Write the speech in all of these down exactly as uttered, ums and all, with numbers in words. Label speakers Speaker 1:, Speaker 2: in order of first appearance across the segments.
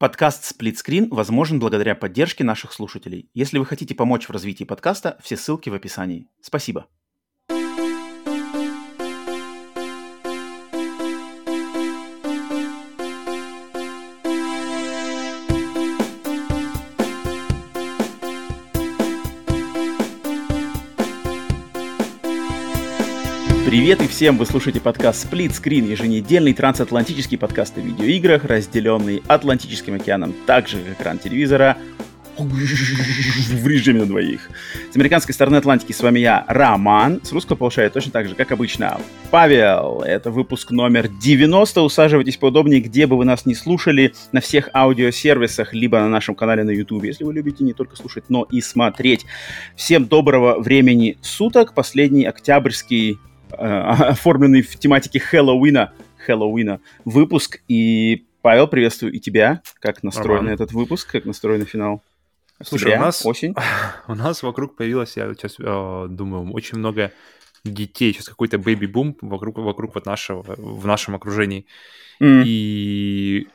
Speaker 1: Подкаст «Сплитскрин» возможен благодаря поддержке наших слушателей. Если вы хотите помочь в развитии подкаста, все ссылки в описании. Спасибо. Привет и всем! Вы слушаете подкаст «Сплитскрин», еженедельный трансатлантический подкаст о видеоиграх, разделенный Атлантическим океаном, так же, как экран телевизора, в режиме на двоих. С американской стороны Атлантики с вами я, Роман, с русского полушария точно так же, как обычно, Павел. Это выпуск номер девяносто. Усаживайтесь поудобнее, где бы вы нас не слушали, на всех аудиосервисах, либо на нашем канале на YouTube, если вы любите не только слушать, но и смотреть. Всем доброго времени суток. Последний октябрьский оформленный в тематике Хэллоуина, Хэллоуина выпуск. И, Павел, приветствую и тебя. Как настроен
Speaker 2: Роман.
Speaker 1: Этот выпуск, как настроен финал?
Speaker 2: Слушай,
Speaker 1: Октября,
Speaker 2: у нас,
Speaker 1: осень.
Speaker 2: у нас вокруг появилось, я сейчас э, думаю, очень много детей. Сейчас какой-то бэйби-бум вокруг, вокруг вот нашего, в нашем окружении.
Speaker 1: Mm.
Speaker 2: И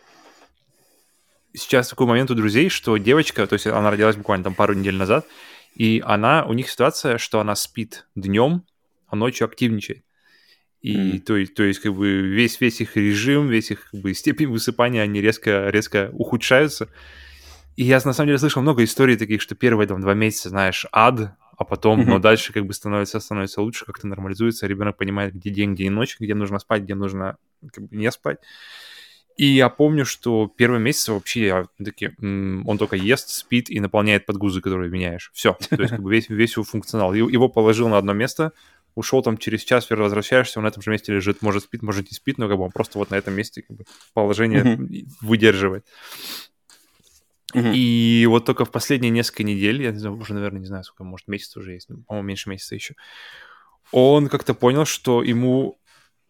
Speaker 2: сейчас такой момент у друзей, что девочка, то есть она родилась буквально там пару недель назад, и она, у них ситуация, что она спит днем, а ночью активничает. И mm. то, есть, то есть как бы весь, весь их режим, весь их как бы, степень высыпания, они резко, резко ухудшаются. И я на самом деле слышал много историй таких, что первые там два месяца, знаешь, ад, а потом, mm-hmm. но дальше как бы становится, становится лучше, как-то нормализуется, ребенок понимает, где день, где и ночь, где нужно спать, где нужно как бы, не спать. И я помню, что первые месяцы вообще я, такие, м- он только ест, спит и наполняет подгузы, которые меняешь. Все, то есть как бы весь, весь его функционал. Его положил на одно место, ушел там через час, возвращаешься, он на этом же месте лежит, может спит, может не спит, но как бы он просто вот на этом месте как бы, положение mm-hmm. выдерживает. Mm-hmm. И вот только в последние несколько недель, я уже, наверное, не знаю, сколько, может, месяц уже есть, по-моему, меньше месяца еще, он как-то понял, что ему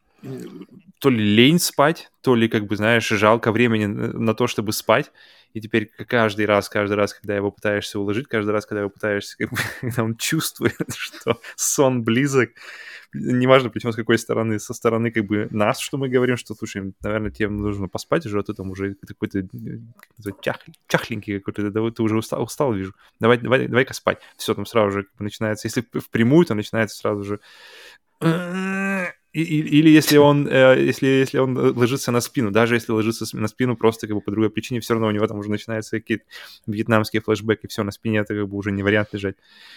Speaker 2: то ли лень спать, то ли, как бы, знаешь, жалко времени на то, чтобы спать. И теперь каждый раз, каждый раз, когда его пытаешься уложить, каждый раз, когда его пытаешься, как бы, когда он чувствует, что сон близок, неважно, причем с какой стороны, со стороны, как бы, нас, что мы говорим, что, слушай, наверное, тебе нужно поспать уже, а ты там уже какой-то чах, чахленький какой-то, да, ты уже устал, устал, вижу, давай, давай, давай-ка спать. Все, там сразу же начинается, если впрямую, то начинается сразу же... Или если он, если, если он ложится на спину, даже если ложится на спину просто как бы по другой причине, все равно у него там уже начинаются какие-то вьетнамские флешбеки, все, на спине это как бы уже не вариант лежать.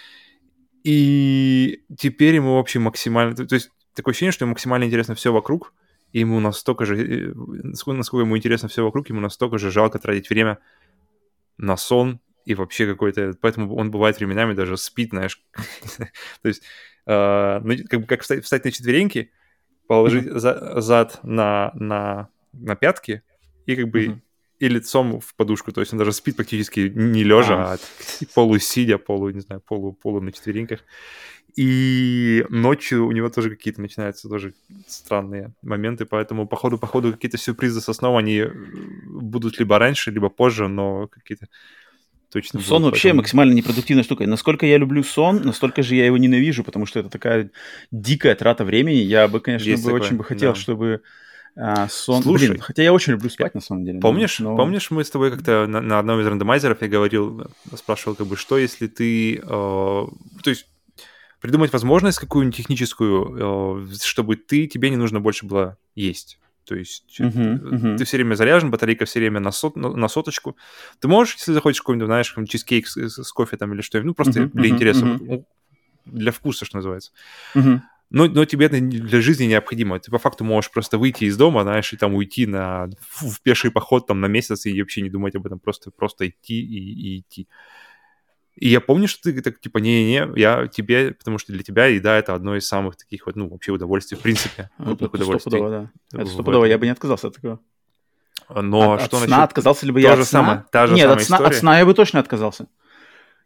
Speaker 2: И теперь ему вообще максимально... То есть такое ощущение, что ему максимально интересно все вокруг, и ему настолько же... Насколько ему интересно все вокруг, ему настолько же жалко тратить время на сон и вообще какой-то... Поэтому он бывает временами даже спит, знаешь. То есть как бы как встать на четвереньки, положить mm-hmm. за, зад на, на, на пятки и как бы mm-hmm. и лицом в подушку. То есть он даже спит практически не лежа, ah. а полусидя, полу, не знаю, полу, полу на четвереньках. И ночью у него тоже какие-то начинаются тоже странные моменты, поэтому по ходу, по ходу какие-то сюрпризы со сном, они будут либо раньше, либо позже, но какие-то точно
Speaker 1: сон
Speaker 2: будут,
Speaker 1: вообще
Speaker 2: поэтому...
Speaker 1: максимально непродуктивная штука. Насколько я люблю сон, настолько же я его ненавижу, потому что это такая дикая трата времени. Я бы, конечно, бы
Speaker 2: такое,
Speaker 1: очень бы хотел,
Speaker 2: да. чтобы
Speaker 1: а, сон...
Speaker 2: Слушай,
Speaker 1: Блин, хотя я очень люблю спать, на самом деле.
Speaker 2: Помнишь,
Speaker 1: но...
Speaker 2: помнишь, мы с тобой как-то на, на одном из рандомайзеров я говорил, спрашивал, как бы, что если ты... Э, то есть придумать возможность какую-нибудь техническую, э, чтобы ты, тебе не нужно больше было есть. То есть uh-huh, ты, uh-huh. ты все время заряжен, батарейка все время на, сот, на, на соточку. Ты можешь, если захочешь какой-нибудь, знаешь, чизкейк с, с, с кофе там или что-нибудь, ну, просто uh-huh, для uh-huh, интереса, uh-huh. для вкуса, что называется. Uh-huh. Но, но тебе это для жизни необходимо. Ты по факту можешь просто выйти из дома, знаешь, и там уйти на, в пеший поход там на месяц и вообще не думать об этом, просто, просто идти и, и идти. И я помню, что ты так, типа, не-не-не, я тебе, потому что для тебя еда — это одно из самых таких вот, ну, вообще удовольствий, в принципе.
Speaker 1: Это стопудово, да. Это стопудово, я бы не отказался от такого.
Speaker 2: Но
Speaker 1: от,
Speaker 2: что
Speaker 1: от
Speaker 2: насчет...
Speaker 1: сна отказался ли бы я от сна?
Speaker 2: Самое, та же
Speaker 1: Нет,
Speaker 2: самая
Speaker 1: от сна,
Speaker 2: история.
Speaker 1: от сна я бы точно отказался.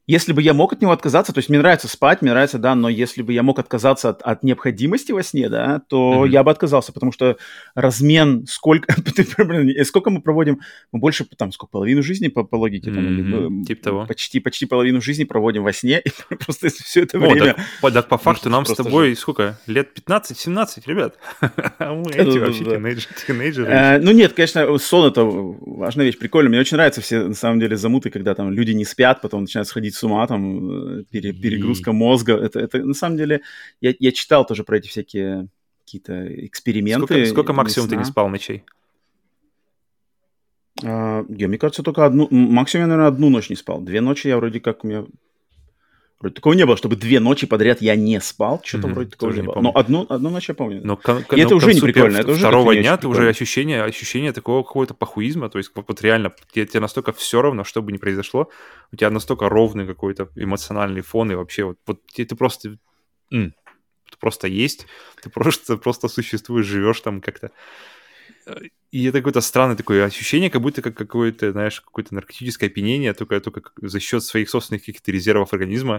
Speaker 1: Если бы я мог от него отказаться, то есть мне нравится спать, мне нравится, да, но если бы я мог отказаться от, от необходимости во сне, да, то mm-hmm. я бы отказался, потому что размен, сколько, сколько мы проводим, мы больше, там, сколько, половину жизни по, по логике, там,
Speaker 2: mm-hmm. или, типа того.
Speaker 1: Почти, почти половину жизни проводим во сне, и просто все это время...
Speaker 2: О, так, так по факту нам с тобой, жить. Сколько, лет пятнадцать-семнадцать, ребят? Мы эти вообще тинейджеры.
Speaker 1: Ну нет, конечно, сон — это важная вещь, прикольно, мне очень нравятся все, на самом деле, замуты, когда там люди не спят, потом начинают сходить с ума, там, пере, перегрузка мозга. Это, это, на самом деле, я, я читал тоже про эти всякие какие-то эксперименты.
Speaker 2: Сколько, сколько максимум ты не спал ночей?
Speaker 1: А, я, мне кажется, только одну, максимум я, наверное, одну ночь не спал. Две ночи я вроде как, у меня... Вроде такого не было, чтобы две ночи подряд я не спал. Что-то mm-hmm, вроде такого не было. Но одну, одну ночь я помню.
Speaker 2: Но, кон-
Speaker 1: и это
Speaker 2: но
Speaker 1: уже не прикольно. Это уже
Speaker 2: второго дня ты уже ощущение, ощущение такого какого-то похуизма. То есть вот реально тебе, тебе настолько все равно, что бы ни произошло. У тебя настолько ровный какой-то эмоциональный фон. И вообще вот, вот ты, ты просто... М- ты просто есть. Ты просто, просто существуешь, живешь там как-то. И это какое-то странное такое ощущение, как будто как какое-то, знаешь, какое-то наркотическое опьянение, только, только за счет своих собственных каких-то резервов организма.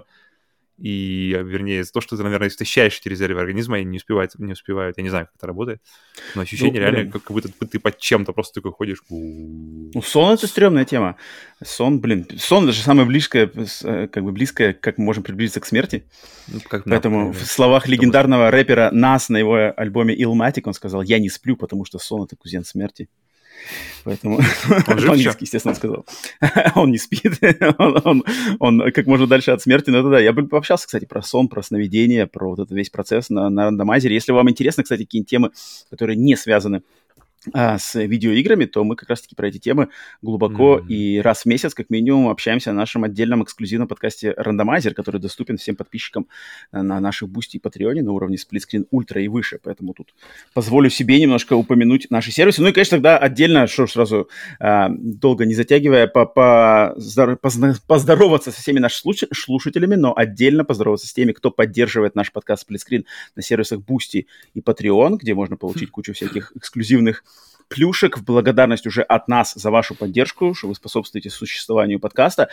Speaker 2: И, вернее, то, что ты, наверное, истощаешь эти резервы организма, и не успевают, не успевают. Я не знаю, как это работает. Но ощущение ну, реально, как, как будто ты под чем-то просто такой ходишь.
Speaker 1: Ну, сон — это стрёмная тема. Сон, блин, сон — это же самое близкое, как бы близкое, как мы можем приблизиться к смерти. Ну, как, Поэтому да, в словах потому легендарного что... рэпера Nas на его альбоме Illmatic он сказал: «Я не сплю, потому что сон — это кузен смерти». Поэтому он жив, по-английски, естественно, сказал. Он не спит, он, он, он как можно дальше от смерти. Но это да, я бы пообщался, кстати, про сон, про сновидение, про вот этот весь процесс на, на рандомайзере. Если вам интересно, кстати, какие-нибудь темы, которые не связаны а, с видеоиграми, то мы как раз-таки про эти темы глубоко mm-hmm. и раз в месяц, как минимум, общаемся на нашем отдельном эксклюзивном подкасте «Рандомайзер», который доступен всем подписчикам на наших Бусти и Патреоне на уровне сплитскрин ультра и выше. Поэтому тут позволю себе немножко упомянуть наши сервисы. Ну и, конечно, тогда отдельно, что ж, сразу а, долго не затягивая, по, по, поздороваться со всеми нашими слушателями, но отдельно поздороваться с теми, кто поддерживает наш подкаст «Сплитскрин» на сервисах Бусти и Patreon, где можно получить кучу всяких эксклюзивных плюшек в благодарность уже от нас за вашу поддержку, что вы способствуете существованию подкаста.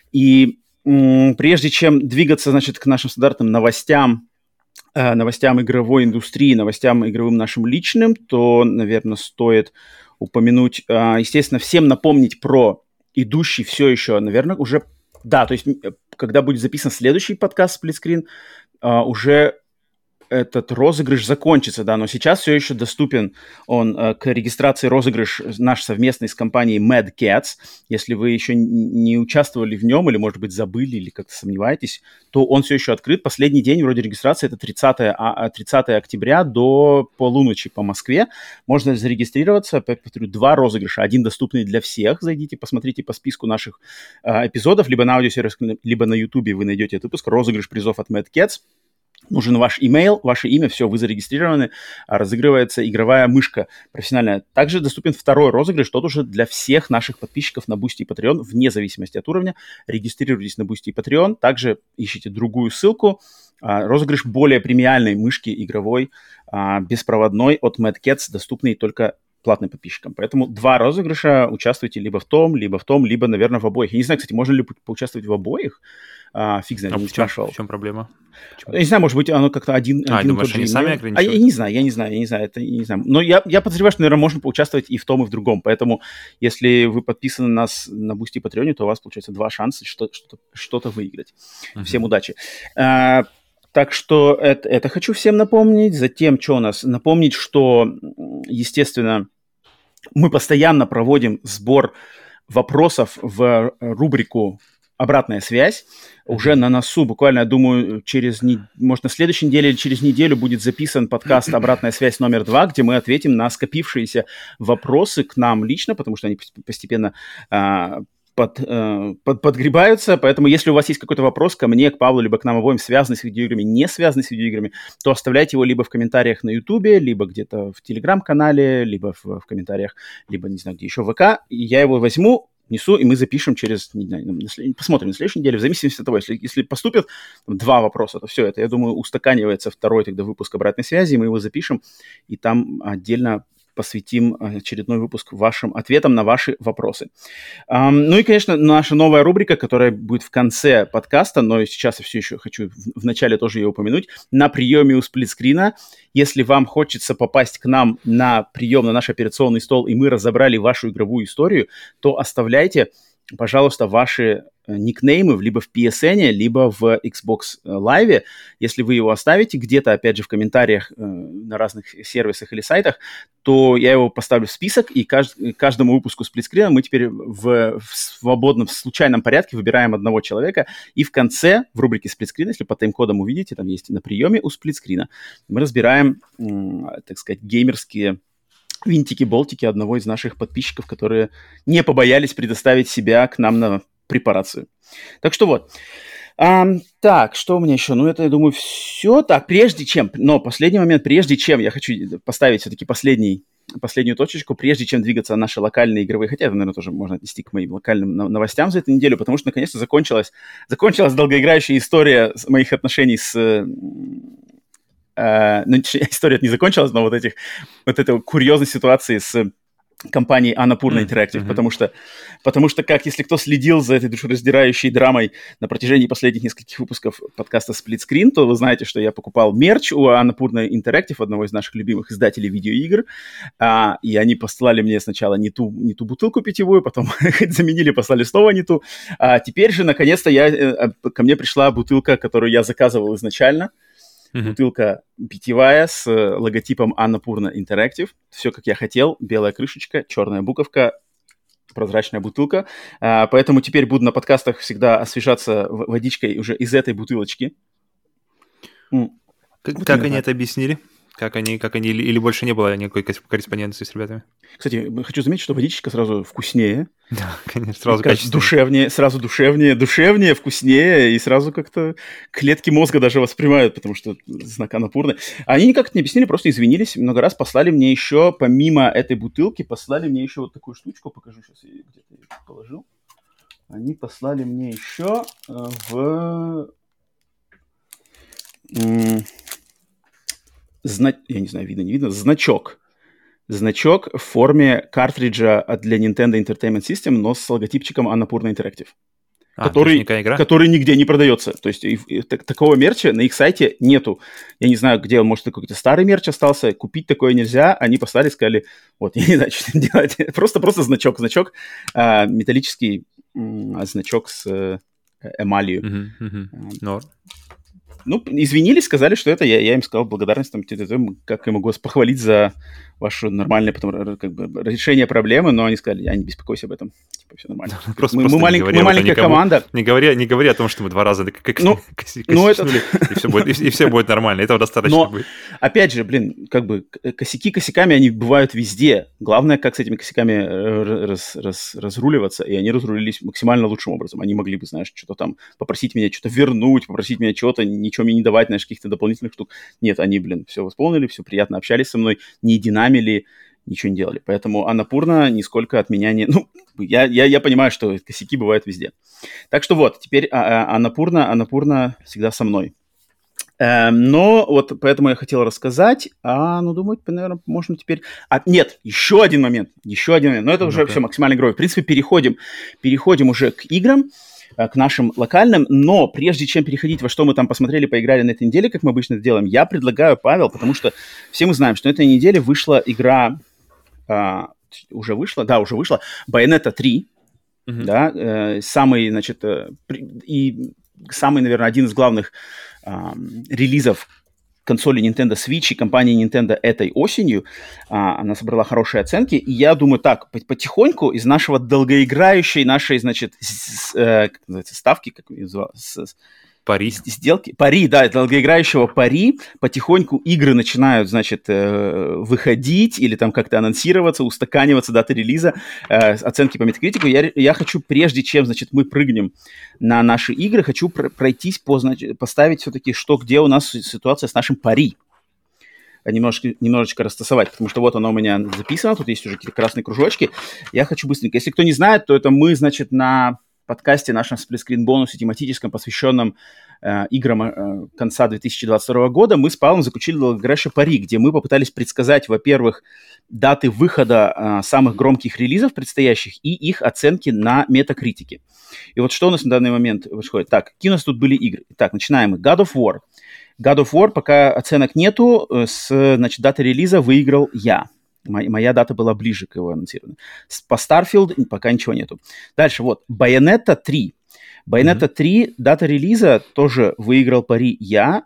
Speaker 1: И м- прежде чем двигаться, значит, к нашим стандартным новостям, э, новостям игровой индустрии, новостям игровым нашим личным, то, наверное, стоит упомянуть, э, естественно, всем напомнить про идущий все еще, наверное, уже... Да, то есть, когда будет записан следующий подкаст «Сплитскрин», э, уже... этот розыгрыш закончится, да, но сейчас все еще доступен он э, к регистрации розыгрыш наш совместный с компанией Mad Cats. Если вы еще не участвовали в нем или, может быть, забыли или как-то сомневаетесь, то он все еще открыт. Последний день вроде регистрации это тридцатое октября до полуночи по Москве. Можно зарегистрироваться, опять повторю, два розыгрыша. Один доступный для всех. Зайдите, посмотрите по списку наших э, эпизодов, либо на аудиосервис, либо на Ютубе вы найдете этот выпуск. Розыгрыш призов от Mad Cats. Нужен ваш имейл, ваше имя, все, вы зарегистрированы, разыгрывается игровая мышка профессиональная. Также доступен второй розыгрыш, тот уже для всех наших подписчиков на Boosty и Patreon, вне зависимости от уровня. Регистрируйтесь на Boosty и Patreon, также ищите другую ссылку. Розыгрыш более премиальной мышки игровой, беспроводной от Mad Cats, доступный только платным подписчикам. Поэтому два розыгрыша, участвуйте либо в том, либо в том, либо, наверное, в обоих. Я не знаю, кстати, можно ли поучаствовать в обоих? А, фиг знает,
Speaker 2: а
Speaker 1: не
Speaker 2: в чем,
Speaker 1: спрашивал.
Speaker 2: В чем проблема?
Speaker 1: Почему? Я не знаю, может быть, оно как-то один...
Speaker 2: А,
Speaker 1: один
Speaker 2: думаешь, они сами ограничивают?
Speaker 1: А я, я не знаю, я не знаю, я не знаю, это я не знаю. Но я, я подозреваю, что, наверное, можно поучаствовать и в том, и в другом. Поэтому, если вы подписаны на нас на Boosty и Patreon, то у вас, получается, два шанса что- что-то, что-то выиграть. Uh-huh. Всем удачи. А, так что это, это хочу всем напомнить. Затем, что у нас? Напомнить, что, естественно, мы постоянно проводим сбор вопросов в рубрику «Обратная связь». Уже на носу, буквально, я думаю, через, не... может, на следующей неделе или через неделю будет записан подкаст «Обратная связь» номер два, где мы ответим на скопившиеся вопросы к нам лично, потому что они постепенно а, под, а, под, подгребаются. Поэтому, если у вас есть какой-то вопрос ко мне, к Павлу, либо к нам обоим, связанный с видеоиграми, не связанный с видеоиграми, то оставляйте его либо в комментариях на Ютубе, либо где-то в Телеграм-канале, либо в, в комментариях, либо, не знаю, где еще, в ВК. И я его возьму, несу, и мы запишем через, не знаю, на след... посмотрим на следующей неделе, в зависимости от того, если, если поступят там, два вопроса, то все это, я думаю, устаканивается второй тогда выпуск обратной связи, мы его запишем, и там отдельно посвятим очередной выпуск вашим ответам на ваши вопросы. Um, ну и, конечно, наша новая рубрика, которая будет в конце подкаста, но сейчас я все еще хочу в, в начале тоже ее упомянуть, на приеме у сплитскрина. Если вам хочется попасть к нам на прием на наш операционный стол, и мы разобрали вашу игровую историю, то оставляйте, пожалуйста, ваши никнеймы либо в пи эс эн, либо в Xbox Live. Если вы его оставите где-то, опять же, в комментариях э, на разных сервисах или сайтах, то я его поставлю в список, и кажд- каждому выпуску сплитскрина мы теперь в, в свободном, в случайном порядке выбираем одного человека, и в конце, в рубрике сплитскрина, если по тайм-кодам увидите, там есть на приеме у сплитскрина, мы разбираем, э, так сказать, геймерские винтики-болтики одного из наших подписчиков, которые не побоялись предоставить себя к нам на препарацию. Так что вот. А, так, что у меня еще? Ну, это, я думаю, все. Так, прежде чем, но последний момент, прежде чем, я хочу поставить все-таки последний, последнюю точечку, прежде чем двигаться на наши локальные игровые, хотя это, наверное, тоже можно отнести к моим локальным новостям за эту неделю, потому что, наконец-то, закончилась, закончилась долгоиграющая история моих отношений с... Uh, ну, история не закончилась, но вот, этих, вот этой курьезной ситуации с компанией Annapurna Interactive, mm-hmm. потому, что, потому что, как если кто следил за этой душераздирающей драмой на протяжении последних нескольких выпусков подкаста Split Screen, то вы знаете, что я покупал мерч у Annapurna Interactive, одного из наших любимых издателей видеоигр, а, и они послали мне сначала не ту, не ту бутылку питьевую, потом заменили, послали снова не ту. А теперь же, наконец-то, я, ко мне пришла бутылка, которую я заказывал изначально. Mm-hmm. Бутылка питьевая с логотипом Annapurna Interactive. Все, как я хотел. Белая крышечка, черная буковка, прозрачная бутылка. А, поэтому теперь буду на подкастах всегда освежаться водичкой уже из этой бутылочки.
Speaker 2: Как, вот как они это объяснили? Как они, как они, или больше не было никакой корреспонденции с ребятами?
Speaker 1: Кстати, хочу заметить, что водичка сразу вкуснее.
Speaker 2: Да, конечно, сразу
Speaker 1: качественнее. Душевнее, сразу душевнее, душевнее, вкуснее, и сразу как-то клетки мозга даже воспринимают, потому что знак Annapurna. Они никак не объяснили, просто извинились. Много раз послали мне еще, помимо этой бутылки, послали мне еще вот такую штучку. Покажу, сейчас я где-то ее положил. Они послали мне еще в... Зна... Я не знаю, видно, не видно. Значок. Значок в форме картриджа для Nintendo Entertainment System, но с логотипчиком Annapurna Interactive.
Speaker 2: А,
Speaker 1: который, который нигде не продается. То есть и, и, так, такого мерча на их сайте нету. Я не знаю, где он, может, какой-то старый мерч остался. Купить такое нельзя. Они послали, сказали, вот, я не знаю, что делать. Просто, просто значок. Значок, а, металлический м, значок с э, эмалью.
Speaker 2: Mm-hmm, mm-hmm. No.
Speaker 1: Ну, извинились, сказали, что это я, я им сказал благодарность, там, как я могу вас похвалить за ваше нормальное потом, как бы, решение проблемы, но они сказали, я не беспокойся об этом, типа, все нормально.
Speaker 2: Просто,
Speaker 1: мы,
Speaker 2: просто
Speaker 1: мы, малень, мы маленькая
Speaker 2: никому,
Speaker 1: команда.
Speaker 2: Не говори, не говори о том, что мы два раза как
Speaker 1: ну, ну, это...
Speaker 2: и, все будет, и, и все будет нормально, этого достаточно
Speaker 1: но,
Speaker 2: будет.
Speaker 1: Опять же, блин, как бы косяки косяками, они бывают везде. Главное, как с этими косяками раз, раз, разруливаться, и они разрулились максимально лучшим образом. Они могли бы, знаешь, что-то там, попросить меня что-то вернуть, попросить меня чего-то, ничего мне не давать, знаешь, каких-то дополнительных штук. Нет, они, блин, все восполнили, все приятно общались со мной, не динамили, ничего не делали. Поэтому Annapurna нисколько от меня не... Ну, я, я, я понимаю, что косяки бывают везде. Так что вот, теперь Annapurna, Annapurna всегда со мной. Эм, но вот поэтому я хотел рассказать. А, ну, думаю, наверное, можно теперь... А, нет, еще один момент, еще один момент. Но это уже okay. все максимально игровое. В принципе, переходим, переходим уже к играм, к нашим локальным, но прежде чем переходить, во что мы там посмотрели, поиграли на этой неделе, как мы обычно это делаем, я предлагаю, Павел, потому что все мы знаем, что на этой неделе вышла игра, а, уже вышла, да, уже вышла, Bayonetta три, mm-hmm. да, э, самый, значит, э, и самый, наверное, один из главных э, релизов консоли Nintendo Switch и компании Nintendo этой осенью. А, она собрала хорошие оценки. И я думаю, так, потихоньку из нашего долгоиграющей нашей, значит, с, э, как называется, ставки, как ее называют,
Speaker 2: пари.
Speaker 1: Сделки. Пари, да, долгоиграющего пари. Потихоньку игры начинают, значит, э, выходить или там как-то анонсироваться, устаканиваться, даты релиза, э, оценки по Metacritic. Я, я хочу, прежде чем, значит, мы прыгнем на наши игры, хочу пр- пройтись, по, значит, поставить все-таки, что где у нас ситуация с нашим пари. Немножечко, немножечко растасовать, потому что вот оно у меня записано, тут есть уже какие-то красные кружочки. Я хочу быстренько. Если кто не знает, то это мы, значит, на... подкасте, нашем сплитскрин-бонусе тематическом, посвященном э, играм э, конца две тысячи двадцать второго года, мы с Павлом заключили долгоиграющий пари, где мы попытались предсказать, во-первых, даты выхода э, самых громких релизов предстоящих и их оценки на метакритике. И вот что у нас на данный момент происходит. Так, какие у нас тут были игры? Так, начинаем мы. God of War. God of War, пока оценок нету, с, значит, даты релиза выиграл я. Моя, моя дата была ближе к его анонсированию. По Starfield пока ничего нету. Дальше, вот, Bayonetta три. Bayonetta mm-hmm. три, дата релиза тоже выиграл пари я.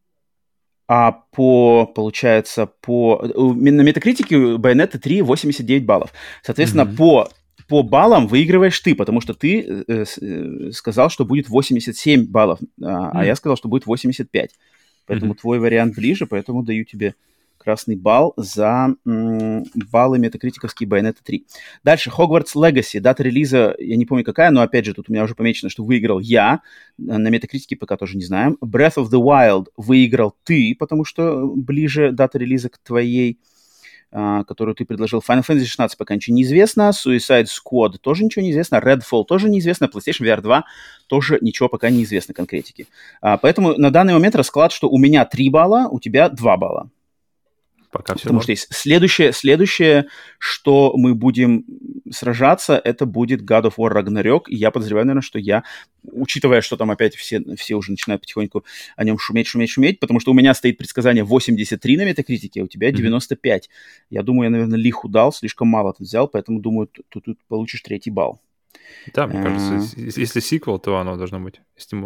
Speaker 1: А по, получается, по... На метакритике Bayonetta три восемьдесят девять баллов. Соответственно, mm-hmm. по... По баллам выигрываешь ты, потому что ты э, э, сказал, что будет восемьдесят семь баллов, а, mm. а я сказал, что будет восемьдесят пять. Поэтому mm-hmm. твой вариант ближе, поэтому даю тебе красный балл за м, баллы метакритиковские Bayonetta три. Дальше, Hogwarts Legacy. Дата релиза, я не помню какая, но опять же тут у меня уже помечено, что выиграл я. На метакритике пока тоже не знаем. Breath of the Wild выиграл ты, потому что ближе дата релиза к твоей, Uh, которую ты предложил. Final Fantasy шестнадцать пока ничего не известно. Suicide Squad тоже ничего не известно. Redfall тоже неизвестно. PlayStation ви ар два тоже ничего пока не известно конкретики. Uh, поэтому на данный момент расклад, что у меня три балла, у тебя два балла.
Speaker 2: Пока все.
Speaker 1: Потому что есть следующее, следующее, что мы будем сражаться, это будет God of War Ragnarok. И я подозреваю, наверное, что я, учитывая, что там опять все, все уже начинают потихоньку о нем шуметь, шуметь, шуметь, потому что у меня стоит предсказание восемьдесят три на метакритике, а у тебя девяносто пять. Mm-hmm. Я думаю, я, наверное, лиху дал, слишком мало ты взял, поэтому думаю, ты тут получишь третий балл.
Speaker 2: Да, мне кажется, если сиквел, то оно должно быть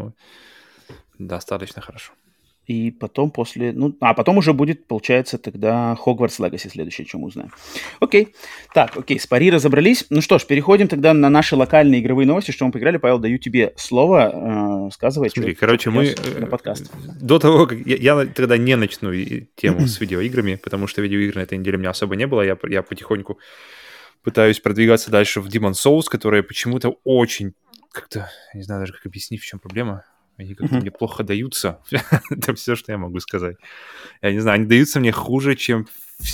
Speaker 2: достаточно хорошо.
Speaker 1: И потом после... Ну, а потом уже будет, получается, тогда Hogwarts Legacy следующее, чем мы узнаем. Окей. Так, окей, с пари разобрались. Ну что ж, переходим тогда на наши локальные игровые новости, что мы поиграли. Павел, даю тебе слово. Э, сказывай,
Speaker 2: Смотри,
Speaker 1: что,
Speaker 2: короче,
Speaker 1: что
Speaker 2: мы...
Speaker 1: на подкаст.
Speaker 2: До того, как... Я, я тогда не начну тему с видеоиграми, потому что видеоигр на этой неделе у меня особо не было. Я, я потихоньку пытаюсь продвигаться дальше в Demon's Souls, которые почему-то очень... Как-то... Не знаю даже, как объяснить, в чем проблема. Они как-то mm-hmm. мне плохо даются. Это все, что я могу сказать. Я не знаю, они даются мне хуже, чем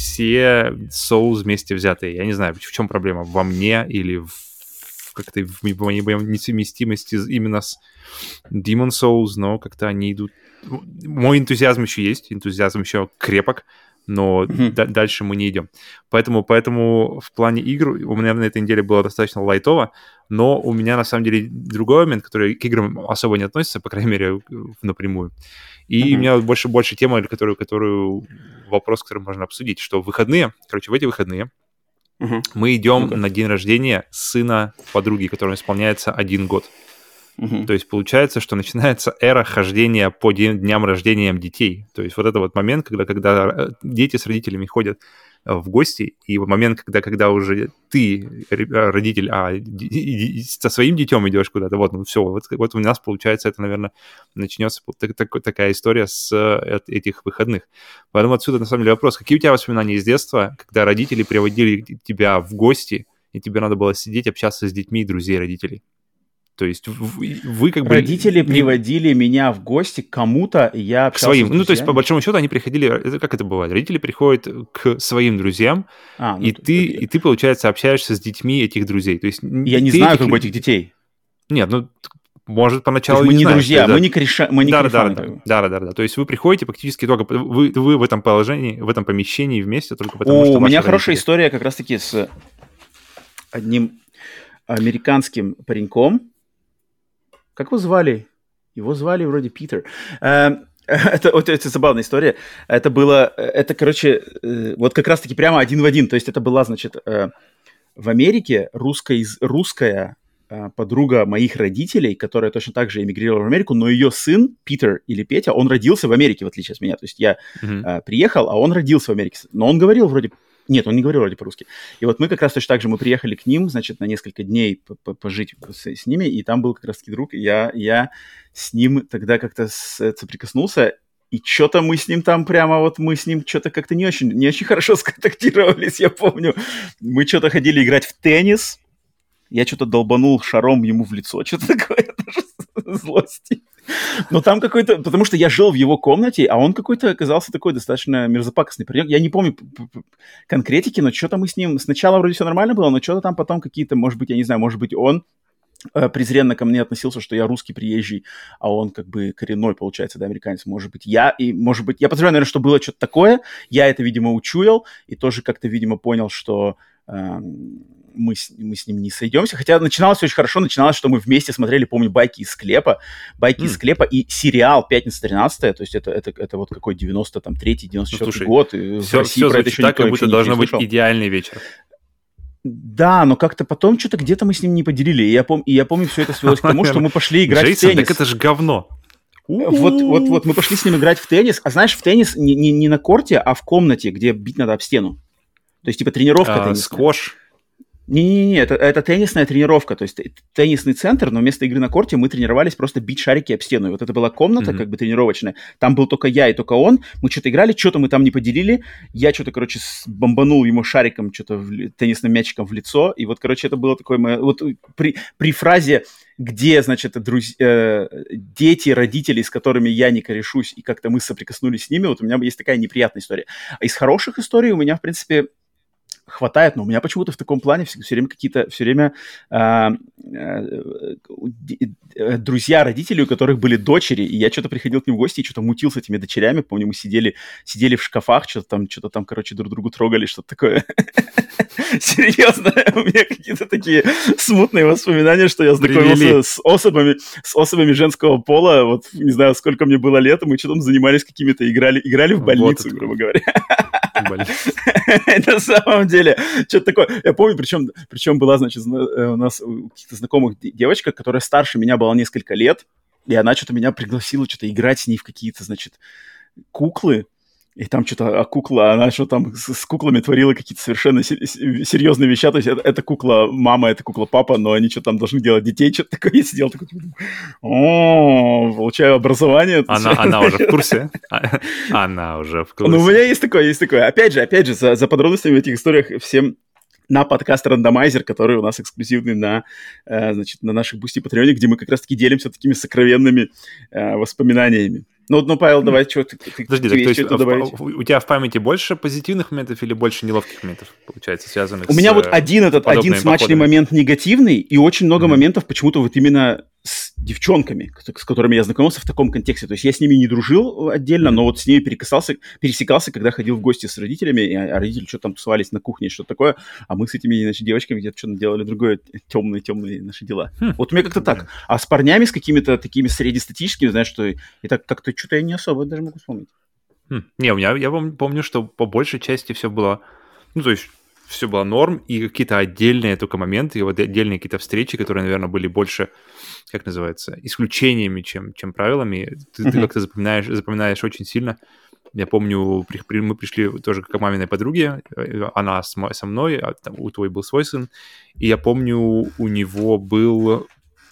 Speaker 2: все Souls вместе взятые. Я не знаю, в чем проблема. Во мне или в как-то в моей несовместимости именно с Demon's Souls, но как-то они идут... Мой энтузиазм еще есть, энтузиазм еще крепок, но mm-hmm. д- дальше мы не идем. Поэтому, поэтому в плане игр у меня на этой неделе было достаточно лайтово, но у меня на самом деле другой момент, который к играм особо не относится, по крайней мере, напрямую. И mm-hmm. у меня больше больше тема, которую, которую вопрос, который можно обсудить, что в выходные, короче, в эти выходные mm-hmm. мы идем okay. на день рождения сына подруги, которому исполняется один год. Uh-huh. То есть получается, что начинается эра хождения по дням рождения детей. То есть вот это вот момент, когда, когда дети с родителями ходят в гости, и вот момент, когда, когда уже ты, родитель, а со своим детем идешь куда-то, вот, ну все, вот, вот у нас, получается, это, наверное, начнется так, так, такая история с этих выходных. Поэтому отсюда, на самом деле, вопрос, какие у тебя воспоминания из детства, когда родители приводили тебя в гости, и тебе надо было сидеть, общаться с детьми, друзей родителей? То есть вы, вы как бы...
Speaker 1: Родители приводили меня в гости к кому-то, и я общался
Speaker 2: к своим.
Speaker 1: с друзьями.
Speaker 2: Ну, то есть, по большому счету, они приходили... Как это бывает? Родители приходят к своим друзьям, а, ну, и, ты, и ты, получается, общаешься с детьми этих друзей. То есть,
Speaker 1: я не знаю, этих... как бы, этих детей.
Speaker 2: Нет, ну, может, поначалу
Speaker 1: мы
Speaker 2: не
Speaker 1: не
Speaker 2: знаешь,
Speaker 1: друзья,
Speaker 2: да.
Speaker 1: мы не, кореша... мы не
Speaker 2: да,
Speaker 1: корешаны.
Speaker 2: Да, да, да, да, да. То есть вы приходите практически только... Вы, вы в этом положении, в этом помещении вместе только потому,
Speaker 1: О,
Speaker 2: что...
Speaker 1: У меня
Speaker 2: родители...
Speaker 1: хорошая история как раз-таки с одним американским пареньком. Как его звали? Его звали вроде Питер. Это, это, это забавная история. Это было, это, короче, вот как раз-таки прямо один в один. То есть это была, значит, в Америке русская, русская подруга моих родителей, которая точно так же эмигрировала в Америку, но ее сын, Питер или Петя, он родился в Америке, в отличие от меня. То есть я mm-hmm. приехал, а он родился в Америке. Но он говорил вроде... Нет, он не говорил вроде по-русски. И вот мы как раз точно так же, мы приехали к ним, значит, на несколько дней пожить с, с ними, и там был как раз-таки друг, и я, я с ним тогда как-то соприкоснулся, и что-то мы с ним там прямо, вот мы с ним что-то как-то не очень, не очень хорошо сконтактировались, я помню. Мы что-то ходили играть в теннис, я что-то долбанул шаром ему в лицо, что-то такое, даже злости. Но там какой-то... Потому что я жил в его комнате, а он какой-то оказался такой достаточно мерзопакостный паренек. Я не помню конкретики, но что-то мы с ним... Сначала вроде все нормально было, но что-то там потом какие-то, может быть, я не знаю, может быть, он презренно ко мне относился, что я русский приезжий, а он как бы коренной, получается, да, американец. Может быть, я, и, может быть, я подозреваю, наверное, что было что-то такое, я это, видимо, учуял, и тоже как-то, видимо, понял, что э, мы, с, мы с ним не сойдемся. Хотя начиналось очень хорошо, начиналось, что мы вместе смотрели, помню, «Байки из склепа», «Байки mm. из склепа» и сериал «Пятница тринадцатая», то есть это, это, это вот какой девяносто третий девяносто четвёртый ну, год. И
Speaker 2: все, в России все про это еще так, как будто должно быть идеальный вечер.
Speaker 1: Да, но как-то потом что-то где-то мы с ним не поделили. И я, пом- и я помню, все это свелось к тому, что мы пошли играть
Speaker 2: Джейсон,
Speaker 1: в теннис.
Speaker 2: Так это же говно.
Speaker 1: Вот, вот, вот мы пошли с ним играть в теннис. А знаешь, в теннис не, не, не на корте, а в комнате, где бить надо об стену. То есть, типа, тренировка
Speaker 2: а,
Speaker 1: теннисная.
Speaker 2: Сквош.
Speaker 1: Не-не-не, это, это теннисная тренировка, то есть теннисный центр, но вместо игры на корте мы тренировались просто бить шарики об стену. И вот это была комната, mm-hmm. как бы тренировочная. Там был только я и только он. Мы что-то играли, что-то мы там не поделили. Я что-то, короче, бомбанул ему шариком, что-то в, теннисным мячиком в лицо. И вот, короче, это было такое... Вот при, при фразе, где, значит, друз... э, дети, родители, с которыми я не корешусь, и как-то мы соприкоснулись с ними, вот у меня есть такая неприятная история. А из хороших историй у меня, в принципе... хватает, но у меня почему-то в таком плане все, все время какие-то, все время э, э, друзья родителей, у которых были дочери, и я что-то приходил к ним в гости и что-то мутил с этими дочерями, помню, мы сидели, сидели в шкафах, что-то там, что-то там, короче, друг другу трогали, что-то такое. Серьезно, у меня какие-то такие смутные воспоминания, что я знакомился с особами, с особами женского пола, вот, не знаю, сколько мне было лет, мы что-то занимались какими-то, играли, играли в больницу, вот грубо говоря. На самом деле, что-то такое. Я помню, причем, причем была, значит, у нас у каких-то знакомых девочка, которая старше меня была несколько лет, и она что-то меня пригласила что-то играть с ней в какие-то, значит, куклы. И там что-то, а кукла, она что там с, с куклами творила какие-то совершенно серьезные вещи. То есть это, это кукла мама, это кукла папа, но они что-то там должны делать детей, что-то такое. Я сидел такой, о, получаю образование.
Speaker 2: Она, она уже в курсе? Она уже в курсе.
Speaker 1: Ну, у меня есть такое, есть такое. Опять же, опять же, за, за подробностями в этих историях всем на подкаст «Рандомайзер», который у нас эксклюзивный на, э, значит, на наших Бусти Патреоне, где мы как раз-таки делимся такими сокровенными э, воспоминаниями. Ну, ну, Павел, давай, что ты, ты,
Speaker 2: Подожди,
Speaker 1: ты
Speaker 2: так, то есть
Speaker 1: добавить?
Speaker 2: В, у тебя в памяти больше позитивных моментов или больше неловких моментов, получается, связанных
Speaker 1: с У меня с, вот один этот, один смачный момент негативный, и очень много mm-hmm. моментов почему-то вот именно с девчонками, с которыми я знакомился в таком контексте. То есть я с ними не дружил отдельно, mm-hmm. но вот с ними перекасался, пересекался, когда ходил в гости с родителями, а родители что-то там тусовались на кухне, что-то такое, а мы с этими, значит, девочками где-то что-то делали другое, темные-темные наши дела. Mm-hmm. Вот у меня как-то mm-hmm. так. А с парнями, с какими-то такими среднестатистическими, знаешь, что и так как-то что-то я не особо даже могу вспомнить.
Speaker 2: Хм. Не, у меня, я помню, что по большей части все было, ну, то есть все было норм, и какие-то отдельные только моменты, и вот отдельные какие-то встречи, которые, наверное, были больше, как называется, исключениями, чем, чем правилами. Ты, uh-huh. ты как-то запоминаешь, запоминаешь очень сильно. Я помню, при, при, мы пришли тоже к маминой подруге, она с, со мной, а там, у твой был свой сын, и я помню, у него был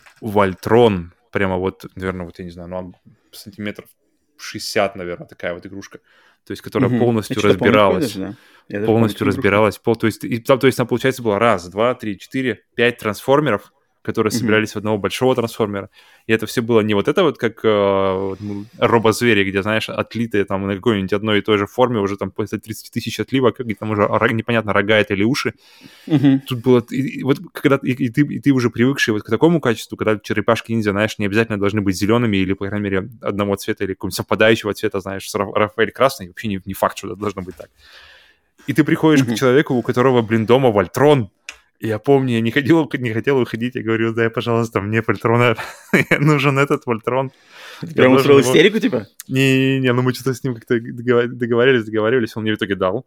Speaker 2: Вольтрон, прямо вот, наверное, вот, я не знаю, ну, сантиметров шестьдесят, наверное, такая вот игрушка, то есть, которая угу. полностью это разбиралась, помню, да? полностью помню, разбиралась, пол, то есть, и, то есть, там, получается, было раз, два, три, четыре, пять трансформеров, которые угу. собирались в одного большого трансформера, и это все было не вот это вот, как э, робозвери, где, знаешь, отлитые там на какой-нибудь одной и той же форме, уже там после тридцать тысяч отливок, где там уже непонятно, рога это или уши. Угу. Тут было, и, и, вот когда и, и, ты, и ты уже привыкший вот к такому качеству, когда черепашки-ниндзя, знаешь, не обязательно должны быть зелеными или, по крайней мере, одного цвета или какого-нибудь совпадающего цвета, знаешь, Рафаэль красный, вообще не, не факт, что это должно быть так. И ты приходишь угу. к человеку, у которого, блин, дома Вольтрон. Я помню, я не, ходил, не хотел выходить, я говорю, дай, пожалуйста, мне Вольтрона, нужен этот Вольтрон.
Speaker 1: Ты прям устроил его... истерику, типа?
Speaker 2: Не-не-не, ну мы что-то с ним как-то договаривались, договаривались, он мне в итоге дал.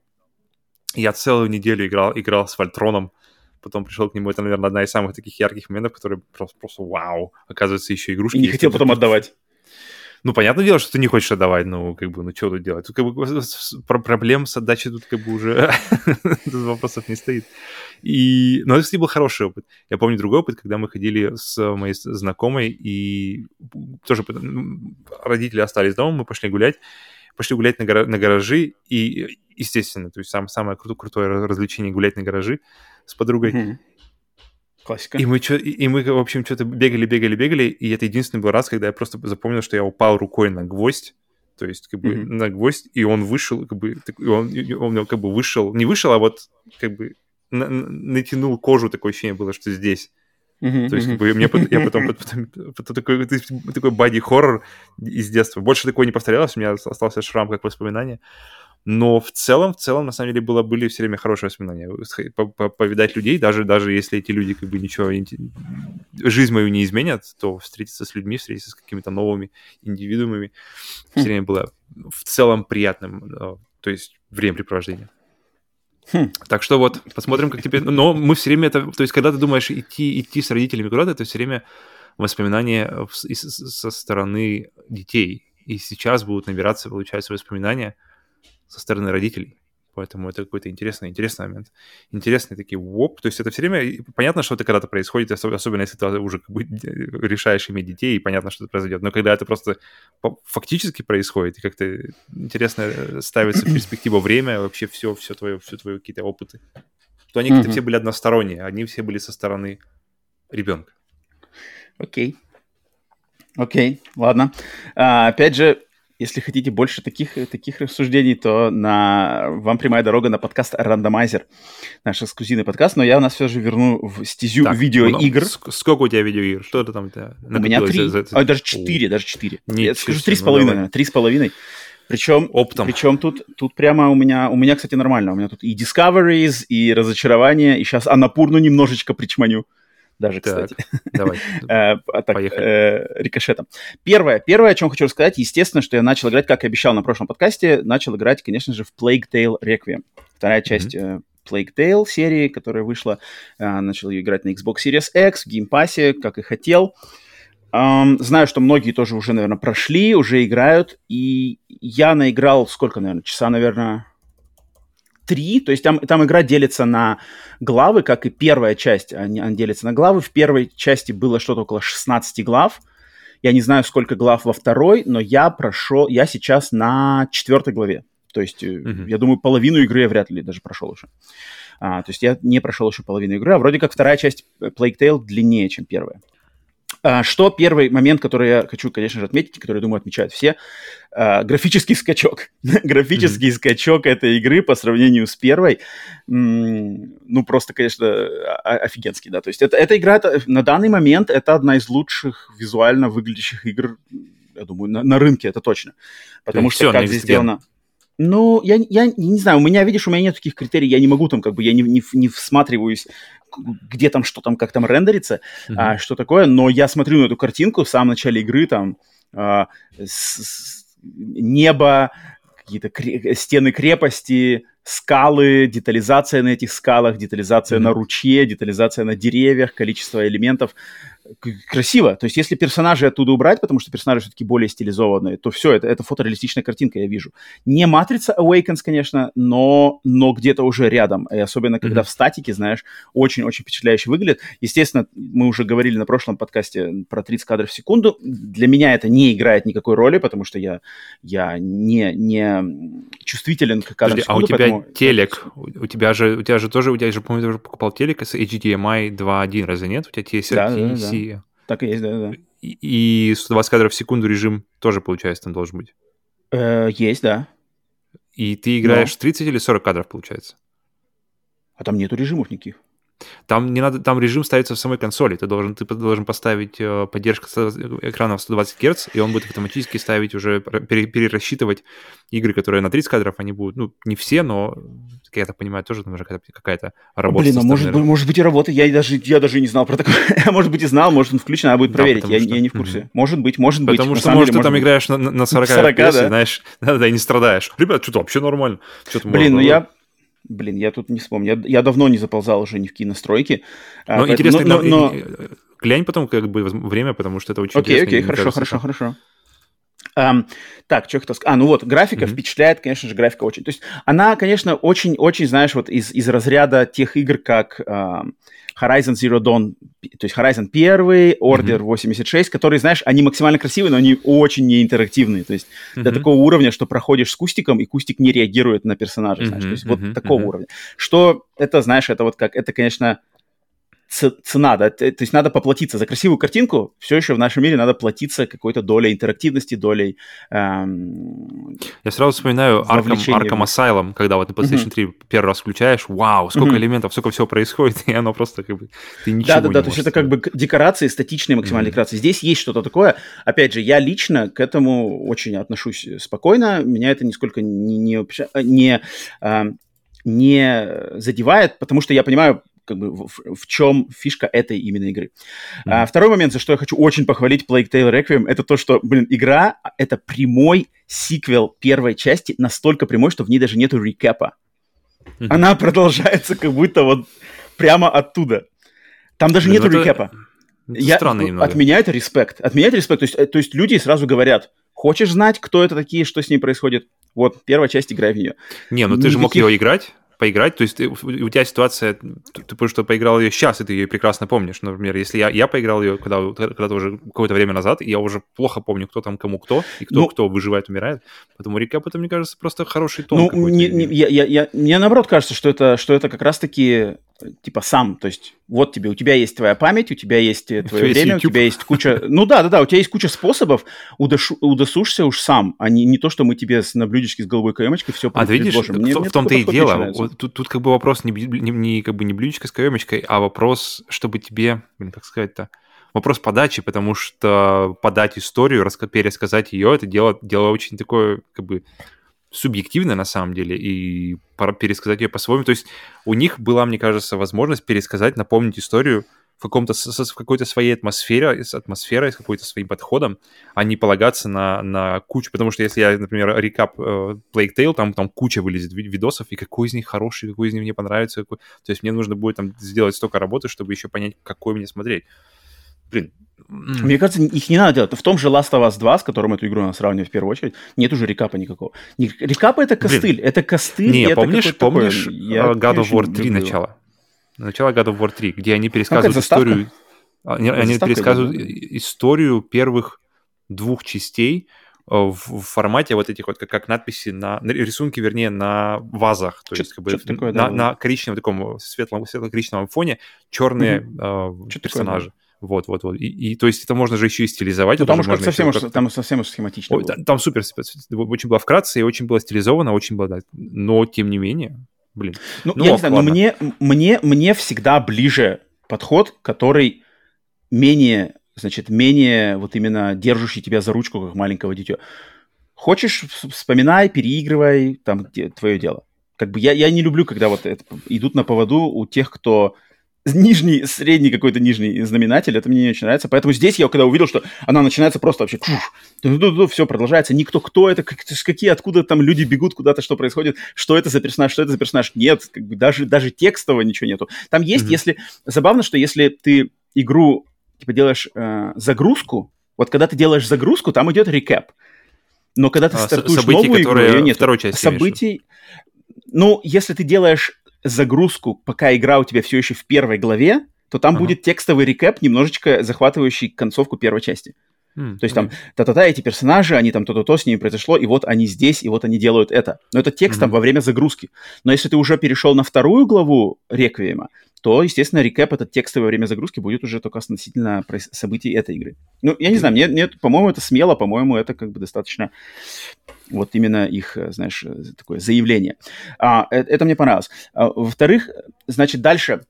Speaker 2: Я целую неделю играл, играл с Вольтроном, потом пришел к нему, это, наверное, одна из самых таких ярких моментов, которые просто, просто вау, оказывается, еще игрушки.
Speaker 1: И не хотел потом отдавать.
Speaker 2: Ну, понятное дело, что ты не хочешь отдавать, ну, как бы, ну, что тут делать? Тут, как бы, проблем с отдачей тут, как бы, уже тут вопросов не стоит. И... Но это, кстати, был хороший опыт. Я помню другой опыт, когда мы ходили с моей знакомой, и тоже родители остались дома, мы пошли гулять, пошли гулять на, гора... на гаражи, и, естественно, то есть сам, самое кру- крутое развлечение — гулять на гаражи с подругой. Mm-hmm.
Speaker 1: Классика.
Speaker 2: И мы, чё, и мы, в общем, что-то бегали, бегали, бегали, и это единственный был раз, когда я просто запомнил, что я упал рукой на гвоздь, то есть, как бы, mm-hmm. на гвоздь, и он вышел, как бы, и он, он как бы вышел, не вышел, а вот, как бы, на, натянул кожу, такое ощущение было, что здесь.
Speaker 1: Uh-huh,
Speaker 2: То есть,
Speaker 1: uh-huh.
Speaker 2: как бы, мне, я потом, потом, потом такой, такой боди-хоррор из детства. Больше такое не повторялось, у меня остался шрам как воспоминание. Но в целом, в целом, на самом деле, было, были все время хорошие воспоминания. Повидать людей, даже, даже если эти люди как бы ничего, жизнь мою не изменят, то встретиться с людьми, встретиться с какими-то новыми индивидуумами все время было в целом приятным, то есть времяпрепровождение.
Speaker 1: Хм.
Speaker 2: Так что вот, посмотрим, как тебе... Но мы все время это... То есть, когда ты думаешь идти, идти с родителями куда-то, это все время воспоминания со стороны детей. И сейчас будут набираться, получается, воспоминания со стороны родителей. Поэтому это какой-то интересный, интересный момент. Интересные такие воп. То есть это все время... Понятно, что это когда-то происходит, особенно если ты уже как бы решаешь иметь детей, и понятно, что это произойдет. Но когда это просто фактически происходит, и как-то интересно ставится в перспективу время, вообще все, все твое, все твои какие-то опыты, то они mm-hmm. какие-то все были односторонние, они все были со стороны ребенка.
Speaker 1: Окей. Окей, ладно. А, опять же, если хотите больше таких, таких рассуждений, то на... вам прямая дорога на подкаст «Рандомайзер», наш эксклюзивный подкаст, но я нас все же верну в стезю так, видеоигр.
Speaker 2: Ну, сколько у тебя видеоигр? Что ты там?
Speaker 1: У меня три, за, за... А, даже четыре, О. даже четыре. Нет, я скажу три с половиной, три с половиной. Причем, причем тут, тут прямо у меня, у меня, кстати, нормально. У меня тут и Discoveries, и разочарование, и сейчас Анапурну немножечко причманю. Даже, так, кстати.
Speaker 2: Давай,
Speaker 1: а, так, э, рикошетом. Первое, первое, о чем хочу рассказать, естественно, что я начал играть, как и обещал на прошлом подкасте, начал играть, конечно же, в Plague Tale Requiem. Вторая часть mm-hmm. Plague Tale серии, которая вышла, начал ее играть на Xbox Series X, в геймпассе, как и хотел. Um, знаю, что многие тоже уже, наверное, прошли, уже играют, и я наиграл, сколько, наверное, часа, наверное... Три, то есть там, там игра делится на главы, как и первая часть, она делится на главы. В первой части было что-то около шестнадцать глав. Я не знаю, сколько глав во второй, но я прошел, я сейчас на четвертой главе. То есть, mm-hmm. я думаю, половину игры я вряд ли даже прошел уже. А, то есть я не прошел еще половину игры, а вроде как вторая часть Plague Tale длиннее, чем первая. А, что первый момент, который я хочу, конечно же, отметить, который, думаю, отмечают все, а, графический скачок. графический mm-hmm. скачок этой игры по сравнению с первой, м- ну, просто, конечно, офигенский, да. То есть это, эта игра, это, на данный момент, это одна из лучших визуально выглядящих игр, я думаю, на, на рынке, это точно. Потому что все, как здесь сделано... Ну, я, я не знаю, у меня, видишь, у меня нет таких критерий, я не могу там, как бы, я не, не, не всматриваюсь, где там, что там, как там рендерится, mm-hmm. а, что такое, но я смотрю на эту картинку в самом начале игры, там, а, с, с, небо, какие-то кре- стены крепости, скалы, детализация на этих скалах, детализация mm-hmm. на ручье, детализация на деревьях, количество элементов. Красиво. То есть если персонажей оттуда убрать, потому что персонажи все-таки более стилизованные, то все, это, это фотореалистичная картинка, я вижу. Не Матрица Awakens, конечно, но, но где-то уже рядом. И особенно, когда mm-hmm. в статике, знаешь, очень-очень впечатляюще выглядит. Естественно, мы уже говорили на прошлом подкасте про тридцать кадров в секунду. Для меня это не играет никакой роли, потому что я, я не, не чувствителен к кадрам в секунду.
Speaker 2: А у тебя
Speaker 1: поэтому...
Speaker 2: телек, у тебя же, у тебя же тоже, у тебя же, по-моему, ты уже покупал телек с эйч ди эм ай два точка один, разве нет? У тебя есть
Speaker 1: да, да, да. Так и есть, да-да.
Speaker 2: И, и сто двадцать кадров в секунду режим тоже, получается, там должен быть?
Speaker 1: Э, есть, да.
Speaker 2: И ты играешь Но... тридцать или сорок кадров, получается?
Speaker 1: А там нету режимов никаких.
Speaker 2: Там не надо, там режим ставится в самой консоли. Ты должен, ты должен поставить э, поддержку экрана в сто двадцать герц, и он будет автоматически ставить уже, пере, перерасчитывать игры, которые на тридцать кадров, они будут, ну, не все, но, как я так понимаю, тоже там уже какая-то, какая-то работа.
Speaker 1: Блин, а может, может быть и работа, я даже, я даже не знал про такое. Может быть и знал, может он включен, надо будет проверить, да, я, что... я не в курсе. Mm-hmm. Может быть, может быть.
Speaker 2: Потому что, может, ты там играешь на, на сорок эф пи эс, да? знаешь, да, да, и не страдаешь. Ребят, что-то вообще нормально. Что-то
Speaker 1: Блин, можно... ну я... Блин, я тут не вспомню. Я, я давно не заползал уже ни в киностройки.
Speaker 2: Но а, интересно, но, но, но... глянь потом как бы время, потому что это очень
Speaker 1: окей,
Speaker 2: интересно.
Speaker 1: Окей, окей, хорошо, хорошо, хорошо. Um, так, что я хотел сказать? А, ну вот, графика mm-hmm. впечатляет, конечно же, графика очень. То есть она, конечно, очень-очень, знаешь, вот из, из разряда тех игр, как uh, Horizon Zero Dawn, то есть Horizon один, Order mm-hmm. восемьдесят шесть, которые, знаешь, они максимально красивые, но они очень неинтерактивные. То есть mm-hmm. до такого уровня, что проходишь с кустиком, и кустик не реагирует на персонажа, mm-hmm. знаешь. То есть mm-hmm. вот такого mm-hmm. уровня. Что это, знаешь, это вот как, это, конечно... цена, да, то есть надо поплатиться за красивую картинку, все еще в нашем мире надо платиться какой-то долей интерактивности, долей... Эм,
Speaker 2: Я сразу вспоминаю Arkham, Arkham Asylum, когда вот на PlayStation uh-huh. три первый раз включаешь, вау, сколько uh-huh. элементов, сколько всего происходит, и оно просто как бы... Ты ничего
Speaker 1: да, да,
Speaker 2: не
Speaker 1: да, то есть это как бы декорации, статичные максимальные uh-huh. декорации. Здесь есть что-то такое. Опять же, я лично к этому очень отношусь спокойно, меня это нисколько не, не, не, не задевает, потому что я понимаю, как бы в, в чем фишка этой именно игры. Mm-hmm. А, второй момент, за что я хочу очень похвалить Plague Tale Requiem, это то, что, блин, игра — это прямой сиквел первой части, настолько прямой, что в ней даже нету рекэпа. Mm-hmm. Она продолжается как будто вот прямо оттуда. Там даже блин, нету это... рекэпа.
Speaker 2: Это я, странно немного.
Speaker 1: От меня это респект. От меня это респект. То есть, то есть люди сразу говорят, хочешь знать, кто это такие, что с ней происходит? Вот, первая часть, играй в нее.
Speaker 2: Не, ну ты Никаких... же мог ее играть. Поиграть, то есть ты, у тебя ситуация, ты, ты просто поиграл ее сейчас, и ты ее прекрасно помнишь. Например, если я, я поиграл ее когда, когда-то уже какое-то время назад, и я уже плохо помню, кто там кому кто, и кто, ну, кто выживает, умирает. Поэтому рекап, это, мне кажется, просто хороший тон.
Speaker 1: Ну, не, не, я, я, я, мне наоборот кажется, что это, что это как раз-таки типа сам, то есть вот тебе, у тебя есть твоя память, у тебя есть твое у время, есть у тебя есть куча... Ну да, да, да, у тебя есть куча способов, удошу, удосушься уж сам, а не, не то, что мы тебе на блюдечке с голубой каемочкой все
Speaker 2: а предложим. А ты видишь, мне, в, в том-то и дело. Вот, тут, тут как бы вопрос не, не, не, как бы не блюдечко с каемочкой, а вопрос, чтобы тебе, блин, как сказать-то, вопрос подачи, потому что подать историю, пересказать ее, это дело, дело очень такое, как бы, субъективно на самом деле, и пора пересказать ее по-своему. То есть у них была, мне кажется, возможность пересказать, напомнить историю в, каком-то, в какой-то своей атмосфере, с атмосферой, с какой-то своим подходом, а не полагаться на, на кучу. Потому что если я, например, рекап э, Plague Tale, там, там куча вылезет видосов, и какой из них хороший, какой из них мне понравится. Какой... То есть мне нужно будет там сделать столько работы, чтобы еще понять, какой мне смотреть. Блин.
Speaker 1: Мне кажется, их не надо делать. В том же Last of Us два, с которым эту игру надо сравнивать в первую очередь, нет уже рекапа никакого. Рекапа — это костыль. Блин. Это костыль.
Speaker 2: Не,
Speaker 1: это
Speaker 2: помнишь, помнишь God of War три начало? Начало God of War три, где они пересказывают историю... Они, они пересказывают да? историю первых двух частей в, в формате вот этих вот, как, как надписи на, на рисунки, вернее, на вазах. То есть как бы такое, на, да, на коричневом таком светлом, светло-коричневом фоне черные угу. э, персонажи. Такое, да. Вот, вот, вот. И, и то есть это можно же еще и стилизовать.
Speaker 1: Ну, там уж как совсем, уж, там совсем уж схематично.
Speaker 2: Ой, там, там супер, очень было вкратце, и очень было стилизовано, очень было, да. Но тем не менее, блин.
Speaker 1: Ну, ну я ок, не знаю, ладно. но мне, мне, мне всегда ближе подход, который менее, значит, менее вот именно держащий тебя за ручку, как маленького дитё. Хочешь, вспоминай, переигрывай, там твое дело. Как бы я, я не люблю, когда вот это, идут на поводу у тех, кто... нижний, средний какой-то нижний знаменатель, это мне не очень нравится. Поэтому здесь я, когда увидел, что она начинается просто вообще, все продолжается, никто, кто это, как, какие, откуда там люди бегут, куда-то, что происходит, что это за персонаж, что это за персонаж, нет, как бы даже, даже текстового ничего нету. Там есть, mm-hmm. если, забавно, что если ты игру, типа, делаешь э, загрузку, вот когда ты делаешь загрузку, там идет рекэп. Но когда ты а, стартуешь события, новую игру, ее нет.
Speaker 2: Второй части
Speaker 1: событий, ну, если ты делаешь загрузку, пока игра у тебя все еще в первой главе, то там uh-huh. будет текстовый рекэп, немножечко захватывающий концовку первой части. Mm, то есть okay. там та-та-та, эти персонажи, они там то-то-то с ними произошло, и вот они здесь, и вот они делают это. Но это текст mm-hmm. там во время загрузки. Но если ты уже перешел на вторую главу Реквиема, то, естественно, рекэп, этот текстовый во время загрузки, будет уже только относительно событий этой игры. Ну, я не знаю, мне, мне, по-моему, это смело, по-моему, это как бы достаточно вот именно их, знаешь, такое заявление. А, это мне понравилось. А, во-вторых, значит, дальше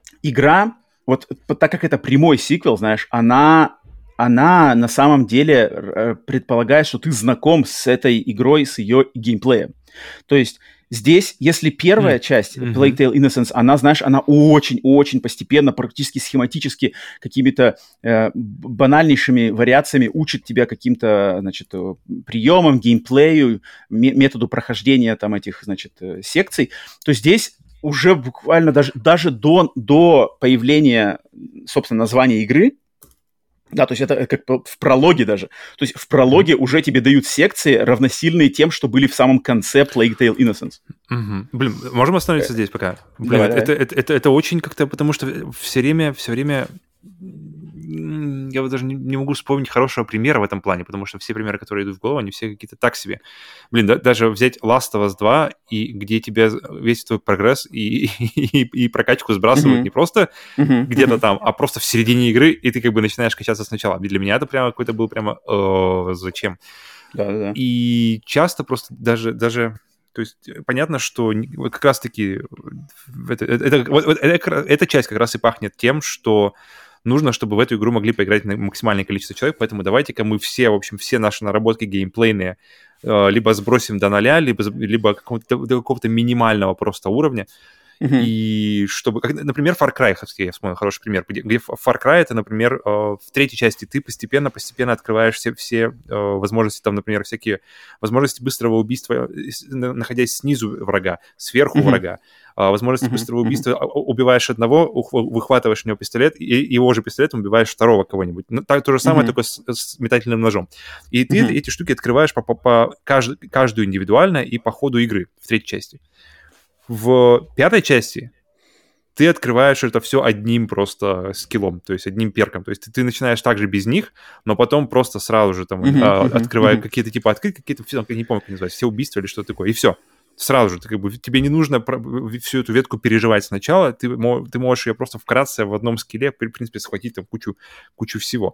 Speaker 1: игра, вот так как это прямой сиквел, знаешь, она... она на самом деле предполагает, что ты знаком с этой игрой, с ее геймплеем. То есть здесь, если первая mm-hmm. часть, Plague Tale Innocence, она, знаешь, она очень-очень постепенно, практически схематически, какими-то э, банальнейшими вариациями учит тебя каким-то, значит, приемам, геймплею, м- методу прохождения там этих, значит, секций, то здесь уже буквально даже, даже до, до появления, собственно, названия игры. Да, то есть это как в прологе даже. То есть в прологе mm-hmm. уже тебе дают секции, равносильные тем, что были в самом конце Plague Tale Innocence.
Speaker 2: Mm-hmm. Блин, можем остановиться здесь пока? Блин, давай, это, давай. Это, это, это, это очень как-то, потому что все время, все время я вот даже не, не могу вспомнить хорошего примера в этом плане, потому что все примеры, которые идут в голову, они все какие-то так себе. Блин, да, даже взять Last of Us два, и где тебя весь твой прогресс и, и, и прокачку сбрасывают mm-hmm. не просто mm-hmm. где-то mm-hmm. там, а просто в середине игры, и ты как бы начинаешь качаться сначала. Для меня это прямо какой-то был прямо зачем?
Speaker 1: Да-да-да.
Speaker 2: И часто просто даже... даже то есть понятно, что вот как раз-таки это, это, вот, это, эта часть как раз и пахнет тем, что нужно, чтобы в эту игру могли поиграть максимальное количество человек, поэтому давайте-ка мы все, в общем, все наши наработки геймплейные либо сбросим до нуля, либо, либо какого-то, до какого-то минимального просто уровня. Uh-huh. И чтобы... Как, например, Far Cry, я вспомнил хороший пример, где, где Far Cry, это, например, в третьей части ты постепенно-постепенно открываешь все, все возможности, там, например, всякие возможности быстрого убийства, находясь снизу врага, сверху uh-huh. врага, возможности uh-huh. быстрого убийства, uh-huh. убиваешь одного, выхватываешь у него пистолет, и его же пистолетом убиваешь второго кого-нибудь. Ну, так, то же самое, uh-huh. только с, с метательным ножом. И ты uh-huh. эти штуки открываешь по, по, по кажд, каждую индивидуально и по ходу игры в третьей части. В пятой части ты открываешь это все одним просто скиллом, то есть одним перком. То есть ты, ты начинаешь также без них, но потом просто сразу же там uh-huh, а, uh-huh, открывая uh-huh. какие-то типа открыть, какие-то, я не помню, как называется, все убийства или что такое, и все. Сразу же, ты, как бы, тебе не нужно всю эту ветку переживать сначала, ты, ты можешь ее просто вкратце в одном скилле, в принципе, схватить там кучу, кучу всего.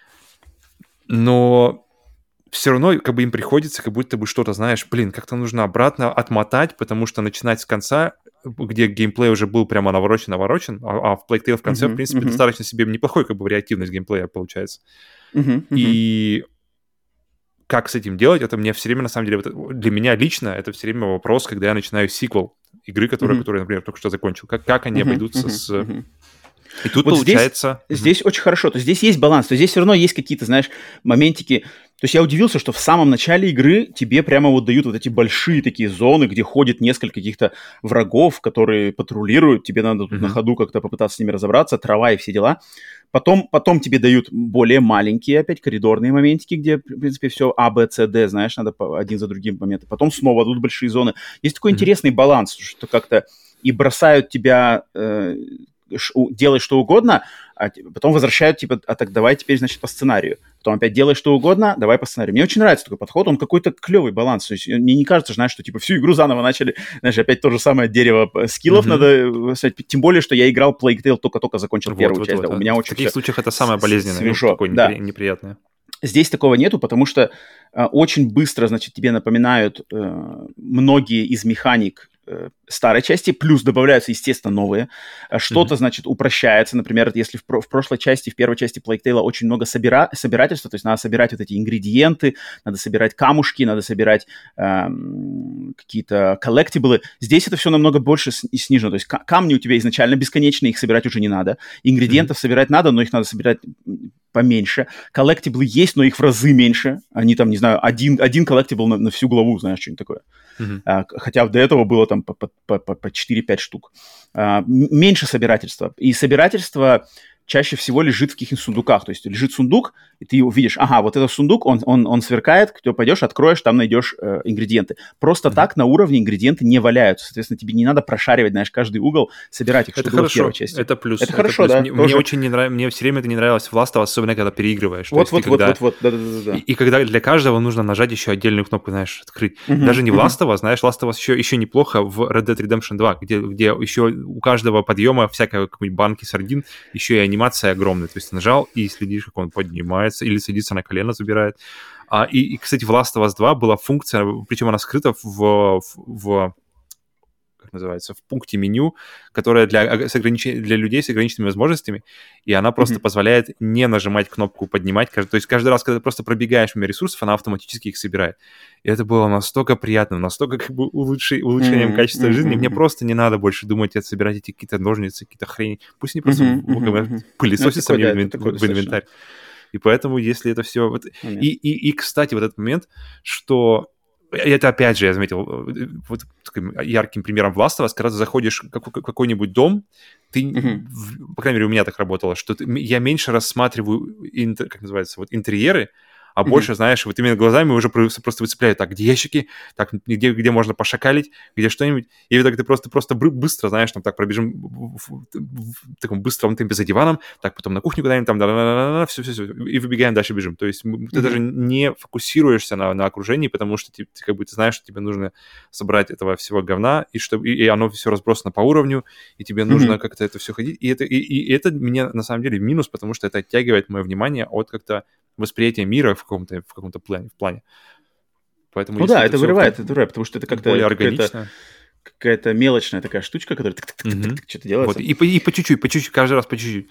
Speaker 2: Но... все равно как бы им приходится как будто бы что-то, знаешь, блин, как-то нужно обратно отмотать, потому что начинать с конца, где геймплей уже был прямо наворочен-наворочен, а, а в Plague Tale в конце, uh-huh, в принципе, uh-huh. достаточно себе неплохой как бы вариативность геймплея получается. Uh-huh, uh-huh. И как с этим делать, это мне все время, на самом деле, вот для меня лично, это все время вопрос, когда я начинаю сиквел игры, которая, uh-huh. которую, например, только что закончил. Как, как они uh-huh, обойдутся uh-huh, с... Uh-huh. И тут
Speaker 1: вот
Speaker 2: получается...
Speaker 1: Здесь, здесь очень хорошо. То есть здесь есть баланс. То есть здесь все равно есть какие-то, знаешь, моментики. То есть я удивился, что в самом начале игры тебе прямо вот дают вот эти большие такие зоны, где ходит несколько каких-то врагов, которые патрулируют. Тебе надо тут mm-hmm. на ходу как-то попытаться с ними разобраться, трава и все дела. Потом, потом тебе дают более маленькие опять коридорные моментики, где, в принципе, все А, Б, С, Д, знаешь, надо один за другим моменты. Потом снова тут большие зоны. Есть такой mm-hmm. интересный баланс, что как-то и бросают тебя... Э- делай что угодно, а потом возвращают, типа, а так давай теперь, значит, по сценарию. Потом опять делай что угодно, давай по сценарию. Мне очень нравится такой подход, он какой-то клевый баланс. То есть мне не кажется, знаешь, что, типа, всю игру заново начали, знаешь, опять то же самое дерево скиллов mm-hmm. надо сказать. Тем более, что я играл Plague Tale, только-только закончил вот, первую вот, часть. Вот, да. У меня
Speaker 2: в
Speaker 1: очень
Speaker 2: таких случаях это самое болезненное,
Speaker 1: свежо.
Speaker 2: Ну, такое
Speaker 1: да.
Speaker 2: непри- неприятное.
Speaker 1: Здесь такого нету, потому что э, очень быстро, значит, тебе напоминают э, многие из механик старой части, плюс добавляются, естественно, новые. Что-то, mm-hmm. значит, упрощается. Например, если в, про- в прошлой части, в первой части Plague Tale очень много собира- собирательства, то есть надо собирать вот эти ингредиенты, надо собирать камушки, надо собирать эм, какие-то коллектиблы. Здесь это все намного больше с- и снижено. То есть к- камни у тебя изначально бесконечные, их собирать уже не надо. Ингредиентов mm-hmm. собирать надо, но их надо собирать поменьше. Коллектиблы есть, но их в разы меньше. Они там, не знаю, один, один коллектибл на, на всю главу, знаешь, что-нибудь такое. Uh-huh. А, хотя до этого было там по, по, по, по четыре-пять штук. А, меньше собирательства. И собирательство чаще всего лежит в каких-нибудь сундуках. То есть лежит сундук, и ты его видишь, ага, вот этот сундук, он, он, он сверкает, ты пойдешь, откроешь, там найдешь э, ингредиенты. Просто uh-huh. так на уровне ингредиенты не валяются. Соответственно, тебе не надо прошаривать, знаешь, каждый угол, собирать их,
Speaker 2: это
Speaker 1: что
Speaker 2: хорошо.
Speaker 1: было в первой части.
Speaker 2: Это плюс.
Speaker 1: Это,
Speaker 2: это
Speaker 1: хорошо,
Speaker 2: плюс.
Speaker 1: да.
Speaker 2: Мне, мне очень не нравится, мне все время это не нравилось в Last of Us, особенно когда переигрываешь.
Speaker 1: Вот, вот, вот, вот, вот, да-да-да.
Speaker 2: И, и когда для каждого нужно нажать еще отдельную кнопку, знаешь, открыть. Uh-huh. Даже не в Last of Us, знаешь, Last of Us еще, еще неплохо в Red Dead Redemption два, где, где еще у каждого подъема всякой какой-нибудь банки сардин, еще и анимация огромная. То есть нажал и следишь, как он поднимается, или садится на колено, забирает. А, и, и, кстати, в Last of Us два была функция, причем она скрыта в, в, в как называется, в пункте меню, которая для, с ограничен... для людей с ограниченными возможностями, и она просто mm-hmm. позволяет не нажимать кнопку «поднимать». То есть каждый раз, когда ты просто пробегаешь мимо ресурсов, она автоматически их собирает. И это было настолько приятно, настолько как бы улучш... улучшением mm-hmm. качества mm-hmm. жизни. Мне просто не надо больше думать, собирать эти какие-то ножницы, какие-то хрени. Пусть они просто mm-hmm. пылесосятся мне в инвентарь. И поэтому, если это все... Вот... Mm-hmm. И, и, и, кстати, вот этот момент, что... Это, опять же, я заметил, вот таким ярким примером в Last of Us, когда ты заходишь в какой-нибудь дом, ты, mm-hmm. в, по крайней мере, у меня так работало, что ты, я меньше рассматриваю, интер, как называется, вот интерьеры, а mm-hmm. больше, знаешь, вот именно глазами уже просто выцепляют, так, где ящики, так, где, где можно пошакалить, где что-нибудь, и так ты просто, просто быстро, знаешь, там так пробежим в, в, в таком быстром темпе за диваном, так, потом на кухню куда-нибудь, там, все-все-все, и выбегаем дальше, бежим. То есть mm-hmm. ты даже не фокусируешься на, на окружении, потому что ты, ты как бы ты знаешь, что тебе нужно собрать этого всего говна, и, чтобы, и, и оно все разбросано по уровню, и тебе нужно mm-hmm. как-то это все ходить, и это, и, и это мне на самом деле минус, потому что это оттягивает мое внимание от как-то восприятия мира в каком-то, в каком-то плане, в плане. Поэтому,
Speaker 1: ну да, это вырывает, это вырывает, потому что это как-то
Speaker 2: более органично.
Speaker 1: Какая-то мелочная такая штучка, которая mm-hmm. что-то делается.
Speaker 2: Вот, и, по, и по чуть-чуть, по чуть-чуть, каждый раз по чуть-чуть.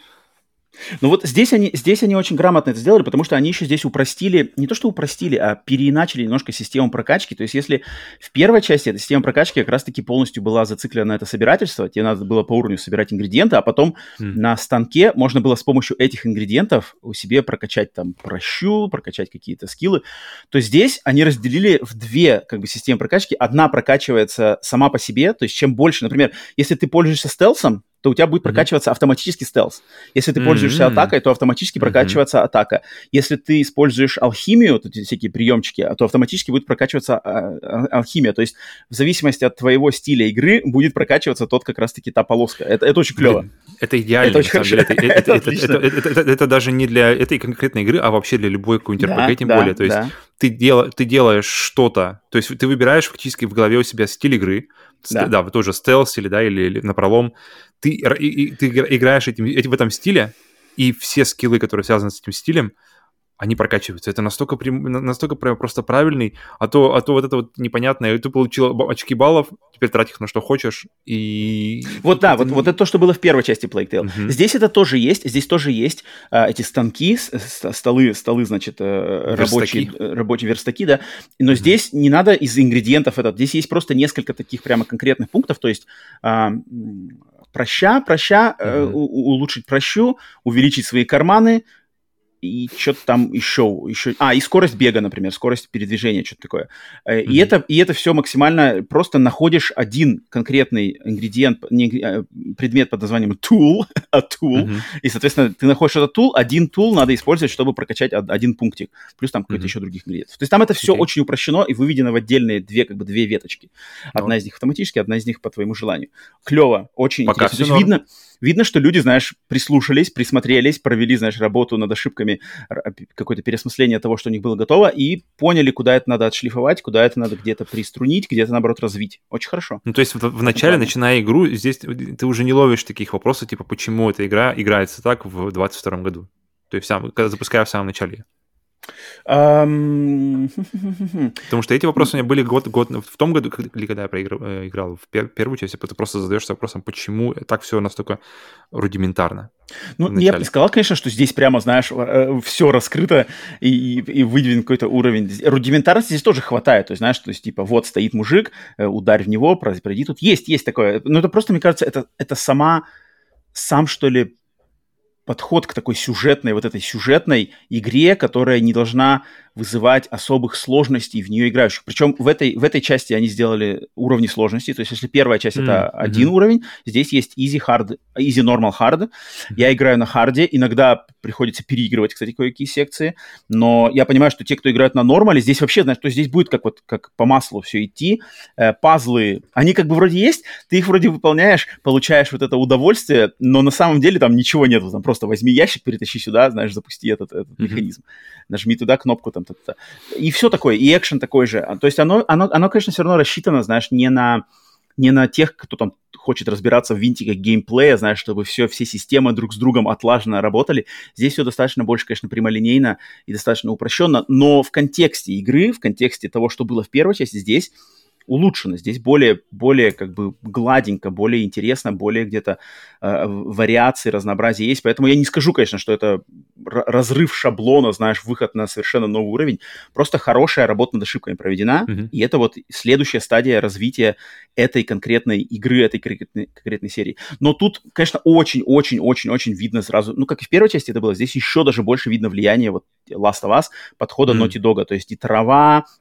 Speaker 1: Ну вот здесь они, здесь они очень грамотно это сделали, потому что они еще здесь упростили, не то что упростили, а переиначили немножко систему прокачки. То есть если в первой части эта система прокачки как раз-таки полностью была зациклена на это собирательство, тебе надо было по уровню собирать ингредиенты, а потом mm. на станке можно было с помощью этих ингредиентов у себе прокачать там прощу, прокачать какие-то скиллы. То здесь они разделили в две как бы системы прокачки. Одна прокачивается сама по себе, то есть чем больше, например, если ты пользуешься стелсом, то у тебя будет прокачиваться mm-hmm. автоматически стелс. Если ты пользуешься mm-hmm. атакой, то автоматически mm-hmm. прокачиваться атака. Если ты используешь алхимию, то всякие приемчики, то автоматически будет прокачиваться а, а, алхимия. То есть в зависимости от твоего стиля игры будет прокачиваться тот как раз-таки та полоска. Это, это очень клево.
Speaker 2: Это идеально. Это, очень это, это, это, это, это, это, это, это даже не для этой конкретной игры, а вообще для любой какой-нибудь эр пи джи, тем да, более. То есть да. ты, дел, ты делаешь что-то, то есть ты выбираешь фактически в голове у себя стиль игры, да, да тоже стелс или, да, или, или напролом. Ты, и, и, ты играешь этим, этим, в этом стиле, и все скиллы, которые связаны с этим стилем, они прокачиваются. Это настолько, настолько просто правильный, а то, а то вот это вот непонятное, ты получил очки баллов, теперь трать их на что хочешь, и...
Speaker 1: Вот да, вот, вот это то, что было в первой части Plague Tale. Uh-huh. Здесь это тоже есть, здесь тоже есть а, эти станки, столы, столы, значит, рабочие, рабочие верстаки, да, но uh-huh. здесь не надо из ингредиентов это, здесь есть просто несколько таких прямо конкретных пунктов, то есть... А, проща, проща, uh-huh. э, у, улучшить прощу, увеличить свои карманы, и что-то там еще, еще... А, и скорость бега, например, скорость передвижения, что-то такое. Mm-hmm. И, это, и это все максимально... Просто находишь один конкретный ингредиент, не, предмет под названием tool, а tool, mm-hmm. и, соответственно, ты находишь этот tool, один tool надо использовать, чтобы прокачать один пунктик, плюс там какой-то mm-hmm. еще других ингредиентов. То есть там это все okay. очень упрощено и выведено в отдельные две, как бы, две веточки. Одна oh. из них автоматически, одна из них по твоему желанию. Клево, очень
Speaker 2: Пока
Speaker 1: интересно. То есть видно... Видно, что люди, знаешь, прислушались, присмотрелись, провели, знаешь, работу над ошибками, какое-то переосмысление того, что у них было готово, и поняли, куда это надо отшлифовать, куда это надо где-то приструнить, где-то, наоборот, развить. Очень хорошо.
Speaker 2: Ну, то есть в, в начале, начиная игру, здесь ты уже не ловишь таких вопросов, типа, почему эта игра играется так в двадцать втором году? То есть сам, когда запуская в самом начале.
Speaker 1: Um...
Speaker 2: Потому что эти вопросы у меня были год, год в том году, или когда я проиграл, играл в пер, первую часть, ты просто задаешься вопросом, почему так все настолько рудиментарно.
Speaker 1: Ну, я бы сказал, конечно, что здесь прямо, знаешь, все раскрыто и, и выделен какой-то уровень. Рудиментарности здесь тоже хватает. То есть, знаешь, то есть, типа, вот стоит мужик, ударь в него, пройди тут. Есть, есть такое. Но это просто, мне кажется, это, это сама, сам, что ли, подход к такой сюжетной, вот этой сюжетной игре, которая не должна вызывать особых сложностей в нее играющих. Причем в этой, в этой части они сделали уровни сложности. То есть если первая часть mm-hmm. это один mm-hmm. уровень, здесь есть easy, hard, easy, normal, hard. Mm-hmm. Я играю на харде. Иногда приходится переигрывать, кстати, кое-какие секции. Но я понимаю, что те, кто играют на нормале, здесь вообще, знаешь, то здесь будет как, вот, как по маслу все идти. Э, пазлы, они как бы вроде есть, ты их вроде выполняешь, получаешь вот это удовольствие, но на самом деле там ничего нет. Там просто возьми ящик, перетащи сюда, знаешь, запусти этот, этот mm-hmm. механизм. Нажми туда кнопку, там, та-та-та. И все такое, и экшен такой же. То есть оно, оно, оно, конечно, все равно рассчитано, знаешь, не на, не на тех, кто там хочет разбираться в винтиках геймплея, знаешь, чтобы все, все системы друг с другом отлаженно работали. Здесь все достаточно больше, конечно, прямолинейно и достаточно упрощенно, но в контексте игры, в контексте того, что было в первой части, здесь улучшено. Здесь более, более как бы гладенько, более интересно, более где-то э, вариации, разнообразие есть. Поэтому я не скажу, конечно, что это разрыв шаблона, знаешь, выход на совершенно новый уровень. Просто хорошая работа над ошибками проведена. Mm-hmm. И это вот следующая стадия развития этой конкретной игры, этой конкретной, конкретной серии. Но тут, конечно, очень-очень-очень-очень видно сразу, ну, как и в первой части это было, здесь еще даже больше видно влияние вот Last of Us, подхода mm-hmm. Naughty Dog. То есть и трава,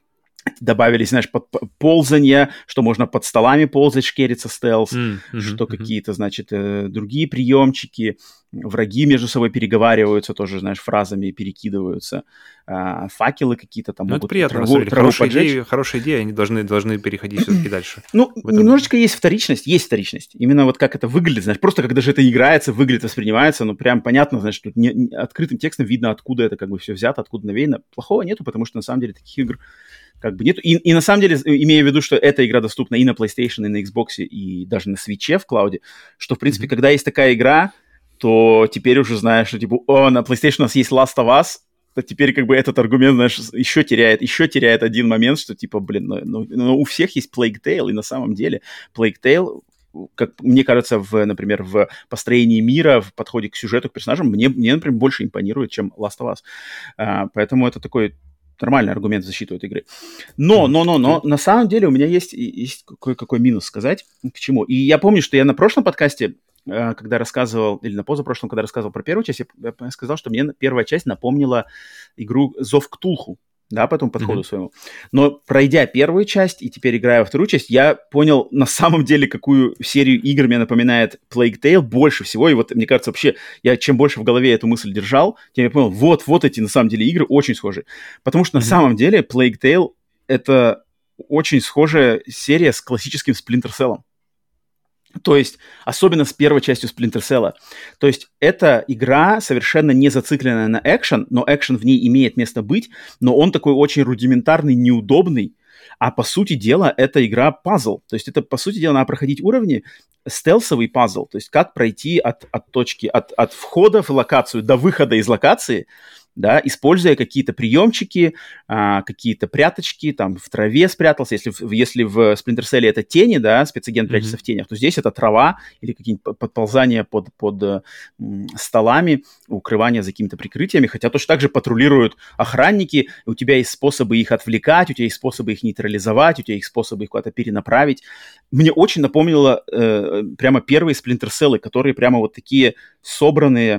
Speaker 1: Добавили, знаешь, под, ползание, что можно под столами ползать, шкериться стелс,
Speaker 2: mm-hmm,
Speaker 1: что
Speaker 2: mm-hmm.
Speaker 1: какие-то, значит, э, другие приемчики, враги между собой переговариваются, тоже, знаешь, фразами перекидываются, э, факелы какие-то там
Speaker 2: ну,
Speaker 1: могут
Speaker 2: это приятно,
Speaker 1: траву, траву
Speaker 2: хорошие
Speaker 1: поджечь.
Speaker 2: идеи, хорошие идеи, они должны, должны переходить все-таки дальше.
Speaker 1: Ну, немножечко есть вторичность, есть вторичность. Именно вот как это выглядит, знаешь, просто когда же это играется, выглядит, воспринимается, ну, прям понятно, знаешь, тут не, не, открытым текстом видно, откуда это как бы все взято, откуда навеяно. Плохого нету, потому что на самом деле таких игр как бы нет. И, и на самом деле, имея в виду, что эта игра доступна и на PlayStation, и на Xbox, и даже на Switch в клауде, что, в принципе, mm-hmm. когда есть такая игра, то теперь уже знаешь, что, типа, о, на PlayStation у нас есть Last of Us, то теперь как бы этот аргумент, знаешь, еще теряет, еще теряет один момент, что, типа, блин, ну, ну, ну у всех есть Plague Tale, и на самом деле Plague Tale, как мне кажется, в, например, в построении мира, в подходе к сюжету, к персонажам, мне, мне например, больше импонирует, чем Last of Us. А, поэтому это такой нормальный аргумент в защиту этой игры. Но, но, но, но, на самом деле у меня есть, есть кое-какой минус сказать, к чему. И я помню, что я на прошлом подкасте, когда рассказывал, или на позапрошлом, когда рассказывал про первую часть, я сказал, что мне первая часть напомнила игру «Зов Ктулху», да, по этому подходу mm-hmm. своему. Но пройдя первую часть и теперь играя во вторую часть, я понял на самом деле, какую серию игр мне напоминает Plague Tale больше всего. И вот, мне кажется, вообще, я чем больше в голове эту мысль держал, тем я понял, вот, вот эти, на самом деле, игры очень схожи. Потому что mm-hmm. на самом деле Plague Tale — это очень схожая серия с классическим Splinter Cell'ом. То есть, особенно с первой частью Splinter Cell'а. То есть, это игра совершенно не зацикленная на экшен, но экшен в ней имеет место быть, но он такой очень рудиментарный, неудобный. А по сути дела, это игра пазл. То есть, это, по сути дела, надо проходить уровни, стелсовый пазл. То есть, как пройти от, от точки, от, от входа в локацию до выхода из локации, да, используя какие-то приемчики, а, какие-то пряточки, там, в траве спрятался. Если, если в Splinter Cell это тени, да, спецагент прячется mm-hmm. в тенях, то здесь это трава или какие-нибудь подползания под, под м, столами, укрывание за какими-то прикрытиями, хотя точно так же патрулируют охранники, у тебя есть способы их отвлекать, у тебя есть способы их нейтрализовать, у тебя есть способы их куда-то перенаправить. Мне очень напомнило э, прямо первые Splinter Cell'ы, которые прямо вот такие собранные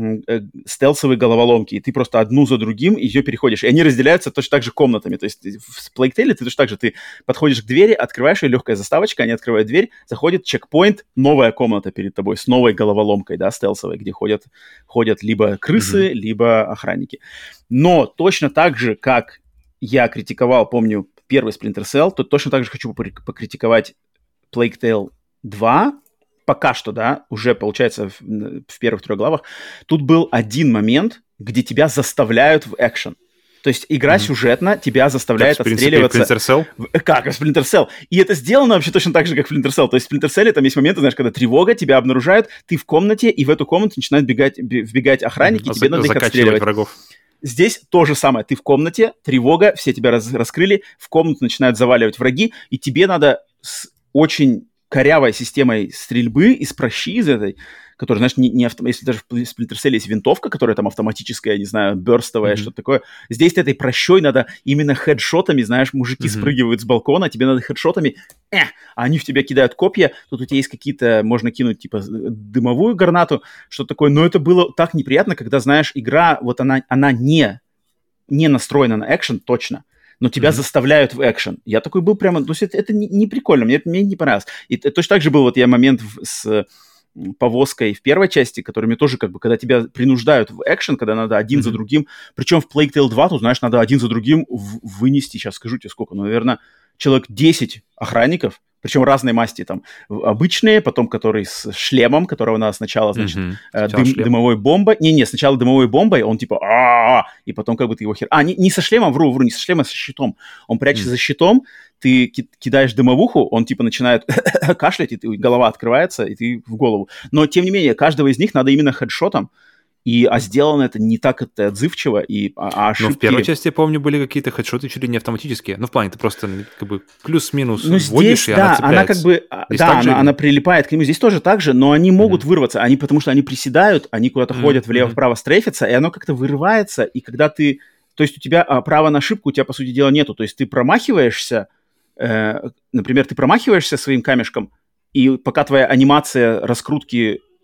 Speaker 1: стелсовые головоломки, и ты просто одну за другим ее переходишь. И они разделяются точно так же комнатами. То есть в Plague Tale ты точно так же ты подходишь к двери, открываешь ее, легкая заставочка, они открывают дверь, заходит чекпоинт, новая комната перед тобой с новой головоломкой, да, стелсовой, где ходят, ходят либо крысы, mm-hmm. либо охранники. Но точно так же, как я критиковал, помню, первый Splinter Cell, то точно так же хочу покритиковать Plague Tale два, пока что, да, уже, получается, в, в первых трех главах, тут был один момент, где тебя заставляют в экшен. То есть игра mm-hmm. сюжетно тебя заставляет как, отстреливаться.
Speaker 2: Как в Splinter Cell?
Speaker 1: В, как в Splinter Cell. И это сделано вообще точно так же, как в Splinter Cell. То есть в Splinter Cell там есть моменты, знаешь, когда тревога, тебя обнаружают, ты в комнате, и в эту комнату начинают бегать, вбегать охранники, mm-hmm. тебе а надо их отстреливать.
Speaker 2: Врагов.
Speaker 1: Здесь то же самое. Ты в комнате, тревога, все тебя раз, раскрыли, в комнату начинают заваливать враги, и тебе надо с очень корявой системой стрельбы из прощи из этой, которая, знаешь, не, не авто... если даже в Splinter Cell есть винтовка, которая там автоматическая, не знаю, бёрстовая, mm-hmm. что-то такое, здесь этой прощой надо именно хедшотами, знаешь, мужики mm-hmm. спрыгивают с балкона, тебе надо хедшотами, э, а они в тебя кидают копья, тут у тебя есть какие-то, можно кинуть, типа, дымовую гранату, что такое, но это было так неприятно, когда, знаешь, игра, вот она, она не, не настроена на экшен точно, но тебя mm-hmm. заставляют в экшен. Я такой был прямо... То есть это, это не, не прикольно, мне это мне не понравилось. И это, точно так же был вот я момент в, с повозкой в первой части, который мне тоже как бы, когда тебя принуждают в экшен, когда надо один mm-hmm. за другим, причем в Plague Tale два, тут, знаешь, надо один за другим в, вынести, сейчас скажу тебе сколько, ну, наверное, человек десять охранников, причем разной масти, там, обычные, потом которые с шлемом, которого надо сначала, значит, mm-hmm. дым, дымовой бомбой. Не-не, сначала дымовой бомбой, он типа а и потом как бы ты его хер... А, не, не со шлемом, вру, вру, не со шлемом, а со щитом. Он прячется mm-hmm. за щитом, ты кидаешь дымовуху, он типа начинает кашлять, и ты, голова открывается, и ты в голову. Но, тем не менее, каждого из них надо именно хедшотом. И, а сделано это не так это отзывчиво, и а, ошибки...
Speaker 2: Ну, в первой части, я помню, были какие-то хедшоты чуть ли не автоматические. Ну, в плане, ты просто как бы плюс-минус
Speaker 1: ну,
Speaker 2: вводишь,
Speaker 1: здесь,
Speaker 2: и
Speaker 1: да,
Speaker 2: она цепляется.
Speaker 1: Она как бы,
Speaker 2: здесь
Speaker 1: да, она,
Speaker 2: же...
Speaker 1: она прилипает к нему. Здесь тоже так же, но они могут mm-hmm. вырваться, они, потому что они приседают, они куда-то mm-hmm. ходят влево-вправо, стрейфятся, и оно как-то вырывается, и когда ты... То есть у тебя а, права на ошибку, у тебя, по сути дела, нету. То есть ты промахиваешься, э, например, ты промахиваешься своим камешком, и пока твоя анимация раскрутки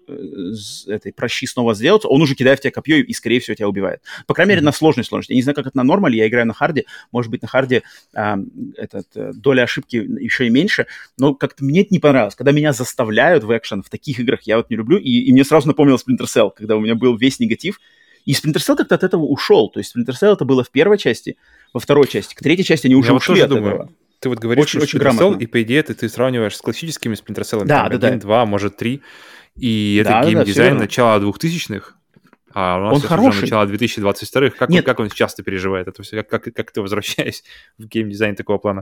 Speaker 1: этой прощи снова сделаться, он уже кидает в тебя копье и, скорее всего, тебя убивает. По крайней мере, mm-hmm. на сложной сложности. Я не знаю, как это на нормале, я играю на харде. Может быть, на харде э, этот, э, доля ошибки еще и меньше, но как-то мне это не понравилось. Когда меня заставляют в экшен в таких играх, я вот не люблю, и, и мне сразу напомнил Splinter Cell, когда у меня был весь негатив, и Splinter Cell как-то от этого ушел. То есть Splinter Cell это было в первой части, во второй части, к третьей части они уже я ушли вот от думаю. Этого.
Speaker 2: Ты вот говоришь, очень, что Splinter Cell, и по идее ты, ты сравниваешь с классическими Splinter Cell,
Speaker 1: да,
Speaker 2: там,
Speaker 1: да,
Speaker 2: один,
Speaker 1: да.
Speaker 2: два, может, три, и
Speaker 1: да,
Speaker 2: это геймдизайн
Speaker 1: да,
Speaker 2: начала двухтысячных, а у нас
Speaker 1: он хороший.
Speaker 2: Уже начало две тысячи двадцать вторых. Как,
Speaker 1: Нет.
Speaker 2: Он, как он часто переживает это все? Как, как, как ты возвращаясь в геймдизайн такого плана?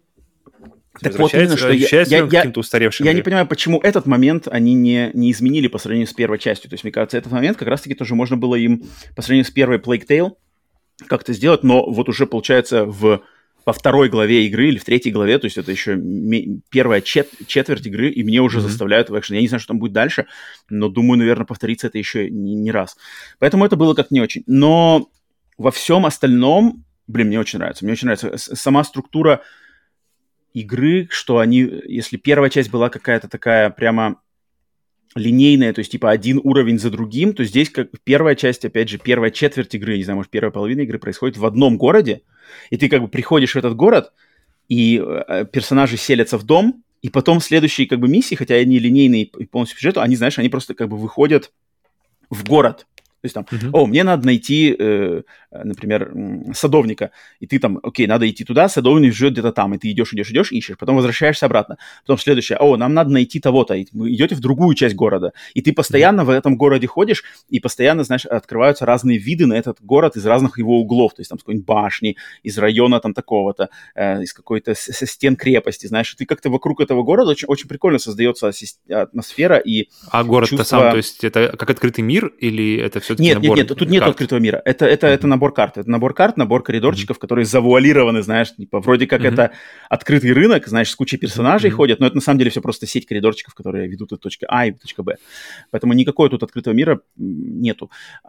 Speaker 1: Так вот именно, что я, я, я,
Speaker 2: каким-то устаревшим?
Speaker 1: Я не понимаю, почему этот момент они не, не изменили по сравнению с первой частью. То есть, мне кажется, этот момент как раз-таки тоже можно было им по сравнению с первой Plague Tale как-то сделать, но вот уже, получается, в, во второй главе игры или в третьей главе, то есть это еще ми- первая чет- четверть игры, и мне уже mm-hmm. заставляют в экшен. Я не знаю, что там будет дальше, но думаю, наверное, повторится это еще не, не раз. Поэтому это было как-то не очень. Но во всем остальном, блин, мне очень нравится. Мне очень нравится сама структура игры, что они, если первая часть была какая-то такая прямо линейная, то есть типа один уровень за другим, то здесь как первая часть, опять же, первая четверть игры, не знаю, может, первая половина игры происходит в одном городе, и ты как бы приходишь в этот город, и э, персонажи селятся в дом, и потом следующие как бы миссии, хотя они линейные и полностью по сюжету, они, знаешь, они просто как бы выходят в город. То есть там, uh-huh. о, мне надо найти, э, например, садовника, и ты там, окей, надо идти туда, садовник живет где-то там, и ты идешь, идешь, идешь, ищешь, потом возвращаешься обратно. Потом следующее, о, нам надо найти того-то, и вы идете в другую часть города, и ты постоянно uh-huh. в этом городе ходишь, и постоянно, знаешь, открываются разные виды на этот город из разных его углов, то есть там с какой-нибудь башни, из района там такого-то, э, из какой-то со стен крепости, знаешь, и ты как-то вокруг этого города очень, очень прикольно создается атмосфера и
Speaker 2: А город-то
Speaker 1: чувство...
Speaker 2: сам, то есть это как открытый мир, или это все
Speaker 1: Нет, нет, нет, тут нет открытого мира. Это, это, mm-hmm. это набор карт. Это набор карт, набор коридорчиков, mm-hmm. которые завуалированы, знаешь, типа, вроде как mm-hmm. это открытый рынок, знаешь, с кучей персонажей mm-hmm. ходят, но это на самом деле все просто сеть коридорчиков, которые ведут от точки А и точки Б. Поэтому никакого тут открытого мира нету.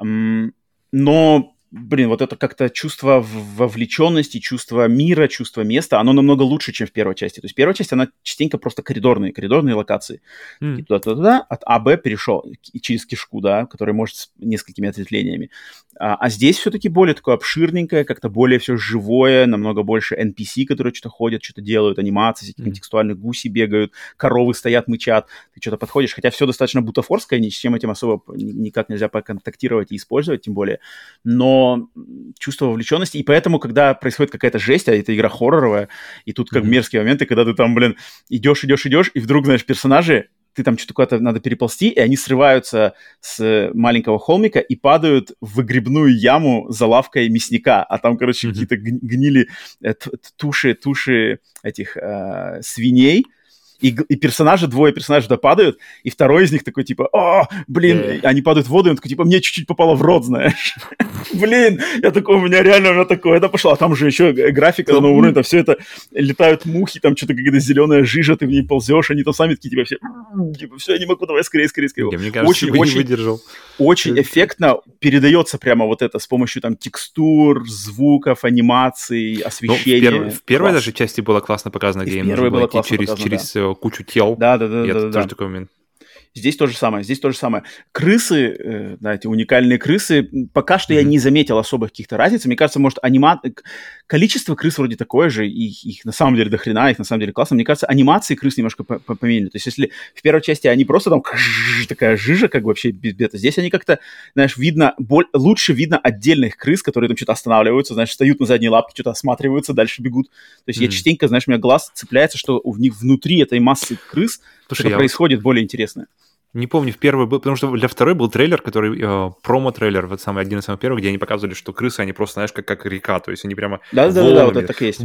Speaker 1: Но... Блин, вот это как-то чувство вовлеченности, чувство мира, чувство места, оно намного лучше, чем в первой части. То есть первая часть, она частенько просто коридорные, коридорные локации. Mm. И туда-туда-туда, от А, Б перешел через кишку, да, который может с несколькими ответвлениями. А, а здесь все-таки более такое обширненькое, как-то более все живое, намного больше эн пи си, которые что-то ходят, что-то делают, анимации, всякие mm. текстуальные гуси бегают, коровы стоят, мычат, ты что-то подходишь. Хотя все достаточно бутафорское, ни с чем этим особо никак нельзя поконтактировать и использовать, тем более. Но чувство вовлеченности, и поэтому, когда происходит какая-то жесть, а это игра хорроровая, и тут как mm-hmm. мерзкие моменты, когда ты там, блин, идешь, идешь, идешь, и вдруг, знаешь, персонажи, ты там что-то куда-то надо переползти, и они срываются с маленького холмика и падают в выгребную яму за лавкой мясника, а там, короче, mm-hmm. какие-то гнили э, туши, туши этих э, свиней, И, и персонажи, двое персонажей туда падают, и второй из них такой, типа, о, блин, yeah. они падают в воду, и он такой, типа, мне чуть-чуть попало в рот, знаешь. Блин, я такой, у меня реально, у меня такое, это пошло. А там же еще графика на новом уровне, там все это, летают мухи, там что-то какая-то зеленая жижа, ты в ней ползешь, они там сами такие, типа, все, типа, все, я не могу, давай скорее, скорее, скорее.
Speaker 2: Мне кажется, очень, очень, не выдержал.
Speaker 1: Очень эффектно передается прямо вот это с помощью там текстур, звуков, анимаций, освещения.
Speaker 2: Ну, в, перв... в первой даже части было классно показано, где им нужно было идти через, показано, через да. кучу тел.
Speaker 1: Да, да, да.
Speaker 2: И
Speaker 1: да,
Speaker 2: это
Speaker 1: да,
Speaker 2: тоже
Speaker 1: да.
Speaker 2: такой момент.
Speaker 1: Здесь то же самое, здесь то же самое. Крысы, э, да, эти уникальные крысы, пока что mm-hmm. я не заметил особых каких-то разниц. Мне кажется, может, анима... количество крыс вроде такое же, и их на самом деле дохрена, их на самом деле классно. Мне кажется, анимации крыс немножко поменяли. То есть если в первой части они просто там такая жижа, как вообще без бета, здесь они как-то, знаешь, видно, боль... лучше видно отдельных крыс, которые там что-то останавливаются, знаешь, встают на задние лапки, что-то осматриваются, дальше бегут. То есть mm-hmm. я частенько, знаешь, у меня глаз цепляется, что у них внутри этой массы крыс
Speaker 2: Слушай,
Speaker 1: что-то происходит вот... более интересное.
Speaker 2: Не помню, в первый был, потому что для второй был трейлер, который, э, промо-трейлер, вот самый, один из самых первых, где они показывали, что крысы, они просто, знаешь, как, как река, то есть они прямо
Speaker 1: да-да-да, да, вот это так и есть.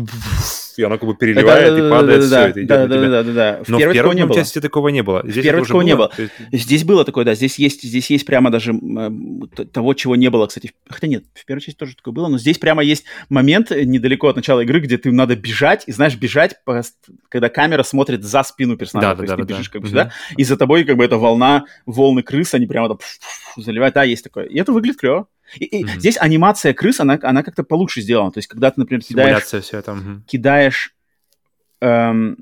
Speaker 2: И оно как бы переливает и падает, все это идет на тебя.
Speaker 1: Да-да-да.
Speaker 2: Но в первой части такого не было.
Speaker 1: В первой такого не было. Здесь было такое, да, здесь есть, здесь есть прямо даже того, чего не было, кстати. Хотя нет, в первой части тоже такое было, но здесь прямо есть момент недалеко от начала игры, где ты надо бежать, и знаешь, бежать, когда камера смотрит за спину персонажа, то есть ты бежишь как бы сюда, и за тобой как бы эта волна волны крыс, они прямо там заливают. Да, есть такое. И это выглядит клево. И, и mm-hmm. здесь анимация крыс, она, она как-то получше сделана. То есть, когда ты, например, кидаешь...
Speaker 2: Симуляция все это. Mm-hmm.
Speaker 1: Кидаешь эм,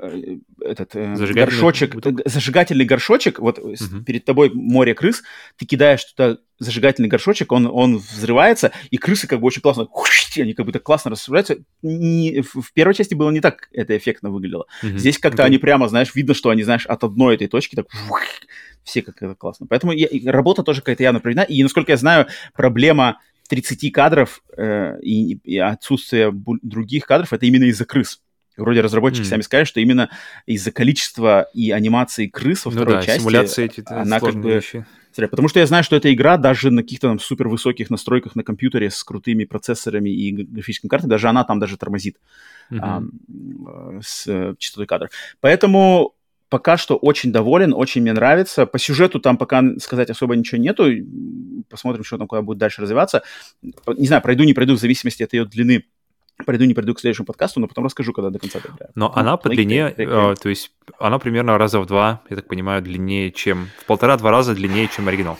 Speaker 1: этот э,
Speaker 2: Зажигательный
Speaker 1: горшочек,
Speaker 2: бутылка?
Speaker 1: зажигательный горшочек, вот
Speaker 2: Мгм.
Speaker 1: перед тобой море крыс, ты кидаешь туда зажигательный горшочек, он, он взрывается, и крысы как бы очень классно, хуш, они как бы так классно расправляются. Не, в, в первой части было не так это эффектно выглядело.
Speaker 2: Мгм.
Speaker 1: Здесь как-то
Speaker 2: Окей.
Speaker 1: они прямо, знаешь, видно, что они, знаешь, от одной этой точки так ух, все как это классно. Поэтому я, и работа тоже какая-то явно проведена. И, насколько я знаю, проблема тридцати кадров э, и, и отсутствие бу- других кадров — это именно из-за крыс. Вроде разработчики
Speaker 2: М.
Speaker 1: сами сказали, что именно из-за количества и анимации крыс во
Speaker 2: Ну
Speaker 1: второй
Speaker 2: да,
Speaker 1: части
Speaker 2: симуляции эти это
Speaker 1: она как
Speaker 2: сложные
Speaker 1: бы...
Speaker 2: вещи.
Speaker 1: Потому что я знаю, что эта игра даже на каких-то там супер высоких настройках на компьютере с крутыми процессорами и графическими картами, даже она там даже тормозит а,
Speaker 2: Мгм.
Speaker 1: с э, частотой кадров. Поэтому пока что очень доволен, очень мне нравится. По сюжету там пока сказать особо ничего нету. Посмотрим, что там куда будет дальше развиваться. Не знаю, пройду, не пройду, в зависимости от ее длины. Пройду, не пройду к следующему подкасту, но потом расскажу, когда до конца доиграю.
Speaker 2: Но
Speaker 1: Ну,
Speaker 2: она по
Speaker 1: Plague
Speaker 2: длине,
Speaker 1: Tale, Plague Tale.
Speaker 2: э, то есть она примерно раза в два, я так понимаю, длиннее, чем... В полтора-два раза длиннее, чем оригинал.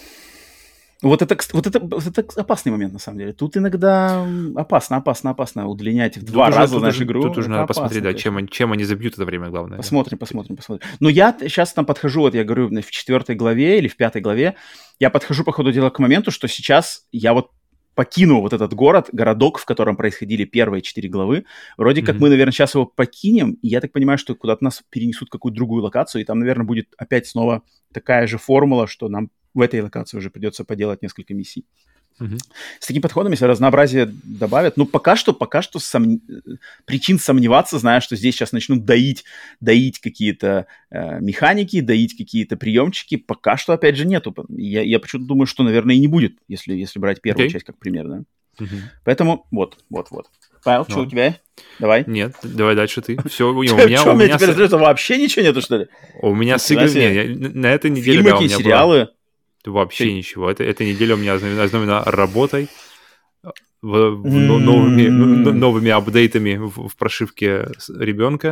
Speaker 1: Вот это, кс- вот, это, вот это опасный момент, на самом деле. Тут иногда м, опасно, опасно, опасно удлинять в
Speaker 2: Тут
Speaker 1: два
Speaker 2: уже,
Speaker 1: раза,
Speaker 2: тут
Speaker 1: знаешь,
Speaker 2: уже,
Speaker 1: игру.
Speaker 2: тут уже
Speaker 1: Это
Speaker 2: надо
Speaker 1: опасно,
Speaker 2: посмотреть, да, чем,
Speaker 1: конечно.
Speaker 2: они- чем они забьют это время, главное. да.
Speaker 1: Посмотрим, посмотрим, посмотрим. Но я сейчас там подхожу, вот я говорю, в четвертой главе или в пятой главе, я подхожу, по ходу дела, к моменту, что сейчас я вот покину вот этот город, городок, в котором происходили первые четыре главы. Вроде как
Speaker 2: Мгм.
Speaker 1: мы, наверное, сейчас его покинем, и я так понимаю, что куда-то нас перенесут в какую-то другую локацию, и там, наверное, будет опять снова такая же формула, что нам в этой локации уже придется поделать несколько миссий.
Speaker 2: Мгм.
Speaker 1: С таким подходом, если разнообразие добавят, ну, пока что, пока что сом... причин сомневаться, зная, что здесь сейчас начнут доить, доить какие-то э, механики, доить какие-то приемчики, пока что, опять же, нету. Я, я почему-то думаю, что, наверное, и не будет, если, если брать первую
Speaker 2: Окей.
Speaker 1: часть как пример, да?
Speaker 2: Мгм.
Speaker 1: Поэтому вот, вот, вот. Павел, что
Speaker 2: Ну.
Speaker 1: у тебя? Давай.
Speaker 2: Нет, давай дальше ты. Все, у
Speaker 1: Что,
Speaker 2: меня,
Speaker 1: что
Speaker 2: у
Speaker 1: у меня
Speaker 2: меня,
Speaker 1: теперь
Speaker 2: с,
Speaker 1: остается? Вообще ничего нету, что ли?
Speaker 2: у меня с
Speaker 1: Нифига
Speaker 2: играми...
Speaker 1: себе.
Speaker 2: не, я- на этой неделе,
Speaker 1: Фильмы,
Speaker 2: да, у
Speaker 1: какие,
Speaker 2: меня было
Speaker 1: сериалы?
Speaker 2: вообще
Speaker 1: Чё-
Speaker 2: ничего. Это, эта неделя у меня ознамен- ознаменована работой, в- в- но-
Speaker 1: М.
Speaker 2: новыми, ну, новыми апдейтами в, в прошивке с- ребенка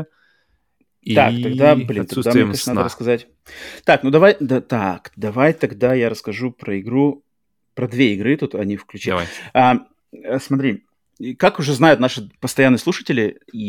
Speaker 1: Так, тогда,
Speaker 2: и
Speaker 1: блин, тогда мне,
Speaker 2: отсутствием
Speaker 1: конечно, надо
Speaker 2: сна.
Speaker 1: рассказать. Так, ну давай, да, так, давай тогда я расскажу про игру, про две игры, тут они в ключе.
Speaker 2: Давай.
Speaker 1: А, э, смотри, и как уже знают наши постоянные слушатели, и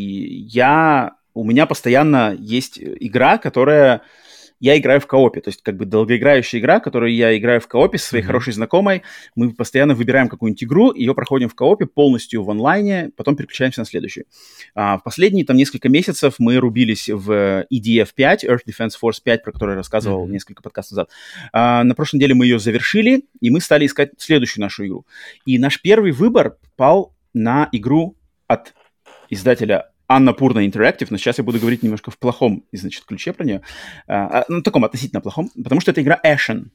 Speaker 1: я, у меня постоянно есть игра, которая я играю в коопе, то есть как бы долгоиграющая игра, которую я играю в коопе со своей
Speaker 2: Мгм.
Speaker 1: хорошей знакомой. Мы постоянно выбираем какую-нибудь игру, ее проходим в коопе полностью в онлайне, потом переключаемся на следующую. А, в последние там несколько месяцев мы рубились в и ди эф пять, Earth Defense Force пять, про который я рассказывал
Speaker 2: Мгм.
Speaker 1: несколько подкастов назад. А, на прошлой неделе мы ее завершили, и мы стали искать следующую нашу игру. И наш первый выбор пал на игру от издателя Annapurna Interactive, но сейчас я буду говорить немножко в плохом, значит, ключе про нее. А, ну, таком относительно плохом, потому что это игра Ashen.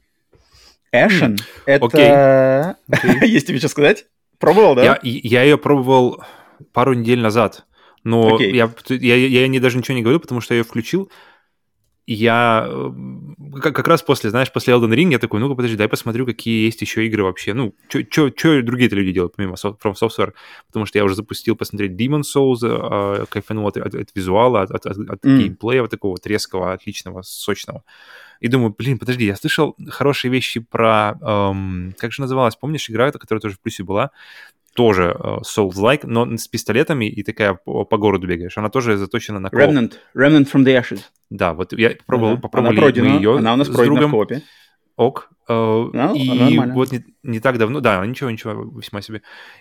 Speaker 1: Ashen
Speaker 2: Хм,
Speaker 1: — это...
Speaker 2: окей.
Speaker 1: Есть тебе что сказать? Пробовал, да?
Speaker 2: Я, я ее пробовал пару недель назад, но
Speaker 1: Окей.
Speaker 2: я, я, я не, даже ничего не говорю, потому что я ее включил. И я э, как, как раз после, знаешь, после Elden Ring я такой, ну-ка, подожди, дай посмотрю, какие есть еще игры вообще. Ну, что другие-то люди делают, помимо From Software. Потому что я уже запустил посмотреть Demon's Souls, э, кайфанул от, от, от визуала, от, от, от
Speaker 1: Mm.
Speaker 2: геймплея вот такого вот резкого, отличного, сочного. И думаю, блин, подожди, я слышал хорошие вещи про... Эм, как же называлась, помнишь, игра, которая тоже в плюсе была? Тоже uh, Souls-like, но с пистолетами и такая по, по городу бегаешь. Она тоже заточена на кооп.
Speaker 1: Remnant. Remnant from the Ashes.
Speaker 2: Да, вот я попробовал,
Speaker 1: Ага.
Speaker 2: попробовали
Speaker 1: Она пройдена,
Speaker 2: мы ее
Speaker 1: она у нас
Speaker 2: с
Speaker 1: пройдена
Speaker 2: другом.
Speaker 1: в коопе.
Speaker 2: Ок. Uh,
Speaker 1: Ну,
Speaker 2: и
Speaker 1: нормально.
Speaker 2: вот не, не так давно... Да, ничего, ничего, весьма себе.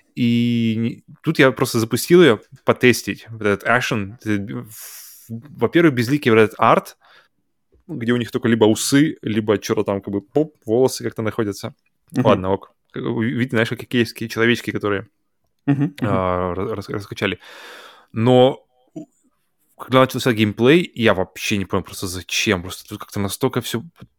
Speaker 2: И не, тут я просто запустил ее потестить. Вот этот Ashen. Во-первых, безликий вот этот арт, где у них только либо усы, либо что-то там как бы поп, волосы как-то находятся. Uh-huh. Ладно, ок. Видите, знаешь, как кокейские человечки, которые uh-huh, uh-huh. А, рас, раскачали. Но когда начался геймплей, я вообще не понял просто зачем. Просто тут как-то настолько все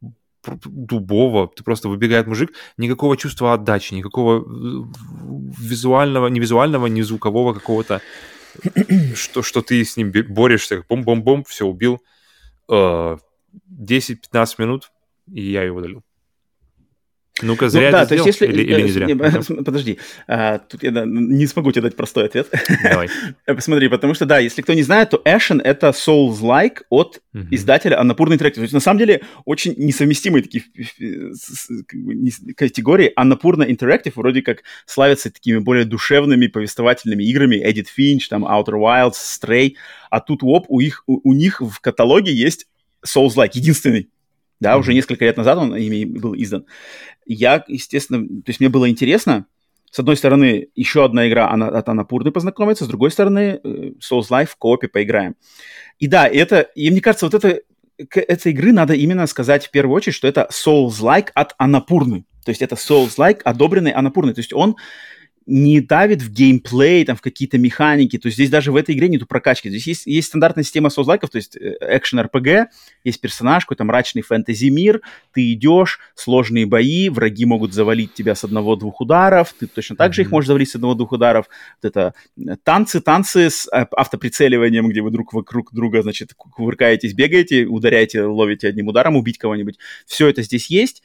Speaker 2: дубово. Ты просто выбегает мужик, никакого чувства отдачи, никакого визуального, не визуального, не звукового какого-то, что, что ты с ним борешься. Бом-бом-бом, все, убил. десять-пятнадцать минут, и я ее удалил. Ну-ка, зря
Speaker 1: ну,
Speaker 2: это
Speaker 1: да,
Speaker 2: сделал?
Speaker 1: То есть, если,
Speaker 2: или, или не зря?
Speaker 1: Не, подожди, а, тут я не смогу тебе дать простой ответ.
Speaker 2: Давай.
Speaker 1: Посмотри, потому что, да, если кто не знает, то Ashen — это Souls-like от uh-huh. издателя Annapurna Interactive. То есть, на самом деле, очень несовместимые такие как бы, категории. Annapurna Interactive вроде как славятся такими более душевными повествовательными играми. Edith Finch, там, Outer Wilds, Stray. А тут, оп, у, их, у, у них в каталоге есть Souls-like, единственный. Да, mm-hmm. уже несколько лет назад он ими был издан. Я, естественно, то есть мне было интересно, с одной стороны, еще одна игра от Annapurna познакомиться, с другой стороны, Souls-like в коопе поиграем. И да, это, и мне кажется, вот это, к этой игры надо именно сказать в первую очередь, что это Souls-like от Annapurna. То есть это Souls-like, одобренный Annapurna. То есть он не давит в геймплей, там, в какие-то механики. То есть здесь даже в этой игре нету прокачки. Здесь есть, есть стандартная система соузлайков, то есть экшен-эр пи джи, есть персонаж, какой-то мрачный фэнтези-мир, ты идешь, сложные бои, враги могут завалить тебя с одного-двух ударов, ты точно так же mm-hmm. их можешь завалить с одного-двух ударов. Вот это танцы, танцы с автоприцеливанием, где вы друг вокруг друга, значит, кувыркаетесь, бегаете, ударяете, ловите одним ударом, убить кого-нибудь. Все это здесь есть.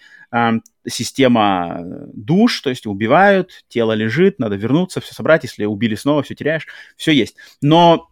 Speaker 1: Система душ, то есть убивают, тело лежит, надо вернуться, все собрать, если убили снова, все теряешь, все есть. Но,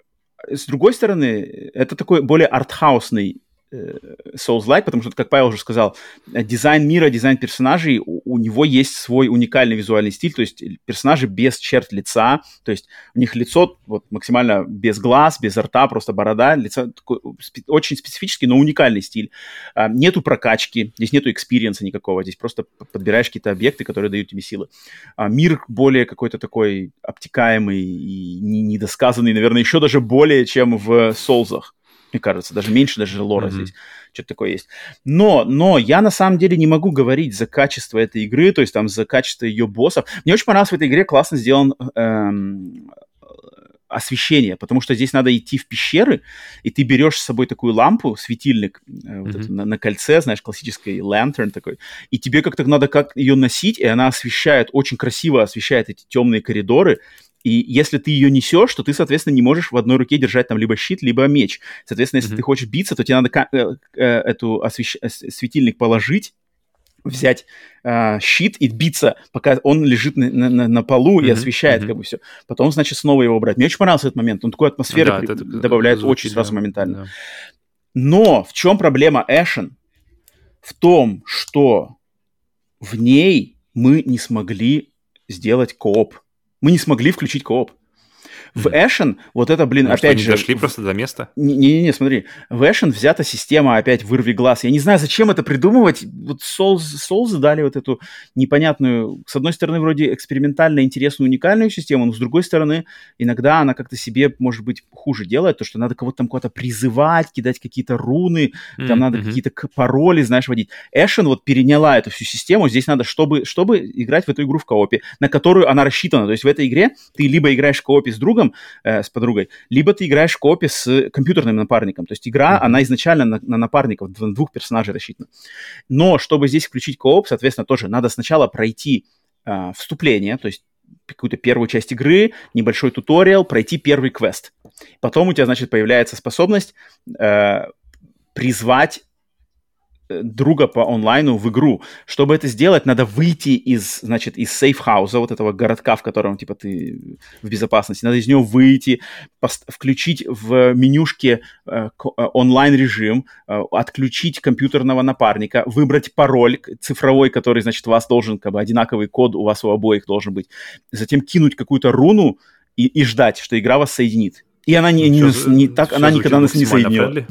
Speaker 1: с другой стороны, это такой более артхаусный Souls-like, потому что, как Павел уже сказал, дизайн мира, дизайн персонажей, у, у него есть свой уникальный визуальный стиль, то есть персонажи без черт лица, то есть у них лицо вот, максимально без глаз, без рта, просто борода, лицо такой, спе- очень специфический, но уникальный стиль. А, нету прокачки, здесь нету экспириенса никакого, здесь просто подбираешь какие-то объекты, которые дают тебе силы. А, мир более какой-то такой обтекаемый и недосказанный, наверное, еще даже более, чем в Соулзах. Мне кажется, даже меньше даже лора mm-hmm. здесь. Что-то такое есть. Но, но я на самом деле не могу говорить за качество этой игры, то есть там за качество ее боссов. Мне очень понравилось в этой игре, классно сделан эм, освещение, потому что здесь надо идти в пещеры, и ты берешь с собой такую лампу, светильник э, mm-hmm. вот это, на, на кольце, знаешь, классический лантерн такой, и тебе как-то надо как ее носить, и она освещает, очень красиво освещает эти темные коридоры. И если ты ее несешь, то ты, соответственно, не можешь в одной руке держать там либо щит, либо меч. Соответственно, если mm-hmm. ты хочешь биться, то тебе надо ка- э- э- эту освещ... светильник положить, взять э- щит и биться, пока он лежит на, на, на полу mm-hmm. и освещает mm-hmm. как бы все. Потом, значит, снова его брать. Мне очень понравился этот момент. Он такой атмосферы да, при... это, добавляет это звучит, очень сразу да, моментально. Да. Но в чем проблема Ashen? В том, что в ней мы не смогли сделать кооп. Мы не смогли включить кооп. В Ashen вот это, блин,
Speaker 2: Может,
Speaker 1: опять
Speaker 2: они
Speaker 1: же...
Speaker 2: дошли просто до места?
Speaker 1: Не-не-не, смотри. В Ashen взята система опять «вырви глаз». Я не знаю, зачем это придумывать. Вот Souls, Souls дали вот эту непонятную... С одной стороны, вроде экспериментально интересную, уникальную систему, но с другой стороны, иногда она как-то себе, может быть, хуже делает, то, что надо кого-то там куда-то призывать, кидать какие-то руны, там mm-hmm. надо какие-то пароли, знаешь, вводить. Ashen вот переняла эту всю систему. Здесь надо, чтобы, чтобы играть в эту игру в коопе, на которую она рассчитана. То есть в этой игре ты либо играешь в коопе с другом, с подругой, либо ты играешь в коопе с компьютерным напарником. То есть игра, mm-hmm. она изначально на, на напарников, на двух персонажей рассчитана. Но чтобы здесь включить кооп, соответственно, тоже надо сначала пройти э, вступление, то есть какую-то первую часть игры, небольшой туториал, пройти первый квест. Потом у тебя, значит, появляется способность э, призвать друга по онлайну в игру. Чтобы это сделать, надо выйти из, значит, из сейфхауза, вот этого городка, в котором, типа, ты в безопасности. Надо из него выйти, пост- включить в менюшке э, онлайн-режим, э, отключить компьютерного напарника, выбрать пароль цифровой, который, значит, у вас должен, как бы, одинаковый код у вас у обоих должен быть. Затем кинуть какую-то руну и, и ждать, что игра вас соединит. И она не, не, не, не так, она никогда нас не соединила.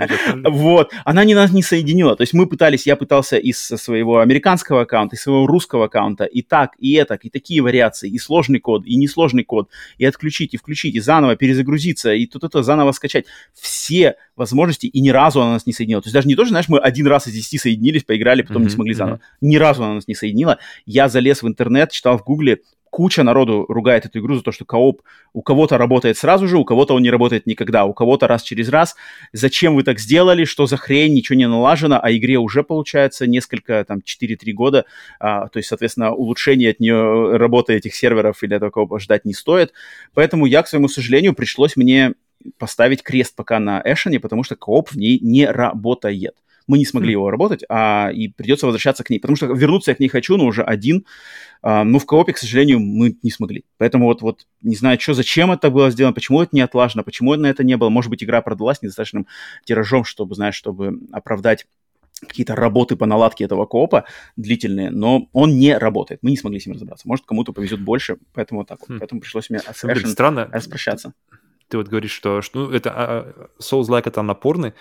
Speaker 1: Вот, она не нас не соединила. То есть мы пытались, я пытался из своего американского аккаунта, из своего русского аккаунта, и так, и это, и такие вариации, и сложный код, и несложный код, и отключить, и включить, и заново перезагрузиться, и тут это заново скачать. Все возможности, и ни разу она нас не соединила. То есть даже не то, что, знаешь, мы один раз из десяти соединились, поиграли, потом mm-hmm, не смогли заново. Mm-hmm. Ни разу она нас не соединила. Я залез в интернет, читал в Гугле, куча народу ругает эту игру за то, что кооп у кого-то работает сразу же, у кого-то он не работает никогда, у кого-то раз через раз. Зачем вы так сделали? Что за хрень? Ничего не налажено, а игре уже, получается, несколько, там, четыре-три года. А, то есть, соответственно, улучшение от нее работы этих серверов или этого коопа ждать не стоит. Поэтому я, к своему сожалению, пришлось мне поставить крест пока на Ashen, потому что кооп в ней не работает. Мы не смогли mm. его работать, а, и придется возвращаться к ней. Потому что вернуться я к ней хочу, но уже один. А, но в коопе, к сожалению, мы не смогли. Поэтому вот, вот не знаю, что, зачем это было сделано, почему это не отлажено, почему на это не было. Может быть, игра продалась недостаточным тиражом, чтобы, знаешь, чтобы оправдать какие-то работы по наладке этого коопа длительные, но он не работает. Мы не смогли с ним разобраться. Может, кому-то повезет больше, поэтому вот так вот. Хм. Поэтому пришлось мне с Ashen
Speaker 2: странно.
Speaker 1: распрощаться.
Speaker 2: Ты вот говоришь, что, что ну, это а, Souls-like это Annapurna,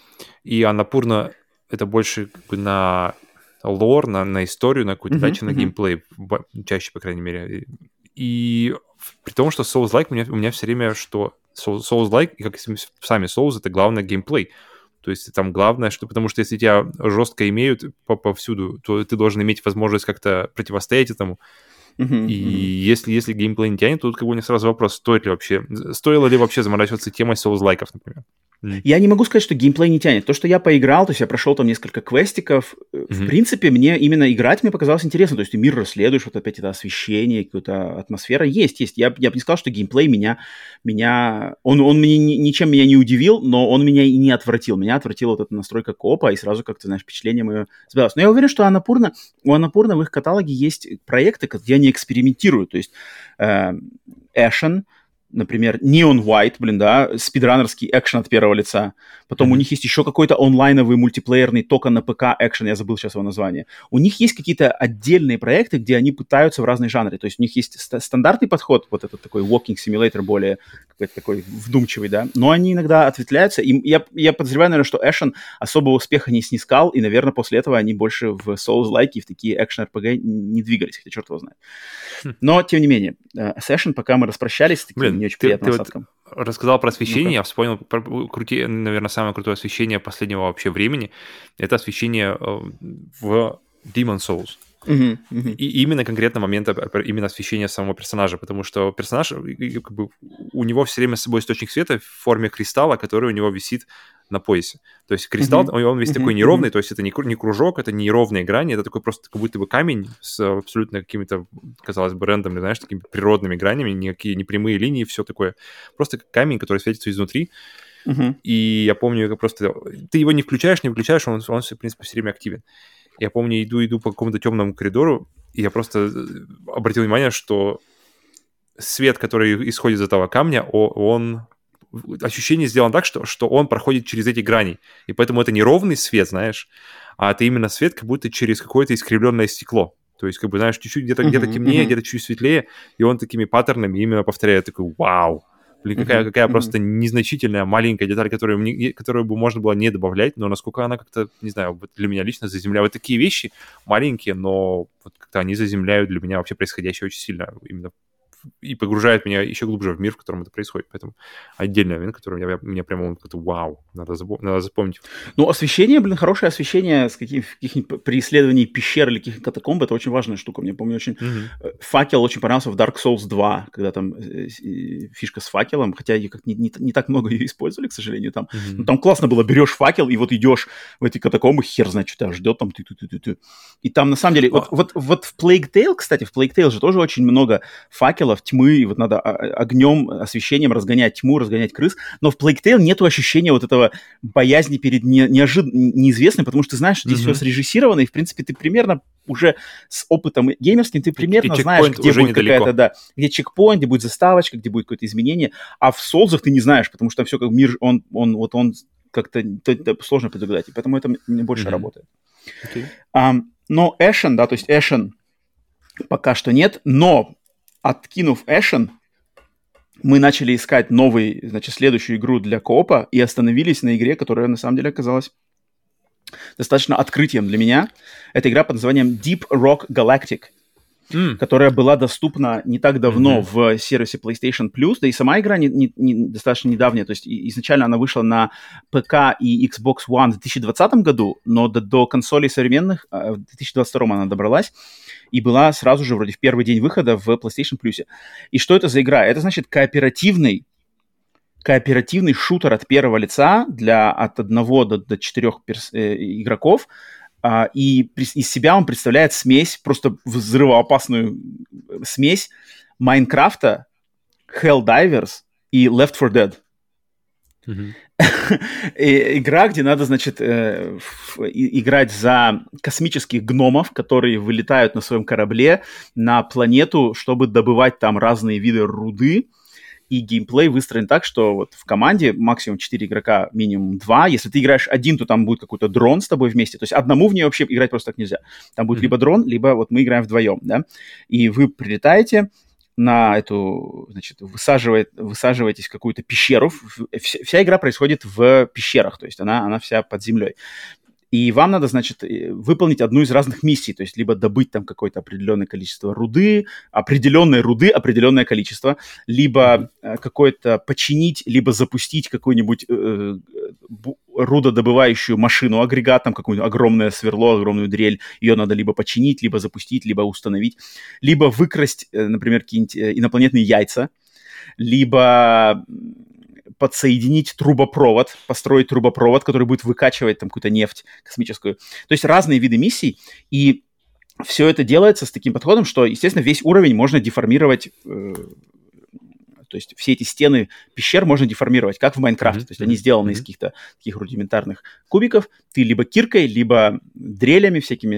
Speaker 2: и Annapurna это больше как бы на лор, на, на историю, на какую-то, uh-huh, дачу, uh-huh. на геймплей, чаще, по крайней мере. И при том, что Souls-like у меня, у меня все время, что Souls-like, и как сами Souls, это главное геймплей. То есть там главное, что потому что если тебя жестко имеют повсюду, то ты должен иметь возможность как-то противостоять этому. Uh-huh, и uh-huh. если, если геймплей не тянет, то тут как бы у меня сразу вопрос, стоит ли вообще, стоило ли вообще заморачиваться темой Souls-лайков, например.
Speaker 1: Mm. Я не могу сказать, что геймплей не тянет. То, что я поиграл, то есть я прошел там несколько квестиков, mm-hmm. в принципе, мне именно играть мне показалось интересно. То есть ты мир расследуешь, вот опять это освещение, какая-то атмосфера. Есть, есть. Я, я бы не сказал, что геймплей меня... меня он, он мне, ничем меня не удивил, но он меня и не отвратил. Меня отвратила вот эта настройка коопа, и сразу как-то, знаешь, впечатление мое сбилось. Но я уверен, что Annapurna, у Annapurna в их каталоге есть проекты, где они экспериментируют. То есть э, Ashen, например, Neon White, блин, да, спидранерский экшен от первого лица. Потом mm-hmm. у них есть еще какой-то онлайновый мультиплеерный только на ПК экшен, я забыл сейчас его название. У них есть какие-то отдельные проекты, где они пытаются в разные жанры. То есть у них есть ст- стандартный подход, вот этот такой walking simulator, более какой-то такой вдумчивый, да, но они иногда ответвляются. И я, я подозреваю, наверное, что Ashen особого успеха не снискал, и, наверное, после этого они больше в Souls-like и в такие экшен-ар пи джи не двигались, хотя черт его знает. Но, тем не менее, с Ashen, пока мы распрощались с таким
Speaker 2: Блин,
Speaker 1: не очень
Speaker 2: ты,
Speaker 1: приятным
Speaker 2: ты
Speaker 1: осадком.
Speaker 2: Вот рассказал про освещение,
Speaker 1: Ну-ка.
Speaker 2: я вспомнил, про, крути, наверное, самое крутое освещение последнего вообще времени. Это освещение в Demon's Souls.
Speaker 1: Uh-huh, uh-huh.
Speaker 2: И именно конкретно момент именно освещения самого персонажа, потому что персонаж, как бы, у него все время с собой источник света в форме кристалла, который у него висит на поясе. То есть кристалл, uh-huh. он весь uh-huh. такой неровный, uh-huh. то есть это не, не кружок, это не ровные грани, это такой просто как будто бы камень с абсолютно какими-то, казалось бы, рандомными, знаешь, такими природными гранями, никакие не прямые линии, все такое. Просто как камень, который светится изнутри. Uh-huh. И я помню, как просто... Ты его не включаешь, не выключаешь, он, он в принципе, все время активен. Я помню, иду-иду по какому-то темному коридору, и я просто обратил внимание, что свет, который исходит из этого камня, он... Ощущение сделано так, что, что он проходит через эти грани. И поэтому это не ровный свет, знаешь, а это именно свет, как будто через какое-то искривленное стекло. То есть, как бы, знаешь, чуть-чуть где-то, uh-huh, где-то темнее, uh-huh. где-то чуть светлее, и он такими паттернами именно повторяет. Такой, вау! Блин, какая, uh-huh, какая uh-huh. просто незначительная маленькая деталь, которую, мне, которую бы можно было не добавлять, но насколько она как-то, не знаю, для меня лично заземляет. Вот такие вещи маленькие, но вот как-то они заземляют для меня вообще происходящее очень сильно. Именно и погружает меня еще глубже в мир, в котором это происходит. Поэтому отдельный момент, который я, мне прямо как-то вау, надо, запом- надо запомнить.
Speaker 1: Ну, освещение, блин, хорошее освещение с каких- каких-нибудь при исследовании пещер или каких-то катакомб, это очень важная штука. Мне помню, очень mm-hmm. факел очень понравился в Dark Souls два, когда там фишка с факелом, хотя ее как не, не, не так много ее использовали, к сожалению, там. Mm-hmm. Но там классно было, берешь факел и вот идешь в эти катакомбы, хер знает, что тебя ждет там. Ты-ты-ты-ты. И там, на самом деле, oh. вот, вот, вот в Plague Tale, кстати, в Plague Tale же тоже очень много факелов, тьмы, и вот надо огнем, освещением разгонять тьму, разгонять крыс, но в Plague Tale нету ощущения вот этого боязни перед не, неожид... неизвестным, потому что ты знаешь, что здесь mm-hmm. все срежиссировано, и, в принципе, ты примерно уже с опытом геймерским, ты примерно и знаешь, где будет недалеко. Какая-то, да, где чекпоинт, где будет заставочка, где будет какое-то изменение, а в Souls'ах ты не знаешь, потому что все как мир, он, он, вот он как-то сложно предугадать, и поэтому это мне больше mm-hmm. работает. Okay. Um, но Ashen, да, то есть Ashen пока что нет, но откинув Ashen, мы начали искать новый, значит, следующую игру для коопа и остановились на игре, которая на самом деле оказалась достаточно открытием для меня. Это игра под названием Deep Rock Galactic, mm. которая была доступна не так давно mm-hmm. в сервисе PlayStation Plus, да и сама игра не, не, не, достаточно недавняя, то есть изначально она вышла на ПК и Xbox One в две тысячи двадцатом году, но до, до консолей современных в две тысячи двадцать втором она добралась и была сразу же вроде в первый день выхода в PlayStation Plus. И что это за игра? Это, значит, кооперативный кооперативный шутер от первого лица для от одного до, до четырех перс, э, игроков, а, и при, из себя он представляет смесь, просто взрывоопасную смесь Майнкрафта, Helldivers и Left фор Dead. Mm-hmm. Игра, где надо, значит, э, играть за космических гномов, которые вылетают на своем корабле на планету, чтобы добывать там разные виды руды. И геймплей выстроен так, что вот в команде максимум четыре игрока, минимум два. Если ты играешь один, то там будет какой-то дрон с тобой вместе. То есть одному в нее вообще играть просто так нельзя. Там будет mm-hmm. либо дрон, либо вот мы играем вдвоем, да. И вы прилетаете на эту, значит, высаживает, высаживаетесь в какую-то пещеру. Вся, вся игра происходит в пещерах, то есть она, она вся под землей. И вам надо, значит, выполнить одну из разных миссий, то есть либо добыть там какое-то определенное количество руды, определенной руды, определенное количество, либо mm-hmm. какое-то починить, либо запустить какую-нибудь э, рудодобывающую машину, агрегат, там какое-нибудь огромное сверло, огромную дрель, ее надо либо починить, либо запустить, либо установить, либо выкрасть, например, какие-нибудь инопланетные яйца, либо подсоединить трубопровод, построить трубопровод, который будет выкачивать там какую-то нефть космическую. То есть разные виды миссий, и все это делается с таким подходом, что, естественно, весь уровень можно деформировать, э, то есть все эти стены пещер можно деформировать, как в Майнкрафте. Mm-hmm. То есть они сделаны mm-hmm. из каких-то таких рудиментарных кубиков. Ты либо киркой, либо дрелями, всякими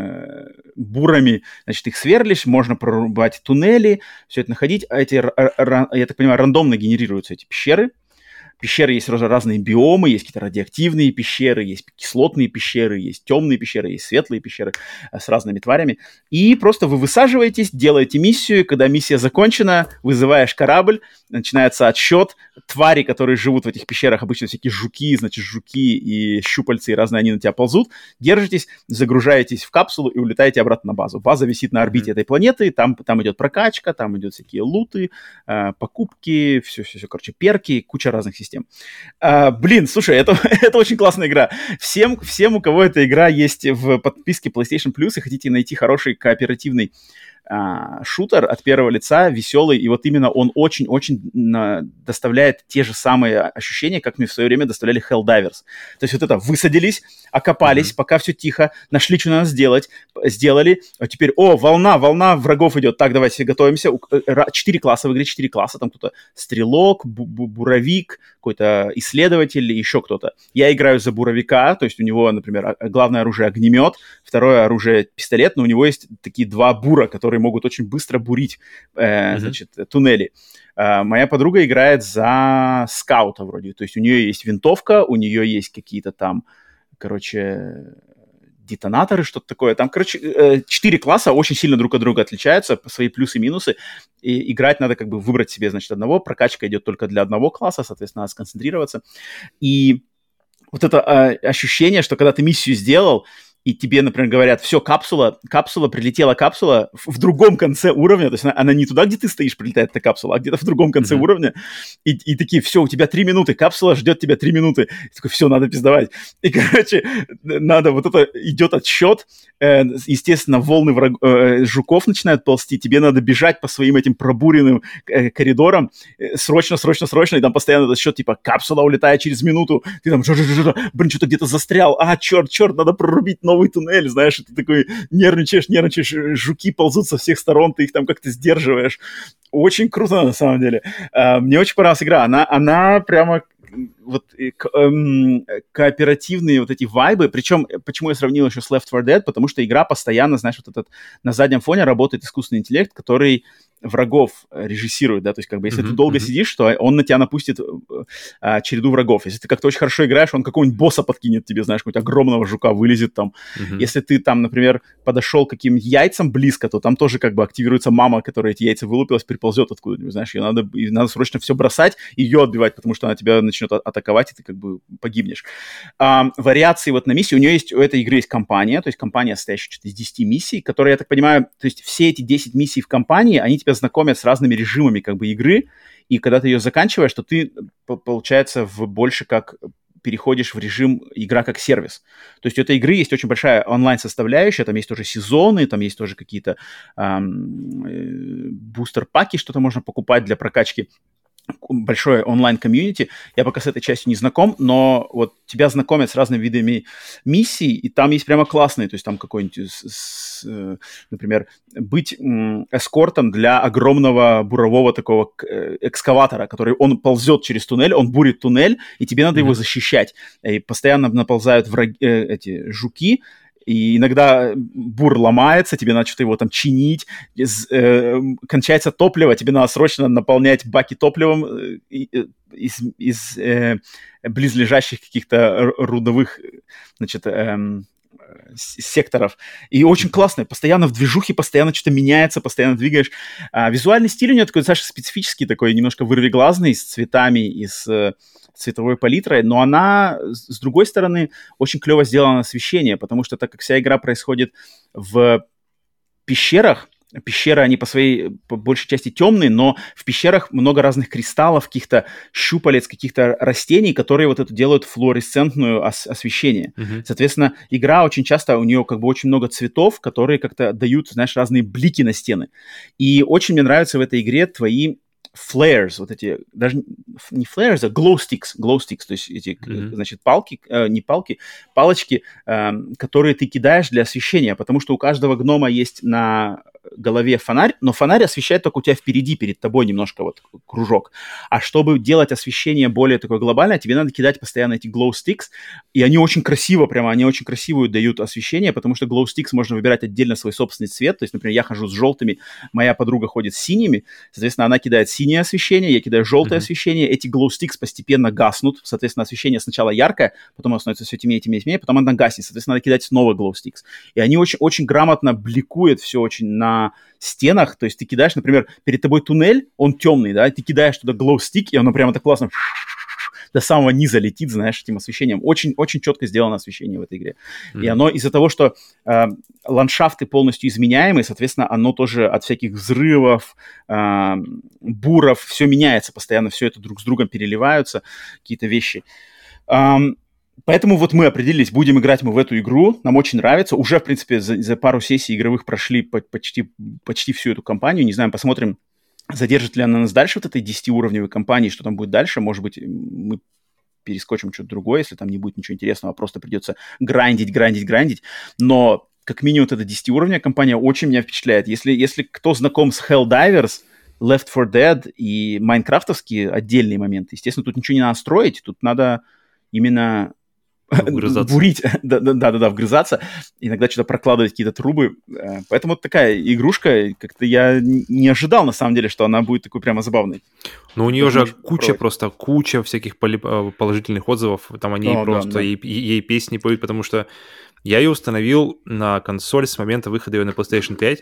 Speaker 1: э, бурами, значит, их сверлишь, можно прорубать туннели, все это находить. А эти, я так понимаю, рандомно генерируются эти пещеры. Пещеры есть разные биомы, есть какие-то радиоактивные пещеры, есть кислотные пещеры, есть темные пещеры, есть светлые пещеры с разными тварями. И просто вы высаживаетесь, делаете миссию, когда миссия закончена, вызываешь корабль, начинается отсчет. Твари, которые живут в этих пещерах, обычно всякие жуки, значит, жуки и щупальцы и разные, они на тебя ползут. Держитесь, загружаетесь в капсулу и улетаете обратно на базу. База висит на орбите mm-hmm. этой планеты, там, там идет прокачка, там идут всякие луты, э, покупки, все-все-все, короче, перки, куча разных систем. А, блин, слушай, это, это очень классная игра. Всем, всем, у кого эта игра есть в подписке PlayStation Plus и хотите найти хороший кооперативный а, шутер от первого лица, веселый, и вот именно он очень-очень на, доставляет те же самые ощущения, как мне в свое время доставляли Helldivers. То есть вот это, высадились, окопались, mm-hmm. пока все тихо, нашли, что надо сделать, сделали, а теперь, о, волна, волна врагов идет, так, давайте готовимся. Четыре класса в игре, четыре класса, там кто-то стрелок, буровик, какой-то исследователь, еще кто-то. Я играю за буровика, то есть у него, например, главное оружие огнемет, второе оружие пистолет, но у него есть такие два бура, которые могут очень быстро бурить, э, mm-hmm. значит, туннели. Uh, моя подруга играет за скаута вроде, то есть у нее есть винтовка, у нее есть какие-то там, короче, детонаторы, что-то такое. Там, короче, четыре класса очень сильно друг от друга отличаются, свои плюсы и минусы, и играть надо как бы выбрать себе, значит, одного, прокачка идет только для одного класса, соответственно, надо сконцентрироваться. И вот это uh, ощущение, что когда ты миссию сделал, и тебе, например, говорят, все, капсула, капсула, прилетела капсула в, в другом конце уровня, то есть она, она не туда, где ты стоишь, прилетает эта капсула, а где-то в другом конце mm-hmm. уровня, и, и такие, все, у тебя три минуты, капсула ждет тебя три минуты, и такой, все, надо пиздовать. И, короче, надо, вот это, идет отсчет, э, естественно, волны враг, э, жуков начинают ползти, тебе надо бежать по своим этим пробуренным э, коридорам, э, срочно, срочно, срочно, и там постоянно этот счет, типа, капсула улетает через минуту, ты там, блин, что-то где-то застрял, а, черт, черт, надо прорубить новый туннель, знаешь, ты такой нервничаешь, нервничаешь, жуки ползут со всех сторон, ты их там как-то сдерживаешь. Очень круто, на самом деле. Мне очень понравилась игра. Она, она прямо вот эм, кооперативные вот эти вайбы, причем, почему я сравнил еще с Left four Dead, потому что игра постоянно, знаешь, вот этот, на заднем фоне работает искусственный интеллект, который врагов режиссирует, да, то есть как бы если mm-hmm, ты долго mm-hmm. сидишь, то он на тебя напустит а, череду врагов. Если ты как-то очень хорошо играешь, он какого-нибудь босса подкинет тебе, знаешь, какого-нибудь огромного жука вылезет там. Mm-hmm. Если ты там, например, подошел к каким-нибудь яйцам близко, то там тоже как бы активируется мама, которая эти яйца вылупилась, приползет откуда-нибудь, знаешь, ее надо, надо срочно все бросать, ее отбивать, потому что она тебя начнет атаковать, и ты как бы погибнешь. А, вариации вот на миссии, у нее есть, у этой игры есть компания, то есть компания, состоящая из десяти миссий, которые, я так понимаю, то есть все эти десять миссий в компании, они тебя знакомят с разными режимами как бы игры, и когда ты ее заканчиваешь, то ты, получается, в больше как переходишь в режим игра как сервис. То есть у этой игры есть очень большая онлайн-составляющая, там есть тоже сезоны, там есть тоже какие-то эм, бустер-паки, что-то можно покупать для прокачки. большое онлайн-комьюнити. Я пока с этой частью не знаком, но вот тебя знакомят с разными видами миссий, и там есть прямо классные, то есть там какой-нибудь, с, с, например, быть м, эскортом для огромного бурового такого экскаватора, который, он ползет через туннель, он бурит туннель, и тебе надо mm-hmm. его защищать. И постоянно наползают враги, э, эти жуки, и иногда бур ломается, тебе надо что-то его там чинить, из, э, кончается топливо, тебе надо срочно наполнять баки топливом э, из, из э, близлежащих каких-то рудовых, значит, э, секторов. И очень классно, постоянно в движухе, постоянно что-то меняется, постоянно двигаешь. А визуальный стиль у него такой, знаешь, специфический, такой немножко вырвиглазный, с цветами и с цветовой палитрой, но она, с другой стороны, очень клево сделано освещение, потому что так как вся игра происходит в пещерах, пещеры, они по своей, по большей части темные, но в пещерах много разных кристаллов, каких-то щупалец, каких-то растений, которые вот это делают флуоресцентную ос- освещение. Mm-hmm. Соответственно, игра очень часто, у нее как бы очень много цветов, которые как-то дают, знаешь, разные блики на стены. И очень мне нравятся в этой игре твои flares, вот эти, даже не flares, а glow sticks, glow sticks, то есть эти, mm-hmm. значит, палки, э, не палки, палочки, э, которые ты кидаешь для освещения, потому что у каждого гнома есть на голове фонарь, но фонарь освещает только у тебя впереди, перед тобой немножко вот кружок. А чтобы делать освещение более такое глобальное, тебе надо кидать постоянно эти glow sticks, и они очень красиво, прямо, они очень красивую дают освещение, потому что glow sticks можно выбирать отдельно свой собственный цвет, то есть, например, я хожу с желтыми, моя подруга ходит с синими, соответственно, она кидает синее освещение, я кидаю желтое mm-hmm. освещение, эти glow sticks постепенно гаснут, соответственно, освещение сначала яркое, потом оно становится все темнее, темнее, темнее, потом оно гаснет, соответственно, надо кидать снова glow sticks. И они очень, очень грамотно бликуют все очень на стенах, то есть ты кидаешь, например, перед тобой туннель, он темный, да, ты кидаешь туда glow stick, и оно прямо так классно до самого низа летит, знаешь, этим освещением. Очень, очень четко сделано освещение в этой игре. Mm-hmm. И оно из-за того, что э, ландшафты полностью изменяемые, соответственно, оно тоже от всяких взрывов, э, буров, все меняется постоянно, все это друг с другом переливаются, какие-то вещи. Um, Поэтому вот мы определились, будем играть мы в эту игру, нам очень нравится. Уже, в принципе, за, за пару сессий игровых прошли по- почти, почти всю эту кампанию. Не знаю, посмотрим, задержит ли она нас дальше, вот этой десятиуровневой кампании, что там будет дальше. Может быть, мы перескочим что-то другое, если там не будет ничего интересного, а просто придется грандить, грандить, грандить. Но как минимум вот эта десятиуровневая кампания очень меня впечатляет. Если, если кто знаком с Helldivers, Left four Dead и майнкрафтовские отдельные моменты, естественно, тут ничего не надо строить, тут надо именно...
Speaker 2: Вгрызаться.
Speaker 1: Бурить, да-да-да, вгрызаться, иногда что-то прокладывать какие-то трубы. Поэтому вот такая игрушка, как-то я не ожидал, на самом деле, что она будет такой прямо забавной.
Speaker 2: Ну, у нее же куча, просто куча всяких положительных отзывов, там они О, просто да, да. Ей, ей песни поют, потому что я ее установил на консоль с момента выхода ее на PlayStation пять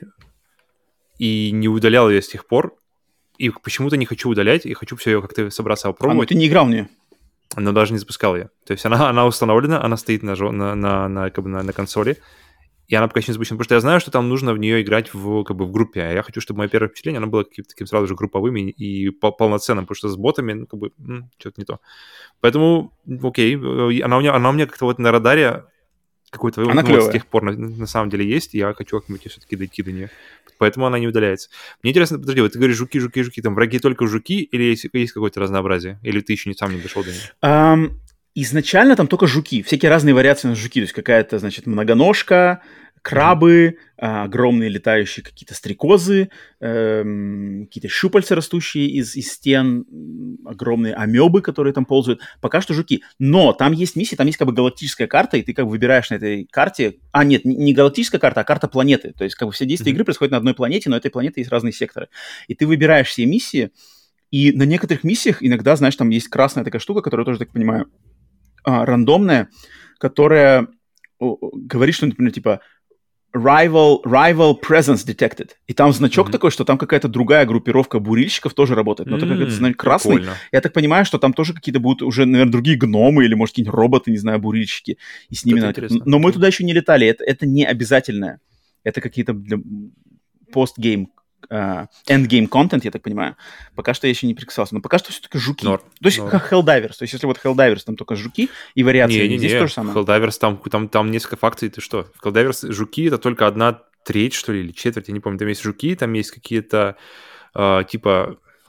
Speaker 2: и не удалял ее с тех пор, и почему-то не хочу удалять, и хочу все ее как-то собраться попробовать.
Speaker 1: А, ну ты не играл в нее?
Speaker 2: Но даже не запускал ее. То есть она, она установлена, она стоит на, на, на, на, как бы на, на консоли, и она пока еще не запущена. Потому что я знаю, что там нужно в нее играть в, как бы в группе, а я хочу, чтобы мое первое впечатление, оно было каким-то таким сразу же групповым и, и полноценным, потому что с ботами, ну, как бы, м, что-то не то. Поэтому, окей, она у меня, она у меня как-то вот на радаре какой-то ну, вот с тех пор на, на самом деле есть, и я хочу как-нибудь все-таки дойти до нее. Поэтому она не удаляется. Мне интересно, подожди, вот ты говоришь жуки, жуки, жуки, там враги только жуки, или есть, есть какое-то разнообразие? Или ты еще не, сам не дошел до них?
Speaker 1: Um, изначально там только жуки, всякие разные вариации на жуки, то есть какая-то, значит, многоножка, крабы, mm-hmm. огромные летающие какие-то стрекозы, эм, какие-то щупальца, растущие из, из стен, огромные амебы, которые там ползают. Пока что жуки. Но там есть миссии, там есть как бы галактическая карта, и ты как бы выбираешь на этой карте... А, нет, не галактическая карта, а карта планеты. То есть как бы все действия mm-hmm. игры происходят на одной планете, но этой планеты есть разные секторы. И ты выбираешь все миссии, и на некоторых миссиях иногда, знаешь, там есть красная такая штука, которая тоже, так понимаю, рандомная, которая говорит, что, например, типа Rival, rival presence detected. И там значок mm-hmm. такой, что там какая-то другая группировка бурильщиков тоже работает. Но mm-hmm. так как это значок красный, прикольно. Я так понимаю, что там тоже какие-то будут уже, наверное, другие гномы или, может, какие-нибудь роботы, не знаю, бурильщики. И с ними надо... Но мы туда еще не летали. Это, это не обязательное. Это какие-то для... постгейм, uh, endgame content, я так понимаю. Пока что я еще не прикасался. Но пока что все-таки жуки. Нор, то есть нор. Как Helldivers. То есть если вот Helldivers, там только жуки и вариации. Не, не, здесь не. То же самое.
Speaker 2: Helldivers, там, там, там несколько факций. Ты что? В Helldivers жуки — это только одна треть, что ли, или четверть, я не помню. Там есть жуки, там есть какие-то, э, типа,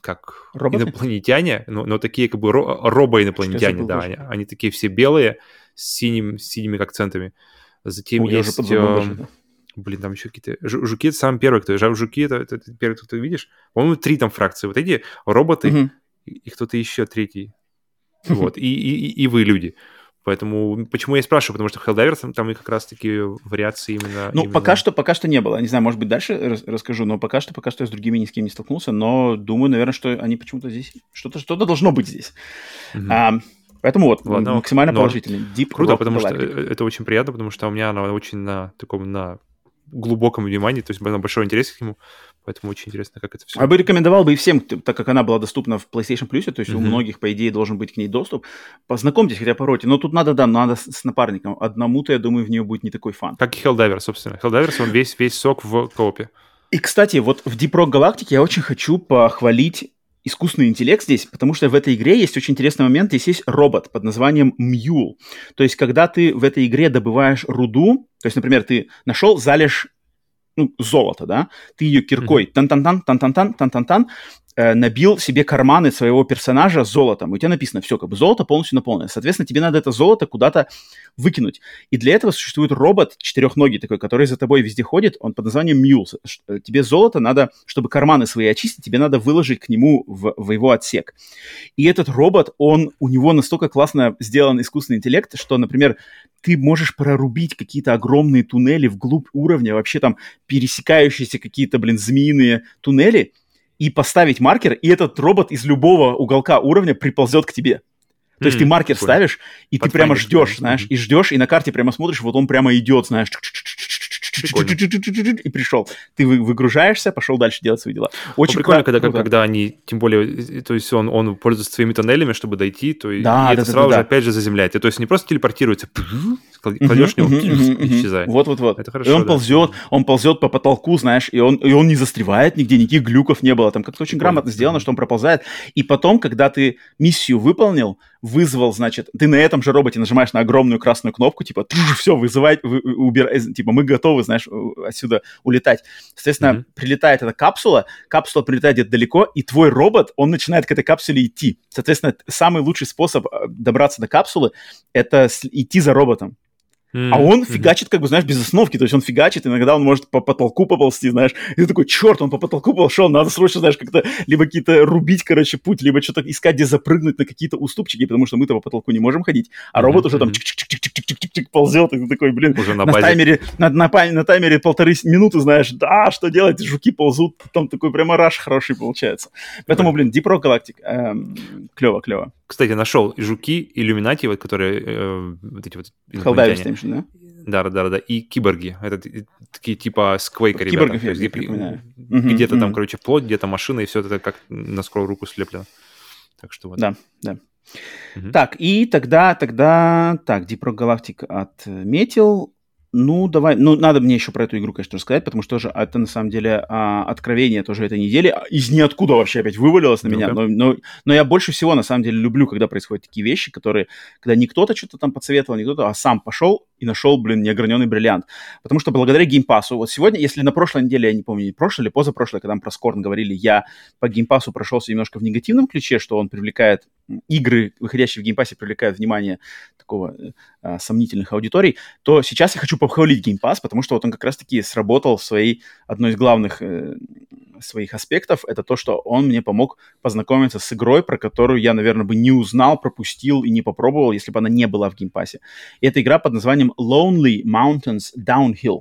Speaker 2: как
Speaker 1: Роботы?
Speaker 2: инопланетяне, но, но такие как бы ро- робо-инопланетяне, да, они, они такие все белые, с, синим, с синими акцентами. Затем
Speaker 1: Ой, я уже
Speaker 2: есть...
Speaker 1: подзабыл
Speaker 2: э,
Speaker 1: даже это.
Speaker 2: Блин, там еще какие-то... Жу- Жуки — это самый первый, кто... Жуки — это, это, это первый, кто ты видишь. По-моему, три там фракции. Вот эти роботы
Speaker 1: Мгм.
Speaker 2: и, и кто-то еще третий. Вот. И, и, и- и вы, люди. Поэтому... Почему я и спрашиваю? Потому что в Helldivers там, там и как раз-таки вариации именно...
Speaker 1: Ну,
Speaker 2: именно-
Speaker 1: пока что, пока что не было. Не знаю, может быть, дальше рас- расскажу, но пока что, пока что я с другими ни с кем не столкнулся, но думаю, наверное, что они почему-то здесь... Что-то, что-то должно быть здесь.
Speaker 2: Мгм.
Speaker 1: А, поэтому вот,
Speaker 2: Ладно, ок.
Speaker 1: максимально
Speaker 2: Норм.
Speaker 1: положительный. Deep
Speaker 2: Круто,
Speaker 1: Rock
Speaker 2: потому что
Speaker 1: Galactic.
Speaker 2: это очень приятно, потому что у меня она очень на таком, на глубоком внимании, то есть на большой интерес к нему, поэтому очень интересно, как это все.
Speaker 1: Я бы рекомендовал бы и всем, т- так как она была доступна в PlayStation Plus, то есть у
Speaker 2: Мгм.
Speaker 1: многих, по идее, должен быть к ней доступ. Познакомьтесь хотя бы по роте. Но тут надо, да, надо с, с напарником. Одному-то, я думаю, в нее будет не такой фан.
Speaker 2: Как и Helldivers, собственно. Helldivers, он весь, весь сок в коопе.
Speaker 1: И, кстати, вот в Deep Rock Galactic я очень хочу похвалить искусственный интеллект здесь, потому что в этой игре есть очень интересный момент. Здесь есть робот под названием Mule. То есть, когда ты в этой игре добываешь руду, то есть, например, ты нашел залежь, ну, золото, да, ты ее киркой тан-тан-тан, тан-тан-тан, тан-тан-тан, э, набил себе карманы своего персонажа золотом. И у тебя написано, все, как бы золото полностью наполнено. Соответственно, тебе надо это золото куда-то выкинуть. И для этого существует робот четырехногий такой, который за тобой везде ходит, он под названием Mule. Ш- Тебе золото надо, чтобы карманы свои очистить, тебе надо выложить к нему в, в его отсек. И этот робот, он, у него настолько классно сделан искусственный интеллект, что, например, ты можешь прорубить какие-то огромные туннели вглубь уровня, вообще там пересекающиеся какие-то, блин, змеиные туннели, и поставить маркер, и этот робот из любого уголка уровня приползет к тебе. То есть
Speaker 2: М,
Speaker 1: ты маркер
Speaker 2: прикольно.
Speaker 1: ставишь, и ты прямо
Speaker 2: Pathfinder,
Speaker 1: ждешь,
Speaker 2: да.
Speaker 1: знаешь,
Speaker 2: Мгм.
Speaker 1: и ждешь, и на карте прямо смотришь, вот он прямо идет, знаешь,
Speaker 2: Прикольно.
Speaker 1: и пришел. Ты вы- выгружаешься, пошел дальше делать свои дела.
Speaker 2: Ну,
Speaker 1: Очень
Speaker 2: прикольно,
Speaker 1: кра-
Speaker 2: когда,
Speaker 1: круто.
Speaker 2: когда они, тем более, э, то есть он, он пользуется своими тоннелями, чтобы дойти, то и,
Speaker 1: Да,
Speaker 2: и
Speaker 1: да,
Speaker 2: это
Speaker 1: да,
Speaker 2: сразу
Speaker 1: да,
Speaker 2: же
Speaker 1: да.
Speaker 2: опять же заземляет. И, то есть не просто телепортируется, кладешь
Speaker 1: Мгм,
Speaker 2: в него,
Speaker 1: мгм, мгм,
Speaker 2: и
Speaker 1: мгм.
Speaker 2: исчезает.
Speaker 1: Вот-вот-вот.
Speaker 2: Это
Speaker 1: И
Speaker 2: хорошо,
Speaker 1: он
Speaker 2: да.
Speaker 1: ползет, он ползет по потолку, знаешь, и он, и он не застревает нигде, никаких глюков не было. Там как-то очень
Speaker 2: Прикольно.
Speaker 1: грамотно сделано,
Speaker 2: Мгм.
Speaker 1: что он проползает. И потом, когда ты миссию выполнил, вызвал, значит, ты на этом же роботе нажимаешь на огромную красную кнопку, типа, все, вызывай, вы- вы- убирай, типа, мы готовы, знаешь, у- отсюда улетать. Соответственно,
Speaker 2: Мгм.
Speaker 1: прилетает эта капсула, капсула прилетает где-то далеко, и твой робот, он начинает к этой капсуле идти. Соответственно, т- самый лучший способ э, добраться до капсулы — это с- идти за роботом. А
Speaker 2: М,
Speaker 1: он
Speaker 2: мгм.
Speaker 1: фигачит, как бы, знаешь, без остановки. То есть он фигачит, иногда он может по потолку поползти, знаешь. И ты такой, черт, он по потолку пошел, надо срочно, знаешь, как-то либо какие-то рубить, короче, путь, либо что-то искать, где запрыгнуть на какие-то уступчики, потому что мы-то по потолку не можем ходить. А
Speaker 2: Мгм,
Speaker 1: робот уже там
Speaker 2: мгм.
Speaker 1: чик-чик-чик-чик-чик-чик ползет, и ты такой, блин,
Speaker 2: Уже на
Speaker 1: на
Speaker 2: базе.
Speaker 1: таймере, на, на, па- на таймере полторы с- минуты, знаешь, да, что делать, жуки ползут, там такой прямо раш хороший получается. Поэтому, блин, Deep Rock Galactic, эм, клево, клево.
Speaker 2: Кстати, нашел и жуки, иллюминати, вот, которые э, вот эти вот
Speaker 1: Helldivers
Speaker 2: инопланетяне.
Speaker 1: Station, да?
Speaker 2: Да, да, да, да. И киборги. Это т- такие типа с Quake, ребята.
Speaker 1: Киборгов
Speaker 2: То
Speaker 1: я
Speaker 2: есть
Speaker 1: не
Speaker 2: где-
Speaker 1: припоминаю. Мгм,
Speaker 2: где-то там,
Speaker 1: мгм.
Speaker 2: короче, плоть, где-то машина, и все это как на скорую руку слеплено. Так что вот.
Speaker 1: Да, да.
Speaker 2: Мгм.
Speaker 1: Так, и тогда, тогда, так, Deep Rock Galactic отметил. Ну, давай, ну, надо мне еще про эту игру, конечно, рассказать, потому что тоже это, на самом деле, а, откровение тоже этой недели. Из ниоткуда вообще опять вывалилось на меня.
Speaker 2: Ну-ка.
Speaker 1: Но, но, но я больше всего, на самом деле, люблю, когда происходят такие вещи, которые, когда не кто-то что-то там подсоветовал, не кто-то, а сам пошел и нашел, блин, неограненный бриллиант. Потому что благодаря геймпасу, вот сегодня, если на прошлой неделе, я не помню, прошлой или позапрошлой, когда мы про Скорн говорили, я по геймпасу прошелся немножко в негативном ключе, что он привлекает, игры, выходящие в геймпассе, привлекают внимание такого э, сомнительных аудиторий, то сейчас я хочу похвалить Game Pass, потому что вот он как раз-таки сработал в своей, одной из главных э, своих аспектов, это то, что он мне помог познакомиться с игрой, про которую я, наверное, бы не узнал, пропустил и не попробовал, если бы она не была в Game Pass. И это игра под названием Lonely Mountains Downhill.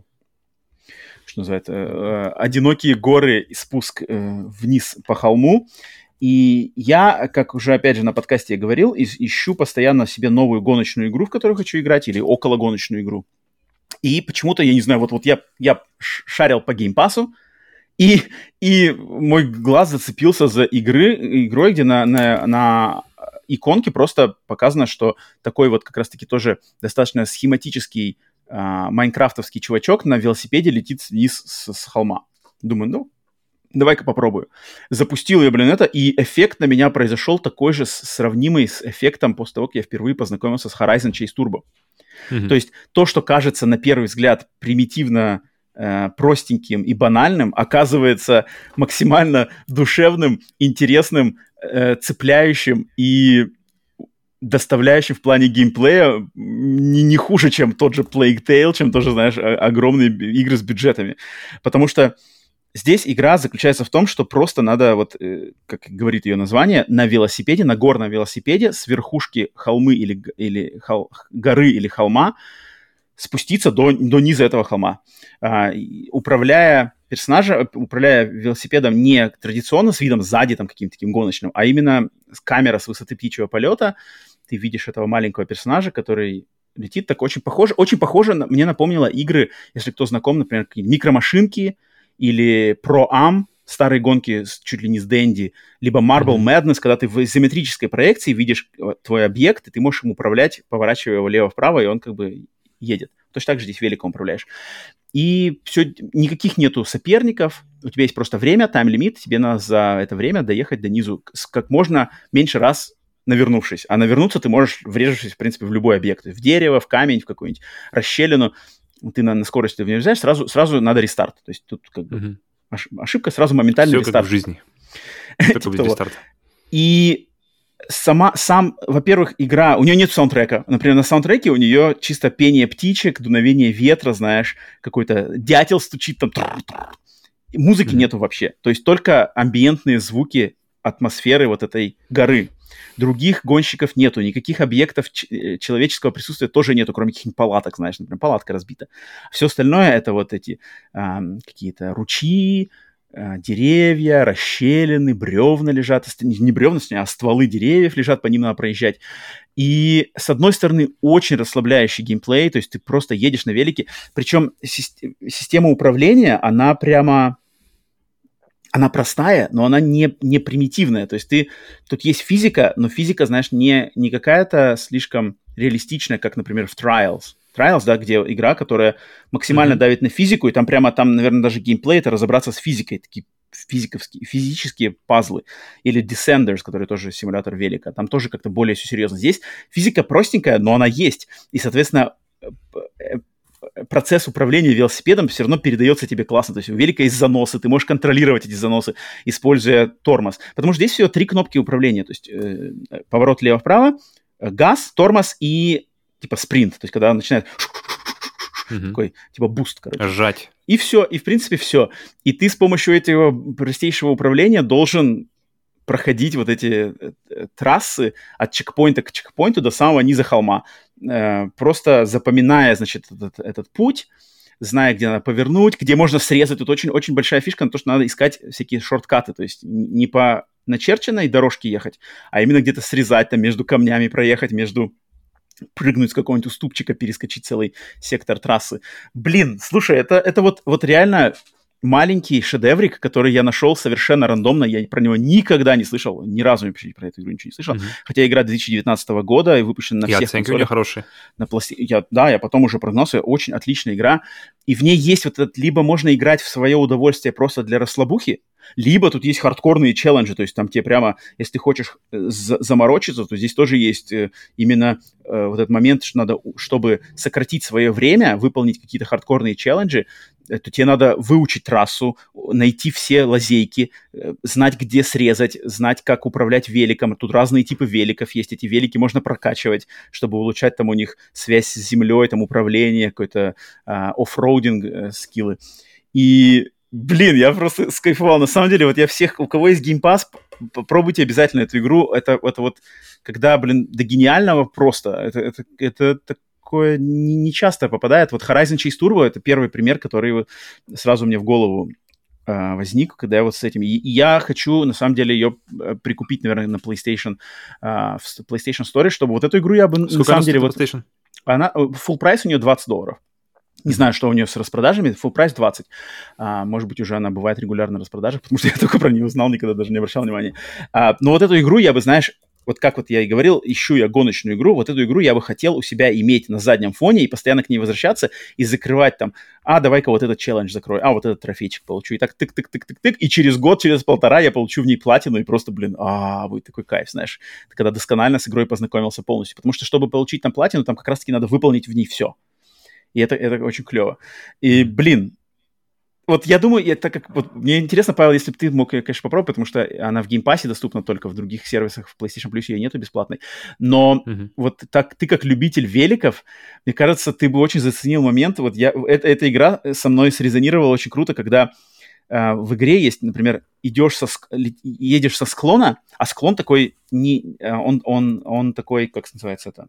Speaker 1: Что называется, э, одинокие горы и спуск э, вниз по холму. И я, как уже, опять же, на подкасте я говорил, из- ищу постоянно себе новую гоночную игру, в которую хочу играть, или окологоночную игру. И почему-то, я не знаю, вот, вот я, я ш- шарил по геймпасу, и, и мой глаз зацепился за игры, игрой, где на, на, на иконке просто показано, что такой вот как раз-таки тоже достаточно схематический а, майнкрафтовский чувачок на велосипеде летит вниз с, с холма. Думаю, ну, давай-ка попробую. Запустил я, блин, это, и эффект на меня произошел такой же, с- сравнимый с эффектом после того, как я впервые познакомился с Horizon Chase Turbo.
Speaker 2: Мгм.
Speaker 1: То есть то, что кажется на первый взгляд примитивно э, простеньким и банальным оказывается максимально душевным, интересным, э, цепляющим и доставляющим в плане геймплея не, не хуже, чем тот же Plague Tale, чем тоже, знаешь, огромные игры с бюджетами. Потому что здесь игра заключается в том, что просто надо, вот, э, как говорит ее название, на велосипеде, на горном велосипеде с верхушки холмы или, или хол, горы или холма спуститься до, до низа этого холма. А, управляя персонажа, управляя велосипедом не традиционно с видом сзади, там, каким-то таким гоночным, а именно с камера с высоты птичьего полета, ты видишь этого маленького персонажа, который летит так очень похоже, очень похоже, на, мне напомнило игры, если кто знаком, например, какие-то микромашинки, или Pro-Am, старые гонки с, чуть ли не с Dendy, либо Marble mm-hmm. Madness, когда ты в изометрической проекции видишь твой объект, и ты можешь им управлять, поворачивая его влево-вправо, и он как бы едет. Точно так же здесь великом управляешь. И все, никаких нету соперников, у тебя есть просто время, тайм-лимит, тебе надо за это время доехать до низу как можно меньше раз навернувшись. А навернуться ты можешь, врежавшись, в принципе, в любой объект. В дерево, в камень, в какую-нибудь расщелину. Ты на, на скорости въезжаешь, сразу, сразу надо рестарт. То есть тут как бы uh-huh. ош, ошибка, сразу моментальный
Speaker 2: Все
Speaker 1: рестарт.
Speaker 2: Все как в жизни. Только без рестарта.
Speaker 1: И сама, сам, во-первых, игра, у нее нет саундтрека. Например, на саундтреке у нее чисто пение птичек, дуновение ветра, знаешь, какой-то дятел стучит там. Музыки uh-huh. нету вообще. То есть только амбиентные звуки атмосферы вот этой горы. Других гонщиков нету, никаких объектов ч- человеческого присутствия тоже нету, кроме каких-нибудь палаток, знаешь, например, палатка разбита. Все остальное это вот эти а, какие-то ручьи, а, деревья, расщелины, бревна лежат, не бревна, а стволы деревьев лежат, по ним надо проезжать. И, с одной стороны, очень расслабляющий геймплей, то есть ты просто едешь на велике, причем си- система управления, она прямо... Она простая, но она не, не примитивная. То есть ты... Тут есть физика, но физика, знаешь, не, не какая-то слишком реалистичная, как, например, в Trials. Trials, да, где игра, которая максимально mm-hmm. давит на физику, и там прямо, там, наверное, даже геймплей — это разобраться с физикой, такие физиковские, физические пазлы. Или Descenders, который тоже симулятор велика. Там тоже как-то более все серьезно. Здесь физика простенькая, но она есть. И, соответственно, процесс управления велосипедом все равно передается тебе классно. То есть у велика есть заносы, ты можешь контролировать эти заносы, используя тормоз. Потому что здесь всего три кнопки управления. То есть э, поворот влево-вправо, газ, тормоз и типа спринт. То есть когда он начинает mm-hmm. такой типа буст, короче.
Speaker 2: Сжать.
Speaker 1: И все, и в принципе все. И ты с помощью этого простейшего управления должен проходить вот эти э, трассы от чекпоинта к чекпоинту до самого низа холма. Э, просто запоминая, значит, этот, этот путь, зная, где надо повернуть, где можно срезать. Тут очень-очень большая фишка на то, что надо искать всякие шорткаты, то есть не по начерченной дорожке ехать, а именно где-то срезать, там, между камнями проехать, между... прыгнуть с какого-нибудь уступчика, перескочить целый сектор трассы. Блин, слушай, это, это вот, вот реально... маленький шедеврик, который я нашел совершенно рандомно, я про него никогда не слышал, ни разу вообще про эту игру ничего не слышал, mm-hmm. хотя игра две тысячи девятнадцатого года и выпущена на
Speaker 2: и
Speaker 1: всех
Speaker 2: оценки у нее хорошие.
Speaker 1: На пласти... я, да, я потом уже прогнался, очень отличная игра, и в ней есть вот этот, либо можно играть в свое удовольствие просто для расслабухи, либо тут есть хардкорные челленджи, то есть там тебе прямо, если ты хочешь за- заморочиться, то здесь тоже есть э, именно э, вот этот момент, что надо, чтобы сократить свое время, выполнить какие-то хардкорные челленджи, э, то тебе надо выучить трассу, найти все лазейки, э, знать, где срезать, знать, как управлять великом. Тут разные типы великов есть, эти велики можно прокачивать, чтобы улучшать там у них связь с землей, там управление, какой-то э, оффроудинг э, скиллы. И блин, я просто скайфовал. На самом деле, вот я всех, у кого есть Game Pass, попробуйте обязательно эту игру. Это, это вот, когда, блин, до гениального просто. Это, это, это такое не, не часто попадает. Вот Horizon Chase Turbo — это первый пример, который вот сразу мне в голову э, возник, когда я вот с этим... И, и я хочу, на самом деле, ее прикупить, наверное, на PlayStation, э, в PlayStation Store, чтобы вот эту игру я бы...
Speaker 2: Сколько
Speaker 1: на самом деле, вот,
Speaker 2: PlayStation?
Speaker 1: Она, full прайс у нее двадцать долларов. Не знаю, что у нее с распродажами, full прайс двадцать. А, может быть, уже она бывает регулярно на распродажах, потому что я только про нее узнал, никогда даже не обращал внимания. А, но вот эту игру я бы, знаешь, вот как вот я и говорил, ищу я гоночную игру, вот эту игру я бы хотел у себя иметь на заднем фоне и постоянно к ней возвращаться и закрывать там, а, давай-ка вот этот челлендж закрою, а, вот этот трофейчик получу. И так тык-тык-тык-тык-тык, и через год, через полтора я получу в ней платину, и просто, блин, а, будет такой кайф, знаешь. Ты когда досконально с игрой познакомился полностью. Потому что, чтобы получить там платину, там как раз-таки надо выполнить в ней все. И это, это очень клево. И, блин, Вот я думаю, это как... Вот, мне интересно, Павел, если бы ты мог ее, конечно, попробовать, потому что она в геймпассе доступна только в других сервисах, в PlayStation Plus ее нету бесплатной. Но mm-hmm. вот так, ты как любитель великов, мне кажется, ты бы очень заценил момент. Вот я... Это, эта игра со мной срезонировала очень круто, когда э, в игре есть, например, идешь со... едешь со склона, а склон такой... Не... Он, он, он такой, как называется это...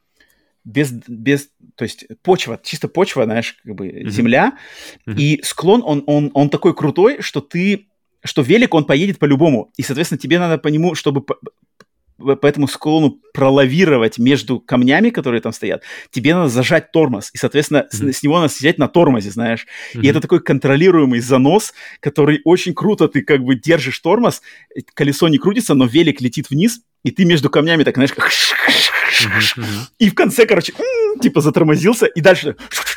Speaker 1: Без, без, то есть почва, чисто почва, знаешь, как бы mm-hmm. земля, mm-hmm. и склон, он, он, он такой крутой, что ты, что велик, он поедет по-любому, и, соответственно, тебе надо по нему, чтобы по, по этому склону пролавировать между камнями, которые там стоят, тебе надо зажать тормоз, и, соответственно, mm-hmm. с, с него надо сидеть на тормозе, знаешь, mm-hmm. и это такой контролируемый занос, который очень круто, ты как бы держишь тормоз, колесо не крутится, но велик летит вниз, и ты между камнями так, знаешь, как... Uh-huh, uh-huh. И в конце, короче, типа затормозился, и дальше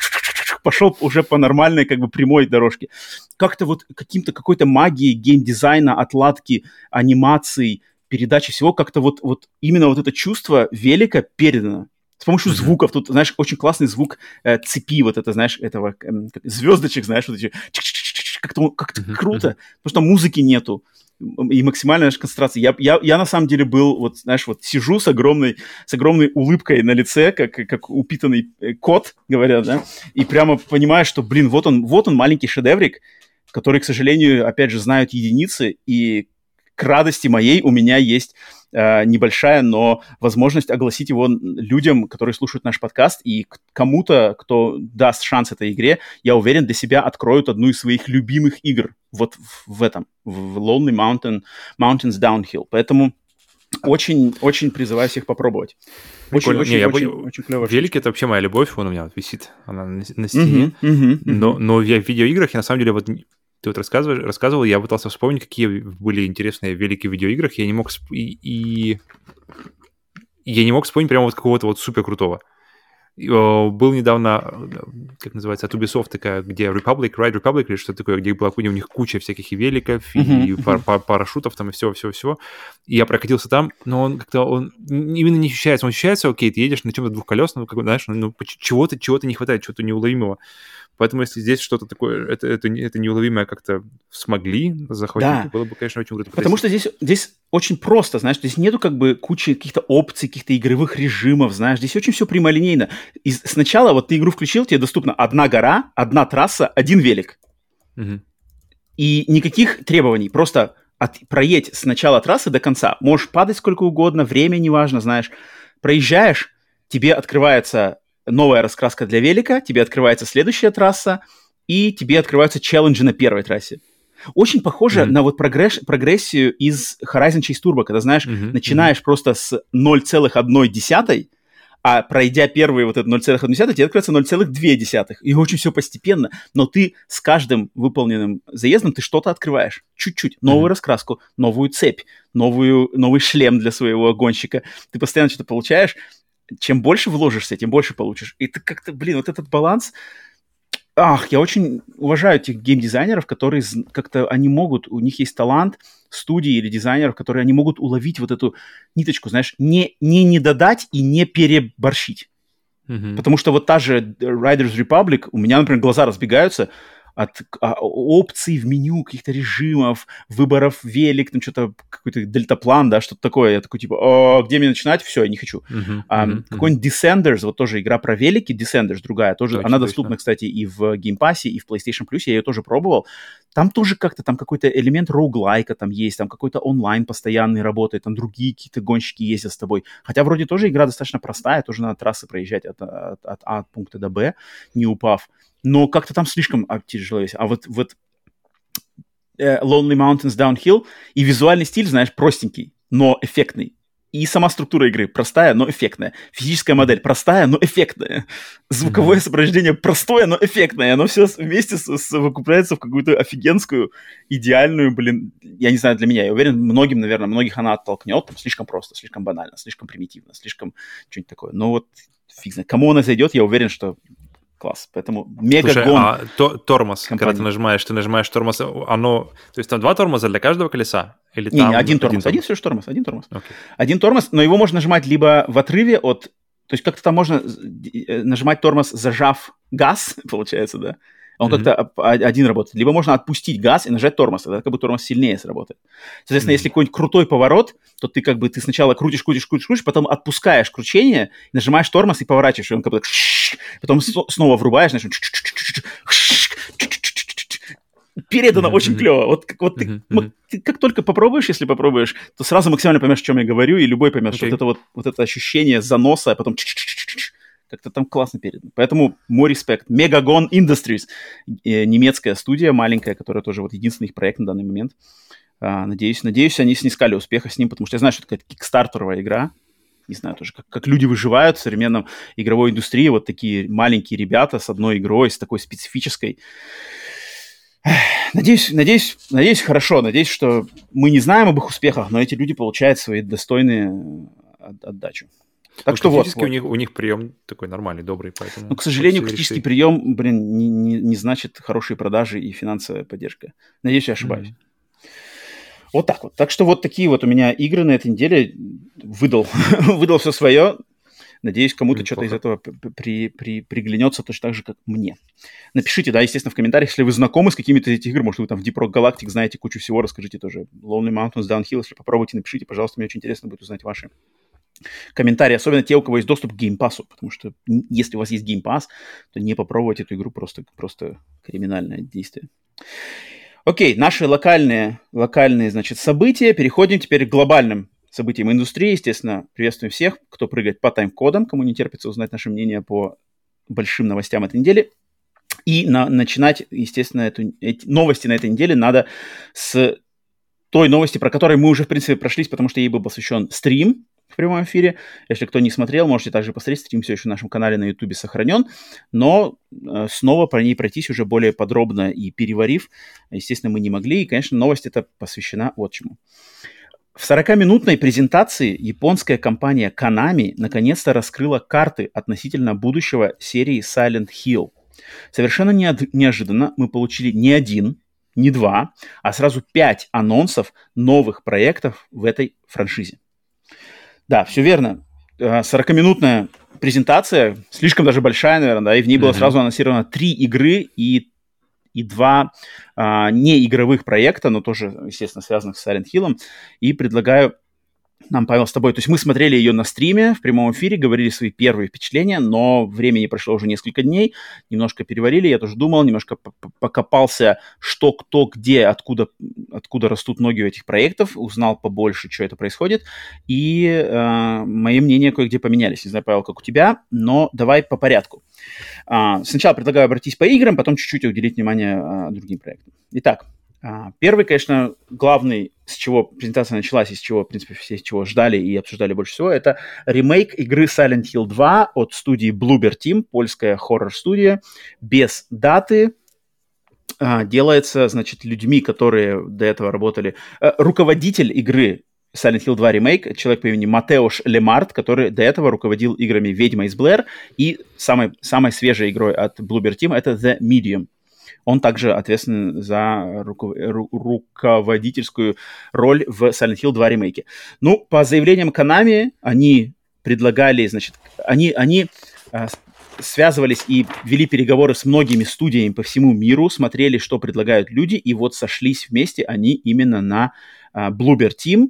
Speaker 1: пошел уже по нормальной, как бы, прямой дорожке. Как-то вот каким-то, какой-то магией геймдизайна, отладки, анимаций, передачи всего, как-то вот, вот именно вот это чувство велика передано. С помощью uh-huh. звуков. Тут, знаешь, очень классный звук э, цепи, вот это, знаешь, этого э, звездочек, знаешь, вот эти... Как-то, как-то uh-huh, круто, uh-huh. потому что музыки нету. И максимальная наша концентрация. Я, я, я на самом деле был, вот, знаешь, вот сижу с огромной, с огромной улыбкой на лице, как, как упитанный кот, говорят, да, и прямо понимаю, что, блин, вот он, вот он маленький шедеврик, который, к сожалению, опять же, знают единицы, и к радости моей у меня есть э, небольшая, но возможность огласить его людям, которые слушают наш подкаст, и кому-то, кто даст шанс этой игре, я уверен, для себя откроют одну из своих любимых игр вот в, в этом, в Lonely Mountain, Mountains Downhill. Поэтому очень-очень призываю всех попробовать.
Speaker 2: Очень-очень клево. Велик — это вообще моя любовь, он у меня вот висит, она на, на стене. Uh-huh, uh-huh, uh-huh. Но, но в видеоиграх я на самом деле вот... Ты вот рассказывал, рассказывал, я пытался вспомнить, какие были интересные велики в видеоиграх, я не мог... Сп... И, и... Я не мог вспомнить прямо вот какого-то вот супер крутого. Был недавно, как называется, от Ubisoft такая, где Republic, Ride Republic или что-то такое, где была у них куча всяких и великов, uh-huh, и uh-huh. Пар- пар- парашютов там, и всего-всего-всего. И я прокатился там, но он как-то, он именно не ощущается. Он ощущается, окей, ты едешь на чем-то двухколесном, как, знаешь, ну, чего-то, чего-то не хватает, чего-то неуловимого. Поэтому если здесь что-то такое, это, это, это неуловимое как-то смогли захватить, да. было бы, конечно, очень круто.
Speaker 1: Потому что здесь, здесь очень просто, знаешь, здесь нету как бы кучи каких-то опций, каких-то игровых режимов, знаешь, здесь очень все прямолинейно. И сначала вот ты игру включил, тебе доступна одна гора, одна трасса, один велик. Угу. И никаких требований, просто от, проедь с начала трассы до конца. Можешь падать сколько угодно, время неважно, знаешь. Проезжаешь, тебе открывается... новая раскраска для велика, тебе открывается следующая трасса, и тебе открываются челленджи на первой трассе. Очень похоже mm-hmm. на вот прогресс, прогрессию из Horizon Chase Turbo, когда, знаешь, mm-hmm. начинаешь mm-hmm. просто с ноль целых одна десятая, а пройдя первый вот этот ноль целых одна десятая, тебе откроется ноль целых две десятых. И очень все постепенно, но ты с каждым выполненным заездом ты что-то открываешь. Чуть-чуть. Новую mm-hmm. раскраску, новую цепь, новую, новый шлем для своего гонщика. Ты постоянно что-то получаешь. Чем больше вложишься, тем больше получишь. И ты как-то, блин, вот этот баланс... Ах, я очень уважаю тех геймдизайнеров, которые как-то, они могут, у них есть талант, студии или дизайнеров, которые они могут уловить вот эту ниточку, знаешь, не, не недодать и не переборщить. Mm-hmm. Потому что вот та же Riders Republic, у меня, например, глаза разбегаются от а, опций в меню, каких-то режимов, выборов велик, там что-то, какой-то дельтаплан, да, что-то такое. Я такой, типа, о, где мне начинать? Все, я не хочу. Uh-huh, а, uh-huh, какой-нибудь Descenders, вот тоже игра про велики, Descenders другая, тоже, точно, она доступна, точно. Кстати, и в Game Pass, и в PlayStation Plus, я ее тоже пробовал. Там тоже как-то, там какой-то элемент роуглайка там есть, там какой-то онлайн постоянный работает, там другие какие-то гонщики ездят с тобой. Хотя вроде тоже игра достаточно простая, тоже надо трассы проезжать от, от, от А пункта до Б, не упав. Но как-то там слишком тяжело есть. А вот, вот uh, Lonely Mountains Downhill и визуальный стиль, знаешь, простенький, но эффектный. И сама структура игры простая, но эффектная. Физическая модель простая, но эффектная. Звуковое mm-hmm. сопровождение простое, но эффектное. Оно все вместе совокупляется в какую-то офигенскую, идеальную, блин, я не знаю, для меня. Я уверен, многим, наверное, многих она оттолкнет. Там, слишком просто, слишком банально, слишком примитивно, слишком что-нибудь такое. Но вот фиг знает. Кому она зайдет, я уверен, что... Класс, поэтому мега-гон.
Speaker 2: А то, тормоз, компании. Когда ты нажимаешь, ты нажимаешь тормоз, оно... То есть там два тормоза для каждого колеса? Или
Speaker 1: не,
Speaker 2: там
Speaker 1: не, один тормоз, один, один всего лишь тормоз, один тормоз. Okay. Один тормоз, но его можно нажимать либо в отрыве от... То есть как-то там можно нажимать тормоз, зажав газ, получается, да? Он mm-hmm. как-то один работает. Либо можно отпустить газ и нажать тормоз, тогда как бы тормоз сильнее сработает. Соответственно, mm-hmm. если какой-нибудь крутой поворот, то ты как бы ты сначала крутишь, крутишь, крутишь, крутишь, потом отпускаешь кручение, нажимаешь тормоз и поворачиваешь, и он как бы потом снова врубаешь, знаешь, передано mm-hmm. очень клево. Вот, как, вот mm-hmm. ты, ты как только попробуешь, если попробуешь, то сразу максимально поймешь, о чем я говорю, и любой поймет, okay. что вот это вот, вот это ощущение заноса, а потом как-то там классно передано. Поэтому мой респект. Megagon Industries, э, немецкая студия, маленькая, которая тоже вот единственный их проект на данный момент. А, надеюсь, надеюсь, они снискали успеха с ним, потому что я знаю, что это какая-то кикстартеровая игра. Не знаю тоже, как, как люди выживают в современном игровой индустрии. Вот такие маленькие ребята с одной игрой, с такой специфической. Надеюсь, надеюсь, надеюсь, хорошо. Надеюсь, что мы не знаем об их успехах, но эти люди получают свои достойные от, отдачу. Так ну, что вот, вот.
Speaker 2: У них, у них прием такой нормальный, добрый, поэтому...
Speaker 1: Ну, к сожалению, критический решили. прием, блин, не, не, не значит хорошие продажи и финансовая поддержка. Надеюсь, я ошибаюсь. Mm-hmm. Вот так вот. Так что вот такие вот у меня игры на этой неделе. Выдал, выдал все свое. Надеюсь, кому-то что-то из этого при, при, приглянется точно так же, как мне. Напишите, да, естественно, в комментариях, если вы знакомы с какими-то из этих игр, может, вы там в Deep Rock Galactic знаете кучу всего, расскажите тоже. Lonely Mountains, Downhill, если попробуйте, напишите, пожалуйста, мне очень интересно будет узнать ваши комментарии, особенно те, у кого есть доступ к Game Pass'у, потому что если у вас есть Game Pass, то не попробовать эту игру просто, просто криминальное действие. Окей, наши локальные, локальные, значит, события. Переходим теперь к глобальным событиям индустрии. Естественно, приветствуем всех, кто прыгает по тайм-кодам, кому не терпится узнать наше мнение по большим новостям этой недели. И на, начинать, естественно, эту, эти новости на этой неделе надо с той новости, про которую мы уже, в принципе, прошлись, потому что ей был посвящен стрим в прямом эфире. Если кто не смотрел, можете также посмотреть. Стрим все еще на нашем канале на YouTube сохранен. Но э, снова про ней пройтись уже более подробно и переварив, естественно, мы не могли. И, конечно, новость эта посвящена вот чему. В сорокаминутной презентации японская компания Konami наконец-то раскрыла карты относительно будущего серии Silent Hill. Совершенно неожиданно мы получили не один, не два, а сразу пять анонсов новых проектов в этой франшизе. Да, все верно. сорокаминутная презентация, слишком даже большая, наверное, да, и в ней было mm-hmm. сразу анонсировано три игры и, и два а, неигровых проекта, но тоже, естественно, связанных с Silent Hill'ом. И предлагаю нам, Павел, с тобой. То есть мы смотрели ее на стриме, в прямом эфире, говорили свои первые впечатления, но времени прошло уже несколько дней, немножко переварили, я тоже думал, немножко покопался, что, кто, где, откуда, откуда растут ноги у этих проектов, узнал побольше, что это происходит, и э, мои мнения кое-где поменялись. Не знаю, Павел, как у тебя, но давай по порядку. А, сначала предлагаю обратиться по играм, потом чуть-чуть уделить внимание а, другим проектам. Итак, первый, конечно, главный, с чего презентация началась, и с чего, в принципе, все с чего ждали и обсуждали больше всего, это ремейк игры Silent Hill два от студии Bloober Team, польская хоррор-студия, без даты. Делается, значит, людьми, которые до этого работали. Руководитель игры Silent Hill два ремейк, человек по имени Матеуш Лемарт, который до этого руководил играми «Ведьма из Блэр», и самой, самой свежей игрой от Bloober Team это The Medium. Он также ответственен за руко- ру- руководительскую роль в Silent Hill два ремейке. Ну, по заявлениям Konami, они предлагали, значит, они, они а, связывались и вели переговоры с многими студиями по всему миру, смотрели, что предлагают люди, и вот сошлись вместе они именно на а, Bloober Team.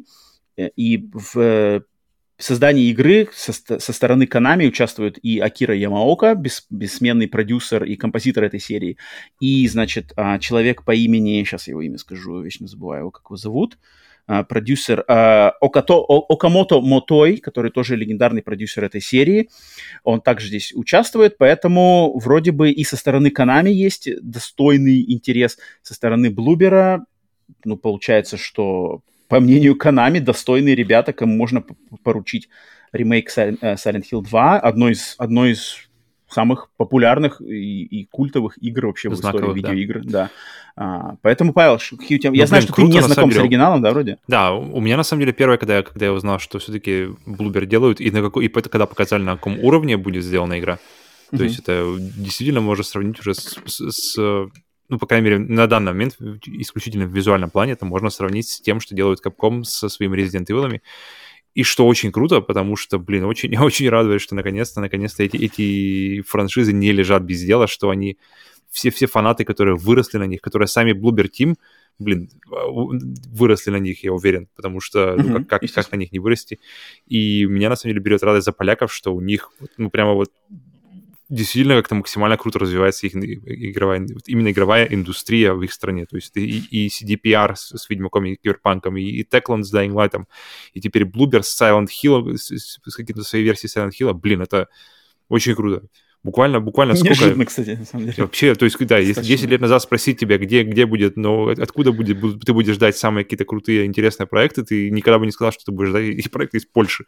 Speaker 1: И в создании игры со, со стороны Konami участвуют и Акира Ямаока, бес, бессменный продюсер и композитор этой серии, и, значит, человек по имени, сейчас я его имя скажу, вечно забываю его, как его зовут, продюсер Окато, Окамото Мотой, который тоже легендарный продюсер этой серии. Он также здесь участвует, поэтому вроде бы и со стороны Konami есть достойный интерес, со стороны Bloober, ну, получается, что... По мнению Konami, достойные ребята, кому можно поручить ремейк Silent Hill два, одной из, одной из самых популярных и, и культовых игр вообще в Знаковых, истории видеоигр. Да. Да. А, поэтому, Павел, какие у тебя... Ну, я блин, знаю, что круто, ты не знаком с оригиналом, да, вроде?
Speaker 2: Да, у меня, на самом деле, первое, когда я, когда я узнал, что все-таки Bloober делают, и, на какой, и когда показали, на каком уровне будет сделана игра, mm-hmm. то есть это действительно можно сравнить уже с... с, с ну, по крайней мере, на данный момент, исключительно в визуальном плане, это можно сравнить с тем, что делают Capcom со своими Resident Evil'ами. И что очень круто, потому что, блин, очень, очень радует, что наконец-то, наконец-то эти, эти франшизы не лежат без дела, что они все-все фанаты, которые выросли на них, которые сами Bloober Team, блин, выросли на них, я уверен, потому что ну, mm-hmm. как, как, как на них не вырасти. И меня, на самом деле, берет радость за поляков, что у них, ну, прямо вот действительно как-то максимально круто развивается их игровая, именно игровая индустрия в их стране. То есть и, и си ди пи ар с, с Ведьмаком, и Киберпанком, и, и Techland с Dying Light, и теперь Bloober с Silent Hill, с, с какой-то своей версией Silent Hill. Блин, это очень круто. Буквально, буквально сколько...
Speaker 1: Неожиданно, кстати, на самом деле.
Speaker 2: Вообще, то есть, да, если десять лет назад спросить тебя, где, где будет, но откуда будет, ты будешь ждать самые какие-то крутые, интересные проекты, ты никогда бы не сказал, что ты будешь ждать эти проекты из Польши.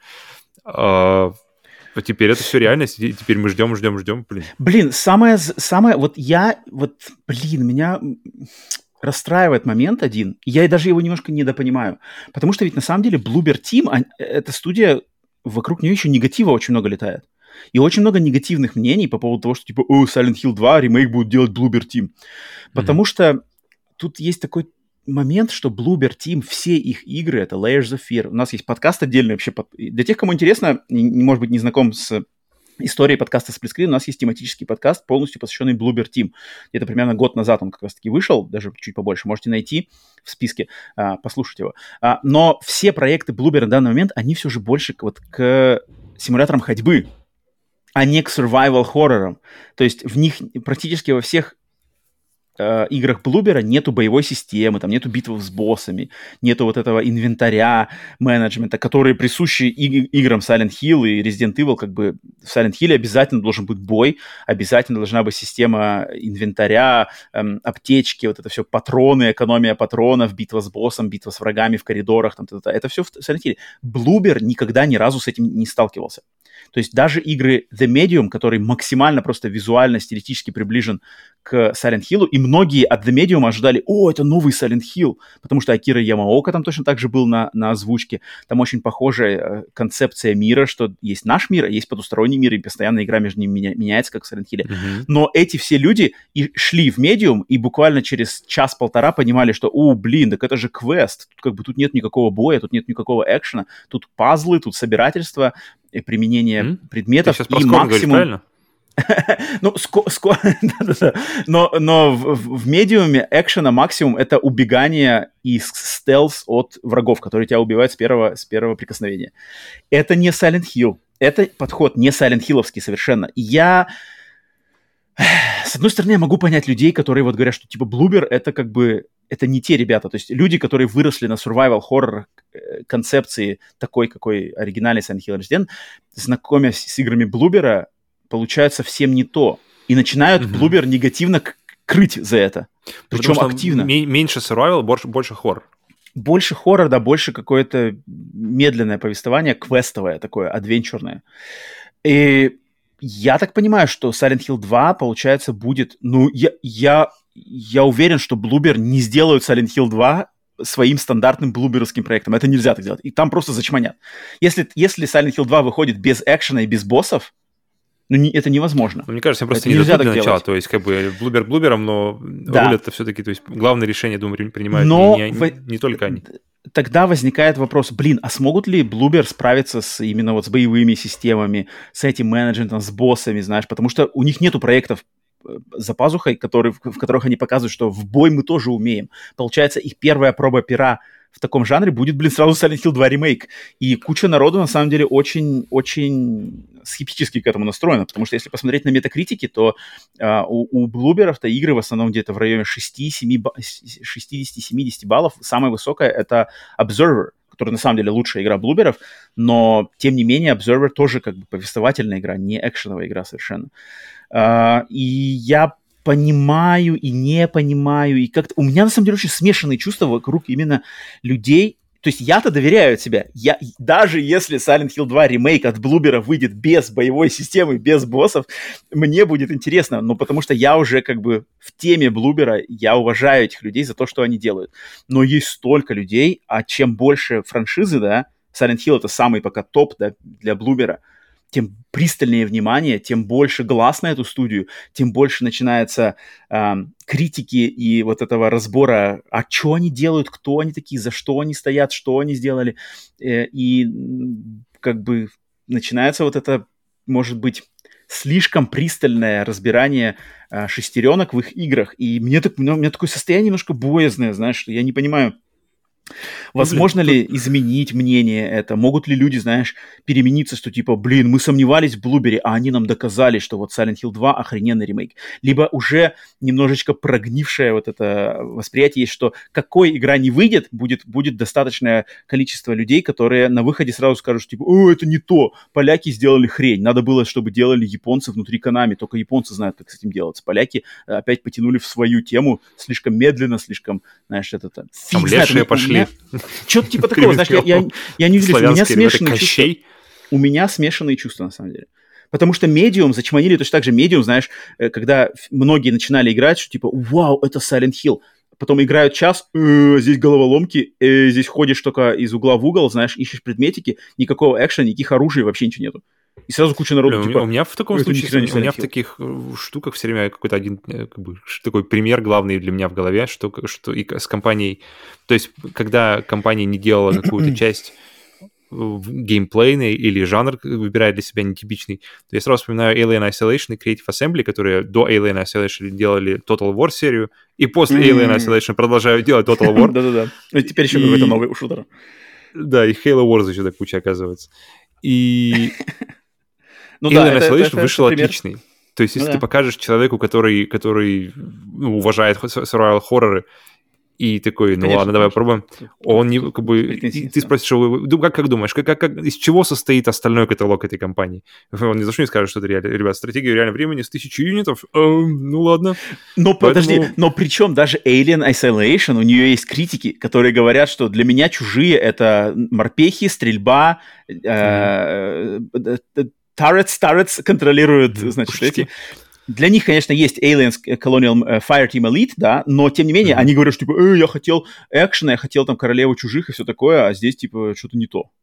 Speaker 2: А, а теперь это все реальность, и теперь мы ждем, ждем, ждем, блин.
Speaker 1: Блин, самое, самое, вот я, вот, блин, меня расстраивает момент один, я даже его немножко недопонимаю, потому что ведь на самом деле Bloober Team, эта студия, вокруг нее еще негатива очень много летает. И очень много негативных мнений по поводу того, что типа, о, Silent Hill два, ремейк будет делать Bloober Team. Потому mm-hmm. что тут есть такой момент, что Bloober Team, все их игры, это Layers of Fear. У нас есть подкаст отдельный вообще. Под... Для тех, кому интересно, не, может быть, не знаком с историей подкаста Split Screen, у нас есть тематический подкаст, полностью посвященный Bloober Team. Где-то примерно год назад он как раз-таки вышел, даже чуть побольше. Можете найти в списке, а, послушать его. А, но все проекты Bloober на данный момент, они все же больше к, вот, к симуляторам ходьбы, а не к survival-хоррорам. То есть в них практически во всех э, играх Bloober нету боевой системы, там нету битв с боссами, нету вот этого инвентаря, менеджмента, которые присущи иг- играм Silent Hill и Resident Evil. Как бы в Silent Hill обязательно должен быть бой, обязательно должна быть система инвентаря, эм, аптечки, вот это все, патроны, экономия патронов, битва с боссом, битва с врагами в коридорах. Там, это, это все в Silent Hill. Bloober никогда ни разу с этим не сталкивался. То есть даже игры The Medium, который максимально просто визуально, стилистически приближен к Silent Hill, и многие от The Medium ожидали, о, это новый Silent Hill, потому что Акира Ямаока там точно так же был на, на озвучке. Там очень похожая э, концепция мира, что есть наш мир, а есть потусторонний мир, и постоянно игра между ними меня, меняется, как в Silent Hill. Mm-hmm. Но эти все люди и шли в Medium, и буквально через час-полтора понимали, что, о, блин, так это же квест, тут как бы тут нет никакого боя, тут нет никакого экшена, тут пазлы, тут собирательство, применение mm? предметов.
Speaker 2: Ты сейчас и максимум... говоришь, правильно?
Speaker 1: ну, ско... ско... но, но в, в медиуме экшена максимум это убегание и стелс от врагов, которые тебя убивают с первого, с первого прикосновения. Это не Silent Hill. Это подход не Silent Hill'овский совершенно. Я... С одной стороны, я могу понять людей, которые вот говорят, что типа Bloober это как бы... Это не те ребята. То есть люди, которые выросли на survival-хоррор концепции такой, какой оригинальный Silent Hill Resident, знакомясь с играми Bloober, получают совсем не то. И начинают mm-hmm. Bloober негативно к- крыть за это. Причем активно.
Speaker 2: М- меньше survival, больше, больше хоррор.
Speaker 1: Больше хоррор, да, больше какое-то медленное повествование, квестовое такое, адвенчурное. И я так понимаю, что Silent Hill два, получается, будет... Ну, я, я, я уверен, что Bloober не сделают Silent Hill два своим стандартным блуберовским проектом. Это нельзя так делать. И там просто зачманят. Если, если Silent Hill два выходит без экшена и без боссов, ну, не, это невозможно.
Speaker 2: Ну, мне кажется, просто это не дадут для начала. То есть, как бы, Bloober блубером, но да. руль это все-таки, то есть, главное решение, думаю, принимают но не, не, в... не только они.
Speaker 1: Тогда возникает вопрос, блин, а смогут ли Bloober справиться с именно вот с боевыми системами, с этим менеджментом, с боссами, знаешь, потому что у них нету проектов за пазухой, которые, в которых они показывают, что в бой мы тоже умеем. Получается, их первая проба пера в таком жанре будет, блин, сразу Silent Hill два ремейк. И куча народу, на самом деле, очень-очень скептически к этому настроена, потому что если посмотреть на метакритики, то uh, у, у Bloober-то игры в основном где-то в районе шестьдесят-семьдесят баллов. Самая высокая — это Observer, который на самом деле лучшая игра Bloober'ов, но, тем не менее, Observer тоже как бы повествовательная игра, не экшеновая игра совершенно. Uh, и я понимаю и не понимаю, и как-то... У меня, на самом деле, очень смешанные чувства вокруг именно людей. То есть я-то доверяю себя. Я... Даже если Silent Hill два ремейк от Bloober выйдет без боевой системы, без боссов, мне будет интересно, но потому что я уже как бы в теме Bloober, я уважаю этих людей за то, что они делают. Но есть столько людей, а чем больше франшизы, да, Silent Hill — это самый пока топ, да, для Bloober, тем пристальнее внимание, тем больше глаз на эту студию, тем больше начинается э, критики и вот этого разбора, а что они делают, кто они такие, за что они стоят, что они сделали. Э, и как бы начинается вот это, может быть, слишком пристальное разбирание э, шестеренок в их играх. И мне, так, у меня такое состояние немножко боязное, знаешь, что я не понимаю, возможно
Speaker 2: ну, блин,
Speaker 1: ли тут... изменить мнение это? Могут ли люди, знаешь, перемениться, что типа, блин, мы сомневались в Блубере, а они нам доказали, что вот Silent Hill два охрененный ремейк. Либо уже немножечко прогнившее вот это восприятие есть, что какой игра не выйдет, будет, будет достаточное количество людей, которые на выходе сразу скажут, типа, о, это не то, поляки сделали хрень, надо было, чтобы делали японцы внутри Konami, только японцы знают, как с этим делаться. Поляки опять потянули в свою тему слишком медленно, слишком, знаешь, это...
Speaker 2: Там лешие пошли.
Speaker 1: Что-то типа такого, знаешь, я, я, я не уверен, у меня смешанные чувства. У меня смешанные чувства, на самом деле. Потому что Medium зачманили точно так же. Medium, знаешь, когда многие начинали играть, что типа, вау, это Silent Hill. Потом играют час, э, здесь головоломки, э, здесь ходишь только из угла в угол, знаешь, ищешь предметики, никакого экшена, никаких оружий, вообще ничего нету. И сразу куча народу,
Speaker 2: Бля,
Speaker 1: типа...
Speaker 2: У меня в таком случае, у меня в таких штуках все время какой-то один как бы, такой пример главный для меня в голове, что, что и с компанией... То есть, когда компания не делала какую-то часть геймплейный или жанр выбирает для себя нетипичный, то я сразу вспоминаю Alien Isolation и Creative Assembly, которые до Alien Isolation делали Total War серию, и после Alien Isolation продолжают делать Total War.
Speaker 1: Да-да-да. И теперь еще какой-то новый шутер.
Speaker 2: Да, и Halo Wars еще так куча оказывается. И...
Speaker 1: Ну,
Speaker 2: Alien
Speaker 1: да,
Speaker 2: Isolation
Speaker 1: это, это,
Speaker 2: вышел
Speaker 1: это
Speaker 2: отличный. То есть, если
Speaker 1: ну,
Speaker 2: ты
Speaker 1: да.
Speaker 2: покажешь человеку, который, который ну, уважает survival хорроры, и такой, ну
Speaker 1: конечно,
Speaker 2: ладно, давай
Speaker 1: конечно.
Speaker 2: попробуем. Он не, как бы, и ты спросишь, его, как, как думаешь, как, как, как, из чего состоит остальной каталог этой компании? Он ни за что не скажет, что это реально, ребят, стратегия реального времени с тысячи юнитов, э, ну ладно.
Speaker 1: Но
Speaker 2: Поэтому...
Speaker 1: подожди, но причем даже Alien Isolation, у нее есть критики, которые говорят, что для меня чужие это морпехи, стрельба, mm-hmm. Turrets, turrets контролируют, mm-hmm. значит, Пушечки. Эти. Для них, конечно, есть Aliens Colonial Fireteam Elite, да, но, тем не менее, mm-hmm. они говорят, что, типа, э, я хотел экшена, я хотел там Королеву Чужих и все такое, а здесь, типа, что-то не то.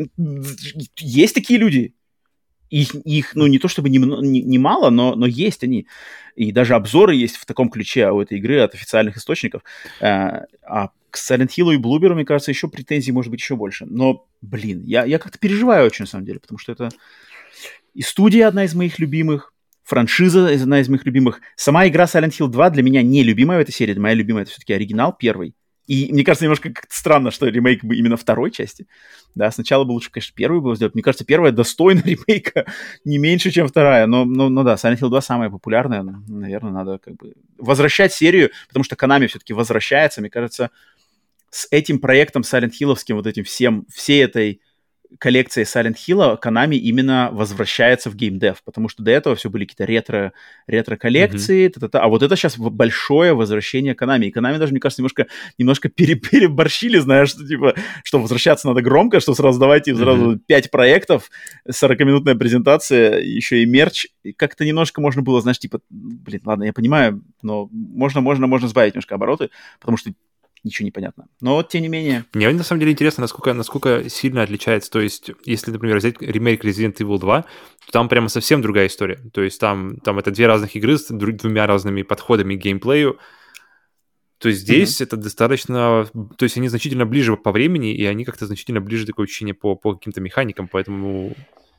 Speaker 1: Есть такие люди. Их, их ну, не то чтобы немало, не, не мало, но, но есть они. И даже обзоры есть в таком ключе у этой игры от официальных источников. А, а к Silent Hill и Bloober, мне кажется, еще претензий может быть еще больше. Но, блин, я, я как-то переживаю очень, на самом деле, потому что это и студия одна из моих любимых, франшиза одна из моих любимых. Сама игра Silent Hill два для меня не любимая в этой серии. Моя любимая — это все-таки оригинал первый. И мне кажется, немножко как-то странно, что ремейк бы именно второй части. Да, сначала бы лучше, конечно, первую было сделать. Мне кажется, первая достойна ремейка не меньше, чем вторая. Но, но, но да, Silent Hill два самая популярная. Наверное, надо как бы возвращать серию, потому что Konami все-таки возвращается. Мне кажется, с этим проектом Silent Hill'овским, вот этим всем, всей этой коллекцией Silent Hill Konami именно возвращается в геймдев, потому что до этого все были какие-то ретро, ретро-коллекции, mm-hmm. а вот это сейчас большое возвращение Konami. И Konami даже, мне кажется, немножко, немножко пере, переборщили, знаешь, что, типа, что возвращаться надо громко, что сразу давайте сразу пять mm-hmm. проектов, сорокаминутная презентация, еще и мерч. И как-то немножко можно было, знаешь, типа, блин, ладно, я понимаю, но можно, можно, можно сбавить немножко обороты, потому что ничего не понятно. Но, тем не менее...
Speaker 2: Мне на самом деле интересно, насколько, насколько сильно отличается. То есть, если, например, взять ремейк Resident Evil два, то там прямо совсем другая история. То есть, там, там это две разных игры с двумя разными подходами к геймплею. То есть, здесь mm-hmm. это достаточно... То есть, они значительно ближе по времени, и они как-то значительно ближе такое ощущение по, по каким-то механикам, поэтому...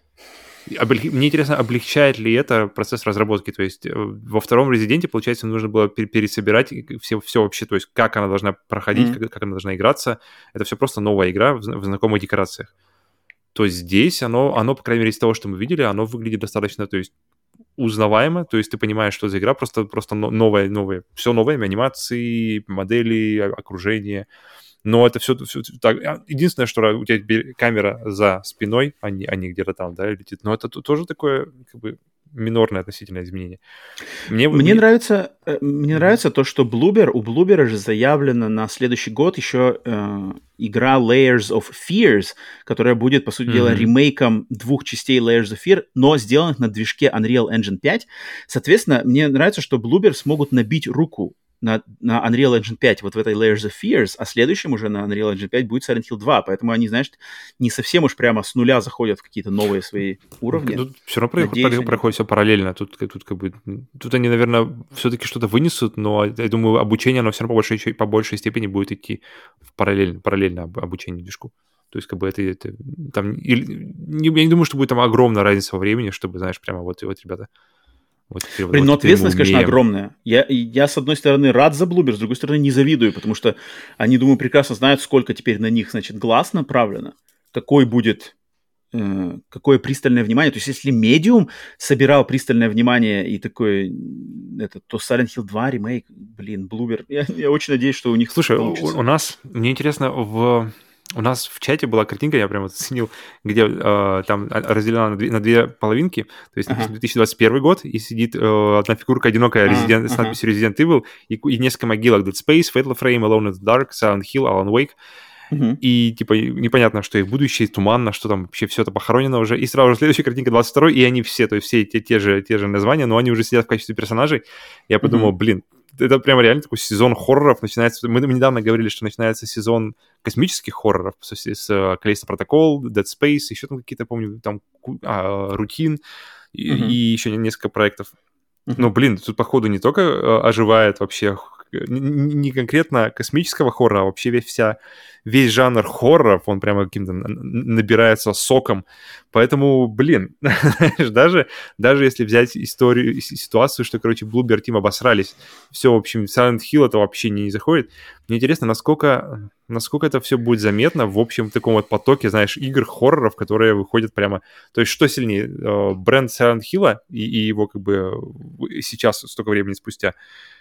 Speaker 2: Мне интересно, облегчает ли это процесс разработки, то есть во втором Резиденте, получается, нужно было пересобирать все, все вообще, то есть как она должна проходить, mm-hmm. как, как она должна играться, это все просто новая игра в, в знакомых декорациях. То есть здесь оно, оно, по крайней мере, из того, что мы видели, оно выглядит достаточно, то есть узнаваемо, то есть ты понимаешь, что за игра, просто, просто новая, новая, все новое, анимации, модели, окружение. Но это все, все так. Единственное, что у тебя камера за спиной, а не, а не где-то там, да, летит. Но это тоже такое, как бы, минорное относительное изменение.
Speaker 1: Мне, мне, мне нравится, мне нравится то, что Bloober, у Bloober же заявлено на следующий год еще э, игра Layers of Fears, которая будет, по сути mm-hmm. дела, ремейком двух частей Layers of Fear, но сделанных на движке Unreal Engine пять. Соответственно, мне нравится, что Bloober смогут набить руку На, на Unreal Engine пять, вот в этой Layers of Fears, а следующим уже на Unreal Engine пять будет Silent Hill два, поэтому они, знаешь, не совсем уж прямо с нуля заходят в какие-то новые свои уровни.
Speaker 2: Тут все равно Надеюсь, проходит, проходит все параллельно, тут, тут как бы, тут они, наверное, все-таки что-то вынесут, но я думаю, обучение, оно все равно по большей, по большей степени будет идти в параллель, параллельно обучению движку. То есть, как бы это, это там, или, не, я не думаю, что будет там огромная разница во времени, чтобы, знаешь, прямо вот, вот ребята. Вот теперь,
Speaker 1: Блин,
Speaker 2: вот
Speaker 1: но
Speaker 2: теперь
Speaker 1: ответственность, конечно, огромная. Я, я, с одной стороны, рад за Bloober, с другой стороны, не завидую, потому что они, думаю, прекрасно знают, сколько теперь на них, значит, глаз направлено, какой будет, э, какое пристальное внимание. То есть, если Medium собирал пристальное внимание и такое, это, то Silent Hill два ремейк, блин, Bloober, я, я очень надеюсь, что у них
Speaker 2: Слушай,
Speaker 1: получится.
Speaker 2: У, у нас, мне интересно, в... У нас в чате была картинка, я прямо оценил, где э, там разделена на две, на две половинки, то есть написано ага. две тысячи двадцать первый год, и сидит э, одна фигурка одинокая а, Resident, ага. с надписью Resident Evil, и, и несколько могилок: Dead Space, Fatal Frame, Alone in the Dark, Silent Hill, Alan Wake. Uh-huh. И, типа, непонятно, что их будущее, туманно, что там вообще все это похоронено уже. И сразу же следующая картинка двадцать второй, и они все, то есть все те, те, же, те же названия, но они уже сидят в качестве персонажей. Я подумал, uh-huh. блин, это прямо реально такой сезон хорроров начинается. Мы недавно говорили, что начинается сезон космических хорроров с, с Callisto Protocol, Dead Space, еще там какие-то, помню, там а, Рутин и, uh-huh. и еще несколько проектов. Uh-huh. Но, блин, тут, походу, не только оживает вообще не конкретно космического хоррора, а вообще весь, вся, весь жанр хорроров, он прямо каким-то набирается соком. Поэтому, блин, даже, даже если взять историю, ситуацию, что, короче, Bloober Team обосрались, все, в общем, Silent Hill это вообще не заходит. Мне интересно, насколько, насколько это все будет заметно в общем таком вот потоке, знаешь, игр, хорроров, которые выходят прямо... То есть что сильнее, бренд Silent Hill и, и его как бы сейчас, столько времени спустя,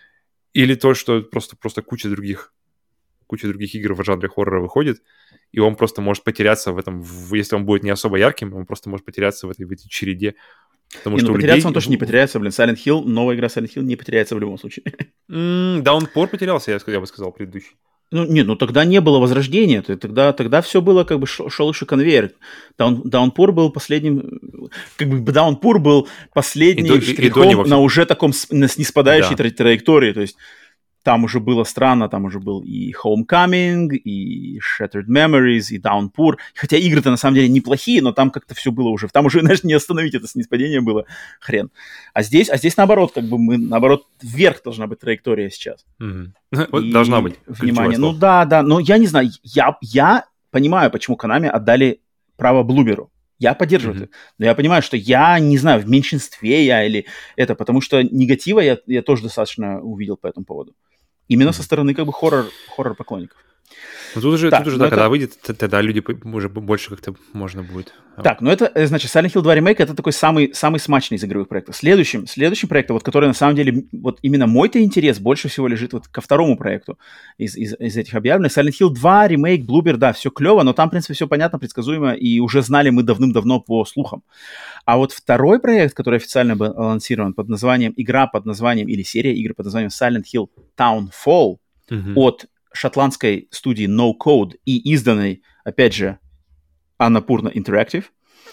Speaker 2: или то, что просто, просто куча других, куча других игр в жанре хоррора выходит, и он просто может потеряться в этом, в, если он будет не особо ярким, он просто может потеряться в этой, в этой череде. Потому
Speaker 1: не,
Speaker 2: что
Speaker 1: ну,
Speaker 2: у
Speaker 1: потеряться
Speaker 2: людей...
Speaker 1: он точно не потеряется, блин. Silent Hill, новая игра Silent Hill не потеряется в любом случае.
Speaker 2: Mm, Downpour потерялся, я, я бы сказал, предыдущий.
Speaker 1: Ну, нет, ну тогда не было возрождения, тогда, тогда все было как бы шел еще конвейер. Down, Downpour был последним, как бы Downpour был последним штрихом на уже таком на неспадающей да. траектории, то есть там уже было странно, там уже был и Homecoming, и Shattered Memories, и Downpour. Хотя игры-то на самом деле неплохие, но там как-то все было уже... Там уже, знаешь, не остановить это снисхождение было. Хрен. А здесь, а здесь наоборот, как бы мы, наоборот, вверх должна быть траектория сейчас.
Speaker 2: Mm-hmm. Вот должна быть.
Speaker 1: Внимание. Ну да, да, но я не знаю, я, я понимаю, почему Konami отдали право Bloober. Я поддерживаю mm-hmm. это. Но я понимаю, что я, не знаю, в меньшинстве я или это, потому что негатива я, я тоже достаточно увидел по этому поводу. Именно mm-hmm. со стороны как бы хоррор, хоррор-поклонников.
Speaker 2: Ну тут уже, так, тут уже да, это... когда выйдет, тогда люди уже больше как-то можно будет.
Speaker 1: Так, ну это, значит, Silent Hill два ремейк это такой самый, самый смачный из игровых проектов. Следующим, следующим проектом, вот, который на самом деле, вот именно мой-то интерес больше всего лежит вот ко второму проекту из, из, из этих объявленных. Silent Hill два ремейк, Bloober, да, все клево, но там, в принципе, все понятно, предсказуемо, и уже знали мы давным-давно по слухам. А вот второй проект, который официально был анонсирован под названием, игра под названием, или серия игр под названием Silent Hill Townfall mm-hmm. от шотландской студии No Code и изданной, опять же, Annapurna Interactive.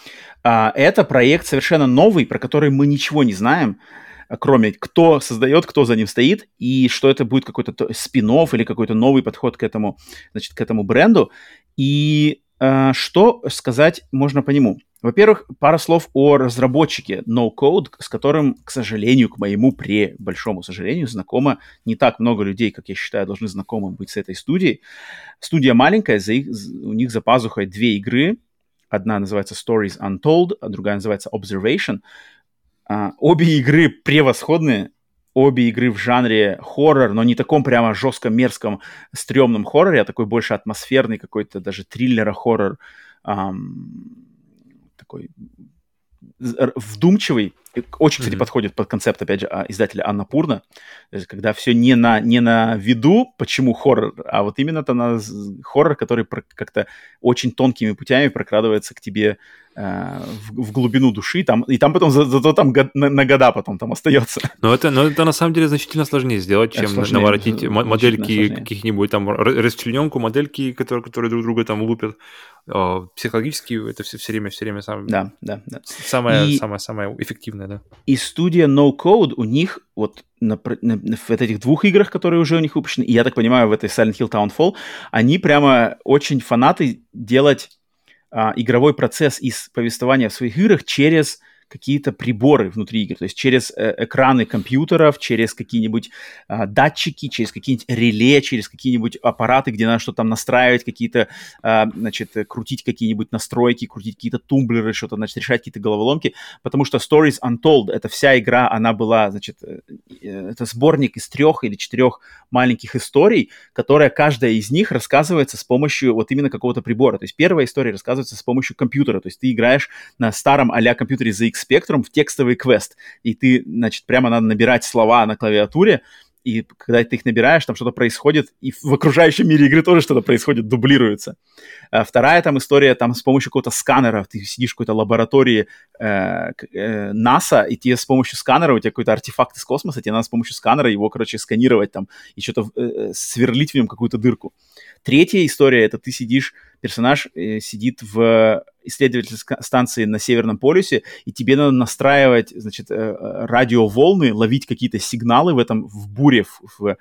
Speaker 1: А, это проект совершенно новый, про который мы ничего не знаем, кроме кто создает, кто за ним стоит, и что это будет какой-то спин-офф или какой-то новый подход к этому, значит, к этому бренду. И а, что сказать можно по нему? Во-первых, пара слов о разработчике No Code, с которым, к сожалению, к моему пребольшому сожалению, знакомо не так много людей, как я считаю, должны знакомы быть с этой студией. Студия маленькая, за их, у них за пазухой две игры. Одна называется Stories Untold, а другая называется Observation. А, обе игры превосходные. Обе игры в жанре хоррор, но не таком прямо жестко мерзком, стрёмном хорроре, а такой больше атмосферный какой-то даже триллера-хоррор. Ам... такой вдумчивый, очень, кстати, mm-hmm. подходит под концепт, опять же, издателя Annapurna, когда все не на, не на виду, почему хоррор, а вот именно-то на хоррор, который как-то очень тонкими путями прокрадывается к тебе э, в, в глубину души, там, и там потом за, зато там год, на, на года потом там остается.
Speaker 2: Но это, но это на самом деле значительно сложнее сделать, чем сложнее, наворотить модельки каких-нибудь там, расчлененку, модельки, которые, которые друг друга там лупят. Психологически это все, все время, все время сам,
Speaker 1: да, да, да.
Speaker 2: Самое, и, самое, самое эффективное, да.
Speaker 1: И студия No Code, у них вот на, на, на, в этих двух играх, которые уже у них выпущены, и я так понимаю, в этой Silent Hill Townfall, они прямо очень фанаты делать а, игровой процесс из повествования в своих играх через какие-то приборы внутри игр, то есть через э, экраны компьютеров, через какие-нибудь э, датчики, через какие-нибудь реле, через какие-нибудь аппараты, где надо что-то там настраивать, какие-то, э, значит, крутить какие-нибудь настройки, крутить какие-то тумблеры, что-то, значит, решать какие-то головоломки, потому что Stories Untold, это вся игра, она была, значит, э, э, это сборник из трех или четырех маленьких историй, которая, каждая из них рассказывается с помощью вот именно какого-то прибора. То есть первая история рассказывается с помощью компьютера, то есть ты играешь на старом а-ля компьютере зет икс Spectrum в текстовый квест, и ты, значит, прямо надо набирать слова на клавиатуре, и когда ты их набираешь, там что-то происходит, и в окружающем мире игры тоже что-то происходит, дублируется. А вторая там история, там с помощью какого-то сканера, ты сидишь в какой-то лаборатории э, э, НАСА, и тебе с помощью сканера, у тебя какой-то артефакт из космоса, тебе надо с помощью сканера его, короче, сканировать там, и что-то э, сверлить в нем какую-то дырку. Третья история, это ты сидишь, персонаж э, сидит в исследовательской станции на Северном полюсе, и тебе надо настраивать, значит, э, радиоволны, ловить какие-то сигналы в этом, в буре, в, в,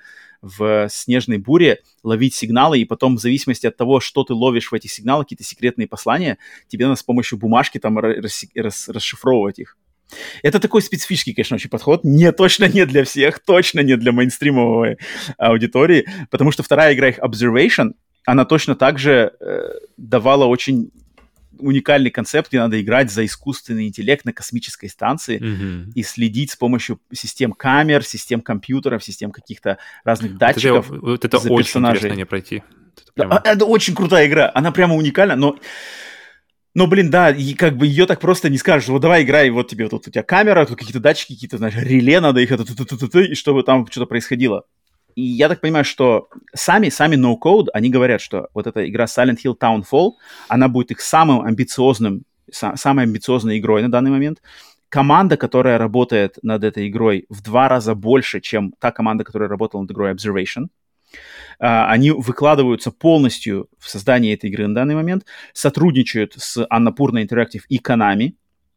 Speaker 1: в снежной буре, ловить сигналы, и потом в зависимости от того, что ты ловишь в этих сигналах, какие-то секретные послания, тебе надо с помощью бумажки там рас, рас, расшифровывать их. Это такой специфический, конечно, очень подход. Не, точно не для всех, точно не для мейнстримовой аудитории, потому что вторая игра их Observation, она точно так же э, давала очень уникальный концепт, где надо играть за искусственный интеллект на космической станции mm-hmm. и следить с помощью систем камер, систем компьютеров, систем каких-то разных датчиков.
Speaker 2: Вот это, вот это
Speaker 1: за
Speaker 2: очень
Speaker 1: персонажей.
Speaker 2: Интересно не пройти.
Speaker 1: Это, прямо... это очень крутая игра, она прямо уникальна, но... Но, блин, да, и как бы ее так просто не скажешь, вот давай играй, вот тебе вот у тебя камера, тут какие-то датчики, какие-то, знаешь, реле, надо их, это, и чтобы там что-то происходило. И я так понимаю, что сами, сами No Code, они говорят, что вот эта игра Silent Hill Townfall, она будет их самым амбициозным, са- самой амбициозной игрой на данный момент. Команда, которая работает над этой игрой, в два раза больше, чем та команда, которая работала над игрой Observation. Uh, они выкладываются полностью в создании этой игры на данный момент, сотрудничают с Annapurna Interactive и Konami,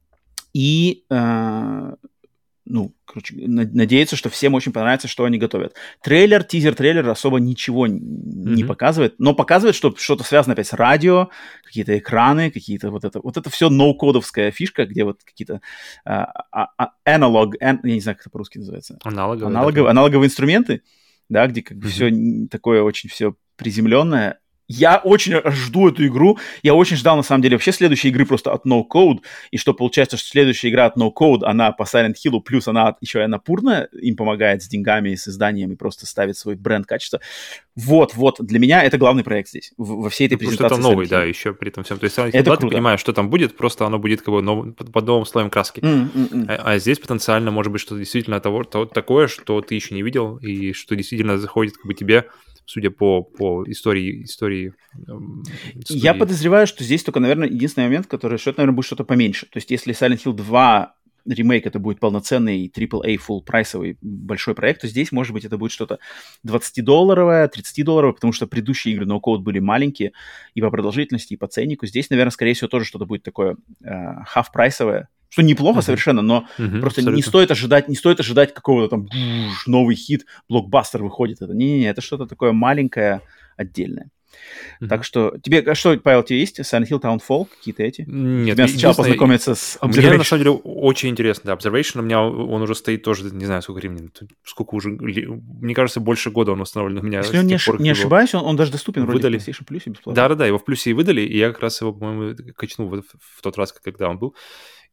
Speaker 1: и, uh, ну, короче, надеются, что всем очень понравится, что они готовят. Трейлер, тизер-трейлер особо ничего mm-hmm. не показывает, но показывает, что что-то связано опять с радио, какие-то экраны, какие-то вот это, вот это все ноу-кодовская фишка, где вот какие-то uh, аналог, uh, uh, я не знаю, как это по-русски называется.
Speaker 2: Аналоговые.
Speaker 1: Аналоговые, аналоговые инструменты. Да, где как бы mm-hmm. все такое очень все приземленное. Я очень жду эту игру. Я очень ждал, на самом деле, вообще следующей игры просто от No Code. И что получается, что следующая игра от No Code, она по Silent Hill, плюс она еще и Annapurna им помогает с деньгами, и с изданием, и просто ставит свой бренд качества. Вот, вот, для меня это главный проект здесь, во всей этой презентации.
Speaker 2: Потому что это новый, да, еще при этом всем. То есть Silent Hill два, ты понимаешь, что там будет, просто оно будет как бы нов... под новым слоем краски.
Speaker 1: Mm-mm-mm.
Speaker 2: А, а здесь потенциально может быть что-то действительно того, того, такое, что ты еще не видел, и что действительно заходит как бы тебе, судя по, по истории, истории, эм, истории.
Speaker 1: Я подозреваю, что здесь только, наверное, единственный момент, который, что это, наверное, будет что-то поменьше. То есть если Silent Hill два ремейк это будет полноценный трипл эй full прайсовый большой проект, то здесь, может быть, это будет что-то двадцатидолларовое, тридцатидолларовое, потому что предыдущие игры No Code были маленькие и по продолжительности, и по ценнику. Здесь, наверное, скорее всего, тоже что-то будет такое э, half-прайсовое, что неплохо uh-huh. совершенно, но uh-huh, просто абсолютно. не стоит ожидать, не стоит ожидать какого-то там буш, новый хит, блокбастер выходит. Это не-не-не, это что-то такое маленькое, отдельное. Mm-hmm. Так что, тебе, что, Павел, тебе есть Silent Hill Townfall, какие-то эти?
Speaker 2: Нет.
Speaker 1: Тебе сначала познакомиться с
Speaker 2: Observation. Мне, на самом деле, очень интересно. Да, Observation у меня, он уже стоит тоже, не знаю, сколько времени, сколько уже, мне кажется, больше года он установлен у меня.
Speaker 1: Если он не, ш... не ошибаюсь, он, он даже доступен выдали. Вроде в PlayStation Plus бесплатно.
Speaker 2: Да-да-да, его в плюсе и выдали, и я как раз его, по-моему, качнул в, в тот раз, когда он был.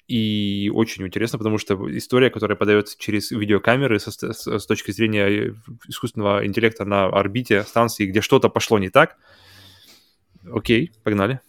Speaker 2: И очень интересно, потому что история, которая подается через видеокамеры со, с, с точки зрения искусственного интеллекта на орбите станции, где что-то пошло не так. Окей, погнали.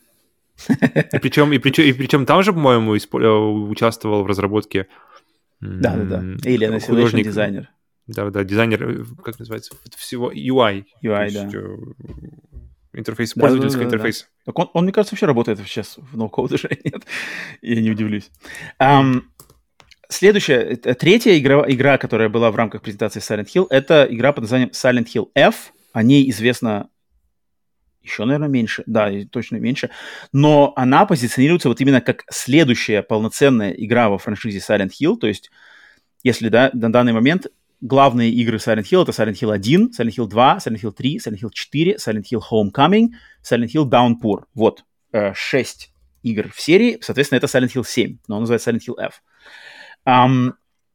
Speaker 2: И причем, и, причем, и причем там же, по-моему, исп- участвовал в разработке
Speaker 1: Да-да-да, Alien Isolation дизайнер.
Speaker 2: Да-да, дизайнер, как называется, всего ю ай.
Speaker 1: ю ай, да.
Speaker 2: Интерфейс, да, пользовательский да, да, интерфейс.
Speaker 1: Да. Так он, он, мне кажется, вообще работает сейчас в No Code уже, нет? Я не удивлюсь. Um, следующая, третья игра, игра, которая была в рамках презентации Silent Hill, это игра под названием Silent Hill F. О ней известно еще, наверное, меньше. Да, точно меньше. Но она позиционируется вот именно как следующая полноценная игра во франшизе Silent Hill. То есть, если да, на данный момент главные игры Silent Hill — это Silent Hill один, Silent Hill два, Silent Hill три, Silent Hill четыре, Silent Hill Homecoming, Silent Hill Downpour. Вот, э, шесть игр в серии, соответственно, это Silent Hill семь, но он называется Silent Hill F. Um,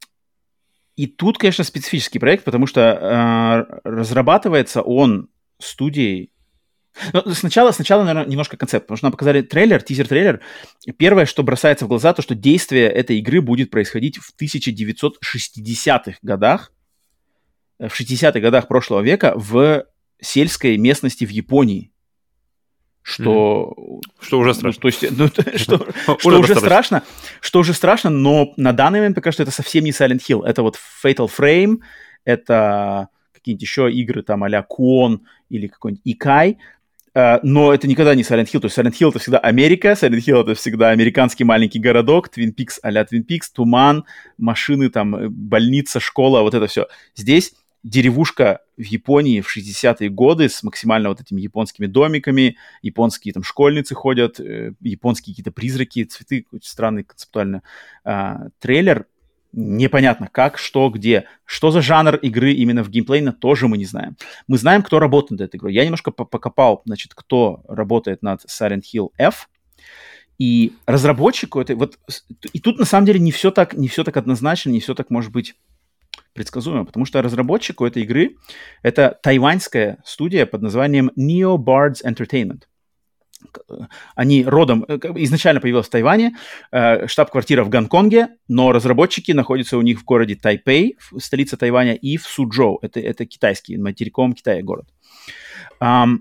Speaker 1: и тут, конечно, специфический проект, потому что uh, разрабатывается он студией. Но сначала, сначала, наверное, немножко концепт, потому что нам показали трейлер, тизер-трейлер. Первое, что бросается в глаза, то, что действие этой игры будет происходить в тысяча девятьсот шестидесятых годах, в шестидесятых годах прошлого века в сельской местности в Японии. Что...
Speaker 2: Mm-hmm. Что уже страшно.
Speaker 1: Ну, то есть, ну, что, что уже страшно, что уже страшно, но на данный момент пока что это совсем не Silent Hill. Это вот Fatal Frame, это какие-нибудь еще игры там а-ля Kuon или какой-нибудь Ikai, uh, но это никогда не Silent Hill. То есть Silent Hill — это всегда Америка, Silent Hill — это всегда американский маленький городок, Twin Peaks а-ля Twin Peaks, туман, машины, там, больница, школа, вот это все. Здесь деревушка в Японии в шестидесятые годы с максимально вот этими японскими домиками, японские там школьницы ходят, э, японские какие-то призраки, цветы, странный концептуально. А, трейлер, непонятно как, что, где. Что за жанр игры именно в геймплейно, тоже мы не знаем. Мы знаем, кто работает над этой игрой. Я немножко покопал, значит, кто работает над Silent Hill F. И разработчику это... Вот, и тут на самом деле не все так, не все так однозначно, не все так может быть предсказуемо, потому что разработчику этой игры это тайваньская студия под названием NeoBards Entertainment. Они родом, изначально появилась в Тайване, штаб-квартира в Гонконге, но разработчики находятся у них в городе Тайпей, столица Тайваня, и в Суджоу, это, это китайский, материковом Китае город. Um,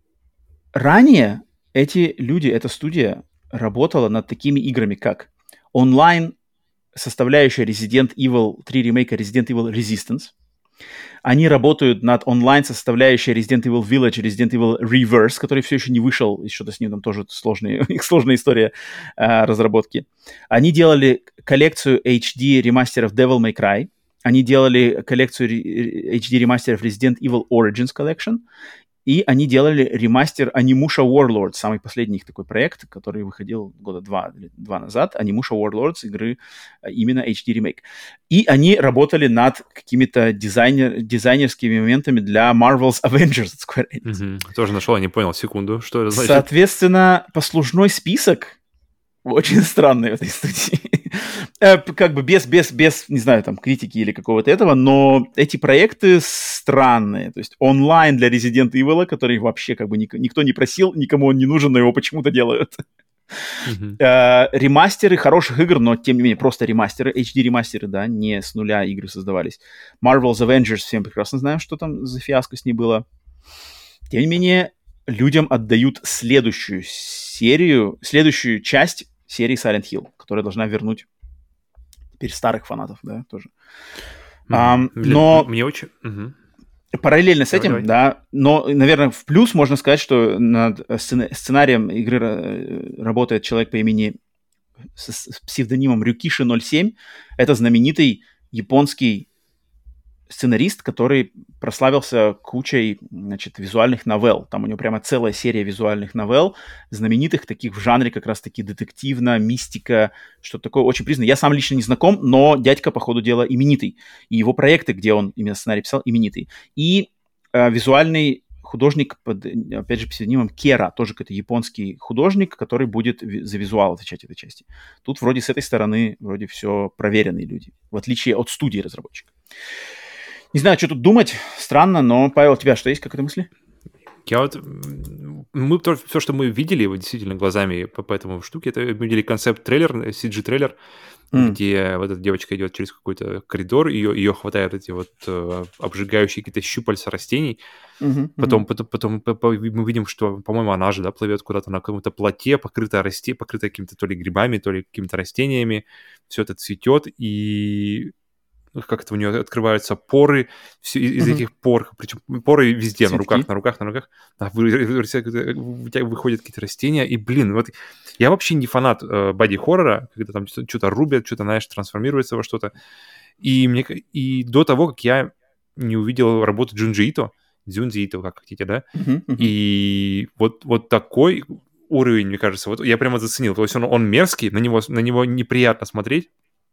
Speaker 1: ранее эти люди, эта студия работала над такими играми, как онлайн составляющая Resident Evil три ремейка Resident Evil Resistance. Они работают над онлайн-составляющей Resident Evil Village, Resident Evil Reverse, который все еще не вышел, еще-то с ним там тоже сложная, сложная история а, разработки. Они делали коллекцию эйч ди ремастеров Devil May Cry. Они делали коллекцию эйч ди ремастеров Resident Evil Origins Collection. И они делали ремастер Animusha Warlords, самый последний их такой проект, который выходил года два, два назад, Animusha Warlords, игры именно эйч ди ремейк. И они работали над какими-то дизайнер, дизайнерскими моментами для Marvel's Avengers от Square Enix.
Speaker 2: Mm-hmm. Тоже нашел, я не понял, секунду, что это значит.
Speaker 1: Соответственно, послужной список очень странный в этой студии. Как бы без, без, без, не знаю, там, критики или какого-то этого, но эти проекты странные. То есть онлайн для Resident Evil, который вообще как бы ник- никто не просил, никому он не нужен, но его почему-то делают. Mm-hmm. Uh, ремастеры хороших игр, но тем не менее просто ремастеры, эйч ди ремастеры, да, не с нуля игры создавались. Marvel's Avengers, всем прекрасно знаем, что там за фиаско с ней было. Тем не менее, людям отдают следующую серию, следующую часть серии Silent Hill, которая должна вернуть теперь старых фанатов, да, тоже. Mm-hmm. Um, но
Speaker 2: мне очень... Mm-hmm.
Speaker 1: Параллельно с этим, давай, давай. да, но, наверное, в плюс можно сказать, что над сценарием игры работает человек по имени с, с псевдонимом Рюкиши ноль семь. Это знаменитый японский сценарист, который прославился кучей, значит, визуальных новелл. Там у него прямо целая серия визуальных новелл, знаменитых таких в жанре как раз-таки детективно, мистика, что-то такое очень признанное. Я сам лично не знаком, но дядька, по ходу дела, именитый. И его проекты, где он именно сценарий писал, именитый. И э, визуальный художник под, опять же, псевдонимом Кера, тоже какой-то японский художник, который будет за визуал отвечать этой части. Тут вроде с этой стороны вроде все проверенные люди, в отличие от студии разработчика. Не знаю, что тут думать. Странно, но, Павел, у тебя что, есть какие-то мысли?
Speaker 2: Я вот... Мы, то, все, что мы видели вот, действительно глазами по, по этому штуке, это мы видели концепт-трейлер, си джи-трейлер, mm. где вот эта девочка идет через какой-то коридор, ее, ее хватают эти вот uh, обжигающие какие-то щупальца растений. Mm-hmm, потом, mm-hmm. потом, потом по, по, мы видим, что, по-моему, она же, да, плывет куда-то на каком-то плоте, покрытая расте, покрытая какими-то то ли грибами, то ли какими-то растениями. Все это цветет, и... как-то у нее открываются поры, все из mm-hmm. этих пор, причем поры везде, Цветки. на руках, на руках, на руках, а вы, у тебя выходят какие-то растения, и, блин, вот я вообще не фанат э, боди-хоррора, когда там что-то, что-то рубят, что-то, знаешь, трансформируется во что-то, и, мне, и до того, как я не увидел работу Джунджи Ито, Дзюнзи Ито, как хотите, да, mm-hmm. и вот, вот такой уровень, мне кажется, вот я прямо заценил, то есть он, он мерзкий, на него, на него неприятно смотреть,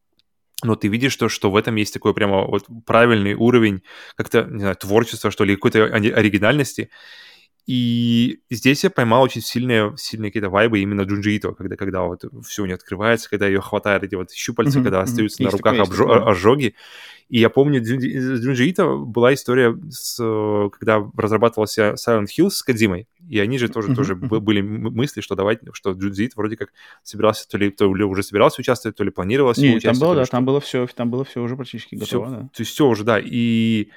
Speaker 2: но ты видишь, что, что в этом есть такой прямо вот правильный уровень как-то, не знаю, творчества, что ли, какой-то оригинальности. И здесь я поймал очень сильные, сильные какие-то вайбы именно Джунджи Ито, когда, когда вот все у нее открывается, когда ее хватает эти вот щупальца, mm-hmm, когда mm-hmm. остаются есть на руках обжо- есть, ожоги. И я помню, с Джунджи Ито была история, с, когда разрабатывался Silent Hill с Кодзимой, и они же тоже, mm-hmm. тоже mm-hmm. были мысли, что давайте, что Джунджи Ито вроде как собирался, то ли, то ли уже собирался участвовать, то ли планировалось
Speaker 1: его
Speaker 2: участвовать.
Speaker 1: Там было, да,
Speaker 2: что...
Speaker 1: там было все, там было все уже практически готово,
Speaker 2: все,
Speaker 1: да.
Speaker 2: То есть все уже, да, и...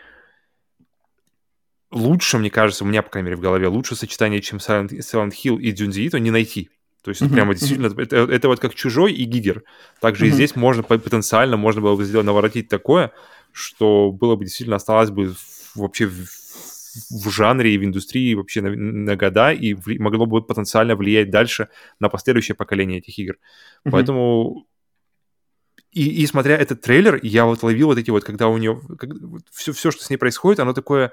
Speaker 2: Лучше, мне кажется, у меня, по крайней мере, в голове, лучше сочетание, чем Silent, Silent Hill и Джунджи Ито, не найти. То есть mm-hmm. это прямо действительно... Mm-hmm. Это, это вот как Чужой и Гигер. Также mm-hmm. и здесь можно потенциально, можно было бы сделать, наворотить такое, что было бы действительно, осталось бы вообще в, в жанре и в индустрии вообще на, на года и в, могло бы потенциально влиять дальше на последующее поколение этих игр. Mm-hmm. Поэтому... И, и смотря этот трейлер, я вот ловил вот эти вот, когда у нее... Как, все, все, что с ней происходит, оно такое...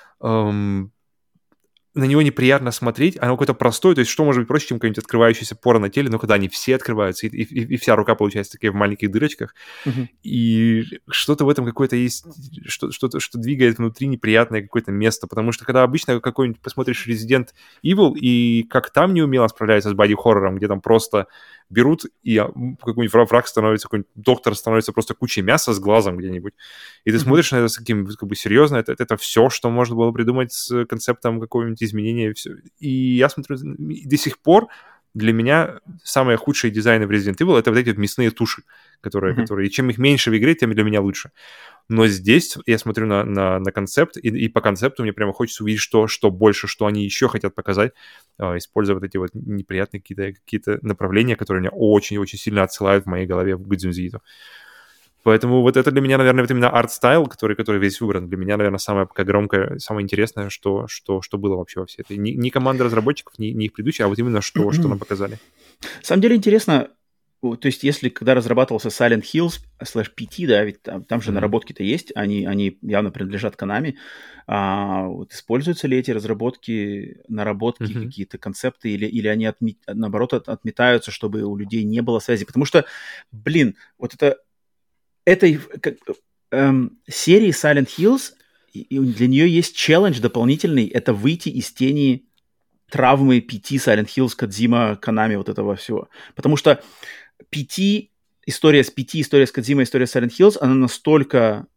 Speaker 2: Эм, на него неприятно смотреть, оно какое-то простое, то есть что может быть проще, чем какая-нибудь открывающаяся пора на теле, но когда они все открываются, и, и, и вся рука получается такая в маленьких дырочках, mm-hmm. и что-то в этом какое-то есть, что, что-то, что двигает внутри неприятное какое-то место, потому что когда обычно какой-нибудь посмотришь Resident Evil, и как там неумело справляется с боди-хоррором, где там просто берут, и какой-нибудь враг становится, какой-нибудь доктор становится просто кучей мяса с глазом где-нибудь. И ты mm-hmm. смотришь на это с таким, как бы, серьезно, это, это все, что можно было придумать с концептом какого-нибудь изменения. И, все. И я смотрю, до сих пор для меня самые худшие дизайны в Resident Evil — это вот эти вот мясные туши, которые, mm-hmm. которые... И чем их меньше в игре, тем для меня лучше. Но здесь я смотрю на, на, на концепт, и, и по концепту мне прямо хочется увидеть, что, что больше, что они еще хотят показать, э, используя вот эти вот неприятные какие-то, какие-то направления, которые меня очень-очень сильно отсылают в моей голове в Джунджи Ито. Поэтому вот это для меня, наверное, вот именно арт-стайл, который, который весь выбран, для меня, наверное, самое пока громкое, самое интересное, что, что, что было вообще во всей этой. Не, не команда разработчиков, не, не их предыдущие, а вот именно что, что нам показали.
Speaker 1: На самом деле интересно, то есть если когда разрабатывался Silent Hills слэш пи ти, да, ведь там, там же mm-hmm. наработки-то есть, они, они явно принадлежат Konami, а, вот используются ли эти разработки, наработки, mm-hmm. какие-то концепты, или, или они, отме- наоборот, от, отметаются, чтобы у людей не было связи? Потому что, блин, вот это этой как, эм, серии Silent Hills, и, и для нее есть челлендж дополнительный, это выйти из тени травмы пи ти, Silent Hills, Кодзима, Konami, вот этого всего. Потому что пи ти, история с пи ти, история с Кодзимой, история с Silent Hills, она настолько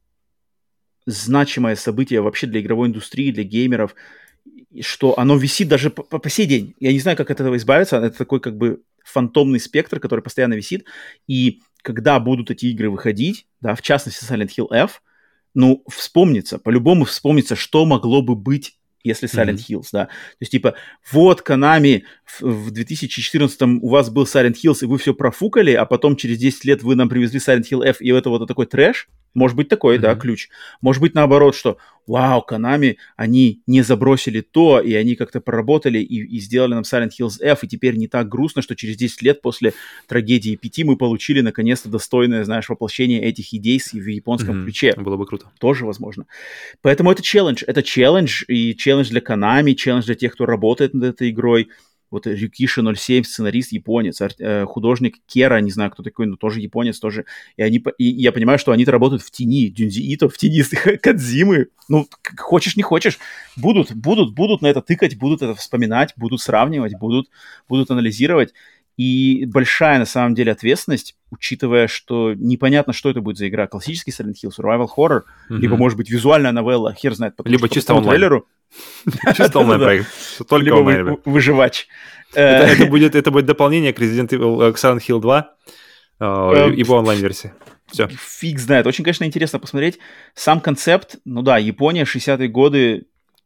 Speaker 1: значимое событие вообще для игровой индустрии, для геймеров, что оно висит даже по, по, по сей день. Я не знаю, как от этого избавиться. Это такой как бы фантомный спектр, который постоянно висит. И когда будут эти игры выходить, да, в частности Silent Hill F, ну, вспомнится, по-любому вспомнится, что могло бы быть, если Silent mm-hmm. Hills, да. То есть, типа, вот, Konami, в, в две тысячи четырнадцатом у вас был Silent Hills, и вы все профукали, а потом через десять лет вы нам привезли Silent Hill F, и это вот такой трэш. Может быть такой, mm-hmm. да, ключ. Может быть наоборот, что, вау, Konami, они не забросили то, и они как-то проработали и, и сделали нам Silent Hills F, и теперь не так грустно, что через десять лет после трагедии пи ти мы получили наконец-то достойное, знаешь, воплощение этих идей в японском mm-hmm. ключе.
Speaker 2: Было бы круто.
Speaker 1: Тоже возможно. Поэтому это челлендж. Это челлендж, и челлендж для Konami, челлендж для тех, кто работает над этой игрой. Вот Рюкиши ноль семь, сценарист, японец, арт, э, художник Кера, не знаю, кто такой, но тоже японец, тоже. И, они, и я понимаю, что они-то работают в тени Джунджи Ито, в тени Кодзимы. Ну, хочешь, не хочешь, будут, будут, будут на это тыкать, будут это вспоминать, будут сравнивать, будут, будут анализировать. И большая, на самом деле, ответственность, учитывая, что непонятно, что это будет за игра. Классический Silent Hill, survival horror, mm-hmm. либо, может быть, визуальная новелла, хер знает.
Speaker 2: Либо чисто онлайн. Чисто онлайн-проект. Только онлайн.
Speaker 1: Выживач.
Speaker 2: Это будет дополнение к Resident Evil, к Silent Hill два, его онлайн-версии. Все.
Speaker 1: Фиг знает. Очень, конечно, интересно посмотреть. Сам концепт, ну да, Япония, шестидесятые годы,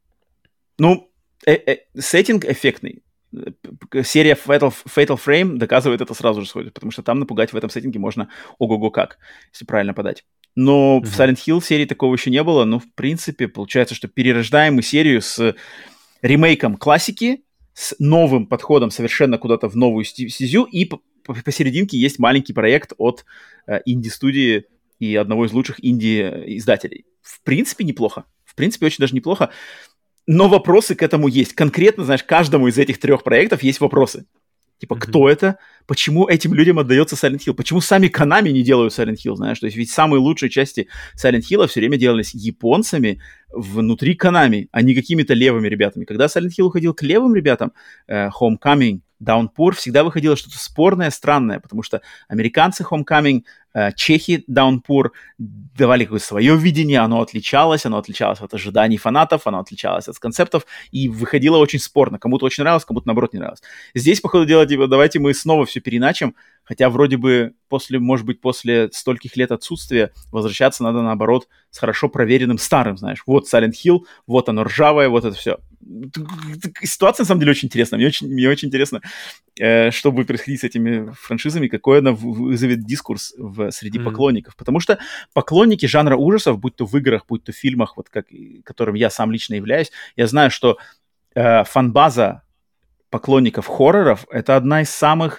Speaker 1: ну, сеттинг эффектный. Серия Fatal, Fatal Frame доказывает это сразу же сходит, потому что там напугать в этом сеттинге можно ого-го как, если правильно подать. Но mm-hmm. в Silent Hill серии такого еще не было, но в принципе получается, что перерождаем мы серию с ремейком классики, с новым подходом совершенно куда-то в новую стезю, и посерединке есть маленький проект от э, инди-студии и одного из лучших инди-издателей. В принципе, неплохо. В принципе, очень даже неплохо. Но вопросы к этому есть. Конкретно, знаешь, каждому из этих трех проектов есть вопросы. Типа, mm-hmm. кто это? Почему этим людям отдается Silent Hill? Почему сами Konami не делают Silent Hill, знаешь? То есть ведь самые лучшие части Silent Hill все время делались японцами внутри Konami, а не какими-то левыми ребятами. Когда Silent Hill уходил к левым ребятам, э, Homecoming, Downpour, всегда выходило что-то спорное, странное, потому что американцы Homecoming, э, чехи Downpour давали какое-то свое видение, оно отличалось, оно отличалось от ожиданий фанатов, оно отличалось от концептов, и выходило очень спорно. Кому-то очень нравилось, кому-то, наоборот, не нравилось. Здесь, по ходу дела, типа, давайте мы снова все переначим, хотя вроде бы после, может быть, после стольких лет отсутствия возвращаться надо, наоборот, с хорошо проверенным старым, знаешь. Вот Silent Hill, вот оно ржавое, вот это все. Ситуация, на самом деле, очень интересная. Мне очень, мне очень интересно, э, что будет происходить с этими франшизами, какой она вызовет дискурс в, среди mm-hmm. поклонников. Потому что поклонники жанра ужасов, будь то в играх, будь то в фильмах, вот как, которым я сам лично являюсь, я знаю, что э, фан-база поклонников хорроров — это одна из самых,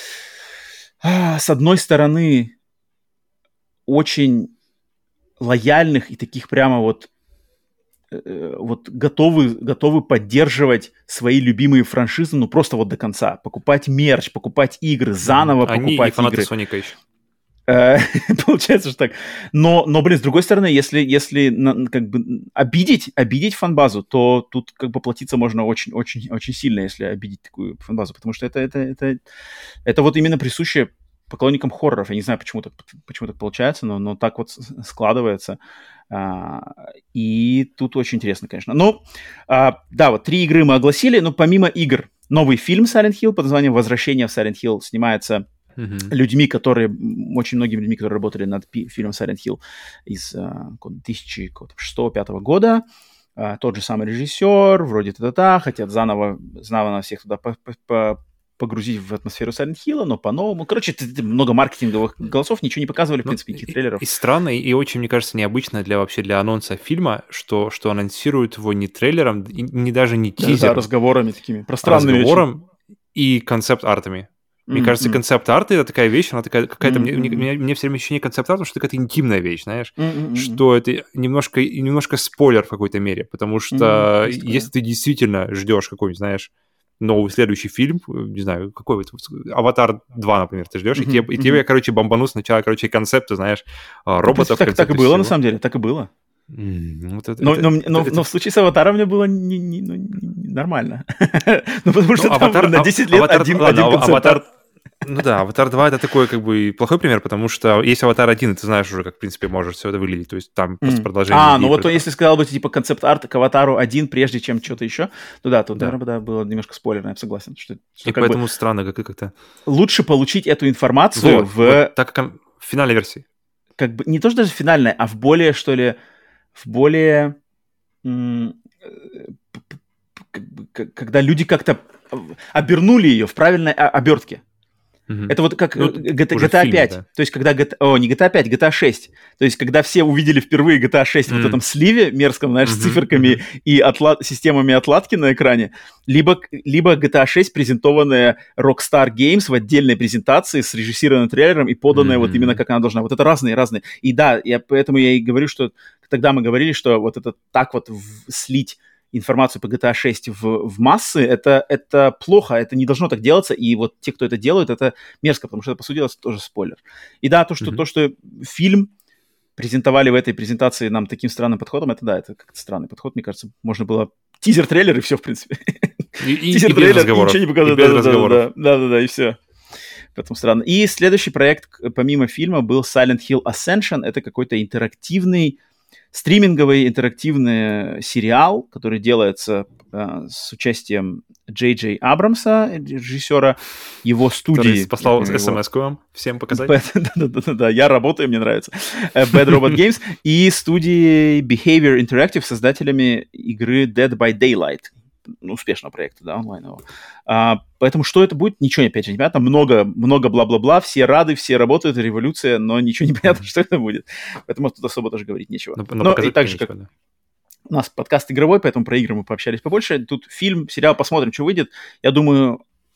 Speaker 1: э, с одной стороны, очень лояльных и таких прямо вот вот готовы, готовы поддерживать свои любимые франшизы, ну, просто вот до конца. Покупать мерч, покупать игры, заново
Speaker 2: Они
Speaker 1: покупать
Speaker 2: и фанаты
Speaker 1: игры.
Speaker 2: Соника еще.
Speaker 1: Получается, что так. Но, но, блин, с другой стороны, если, если как бы обидеть, обидеть фан-базу, то тут как бы платиться можно очень-очень-очень сильно, если обидеть такую фан-базу, потому что это, это, это, это вот именно присуще поклонникам хорроров. Я не знаю, почему так, почему так получается, но, но так вот складывается. Uh, и тут очень интересно, конечно. Ну, uh, да, вот три игры мы огласили, но помимо игр, новый фильм Silent Hill под названием «Возвращение в Silent Hill» снимается mm-hmm. людьми, которые, очень многими людьми, которые работали над пи- фильмом Silent Hill из uh, две тысячи шестого-две тысячи пятого года. Uh, тот же самый режиссер, вроде та-та-та, хотят заново, заново всех туда по- по- погрузить в атмосферу Silent Hill, но по-новому. Короче, много маркетинговых голосов, ничего не показывали, в принципе, ну, никаких трейлеров.
Speaker 2: И, и странно, и очень, мне кажется, необычно для вообще для анонса фильма, что, что анонсируют его не трейлером, не даже не тизером. Да,
Speaker 1: да, разговорами такими, пространными.
Speaker 2: Разговором очень. И концепт-артами. Мне mm-hmm. кажется, концепт-арт — это такая вещь, она такая какая-то... Mm-hmm. Мне, мне, мне все время ощущение концепт-арта, что это какая-то интимная вещь, знаешь? Mm-hmm. Что это немножко, немножко спойлер в какой-то мере, потому что mm-hmm. если ты действительно ждешь какой-нибудь, знаешь, новый следующий фильм, не знаю, какой вот, «Аватар два», например, ты ждешь, mm-hmm. и, тебе, и тебе, mm-hmm. короче, бомбанут сначала, короче, концепты, знаешь, роботов.
Speaker 1: Так, так и было, всего. На самом деле, так и было.
Speaker 2: Mm, вот это,
Speaker 1: но,
Speaker 2: это,
Speaker 1: но,
Speaker 2: это,
Speaker 1: но,
Speaker 2: это...
Speaker 1: но в случае с «Аватаром» мне было не, не, не, не, нормально. Ну, потому что
Speaker 2: ну,
Speaker 1: там
Speaker 2: аватар,
Speaker 1: на десять лет
Speaker 2: аватар,
Speaker 1: один,
Speaker 2: ладно,
Speaker 1: один концепт-арт.
Speaker 2: Ну да, «Аватар два» — это такой как бы плохой пример, потому что есть «Аватар один», и ты знаешь уже, как, в принципе, может все это выглядеть, то есть там mm. просто продолжение.
Speaker 1: А, ну вот то, если сказал бы, типа, концепт-арт к «Аватару один», прежде чем что-то еще, то да, тут, да. наверное, да, было немножко спойлерно, я согласен. Что, что
Speaker 2: и поэтому бы странно, как как-то...
Speaker 1: Лучше получить эту информацию
Speaker 2: вот,
Speaker 1: в...
Speaker 2: Вот, так как в финальной версии.
Speaker 1: Как бы, не то, что даже в финальной, а в более, что ли, в более... М- когда люди как-то обернули ее в правильной обертке. Mm-hmm. Это вот как ну, джи ти эй пять, да. То есть когда джи ти эй... О, не джи ти эй пять, джи ти эй шесть. То есть когда все увидели впервые джи ти эй шесть mm-hmm. вот в этом сливе мерзком, знаешь, mm-hmm. с циферками mm-hmm. и отла... системами отладки на экране, либо, либо джи ти эй шесть, презентованная Rockstar Games в отдельной презентации с режиссированным трейлером и поданная mm-hmm. вот именно как она должна. Вот это разные-разные. И да, я, поэтому я и говорю, что тогда мы говорили, что вот это так вот в... слить информацию по джи ти эй шесть в, в массы, это, это плохо, это не должно так делаться, и вот те, кто это делают, это мерзко, потому что это, по сути дела, тоже спойлер. И да, то, что, mm-hmm. то, что фильм презентовали в этой презентации нам таким странным подходом, это да, это как-то странный подход, мне кажется, можно было тизер-трейлер, и все, в принципе. Тизер-трейлер, и ничего не показывать. Да-да-да, и все. Поэтому странно. И следующий проект, помимо фильма, был Silent Hill Ascension, это какой-то интерактивный стриминговый интерактивный сериал, который делается э, с участием Джей Джей Абрамса, режиссера, его студии.
Speaker 2: Который послал смс-ку вам всем показать.
Speaker 1: Да-да-да, я работаю, мне нравится. Bad Robot Games и студии Behavior Interactive, создателями игры Dead by Daylight. Успешного проекта, да, онлайнового. А, поэтому что это будет, ничего, опять же, не понятно. Много, много бла-бла-бла, все рады, все работают, революция, но ничего не понятно, что это будет. Поэтому тут особо даже говорить нечего. Но, но, но и так же, как да. у нас подкаст игровой, поэтому про игры мы пообщались побольше. Тут фильм, сериал, посмотрим, что выйдет. Я думаю,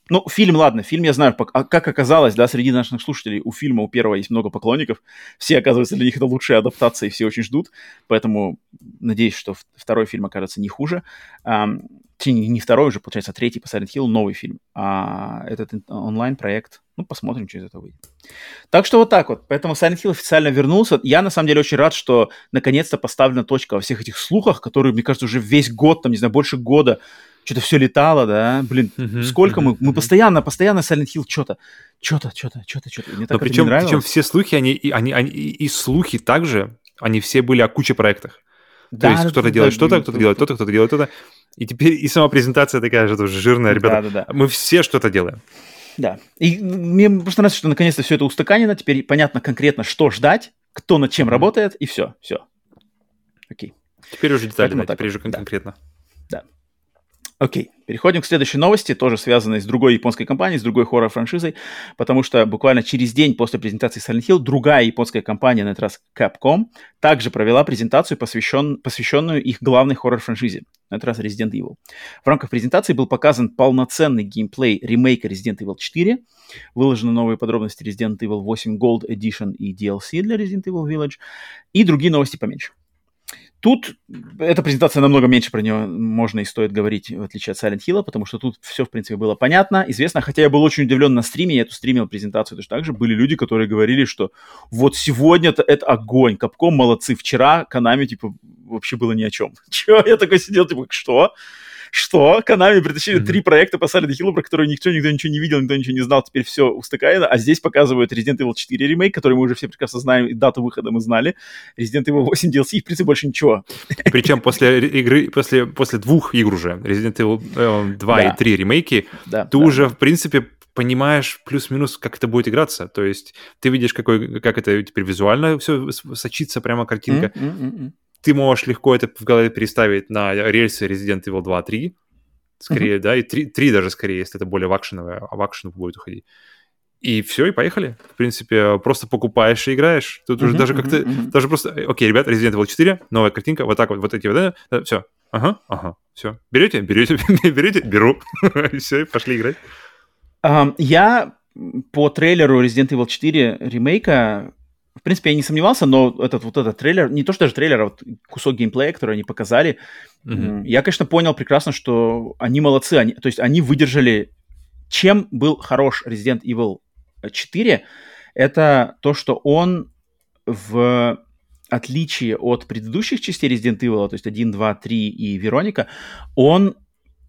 Speaker 1: Ну, фильм, ладно, фильм я знаю, а как оказалось, да, среди наших слушателей у фильма, у первого есть много поклонников, все, оказывается, для них это лучшая адаптация, и все очень ждут, поэтому надеюсь, что второй фильм окажется не хуже. Um, не второй уже, получается, а третий по Silent Hill, новый фильм, а этот онлайн-проект, ну, посмотрим, что из этого выйдет. Так что вот так вот, поэтому Silent Hill официально вернулся. Я, на самом деле, очень рад, что наконец-то поставлена точка во всех этих слухах, которые, мне кажется, уже весь год, там, не знаю, больше года что-то все летало, да, блин, uh-huh, сколько uh-huh, мы, мы uh-huh. постоянно, постоянно Silent Hill что-то, что-то, что-то, что-то, что-то, мне так
Speaker 2: Но
Speaker 1: это
Speaker 2: причем,
Speaker 1: не нравилось.
Speaker 2: Причем все слухи, они, они, они, и слухи также, они все были о куче проектах. Да, То есть да, кто-то да, делает да, что-то, да, кто-то да, делает то-то, кто-то делает то-то, и теперь и сама презентация такая же тоже жирная, ребята, да, да, да. мы все что-то делаем.
Speaker 1: Да, и мне просто нравится, что наконец-то все это устаканено, теперь понятно конкретно, что ждать, кто над чем mm-hmm. работает, и все, все. Окей.
Speaker 2: Теперь уже детали, да, теперь уже да. конкретно.
Speaker 1: Да. Окей, переходим к следующей новости, тоже связанной с другой японской компанией, с другой хоррор-франшизой, потому что буквально через день после презентации Silent Hill другая японская компания, на этот раз Capcom, также провела презентацию, посвящен, посвященную их главной хоррор-франшизе, на этот раз Resident Evil. В рамках презентации был показан полноценный геймплей ремейка Resident Evil четыре, выложены новые подробности Resident Evil восемь Gold Edition и ди эл си для Resident Evil Village, и другие новости поменьше. Тут эта презентация намного меньше, про нее можно и стоит говорить, в отличие от Silent Hill, потому что тут все, в принципе, было понятно, известно. Хотя я был очень удивлен на стриме, я эту стримил презентацию точно так же. Были люди, которые говорили, что вот сегодня-то это огонь, Capcom молодцы, вчера Konami, типа, вообще было ни о чем. Чё? Я такой сидел, типа, что? Что? Konami притащили mm-hmm. три проекта по Silent Hill, про которые никто, никто ничего не видел, никто ничего не знал, теперь все устаканено, а здесь показывают Resident Evil четыре ремейк, который мы уже все прекрасно знаем, и дату выхода мы знали, Resident Evil восемь ди эл си, и в принципе больше ничего.
Speaker 2: Причем после игры, после, после двух игр уже, Resident Evil э, два да. и три ремейки, да, ты да. уже, в принципе, понимаешь плюс-минус, как это будет играться. То есть ты видишь, какой, как это теперь визуально все сочится, прямо картинка. Mm-hmm. Ты можешь легко это в голове переставить на рельсы Resident Evil два три, скорее, mm-hmm. да, и три, три даже скорее, если это более в акшеновое, а в акшен будет уходить. И все, и поехали. В принципе, просто покупаешь и играешь. Тут mm-hmm, уже даже как-то, mm-hmm. даже просто, окей, ребят, Resident Evil четыре, новая картинка, вот так вот, вот эти вот, да, все, ага, ага, все. Берете? Берете, берете? Беру. И все, и пошли играть.
Speaker 1: Um, я по трейлеру Resident Evil четыре ремейка, в принципе, я не сомневался, но этот вот этот трейлер, не то что даже трейлер, а вот кусок геймплея, который они показали, mm-hmm. я, конечно, понял прекрасно, что они молодцы, они, то есть они выдержали. Чем был хорош Resident Evil четыре, это то, что он в отличие от предыдущих частей Resident Evil, то есть один, два, три и Вероника, он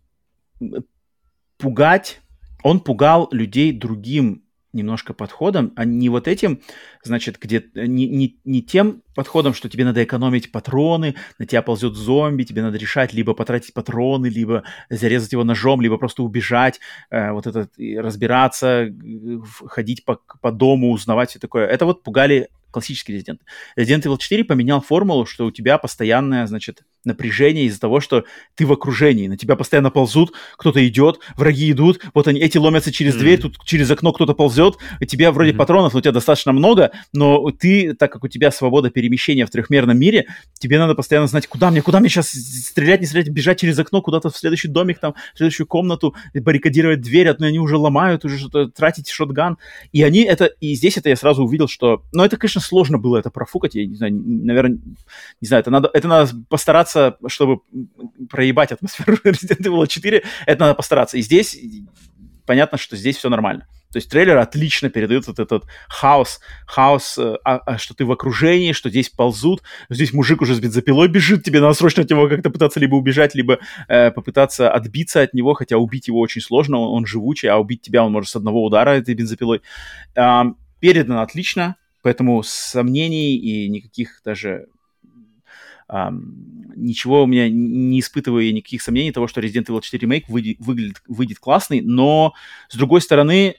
Speaker 1: пугать, он пугал людей другим немножко подходом, а не вот этим, значит, где не, не, не тем подходом, что тебе надо экономить патроны, на тебя ползет зомби, тебе надо решать либо потратить патроны, либо зарезать его ножом, либо просто убежать, э, вот это разбираться, ходить по, по дому, узнавать все такое. Это вот пугали классические Resident. Resident Evil четыре поменял формулу, что у тебя постоянное, значит, напряжение из-за того, что ты в окружении, на тебя постоянно ползут, кто-то идет, враги идут, вот они, эти ломятся через mm-hmm. дверь, тут через окно кто-то ползет, у тебя вроде mm-hmm. патронов, у тебя достаточно много, но ты, так как у тебя свобода перемещения в трехмерном мире, тебе надо постоянно знать, куда мне, куда мне сейчас стрелять, не стрелять, бежать через окно куда-то в следующий домик, там, в следующую комнату, баррикадировать дверь, а то они уже ломают, уже что-то, тратить шотган, и они это, и здесь это я сразу увидел, что, ну, это, конечно, сложно было это профукать, я не знаю, наверное, не знаю, это надо, это надо постараться, чтобы проебать атмосферу Resident Evil четыре, это надо постараться. И здесь понятно, что здесь все нормально. То есть трейлер отлично передает вот этот хаос, хаос, а, а, что ты в окружении, что здесь ползут, здесь мужик уже с бензопилой бежит, тебе надо срочно от него как-то пытаться либо убежать, либо э, попытаться отбиться от него, хотя убить его очень сложно, он, он живучий, а убить тебя он может с одного удара этой бензопилой. Э, передано отлично, поэтому сомнений и никаких даже... Um, ничего у меня не испытываю я никаких сомнений того, что Resident Evil четыре ремейк выйдет, выглядит, выйдет классный, но с другой стороны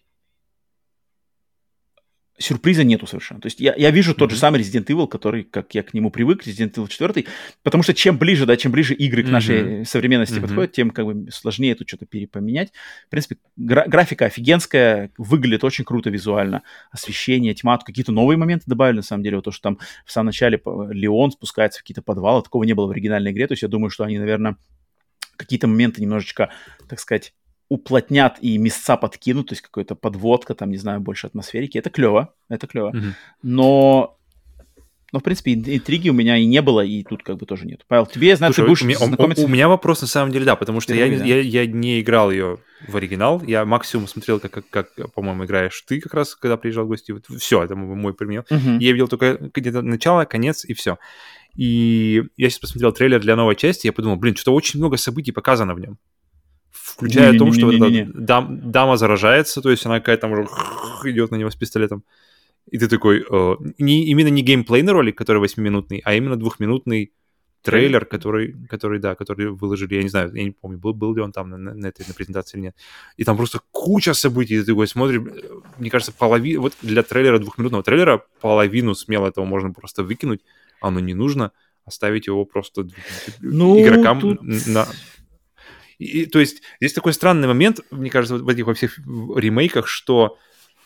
Speaker 1: сюрприза нету совершенно. То есть я, я вижу mm-hmm. тот же самый Resident Evil, который, как я к нему привык, Resident Evil четыре, потому что чем ближе, да, чем ближе игры к mm-hmm. нашей современности mm-hmm. подходят, тем как бы сложнее тут что-то перепоменять. В принципе, гра- графика офигенская, выглядит очень круто визуально. Освещение, тьма, какие-то новые моменты добавили, на самом деле. Вот то, что там в самом начале Леон спускается в какие-то подвалы, такого не было в оригинальной игре. То есть я думаю, что они, наверное, какие-то моменты немножечко, так сказать, уплотнят и места подкинут, то есть какая-то подводка, там, не знаю, больше атмосферики. Это клево, это клево.
Speaker 2: Mm-hmm.
Speaker 1: Но, но, в принципе, интриги у меня и не было, и тут как бы тоже нет. Павел, тебе, я знаю,
Speaker 2: Слушай,
Speaker 1: ты будешь
Speaker 2: у меня,
Speaker 1: знакомиться...
Speaker 2: У, у меня вопрос на самом деле, да, потому что я,
Speaker 1: да.
Speaker 2: я, я не играл ее в оригинал, я максимум смотрел, как, как, как, по-моему, играешь ты как раз, когда приезжал в гости. Вот, все, это мой пример.
Speaker 1: Uh-huh.
Speaker 2: Я видел только где-то начало, конец и все. И я сейчас посмотрел трейлер для новой части, я подумал, блин, что-то очень много событий показано в нем. Включая о том, что вот эта дам, дама заражается, то есть она какая-то там уже идет на него с пистолетом. И ты такой, э, не, именно не геймплейный ролик, который восьмиминутный, а именно двухминутный трейлер, который, который, да, который выложили, я не знаю, я не помню, был, был ли он там на, на этой на презентации или нет. И там просто куча событий, и ты такой смотришь, мне кажется, половину, вот для трейлера, двухминутного трейлера, половину смело этого можно просто выкинуть, оно не нужно, оставить его просто ну, игрокам тут... на... И, то есть здесь такой странный момент, мне кажется, в этих во всех ремейках, что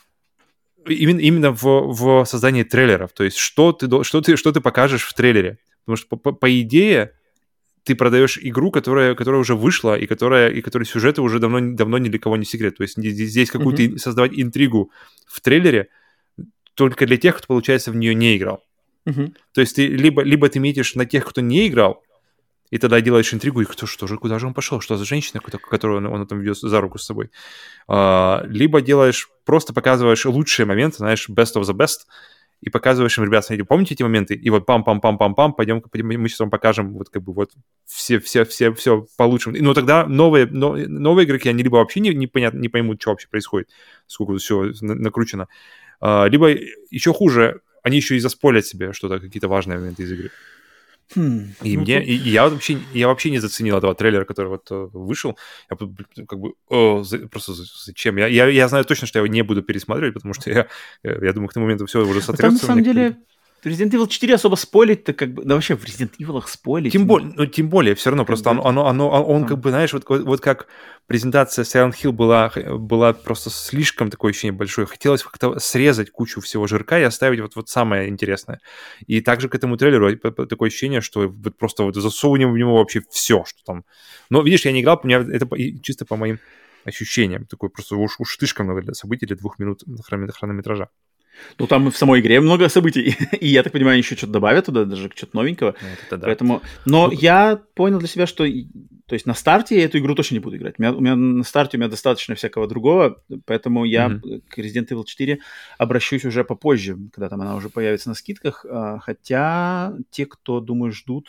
Speaker 2: именно, именно в, в создании трейлеров, то есть что ты, что, ты, что ты покажешь в трейлере. Потому что, по, по идее, ты продаешь игру, которая, которая уже вышла, и которая, и которой сюжеты уже давно, давно ни для кого не секрет. То есть здесь, здесь какую-то mm-hmm. создавать интригу в трейлере только для тех, кто, получается, в нее не играл.
Speaker 1: Mm-hmm.
Speaker 2: То есть ты либо, либо ты метишь на тех, кто не играл, и тогда делаешь интригу, и кто, что же, куда же он пошел, что за женщина, которую он, он там ведет за руку с собой. А, либо делаешь, просто показываешь лучшие моменты, знаешь, best of the best, и показываешь им, ребят, смотрите, помните эти моменты? И вот пам-пам-пам-пам-пам, пойдем, мы сейчас вам покажем, вот как бы вот все, все, все, все по лучшему. Но тогда новые, но, новые игроки, они либо вообще не, не, понят, не поймут, что вообще происходит, сколько все накручено, а, либо еще хуже, они еще и заспойлят себе что-то, какие-то важные моменты из игры.
Speaker 1: Hmm.
Speaker 2: И,
Speaker 1: ну,
Speaker 2: мне,
Speaker 1: тут...
Speaker 2: и, и я, вообще, я вообще не заценил этого трейлера, который вот uh, вышел. Я как бы, о, за, просто зачем? Я, я, я знаю точно, что я его не буду пересматривать, потому что я, я думаю, к тому моменту все уже сотрется.
Speaker 1: Там, на самом деле, Resident Evil четыре особо спойлить-то как бы... Да вообще в Resident Evil спойлить...
Speaker 2: Тем, более, ну, тем более, все равно, просто оно, оно, оно, он там... как бы, знаешь, вот, вот, вот как презентация Silent Hill была, была просто слишком такое ощущение большое. Хотелось как-то срезать кучу всего жирка и оставить вот, вот самое интересное. И также к этому трейлеру такое ощущение, что вот просто вот засовываем в него вообще все, что там... Но, видишь, я не играл, у меня это чисто по моим ощущениям. Такой просто уж, уж слишком много для событий, для двух минут хронометража.
Speaker 1: Ну, там в самой игре много событий, и, я так понимаю, еще что-то добавят туда, даже что-то новенького.
Speaker 2: Ну, это да.
Speaker 1: Поэтому... Но ну, я понял для себя, что... То есть на старте я эту игру точно не буду играть. У меня, у меня на старте у меня достаточно всякого другого, поэтому я mm-hmm. к Resident Evil четыре обращусь уже попозже, когда там она уже появится на скидках. Хотя те, кто, думаю, ждут,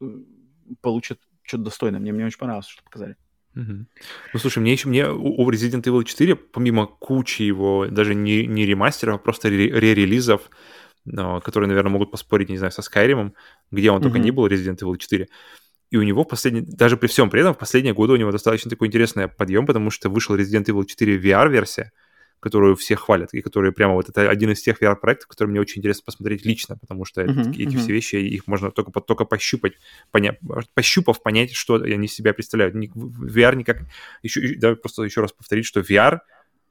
Speaker 1: получат что-то достойное. Мне, мне очень понравилось, что показали.
Speaker 2: Uh-huh. Ну, слушай, мне еще мне у Resident Evil четыре, помимо кучи его, даже не, не ремастеров, а просто ре-релизов, которые, наверное, могут поспорить, не знаю, со Skyrim, где он uh-huh. только не был, Resident Evil четыре. И у него последний, даже при всем при этом, в последние годы у него достаточно такой интересный подъем, потому что вышел Resident Evil четыре ви ар-версия, которую все хвалят, и который прямо вот это один из тех ви ар-проектов, который мне очень интересно посмотреть лично, потому что uh-huh, эти uh-huh. все вещи, их можно только, только пощупать, поня... пощупав, понять, что они из себя представляют. ви ар никак... Еще, да, просто еще раз повторить, что ви ар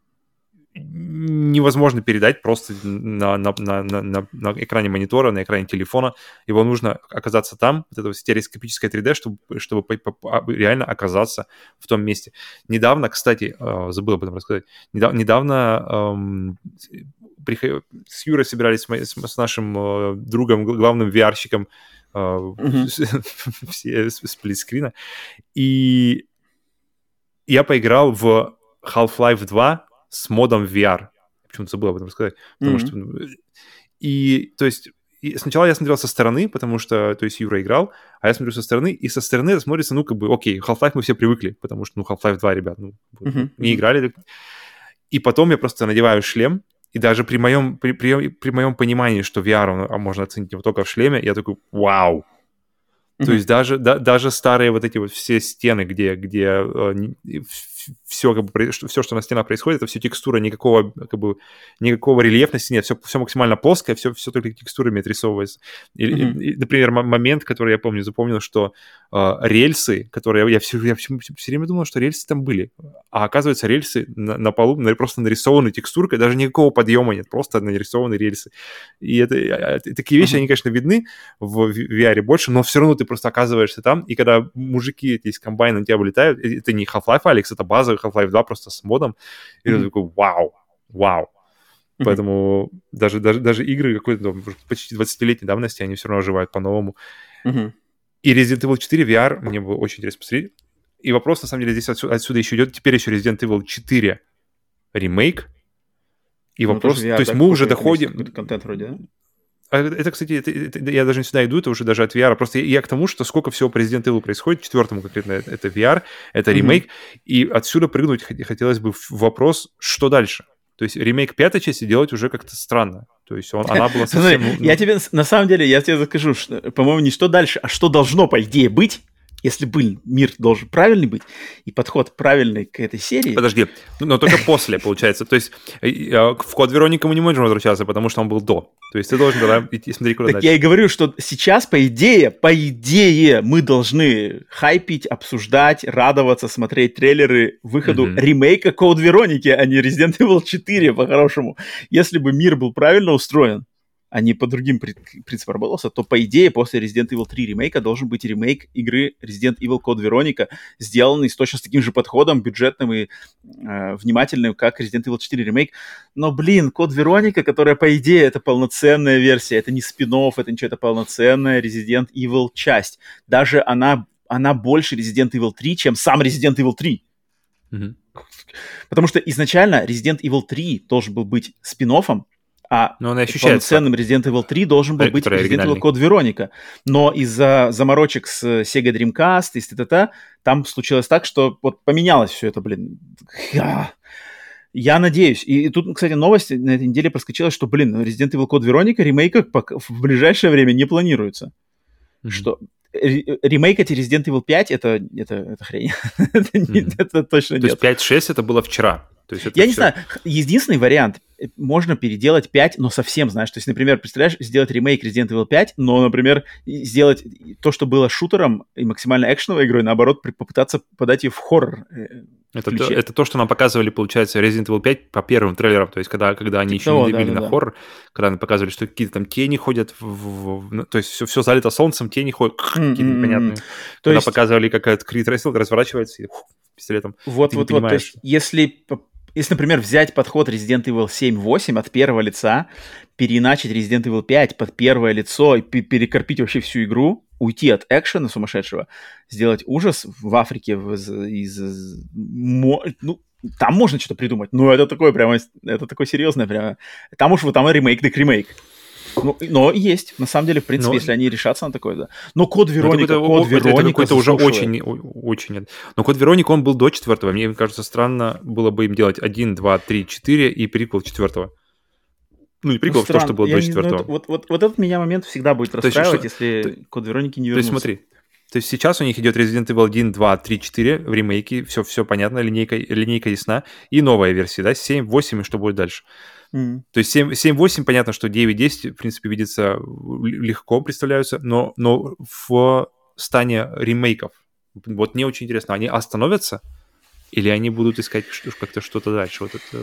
Speaker 2: невозможно передать просто на, на, на, на, на экране монитора, на экране телефона. Его нужно оказаться там, вот это стереоскопическое три дэ, чтобы, чтобы реально оказаться в том месте. Недавно, кстати, забыл об этом рассказать, недавно, недавно эм, с Юрой собирались с, с нашим другом, главным ви ар-щиком э, mm-hmm. сплитскрина, и я поиграл в Half-Life два с модом ви ар. Почему-то забыл об этом рассказать. Потому mm-hmm. что... И, то есть, и сначала я смотрел со стороны, потому что, то есть, Юра играл, а я смотрю со стороны, и со стороны это смотрится, ну, как бы, окей, Half-Life мы все привыкли, потому что, ну, Half-Life два, ребят, ну, mm-hmm. не играли. И потом я просто надеваю шлем, и даже при моем, при, при, при моем понимании, что ви ар он, можно оценить его только в шлеме, я такой, вау! Mm-hmm. То есть даже, да, даже старые вот эти вот все стены, где, где э, все, как бы, все, что на стенах происходит, это все текстура, никакого, как бы, никакого рельефности нет, все, все максимально плоское, все, все только текстурами отрисовывается. И, mm-hmm. и, например, момент, который я помню, запомнил, что э, рельсы, которые... Я все, я все, все время думал, что рельсы там были, а оказывается, рельсы на, на полу просто нарисованы текстуркой, даже никакого подъема нет, просто нарисованы рельсы. И это, это, такие вещи, mm-hmm. они, конечно, видны в ви ар больше, но все равно ты просто оказываешься там, и когда мужики эти из комбайна на тебя вылетают, это не Half-Life Алекс, это база Half-Life два просто с модом. И mm-hmm. я такой, вау, вау. Mm-hmm. Поэтому даже, даже, даже игры какой-то там, почти двадцатилетней давности, они все равно оживают по-новому.
Speaker 1: Mm-hmm.
Speaker 2: И Resident Evil четыре ви ар мне было очень интересно посмотреть. И вопрос, на самом деле, здесь отсюда, отсюда еще идет. Теперь еще Resident Evil четыре ремейк. И ну, вопрос... ви ар, то есть мы уже доходим...
Speaker 1: Какой-то контент вроде, да?
Speaker 2: Это, кстати, это, это, я даже не сюда иду, это уже даже от ви ар. Просто я, я к тому, что сколько всего по Resident Evil происходит, четвертому конкретно это ви ар, это mm-hmm. ремейк. И отсюда прыгнуть хотелось бы в вопрос, что дальше? То есть ремейк пятой части делать уже как-то странно. То есть он, она была совсем...
Speaker 1: Ну, я тебе, на самом деле, я тебе скажу, что, по-моему, не что дальше, а что должно, по идее, быть, если бы мир должен правильный быть, и подход правильный к этой серии...
Speaker 2: Подожди, но только после, получается. То есть в Код Вероника мы не можем возвращаться, потому что он был до. То есть ты должен тогда идти смотреть куда
Speaker 1: так
Speaker 2: дальше.
Speaker 1: Я и говорю, что сейчас, по идее, по идее, мы должны хайпить, обсуждать, радоваться, смотреть трейлеры выходу mm-hmm. ремейка Код Вероники, а не Resident Evil четыре, по-хорошему. Если бы мир был правильно устроен, а не по другим принципам работался, то, по идее, после Resident Evil три ремейка должен быть ремейк игры Resident Evil Code Veronica, сделанный с точно с таким же подходом, бюджетным и э, внимательным, как Resident Evil четыре ремейк. Но, блин, Code Veronica, которая, по идее, это полноценная версия, это не спин-офф, это ничего, это полноценная Resident Evil часть. Даже она, она больше Resident Evil три, чем сам Resident Evil три.
Speaker 2: Mm-hmm.
Speaker 1: Потому что изначально Resident Evil три должен был быть спин-оффом, а полноценным Resident Evil три должен был быть Resident Evil Code Veronica. Но из-за заморочек с Sega Dreamcast и с т.т.т. там случилось так, что вот поменялось все это, блин. Я надеюсь. И, и тут, кстати, новость на этой неделе проскочила, что, блин, Resident Evil Code Veronica ремейка в ближайшее время не планируется. Mm-hmm. Что ремейкать Resident Evil пять это, это, это хрень. это, mm-hmm. это точно нет.
Speaker 2: То есть пять шесть это было вчера? То есть это
Speaker 1: я
Speaker 2: все...
Speaker 1: не знаю, единственный вариант, можно переделать пять, но совсем, знаешь, то есть, например, представляешь, сделать ремейк Resident Evil пять, но, например, сделать то, что было шутером и максимально экшеновой игрой, наоборот, попытаться подать ее в хоррор.
Speaker 2: Это то, это то, что нам показывали, получается, Resident Evil пять по первым трейлерам, то есть когда, когда они еще того, не добили да, на да, хоррор, когда нам показывали, что какие-то там тени ходят, в, в, в, то есть все, все залито солнцем, тени ходят, mm-hmm. какие-то непонятные. То когда есть... показывали, как этот Крит Рестлинг разворачивается и ух, пистолетом.
Speaker 1: Вот-вот-вот, то есть если... Если, например, взять подход Resident Evil семь восемь от первого лица, переиначить Resident Evil пять под первое лицо и перекорпить вообще всю игру, уйти от экшена сумасшедшего, сделать ужас в Африке из... из ну, там можно что-то придумать, но это такое прямо, это такое серьезное прямо. Там уж вот там ремейк, так ремейк. Ну, но есть, на самом деле, в принципе, но... если они решатся на такое, да. Но Код Вероника,
Speaker 2: это,
Speaker 1: Код
Speaker 2: это,
Speaker 1: Вероника...
Speaker 2: Это какой-то уже очень, очень... Но Код Вероника, он был до четвертого. Мне кажется, странно было бы им делать один, два, три, четыре и приквел четвертого. Ну, не приквел, ну, то, что было Я до четвертого.
Speaker 1: Не, ну, вот, вот, вот этот меня момент всегда будет расстраивать, есть, если то, Код Вероники не вернутся.
Speaker 2: То есть смотри, то есть сейчас у них идет Resident Evil один, два, три, четыре в ремейке, все, все понятно, линейка, линейка ясна, и новая версия, да, семь, восемь, и что будет дальше. Mm. То есть семь восемь, понятно, что девять десять, в принципе, видится легко, представляются, но, но в стане ремейков, вот мне очень интересно, они остановятся или они будут искать как-то что-то дальше? Вот это...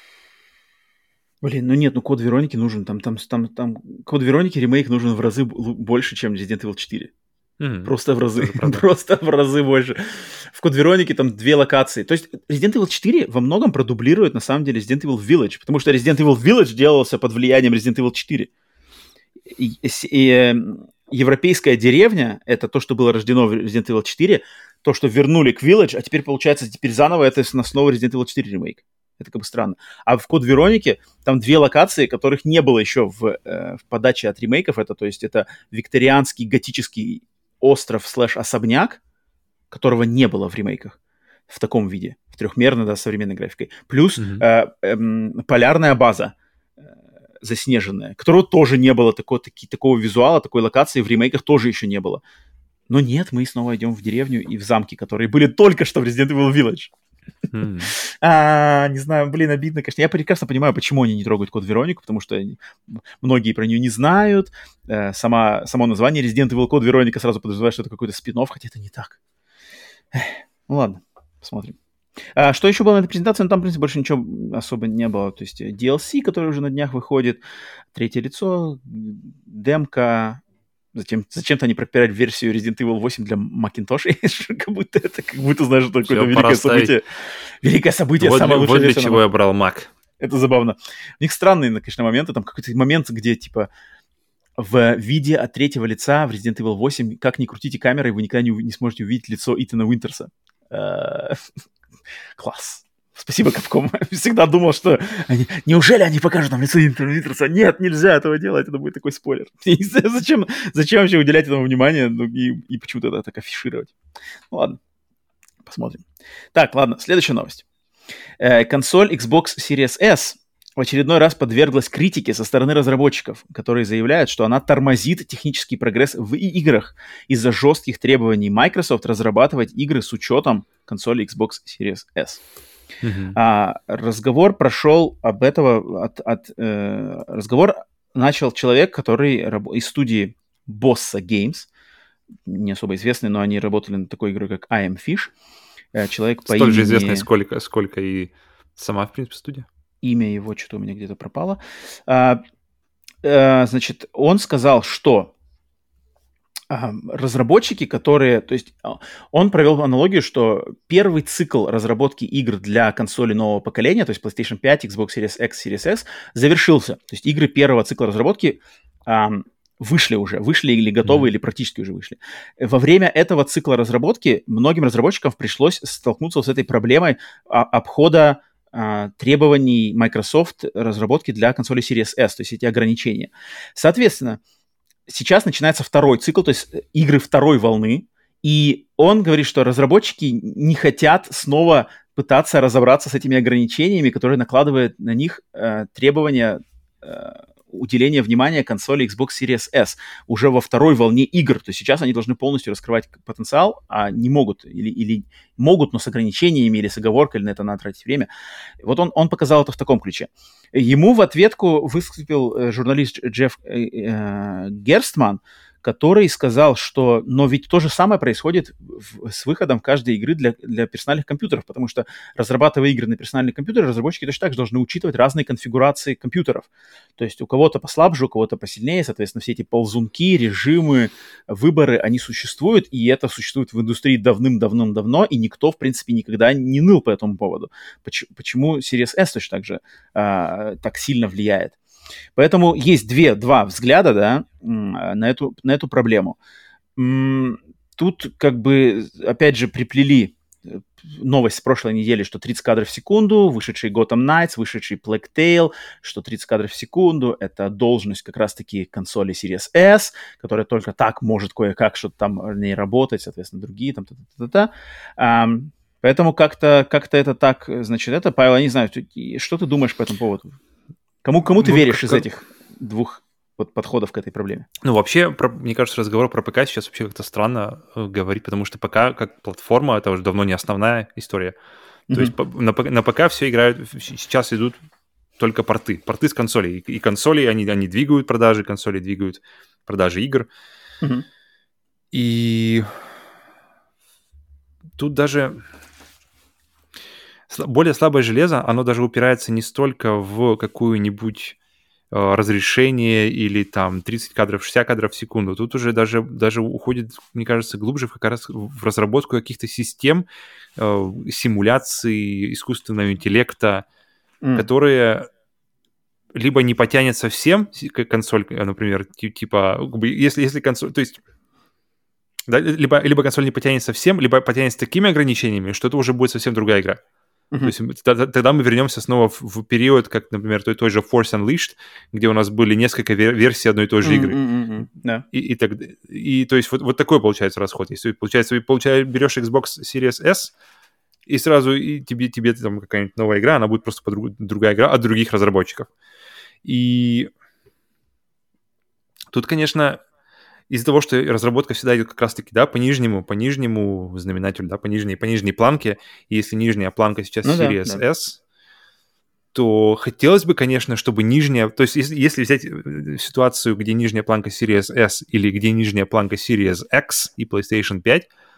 Speaker 1: Блин, ну нет, ну Код Вероники нужен, там, там, там, там, Код Вероники ремейк нужен в разы больше, чем Resident Evil четыре. Mm-hmm. Просто в разы, просто в разы больше. В Код Веронике там две локации. То есть Resident Evil четыре во многом продублирует на самом деле Resident Evil Village, потому что Resident Evil Village делался под влиянием Resident Evil четыре. И, и, и э, европейская деревня, это то, что было рождено в Resident Evil четыре, то, что вернули к Village, а теперь получается, теперь заново это на основе Resident Evil четыре ремейк. Это как бы странно. А в Код Веронике там две локации, которых не было еще в, э, в подаче от ремейков. Это, то есть это викторианский готический остров слэш-особняк, которого не было в ремейках в таком виде, в трехмерной, да, современной графикой. Плюс mm-hmm. э, э, полярная база э, заснеженная, которого тоже не было, такого, таки, такого визуала, такой локации в ремейках тоже еще не было. Но нет, мы снова идем в деревню и в замки, которые были только что в Resident Evil Village. Mm-hmm. а, не знаю, блин, обидно, конечно. Я прекрасно понимаю, почему они не трогают Код Веронику, потому что многие про нее не знают. Э, сама, само название Resident Evil Code Veronica сразу подразумевает, что это какой-то спин-офф, хотя это не так. Эх, ну ладно, посмотрим. А, что еще было на этой презентации? Ну, там, в принципе, больше ничего особо не было. То есть ди эл си, который уже на днях выходит, третье лицо, демка, Зачем, зачем-то они пропирали версию Resident Evil восемь для Macintosh, как будто это, как будто, знаешь, какое-то великое событие. Великое событие,
Speaker 2: вот
Speaker 1: самое лучшее.
Speaker 2: Вот для чего я брал Mac.
Speaker 1: Это забавно. У них странные, конечно, моменты. Там какой-то момент, где, типа, в виде от третьего лица в Resident Evil восемь, как ни крутите камерой, вы никогда не, не сможете увидеть лицо Итана Уинтерса. Класс. Спасибо, Capcom. Всегда думал, что они... неужели они покажут нам лицо Итана Уинтерса? Нет, нельзя этого делать, это будет такой спойлер. Я не знаю, зачем, зачем вообще уделять этому внимание, ну, и, и почему-то это так афишировать. Ну, ладно, посмотрим. Так, ладно, следующая новость. Э, консоль Xbox Series S в очередной раз подверглась критике со стороны разработчиков, которые заявляют, что она тормозит технический прогресс в играх из-за жестких требований Microsoft разрабатывать игры с учетом консоли Xbox Series S. Mm-hmm. А, разговор прошел об этого, от, от, э, разговор начал человек, который раб- из студии Bossa Games, не особо известный, но они работали над такой игрой, как I Am Fish. Э, человек по
Speaker 2: Столь
Speaker 1: имени...
Speaker 2: же известный, сколько, сколько и сама, в принципе, студия.
Speaker 1: Имя его что-то у меня где-то пропало. А, а, значит, он сказал, что разработчики, которые... То есть он провел аналогию, что первый цикл разработки игр для консолей нового поколения, то есть PlayStation пять, Xbox Series X, Series S, завершился. То есть игры первого цикла разработки а, вышли уже, вышли или готовы, mm-hmm. или практически уже вышли. Во время этого цикла разработки многим разработчикам пришлось столкнуться с этой проблемой а, обхода а, требований Microsoft разработки для консоли Series S, то есть эти ограничения. Соответственно, сейчас начинается второй цикл, то есть игры второй волны, и он говорит, что разработчики не хотят снова пытаться разобраться с этими ограничениями, которые накладывают на них э, требования э, уделения внимания консоли Xbox Series S уже во второй волне игр. То есть сейчас они должны полностью раскрывать потенциал, а не могут, или, или могут, но с ограничениями или с оговоркой, или на это надо тратить время. Вот он, он показал это в таком ключе. Ему в ответку выступил журналист Джефф э, Герстман, который сказал, что но ведь то же самое происходит в, с выходом каждой игры для, для персональных компьютеров, потому что, разрабатывая игры на персональные компьютеры, разработчики точно так же должны учитывать разные конфигурации компьютеров. То есть у кого-то послабже, у кого-то посильнее, соответственно, все эти ползунки, режимы, выборы, они существуют, и это существует в индустрии давным-давным-давно, и никто, в принципе, никогда не ныл по этому поводу. Почему, почему Series S точно так же а, так сильно влияет? Поэтому есть две, два взгляда, да, на эту, на эту проблему. Тут как бы, опять же, приплели новость с прошлой недели, что тридцать кадров в секунду, вышедший Gotham Knights, вышедший Plague Tale, что тридцать кадров в секунду — это должность как раз-таки консоли Series S, которая только так может кое-как что-то там в ней работать, соответственно, другие там, та-та-та-та. Поэтому как-то, как-то это так, значит, это, Павел, я не знаю, что ты думаешь по этому поводу? Кому, кому ты ну, веришь как, из этих двух вот подходов к этой проблеме?
Speaker 2: Ну, вообще, про, мне кажется, разговор про ПК сейчас вообще как-то странно э, говорить, потому что ПК как платформа — это уже давно не основная история. Mm-hmm. То есть по, на, на ПК все играют, сейчас идут только порты, порты с консолей. И, и консоли, они, они двигают продажи, консоли двигают продажи игр. Mm-hmm. И тут даже... Более слабое железо, оно даже упирается не столько в какую-нибудь э, разрешение или там тридцать кадров, шестьдесят кадров в секунду. Тут уже даже, даже уходит, мне кажется, глубже как раз в разработку каких-то систем э, симуляции искусственного интеллекта, mm. которые либо не потянет совсем как консоль, например, типа, если, если консоль... То есть... Да, либо, либо консоль не потянет совсем, либо потянет с такими ограничениями, что это уже будет совсем другая игра. Uh-huh. То есть тогда, тогда мы вернемся снова в, в период, как, например, той, той же Force Unleashed, где у нас были несколько вер- версий одной и той же игры.
Speaker 1: Mm-hmm. Yeah.
Speaker 2: И, и, так, и то есть вот, вот такой получается расход. Если получается, получаешь, берешь Xbox Series S, и сразу и тебе, тебе там какая-нибудь новая игра, она будет просто подруг, другая игра от других разработчиков. И тут, конечно... Из-за того, что разработка всегда идет как раз-таки, да, по нижнему, по нижнему знаменателю, да, по нижней, по нижней планке, и если нижняя планка сейчас ну, Series да, да. S, то хотелось бы, конечно, чтобы нижняя... То есть если, если взять ситуацию, где нижняя планка Series S или где нижняя планка Series X и PlayStation пять,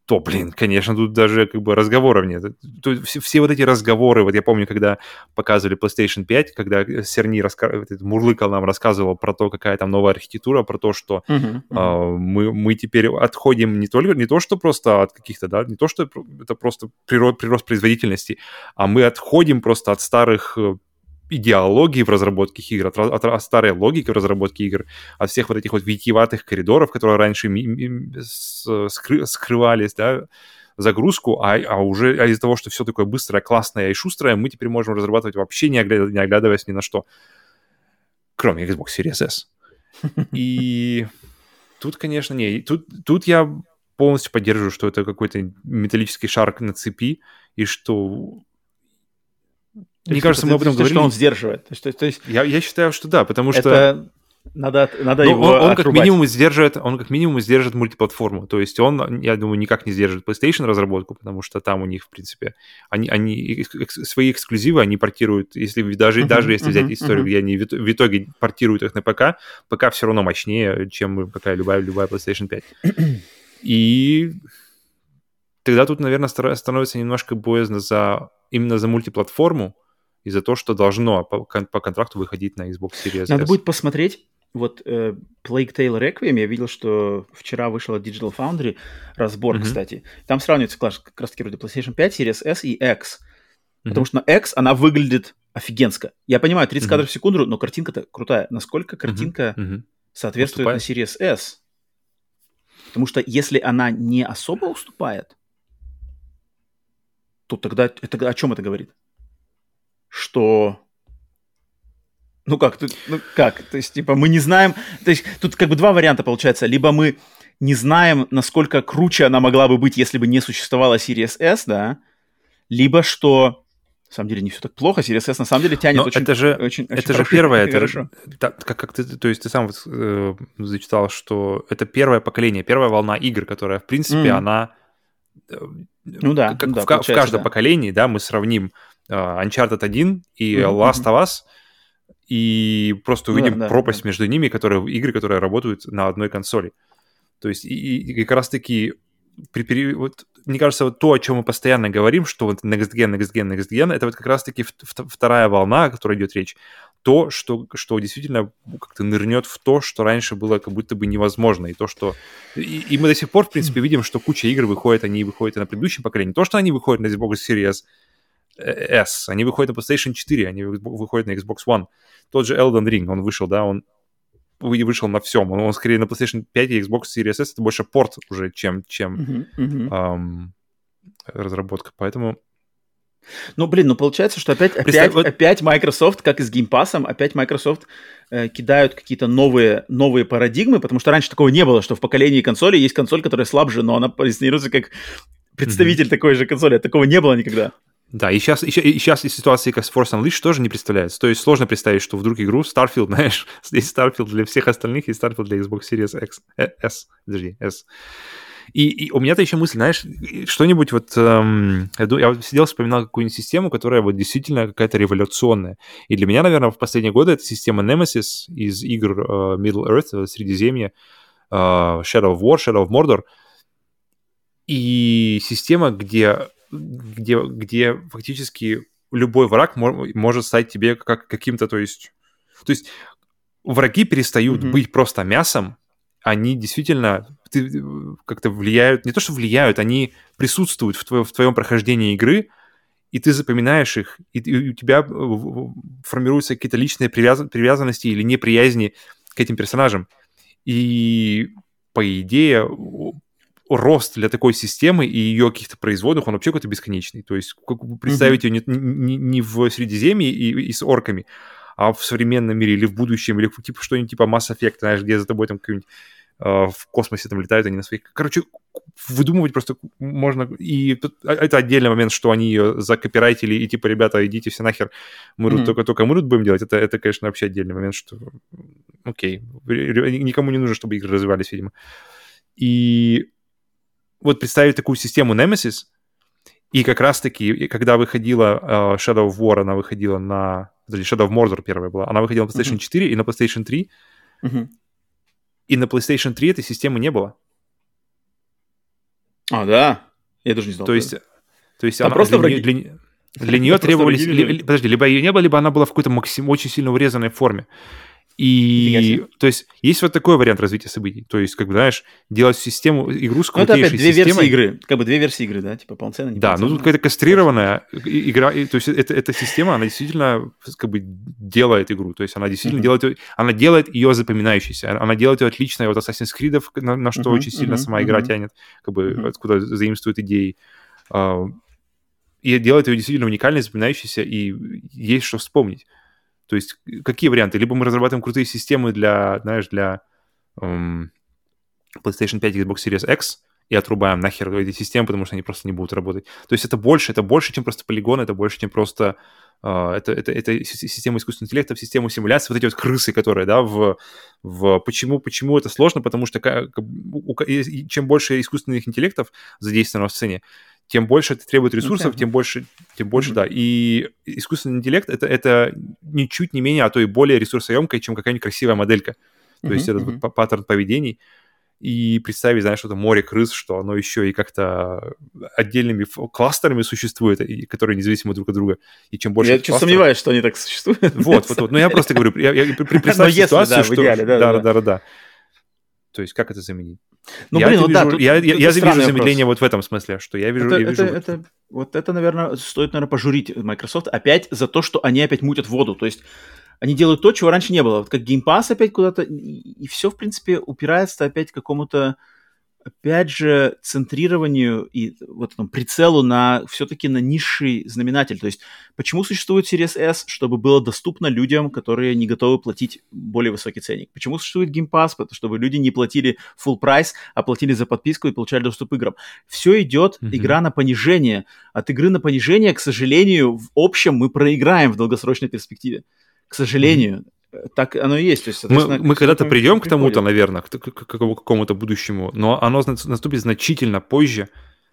Speaker 2: то, блин, конечно, тут даже как бы разговоров нет. Тут все, все вот эти разговоры, вот я помню, когда показывали PlayStation пять, когда Серни раска... мурлыкал нам, рассказывал про то, какая там новая архитектура, про то, что
Speaker 1: uh-huh, uh-huh.
Speaker 2: э, мы, мы теперь отходим не только, не то, что просто от каких-то, да, не то, что это просто природ, прирост производительности, а мы отходим просто от старых идеологии в разработке игр, от, от, от старой логики в разработке игр, от всех вот этих вот витиеватых коридоров, которые раньше ми- ми- скры- скрывались, да, загрузку, а, а уже а из-за того, что все такое быстрое, классное и шустрое, мы теперь можем разрабатывать вообще не, огляд... не оглядываясь ни на что, кроме Xbox Series S. И тут, конечно, не. Тут, тут я полностью поддерживаю, что это какой-то металлический шар на цепи, и что...
Speaker 1: То
Speaker 2: Мне
Speaker 1: есть,
Speaker 2: кажется,
Speaker 1: это,
Speaker 2: мы об этом
Speaker 1: то,
Speaker 2: говорили.
Speaker 1: Что он сдерживает. То есть, то, то есть...
Speaker 2: Я, я считаю, что да, потому что...
Speaker 1: Это надо, надо
Speaker 2: ну,
Speaker 1: его
Speaker 2: он, он
Speaker 1: отрубать.
Speaker 2: как минимум сдерживает, он как минимум сдерживает мультиплатформу. То есть он, я думаю, никак не сдерживает PlayStation разработку, потому что там у них, в принципе, они, они экс, свои эксклюзивы они портируют. Если даже, uh-huh, даже если uh-huh, взять историю, uh-huh. где они в, в итоге портируют их на ПК, ПК все равно мощнее, чем ПК любая, любая PlayStation пять. И тогда тут, наверное, становится немножко боязно за, именно за мультиплатформу, и за то, что должно по, по контракту выходить на Xbox Series S.
Speaker 1: Надо будет посмотреть. Вот э, Plague Tale Requiem, я видел, что вчера вышел от Digital Foundry разбор, mm-hmm. кстати. Там сравнивается как раз таки вроде PlayStation пять, Series S и X. Mm-hmm. Потому что на X она выглядит офигенско. Я понимаю, тридцать mm-hmm. кадров в секунду, но картинка-то крутая. Насколько картинка mm-hmm. соответствует уступает. На Series S? Потому что если она не особо уступает, то тогда это, о чем это говорит? Что, ну как, ну как, то есть, типа, мы не знаем, то есть, тут как бы два варианта получается, либо мы не знаем, насколько круче она могла бы быть, если бы не существовала Series S, да, либо что, на самом деле, не все так плохо, Series S на самом деле тянет
Speaker 2: но
Speaker 1: очень,
Speaker 2: это же,
Speaker 1: очень,
Speaker 2: это
Speaker 1: очень
Speaker 2: же первое, это,
Speaker 1: хорошо.
Speaker 2: Так, как, как ты, то есть ты сам вот, э, зачитал, что это первое поколение, первая волна игр, которая, в принципе, mm. она, э,
Speaker 1: ну да,
Speaker 2: как
Speaker 1: ну да,
Speaker 2: в, в каждом
Speaker 1: да.
Speaker 2: поколении, да, мы сравним Uncharted один и mm-hmm, Last mm-hmm. of Us, и просто увидим да, пропасть да, между да. ними, которые, игры, которые работают на одной консоли. То есть и, и как раз-таки, при, при, вот, мне кажется, вот то, о чем мы постоянно говорим, что вот Next Gen, Next Gen, Next Gen, это вот как раз-таки вторая волна, о которой идет речь. То, что, что действительно как-то нырнет в то, что раньше было как будто бы невозможно. И то, что... И, и мы до сих пор, в принципе, видим, что куча игр выходит, они выходят и на предыдущем поколении. То, что они выходят на Xbox Series S, они выходят на PlayStation четыре, они выходят на Xbox One. Тот же Elden Ring, он вышел, да, он вышел на всем. Он, он скорее на PlayStation пять и Xbox Series S, это больше порт уже, чем, чем uh-huh, uh-huh. Эм, разработка. Поэтому...
Speaker 1: Ну, блин, ну получается, что опять, Представь, опять, вот... опять Microsoft, как и с Game Pass'ом, опять Microsoft э, кидают какие-то новые, новые парадигмы, потому что раньше такого не было, что в поколении консолей есть консоль, которая слабже, но она позиционируется как представитель uh-huh. такой же консоли. Такого не было никогда.
Speaker 2: Да, и сейчас, и, и сейчас и ситуации, как с Force Unleashed, тоже не представляется. То есть сложно представить, что вдруг игру Starfield, знаешь, здесь Starfield для всех остальных и Starfield для Xbox Series X, S, подожди, S. И, и у меня-то еще мысль, знаешь, что-нибудь вот... Эм, я вот сидел, вспоминал какую-нибудь систему, которая вот действительно какая-то революционная. И для меня, наверное, в последние годы это система Nemesis из игр э, Middle-earth, Средиземья, э, Shadow of War, Shadow of Mordor. И система, где... Где, где фактически любой враг мор- может стать тебе как каким-то, то есть... То есть враги перестают mm-hmm. быть просто мясом, они действительно ты, как-то влияют... Не то, что влияют, они присутствуют в, твое, в твоем прохождении игры, и ты запоминаешь их, и, и у тебя формируются какие-то личные привяз- привязанности или неприязни к этим персонажам. И, по идее... рост для такой системы и ее каких-то производных, он вообще какой-то бесконечный. То есть как бы представить mm-hmm. ее не, не, не в Средиземье и, и с орками, а в современном мире или в будущем, или типа что-нибудь типа Mass Effect, знаешь, где за тобой там какой-нибудь э, в космосе там летают они на своих... Короче, выдумывать просто можно... И тут, это отдельный момент, что они ее закопирайтили, и типа, ребята, идите все нахер, мы mm-hmm. только, только мы тут будем делать. Это, это, конечно, вообще отдельный момент, что... Окей. Никому не нужно, чтобы игры развивались, видимо. И... Вот представить такую систему Nemesis, и как раз-таки, когда выходила uh, Shadow of War, она выходила на... Shadow of Mordor первая была, она выходила на PlayStation uh-huh. четыре и на PlayStation три, uh-huh. и на PlayStation три этой системы не было.
Speaker 1: А, да? Я даже не знал.
Speaker 2: То есть, то есть
Speaker 1: Там
Speaker 2: она
Speaker 1: просто
Speaker 2: для,
Speaker 1: враги.
Speaker 2: нее, для, для нее требовались... Ли, подожди, либо ее не было, либо она была в какой-то максим, очень сильно урезанной форме. И, то есть, есть вот такой вариант развития событий. То есть, как бы, знаешь, делать систему, игру с крутейшей системой.
Speaker 1: Ну, это опять две версии игры. Как бы две версии игры, да? Типа полноценная, не
Speaker 2: Да, ну тут какая-то кастрированная игра. То есть, это, эта система, она действительно, как бы, делает игру. То есть, она действительно uh-huh. делает... Она делает ее запоминающейся. Она делает ее отличной от Assassin's Creed, на, на что uh-huh. очень сильно uh-huh. сама игра uh-huh. тянет. Как бы, uh-huh. откуда заимствуют идеи. И делает ее действительно уникальной, запоминающейся, и есть что вспомнить. То есть какие варианты? Либо мы разрабатываем крутые системы для, знаешь, для эм, PlayStation пять и Xbox Series X и отрубаем нахер эти системы, потому что они просто не будут работать. То есть это больше, это больше, чем просто полигон, это больше, чем просто э, это, это, это система искусственного интеллекта, система симуляции, вот эти вот крысы, которые, да, в... в почему, почему это сложно? Потому что как, у, чем больше искусственных интеллектов задействовано в сцене, тем больше это требует ресурсов, okay. тем больше, тем больше, mm-hmm. да. И искусственный интеллект это, это ничуть не менее, а то и более ресурсоемкое, чем какая-нибудь красивая моделька. То mm-hmm. есть этот mm-hmm. вот паттерн поведений. И представить, знаешь, что это море крыс, что оно еще и как-то отдельными кластерами существует, которые независимы друг от друга. И чем больше
Speaker 1: я чуть сомневаюсь, что они так существуют.
Speaker 2: Вот, вот, вот. Ну, я просто говорю, я, я, представь ситуацию, что... Да, да, да, да. То есть как это заменить?
Speaker 1: Ну,
Speaker 2: я
Speaker 1: блин, вот
Speaker 2: вижу,
Speaker 1: да, тут,
Speaker 2: я,
Speaker 1: тут
Speaker 2: я, я вижу замедление
Speaker 1: вопрос.
Speaker 2: вот в этом смысле, что я вижу...
Speaker 1: Это,
Speaker 2: я вижу
Speaker 1: это,
Speaker 2: вот...
Speaker 1: Это, вот это, наверное, стоит, наверное, пожурить Microsoft опять за то, что они опять мутят воду. То есть они делают то, чего раньше не было. Вот как Game Pass опять куда-то... И, и все, в принципе, упирается опять к какому-то, опять же, центрированию и вот этому прицелу на все-таки на низший знаменатель. То есть почему существует Series S? Чтобы было доступно людям, которые не готовы платить более высокий ценник. Почему существует Game Pass? Чтобы люди не платили full прайс, а платили за подписку и получали доступ к играм. Все идет, mm-hmm. игра на понижение. От игры на понижение, к сожалению, в общем мы проиграем в долгосрочной перспективе. К сожалению. Mm-hmm. Так оно и есть. То есть
Speaker 2: мы мы когда-то придем к тому-то, наверное, к, к, к какому-то будущему, но оно наступит значительно позже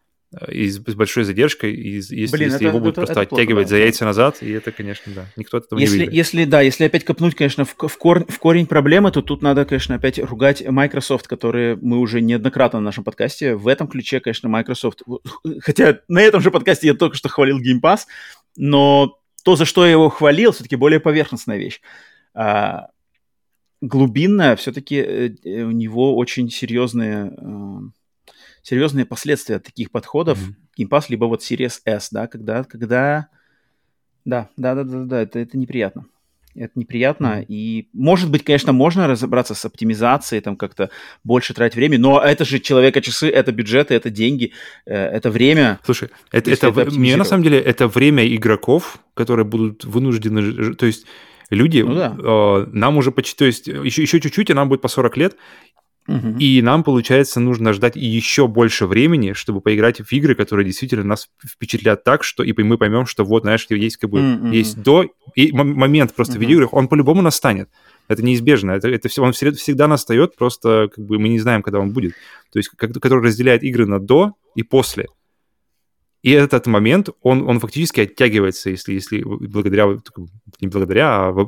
Speaker 2: и с, с большой задержкой, и если,
Speaker 1: Блин,
Speaker 2: если
Speaker 1: это,
Speaker 2: его будут
Speaker 1: это,
Speaker 2: просто
Speaker 1: это
Speaker 2: оттягивать
Speaker 1: плохо,
Speaker 2: за
Speaker 1: да.
Speaker 2: яйца назад, и это, конечно, да, никто от этого
Speaker 1: если,
Speaker 2: не выиграет.
Speaker 1: Если, да, если опять копнуть, конечно, в, в, корень, в корень проблемы, то тут надо, конечно, опять ругать Microsoft, которые мы уже неоднократно на нашем подкасте. В этом ключе, конечно, Microsoft... Хотя на этом же подкасте я только что хвалил Game Pass, но то, за что я его хвалил, все-таки более поверхностная вещь. Глубинная, все-таки э, у него очень серьезные, э, серьезные последствия от таких подходов. Mm-hmm. Game Pass, либо вот Series S, да, когда, когда... Да, да, да, да, да, это, это неприятно. Это неприятно, mm-hmm. и, может быть, конечно, можно разобраться с оптимизацией, там как-то больше тратить время, но это же человека-часы, это бюджеты, это деньги, э, это время.
Speaker 2: Слушай, это, это, это мне на самом деле это время игроков, которые будут вынуждены, то есть люди, ну, да. э, нам уже почти, то есть еще, еще чуть-чуть, и нам будет по сорок лет, угу. и нам, получается, нужно ждать еще больше времени, чтобы поиграть в игры, которые действительно нас впечатлят так, что и мы поймем, что вот, знаешь, есть как бы, mm-hmm. есть до, и момент просто mm-hmm. в видеоиграх, он по-любому настанет. Это неизбежно, это, это все, он всегда настает, просто как бы мы не знаем, когда он будет. То есть, как, который разделяет игры на до и после. И этот момент, он, он фактически оттягивается, если, если благодаря, не благодаря, а...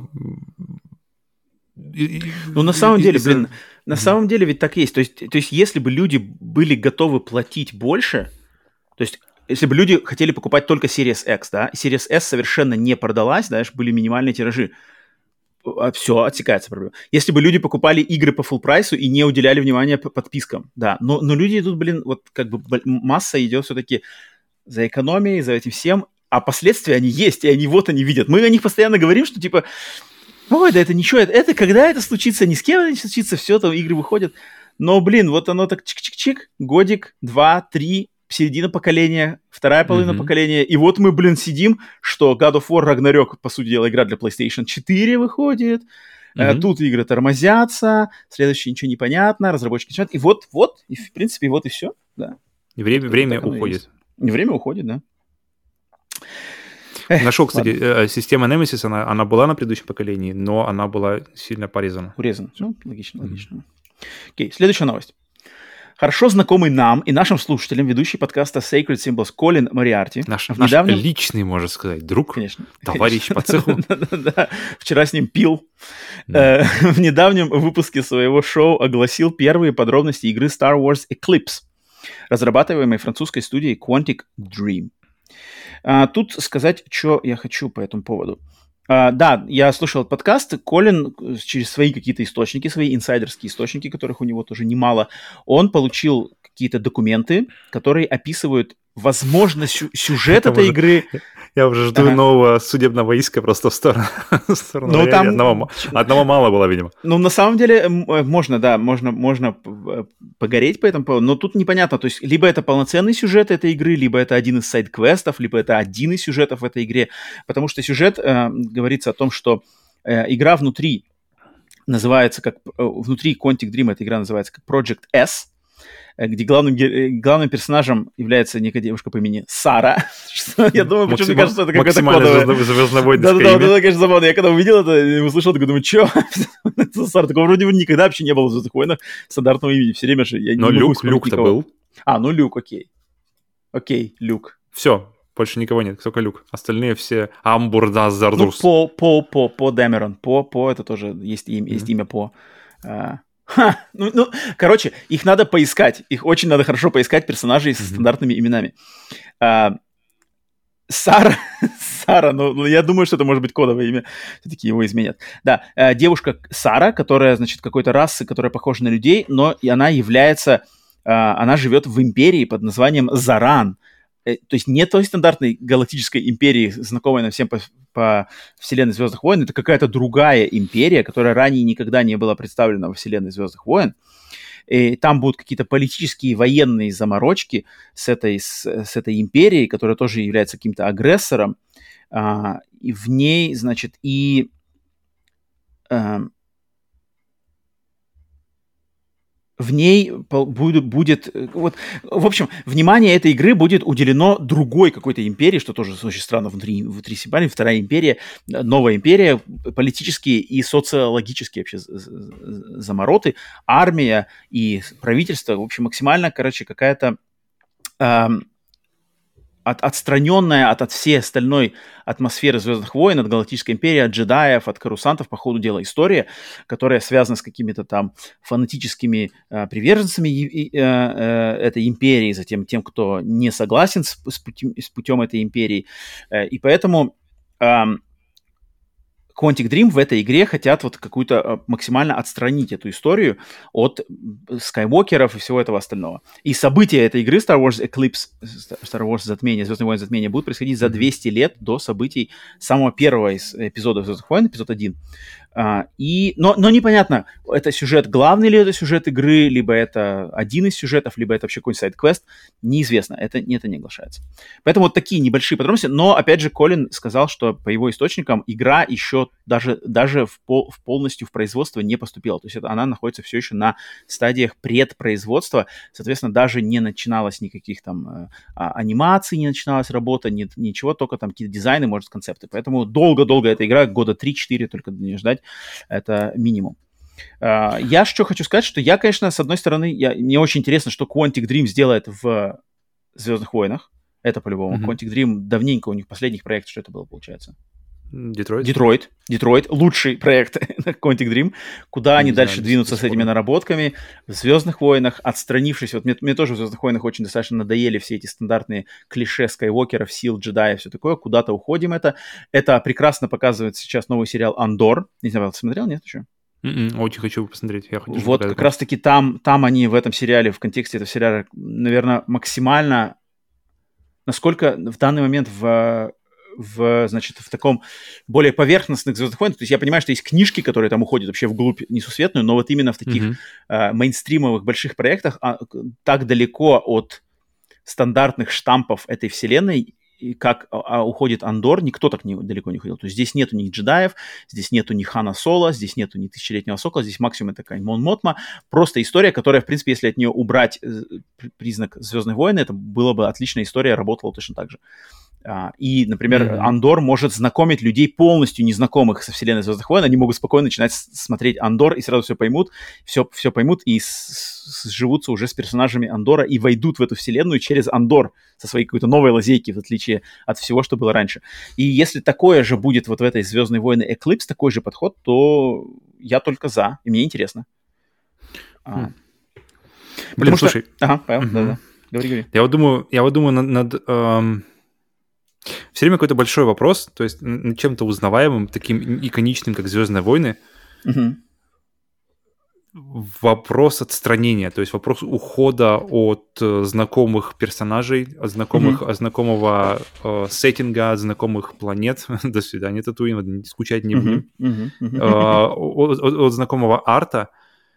Speaker 1: Ну, на самом деле, блин, на самом деле ведь так есть. То есть, то есть, если бы люди были готовы платить больше, то есть, если бы люди хотели покупать только Series X, да, Series S совершенно не продалась, да, были минимальные тиражи, все, отсекается проблема. Если бы люди покупали игры по full прайсу и не уделяли внимания подпискам, да, но, но люди идут, блин, вот как бы масса идет все-таки за экономией, за этим всем, а последствия они есть, и они вот они видят. Мы о них постоянно говорим, что типа, ой, да это ничего, это, это когда это случится, ни с кем это не случится, все, там игры выходят. Но, блин, вот оно так чик-чик-чик, годик, два, три, середина поколения, вторая половина mm-hmm. поколения, и вот мы, блин, сидим, что God of War Ragnarok, по сути дела, игра для PlayStation четыре выходит, mm-hmm. тут игры тормозятся, следующее ничего не понятно, разработчики начинают, и вот, вот, и в принципе, вот и все, да.
Speaker 2: И время, время уходит.
Speaker 1: И время уходит, да.
Speaker 2: Эх, Нашел, кстати, ладно. Система Nemesis, она, она была на предыдущем поколении, но она была сильно порезана.
Speaker 1: Урезана. Ну, логично, логично. Mm-hmm. Окей, следующая новость. Хорошо знакомый нам и нашим слушателям ведущий подкаста Sacred Symbols Колин Мориарти.
Speaker 2: Наш, наш недавнем... личный, можно сказать, друг, конечно, товарищ конечно. По цеху.
Speaker 1: Да, вчера с ним пил. В недавнем выпуске своего шоу огласил первые подробности игры Star Wars Eclipse. разрабатываемой французской студией Quantic Dream. А, тут сказать, что я хочу по этому поводу. А, да, я слушал подкаст, Колин через свои какие-то источники, свои инсайдерские источники, которых у него тоже немало, он получил какие-то документы, которые описывают возможно сю- сюжет этой игры.
Speaker 2: Я уже жду ага. нового судебного иска просто в сторону. в сторону
Speaker 1: ну, там...
Speaker 2: одного, одного мало было, видимо.
Speaker 1: Ну, на самом деле, можно, да, можно, можно погореть по этому поводу, но тут непонятно. То есть, либо это полноценный сюжет этой игры, либо это один из сайд-квестов, либо это один из сюжетов в этой игре. Потому что сюжет э, говорится о том, что э, игра внутри называется как... Э, внутри Quantic Dream эта игра называется как Project S, где главным, главным персонажем является некая девушка по имени Сара. Что, я думаю, почему мне кажется, это какое-то кодовое.
Speaker 2: Максимально
Speaker 1: Да-да-да, это, конечно, забавно. Я когда увидел это и услышал, такой думаю, что? Сара, такого вроде бы никогда вообще не было в «Звездных войнах» стандартного имени. Все время же я не
Speaker 2: Но
Speaker 1: могу
Speaker 2: Люк,
Speaker 1: вспомнить
Speaker 2: Люк-то
Speaker 1: никого.
Speaker 2: был.
Speaker 1: А, ну Люк, окей. Окей, Люк.
Speaker 2: Все, больше никого нет, только Люк. Остальные все Амбурдаз,
Speaker 1: Ну,
Speaker 2: Зардус.
Speaker 1: по, по, по, по Дэмерон. По, по, это тоже есть имя, есть имя по... Ха, ну, ну, короче, их надо поискать. Их очень надо хорошо поискать, персонажей mm-hmm. со стандартными именами. А, Сара, Сара, ну, ну, я думаю, что это может быть кодовое имя. Все-таки его изменят. Да, а, девушка Сара, которая, значит, какой-то расы, которая похожа на людей, но и она является... А, она живет в империи под названием Заран. То есть не той стандартной галактической империи, знакомой нам всем по, по вселенной «Звездных войн», это какая-то другая империя, которая ранее никогда не была представлена во вселенной «Звездных войн». И там будут какие-то политические военные заморочки с этой, с, с этой империей, которая тоже является каким-то агрессором. А, и в ней, значит, и... А, в ней будет, будет, вот, в общем, внимание этой игры будет уделено другой какой-то империи, что тоже очень странно внутри, внутри Сибали, вторая империя, новая империя, политические и социологические вообще замороты, армия и правительство, в общем, максимально, короче, какая-то эм, от, отстраненная от, от всей остальной атмосферы «Звездных войн», от Галактической империи, от джедаев, от корусантов, по ходу дела, история, которая связана с какими-то там фанатическими э, приверженцами э, э, этой империи, затем тем, кто не согласен с, с, путем, с путем этой империи. Э, и поэтому... Э, Quantic Dream в этой игре хотят вот какую-то максимально отстранить эту историю от скайуокеров и всего этого остального. И события этой игры Star Wars Eclipse, Star Wars Затмение, Звездные войны Затмение будут происходить за двести лет до событий самого первого из эпизодов Звездных войн, эпизод один. Uh, и, но, но непонятно, это сюжет главный ли это сюжет игры, либо это один из сюжетов, либо это вообще какой-нибудь сайд-квест, неизвестно, это, это не оглашается. Поэтому вот такие небольшие подробности, но опять же Колин сказал, что по его источникам игра еще даже, даже в, пол, в полностью в производство не поступила, то есть это, она находится все еще на стадиях предпроизводства, соответственно, даже не начиналось никаких там а, анимаций, не начиналась работа, нет, ничего, только там какие-то дизайны, может, концепты, поэтому долго-долго эта игра, года три-четыре только не ждать. Это минимум. Uh, я что хочу сказать, что я, конечно, с одной стороны, я, мне очень интересно, что Quantic Dream сделает в «Звездных войнах». Это по-любому. Mm-hmm. Quantic Dream давненько у них последних проектов, что это было, получается?
Speaker 2: Детройт.
Speaker 1: Детройт. Детройт. Лучший проект Quantic Dream. Куда не они дальше знаю, двинутся с этими наработками в «Звездных войнах», отстранившись. Вот мне, мне тоже в «Звездных войнах» очень достаточно надоели все эти стандартные клише скайуокеров, сил, джедаев, все такое. Куда-то уходим это. Это прекрасно показывает сейчас новый сериал «Андор». Не знаю, ты смотрел, нет еще?
Speaker 2: Mm-mm, очень хочу посмотреть. Я хочу
Speaker 1: вот как раз-таки там, там они в этом сериале, в контексте этого сериала, наверное, максимально... Насколько в данный момент в... в, значит, в таком более поверхностных «Звездных войнах». То есть я понимаю, что есть книжки, которые там уходят вообще вглубь несусветную, но вот именно в таких mm-hmm. э, мейнстримовых больших проектах а, так далеко от стандартных штампов этой вселенной, как а, а уходит Андор, никто так не, далеко не уходил. То есть здесь нету ни джедаев, здесь нету ни Хана Соло, здесь нету ни Тысячелетнего Сокола, здесь максимум это такая Мон Мотма. Просто история, которая, в принципе, если от нее убрать признак «Звездные войны», это была бы отличная история, работала точно так же. И, например, mm-hmm. Андор может знакомить людей полностью незнакомых со вселенной «Звездных войн». Они могут спокойно начинать смотреть Андор и сразу все поймут, все, все поймут и сживутся уже с персонажами Андора и войдут в эту вселенную через Андор со своей какой-то новой лазейки, в отличие от всего, что было раньше. И если такое же будет вот в этой «Звездные войны» Eclipse, такой же подход, то я только за, и мне интересно.
Speaker 2: Mm. Блин,
Speaker 1: Потому
Speaker 2: слушай...
Speaker 1: Что... Ага, понял,
Speaker 2: mm-hmm.
Speaker 1: да-да. Говори, говори.
Speaker 2: Я вот думаю, я вот думаю над... над эм... все время какой-то большой вопрос, то есть над чем-то узнаваемым, таким иконичным, как «Звездные войны».
Speaker 1: Угу.
Speaker 2: Вопрос отстранения, то есть вопрос ухода от э, знакомых персонажей, от знакомых,
Speaker 1: Mm-hmm.
Speaker 2: от знакомого э, сеттинга, от знакомых планет. До свидания, Татуин, скучать не будем.
Speaker 1: Mm-hmm. Mm-hmm.
Speaker 2: Э, от, от, от знакомого арта.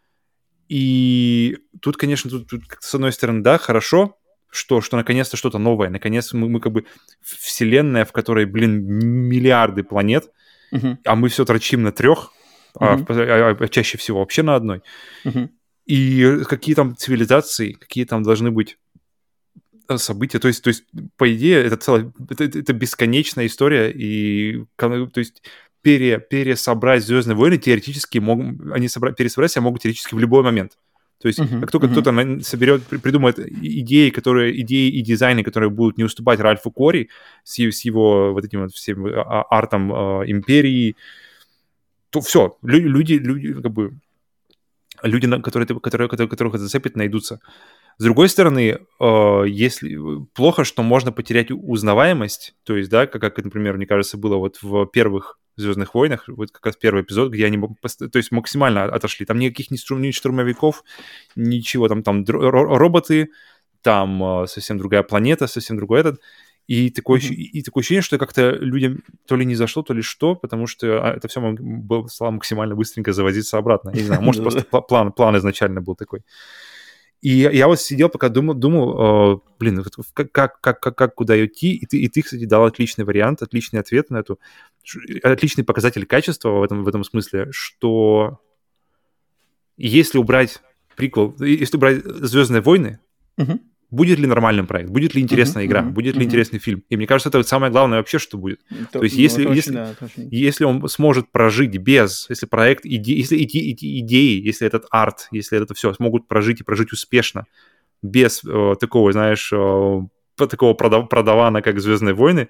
Speaker 2: И тут, конечно, тут, тут с одной стороны, да, хорошо, что, что наконец-то что-то новое. Наконец мы, мы как бы вселенная, в которой, блин, миллиарды планет,
Speaker 1: Mm-hmm.
Speaker 2: а мы все торчим на трех. Uh-huh. А, а чаще всего вообще на одной.
Speaker 1: Uh-huh.
Speaker 2: И какие там цивилизации, какие там должны быть события. То есть, то есть по идее, это, целая, это, это бесконечная история. И то есть пере, пересобрать «Звездные войны» теоретически могут... Они собра, пересобрать себя могут теоретически в любой момент. То есть uh-huh. как только uh-huh. кто-то соберет, придумает идеи, которые, идеи и дизайны, которые будут не уступать Ральфу Кори с, с его вот этим вот всем артом э, империи, то все, люди, люди, как бы, люди, которые, которые, которые, которых это зацепит, найдутся. С другой стороны, э, если плохо, что можно потерять узнаваемость, то есть, да, как, как, например, мне кажется, было вот в первых «Звездных войнах», вот как раз первый эпизод, где они, то есть, максимально отошли. Там никаких ни, штурм, ни штурмовиков, ничего, там, там роботы, там э, совсем другая планета, совсем другой этот. И такое, mm-hmm. и такое ощущение, что как-то людям то ли не зашло, то ли что, потому что это все стало максимально быстренько завозиться обратно. Я не знаю, может, просто план, план изначально был такой. И я вот сидел, пока думал, думал, блин, как, как, как, как куда идти, и ты, и ты, кстати, дал отличный вариант, отличный ответ на эту, отличный показатель качества в этом, в этом смысле, что если убрать приквел, если убрать «Звездные войны», mm-hmm. будет ли нормальный проект, будет ли интересная uh-huh, игра, uh-huh, будет ли uh-huh. интересный фильм. И мне кажется, это вот самое главное вообще, что будет. То, То есть, ну, если, очень, если, да, если он сможет прожить без, если проект, иде, если эти, эти идеи, если этот арт, если это все смогут прожить и прожить успешно, без э, такого, знаешь, э, такого продав, продавана, как «Звездные войны»,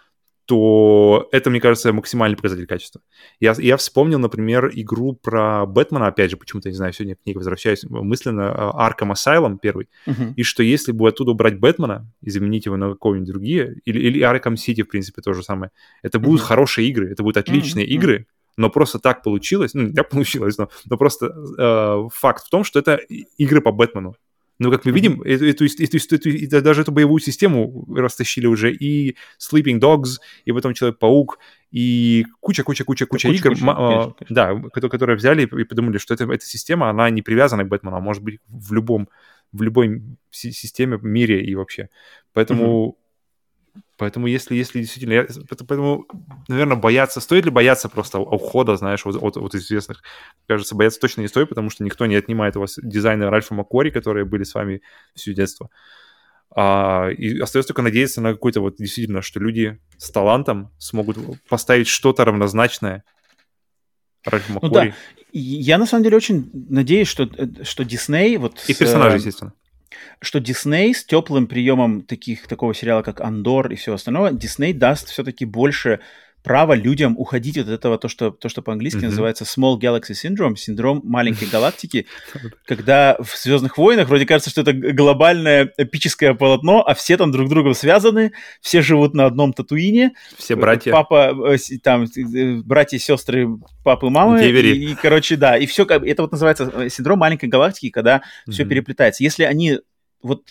Speaker 2: то это, мне кажется, максимальный показатель качества. Я, я вспомнил, например, игру про Бэтмена, опять же, почему-то, не знаю, сегодня к ней возвращаюсь мысленно, Arkham Asylum первый, uh-huh. и что если бы оттуда убрать Бэтмена и заменить его на какого-нибудь другие, или, или Arkham City, в принципе, то же самое, это будут uh-huh. хорошие игры, это будут отличные uh-huh. игры, но просто так получилось, ну, не так получилось, но, но просто э, факт в том, что это игры по Бэтмену. Но, как мы видим, mm-hmm. эту, эту, эту, эту, эту, даже эту боевую систему растащили уже и Sleeping Dogs, и потом Человек-паук, и куча-куча-куча-куча игр, куча, м- конечно, конечно. Да, которые, которые взяли и подумали, что это, эта система, она не привязана к Бэтмену, а может быть в любом, в любой системе, мире и вообще. Поэтому... Mm-hmm. Поэтому, если, если действительно... Я, поэтому, наверное, бояться... Стоит ли бояться просто ухода, знаешь, от, от, от известных? Кажется, бояться точно не стоит, потому что никто не отнимает у вас дизайны Ральфа Маккори, которые были с вами все детство. А, и остается только надеяться на какой-то вот действительно, что люди с талантом смогут поставить что-то равнозначное Ральфу Маккори. Ну, да.
Speaker 1: Я, на самом деле, очень надеюсь, что, что Дисней... Вот
Speaker 2: и персонажи, естественно.
Speaker 1: Что Дисней с теплым приемом таких, такого сериала, как «Андор» и все остальное, Дисней даст все-таки больше права людям уходить от этого, то, что, то, что по-английски mm-hmm. называется Small Galaxy Syndrome, синдром маленькой галактики, когда в «Звездных войнах» вроде кажется, что это глобальное эпическое полотно, а все там друг с другом связаны, все живут на одном Татуине.
Speaker 2: Все братья.
Speaker 1: Папа, там, братья и сестры папы и мамы. И, и, короче, да, и все, это вот называется синдром маленькой галактики, когда mm-hmm. все переплетается. Если они вот,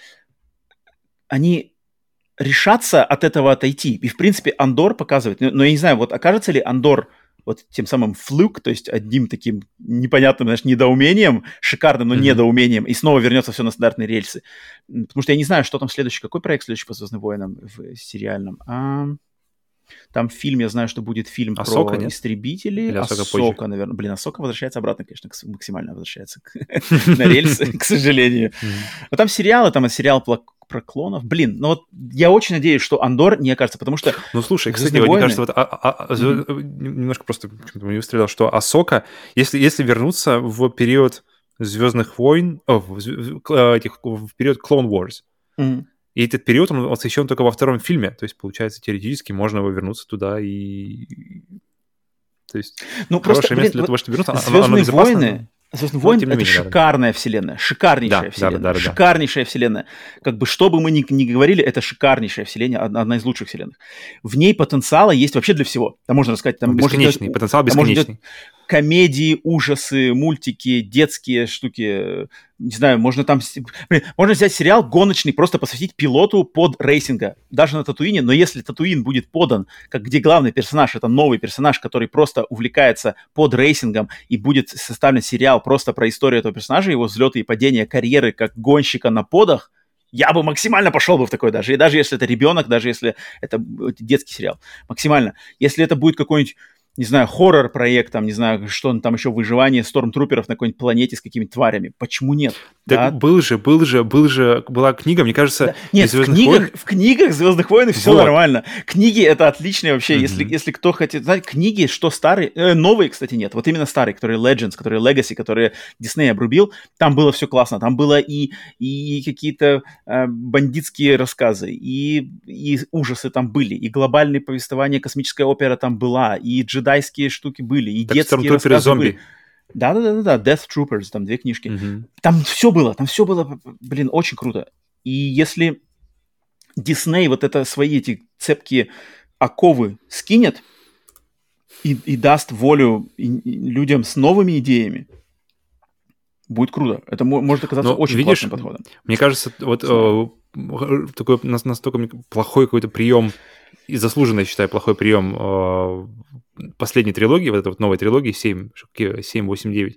Speaker 1: они... решаться от этого отойти. И, в принципе, Андор показывает. Но, но я не знаю, вот окажется ли Андор вот тем самым флюк, то есть одним таким непонятным, знаешь, недоумением, шикарным, но mm-hmm. недоумением, и снова вернется все на стандартные рельсы. Потому что я не знаю, что там следующий, какой проект следующий по «Звездным войнам» в сериальном. А... Там фильм, я знаю, что будет фильм
Speaker 2: Асока,
Speaker 1: про
Speaker 2: нет?
Speaker 1: истребителей.
Speaker 2: Или Асока,
Speaker 1: Асока, наверное. Блин, Асока возвращается обратно, конечно, максимально возвращается на рельсы, к сожалению. Но там сериалы, там сериал про клонов. Блин, ну вот я очень надеюсь, что Андор не окажется, потому что...
Speaker 2: Ну, слушай, кстати, мне кажется, вот немножко просто почему-то мне выстрелил, что Асока, если вернуться в период Звездных войн, в период Clone Wars, и этот период, он освещен только во втором фильме. То есть, получается, теоретически можно его вернуться туда и... То есть,
Speaker 1: ну,
Speaker 2: хорошее
Speaker 1: просто,
Speaker 2: место
Speaker 1: блин,
Speaker 2: для того, чтобы вернуться,
Speaker 1: «Звездные
Speaker 2: оно, оно
Speaker 1: войны», «Звездные войны» — это менее, шикарная да. вселенная, шикарнейшая да, вселенная, да, да, да, шикарнейшая да. вселенная. Как бы что бы мы ни, ни говорили, это шикарнейшая вселенная, одна, одна из лучших вселенных. В ней потенциала есть вообще для всего. Там можно рассказать... Там
Speaker 2: бесконечный,
Speaker 1: можно,
Speaker 2: потенциал бесконечный.
Speaker 1: Комедии, ужасы, мультики, детские штуки, не знаю, можно там... Блин, можно взять сериал гоночный, просто посвятить пилоту под рейсинга, даже на Татуине, но если Татуин будет подан, как где главный персонаж, это новый персонаж, который просто увлекается под рейсингом, и будет составлен сериал просто про историю этого персонажа, его взлеты и падения карьеры как гонщика на подах, я бы максимально пошел бы в такой даже, и даже если это ребенок, даже если это детский сериал, максимально. Если это будет какой-нибудь, не знаю, хоррор-проект, там, не знаю, что он там еще, выживание стормтруперов на какой-нибудь планете с какими-то тварями. Почему нет?
Speaker 2: Так да? был же, был же, был же, была книга, мне кажется,
Speaker 1: да. Нет, в книгах, войн... в книгах «Звездных войн» все вот. Нормально. Книги — это отличные вообще, mm-hmm. если, если кто хочет знать, книги, что старые, э, новые, кстати, нет, вот именно старые, которые Legends, которые Legacy, которые Disney обрубил, там было все классно, там было и, и какие-то э, бандитские рассказы, и, и ужасы там были, и глобальные повествования, космическая опера там была, и джедайские штуки были, и так детские рассказы зомби. Были. Да-да-да, Death Troopers, там две книжки. Mm-hmm. Там все было, там все было, блин, очень круто. И если Disney вот это свои эти цепкие оковы скинет и, и даст волю и, и людям с новыми идеями, будет круто. Это может оказаться но, очень видишь, классным подходом.
Speaker 2: Мне кажется, вот э, такой настолько плохой какой-то прием, и заслуженно, я считаю, плохой прием э, последней трилогии, вот этой вот новой трилогии, семь, восемь, девять.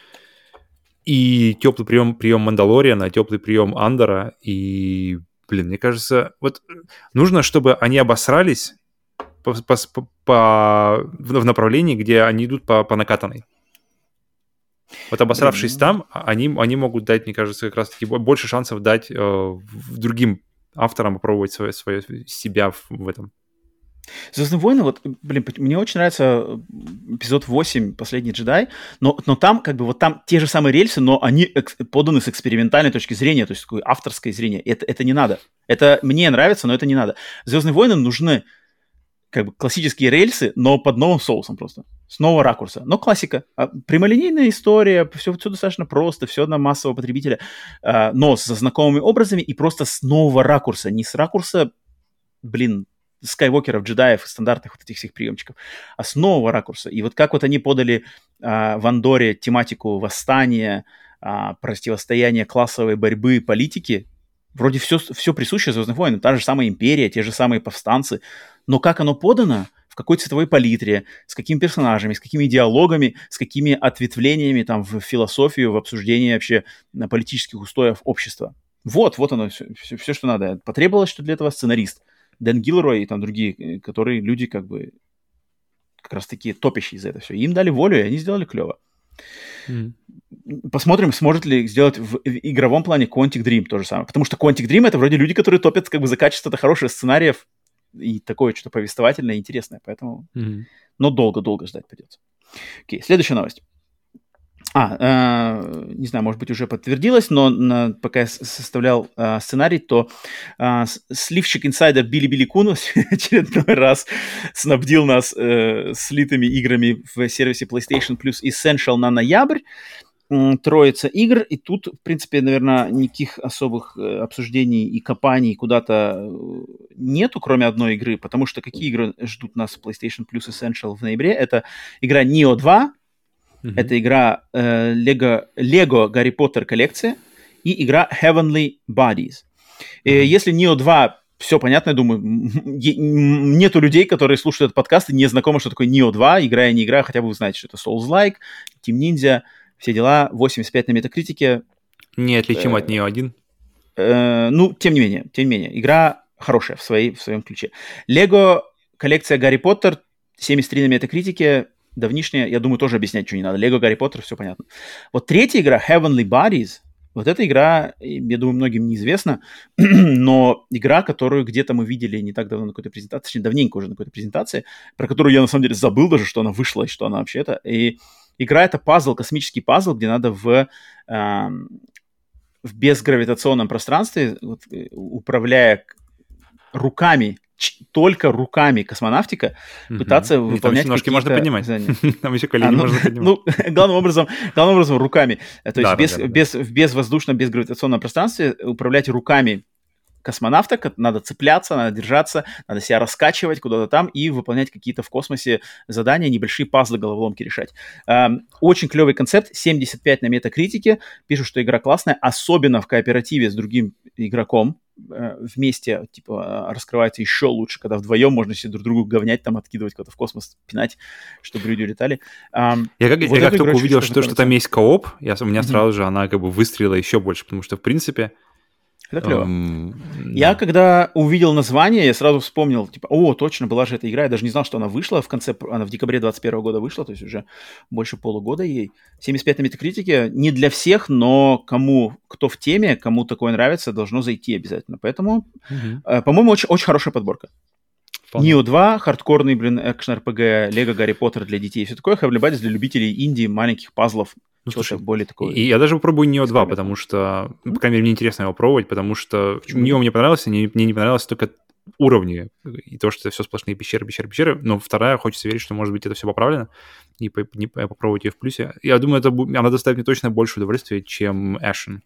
Speaker 2: И теплый прием, прием Мандалориана, теплый прием Андора. И, блин, мне кажется, вот нужно, чтобы они обосрались по, по, по, в направлении, где они идут по, по накатанной. Вот обосравшись mm-hmm. там, они, они могут дать, мне кажется, как раз-таки больше шансов дать э, другим авторам попробовать свое, свое, себя в, в этом.
Speaker 1: «Звездные войны», вот, блин, мне очень нравится эпизод восемь «Последний джедай», но, но там, как бы, вот там те же самые рельсы, но они экс- поданы с экспериментальной точки зрения, то есть такое авторское зрение. Это, это не надо. Это мне нравится, но это не надо. «Звездные войны» нужны, как бы, классические рельсы, но под новым соусом просто, с нового ракурса. Но классика. Прямолинейная история, все, все достаточно просто, все на массового потребителя, но со знакомыми образами и просто с нового ракурса. Не с ракурса, блин, скайвокеров, джедаев, стандартных вот этих всех приемчиков, а с нового ракурса. И вот как вот они подали а, в Андоре тематику восстания, а, противостояния классовой борьбы, политики, вроде все, все присуще «Звездным войнам», та же самая империя, те же самые повстанцы, но как оно подано, в какой цветовой палитре, с какими персонажами, с какими диалогами, с какими ответвлениями там в философию, в обсуждение вообще политических устоев общества. Вот, вот оно, все, все, все, что надо. Потребовалось, что для этого сценарист Дэн Гилрой и там другие, которые люди как бы как раз такие топящие за это все. Им дали волю, и они сделали клево. Mm. Посмотрим, сможет ли сделать в, в игровом плане Quantic Dream то же самое. Потому что Quantic Dream — это вроде люди, которые топят как бы за качество хороших сценариев и такое что-то повествовательное и интересное. Поэтому... Mm. Но долго-долго ждать придется. Окей, следующая новость. А, э, не знаю, может быть, уже подтвердилось, но на, пока я составлял э, сценарий, то э, сливщик-инсайдер Билли-Билли Кун очередной раз снабдил нас э, слитыми играми в сервисе PlayStation Plus Essential на ноябрь. Э, троица игр, и тут, в принципе, наверное, никаких особых э, обсуждений и копаний куда-то нету, кроме одной игры, потому что какие игры ждут нас в PlayStation Plus Essential в ноябре? Это игра Nioh два, Mm-hmm. Это игра э, Lego, Lego Гарри Поттер коллекция и игра Heavenly Bodies. Mm-hmm. Если Nioh два, все понятно, я думаю, нету людей, которые слушают этот подкаст и не знакомы, что такое Nioh два, играя не играя, хотя бы вы знаете, что это Souls-like, Team Ninja, все дела, восемьдесят пять на метакритике.
Speaker 2: Неотличим э, от Nioh один.
Speaker 1: Э, ну, тем не менее, тем не менее, игра хорошая в, своей, в своем ключе. Lego коллекция Гарри Поттер, семьдесят три на метакритике. Давнишняя, я думаю, тоже объяснять ничего не надо. Лего, Гарри Поттер, все понятно. Вот третья игра, Heavenly Bodies, вот эта игра, я думаю, многим неизвестна, но игра, которую где-то мы видели не так давно на какой-то презентации, точнее, давненько уже на какой-то презентации, про которую я, на самом деле, забыл даже, что она вышла и что она вообще это. И игра — это пазл, космический пазл, где надо в, э, в безгравитационном пространстве, вот, управляя руками ч- только руками космонавтика
Speaker 2: Мгм.
Speaker 1: пытаться
Speaker 2: Не, там
Speaker 1: выполнять
Speaker 2: еще ножки можно
Speaker 1: какие-то
Speaker 2: поднимать.
Speaker 1: задания.
Speaker 2: Там еще
Speaker 1: А,
Speaker 2: колени
Speaker 1: ну,
Speaker 2: можно поднимать.
Speaker 1: ну, главным образом, главным образом руками. Э, То есть
Speaker 2: Да, да,
Speaker 1: без,
Speaker 2: да, да.
Speaker 1: без, в безвоздушном, безгравитационном пространстве управлять руками космонавта, ка- надо цепляться, надо держаться, надо себя раскачивать куда-то там и выполнять какие-то в космосе задания, небольшие пазлы, головоломки решать. Эм, Очень клевый концепт, семьдесят пять на метакритике, пишут, что игра классная, особенно в кооперативе с другим игроком, э, вместе, типа, э, раскрывается еще лучше, когда вдвоем можно себе друг другу говнять, там, откидывать куда-то в космос, пинать, чтобы люди улетали. Эм,
Speaker 2: Я как,
Speaker 1: Вот
Speaker 2: я как
Speaker 1: эту игру
Speaker 2: только
Speaker 1: очень
Speaker 2: увидел,
Speaker 1: хочу
Speaker 2: что, что там
Speaker 1: познакомиться.
Speaker 2: есть кооп, я, у меня
Speaker 1: Мгм.
Speaker 2: сразу же она как бы выстрелила еще больше, потому что, в принципе,
Speaker 1: Это клево.
Speaker 2: эм,
Speaker 1: Я,
Speaker 2: да.
Speaker 1: когда увидел название, я сразу вспомнил, типа, о, точно, была же эта игра, я даже не знал, что она вышла в конце, она в декабре двадцать первого года вышла, то есть уже больше полугода ей. семьдесят пять на метакритике, не для всех, но кому, кто в теме, кому такое нравится, должно зайти обязательно. Поэтому,
Speaker 2: Мгм.
Speaker 1: э, по-моему, очень, очень хорошая подборка.
Speaker 2: Вполне.
Speaker 1: Нио два, хардкорный, блин, экшен-РПГ, Лего Гарри Поттер для детей, все такое, Heavenly Bodies для любителей инди, маленьких пазлов,
Speaker 2: Ну,
Speaker 1: чего-то
Speaker 2: слушай,
Speaker 1: более
Speaker 2: и,
Speaker 1: такого
Speaker 2: и я даже попробую Нио два,
Speaker 1: экспериментального.
Speaker 2: потому что, ну, по
Speaker 1: М?
Speaker 2: крайней мере, мне интересно его пробовать, потому что
Speaker 1: Почему
Speaker 2: Нио
Speaker 1: нет?
Speaker 2: мне понравился, не- мне не понравилось только уровни и то, что это все сплошные пещеры, пещеры, пещеры. Но вторая, хочется верить, что, может быть, это все поправлено, и по- не- попробовать ее в плюсе. Я думаю, это, бу- она доставит мне точно больше удовольствия, чем Ashen.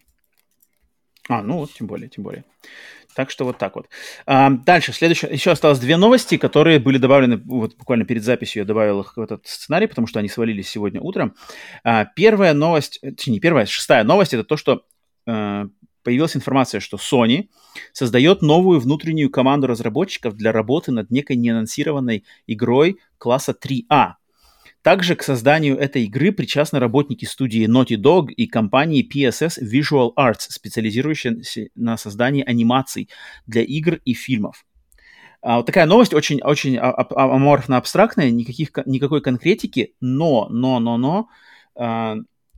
Speaker 1: А, ну вот, тем более, тем более. Так что вот так вот. А, дальше, следующее. Еще осталось две новости, которые были добавлены, вот буквально перед записью я добавил их в этот сценарий, потому что они свалились сегодня утром. А, первая новость, э, точнее, не первая, шестая новость, это то, что э, появилась информация, что Sony создает новую внутреннюю команду разработчиков для работы над некой неанонсированной игрой класса три А. Также к созданию этой игры причастны работники студии Naughty Dog и компании пи эс эс Visual Arts, специализирующиеся на создании анимаций для игр и фильмов. А, вот такая новость очень, очень а- а- аморфно-абстрактная, никаких, кон- никакой конкретики, но, но, но, но а,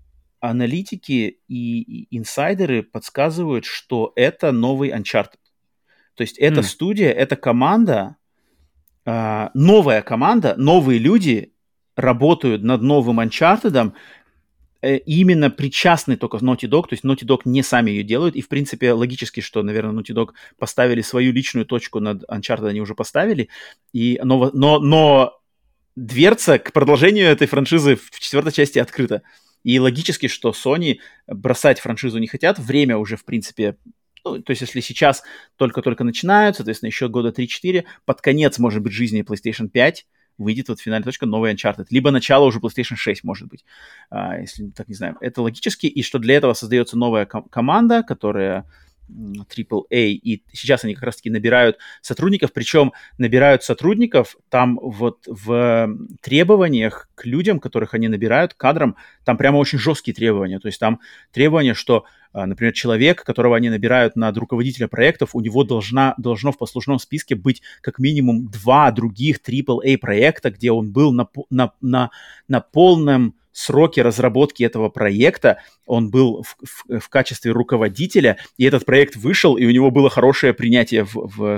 Speaker 1: аналитики и, и инсайдеры подсказывают, что это новый Uncharted. То есть эта
Speaker 2: М,
Speaker 1: студия, эта команда, а, новая команда, новые люди работают над новым Uncharted, э, именно причастны только в Naughty Dog, то есть Naughty Dog не сами ее делают, и в принципе логически, что, наверное, Naughty Dog поставили свою личную точку над Uncharted, они уже поставили, и, но, но, но дверца к продолжению этой франшизы в четвертой части открыта. И логически, что Sony бросать франшизу не хотят, время уже, в принципе, ну, то есть если сейчас только-только начинают, соответственно, еще года три-четыре, под конец, может быть, жизни PlayStation пять выйдет вот финальная точка новый Uncharted. Либо начало уже PlayStation шесть, может быть, а, если так не знаю. Это логически, и что для этого создается новая ком- команда, которая трипл эй, и сейчас они как раз-таки набирают сотрудников, причем набирают сотрудников там вот в требованиях к людям, которых они набирают, кадрам, там прямо очень жесткие требования, то есть там требования, что, например, человек, которого они набирают над руководителя проектов, у него должна, должно в послужном списке быть как минимум два других трипл эй проекта, где он был на, на, на, на полном сроки разработки этого проекта, он был в, в, в качестве руководителя, и этот проект вышел, и у него было хорошее принятие в, в,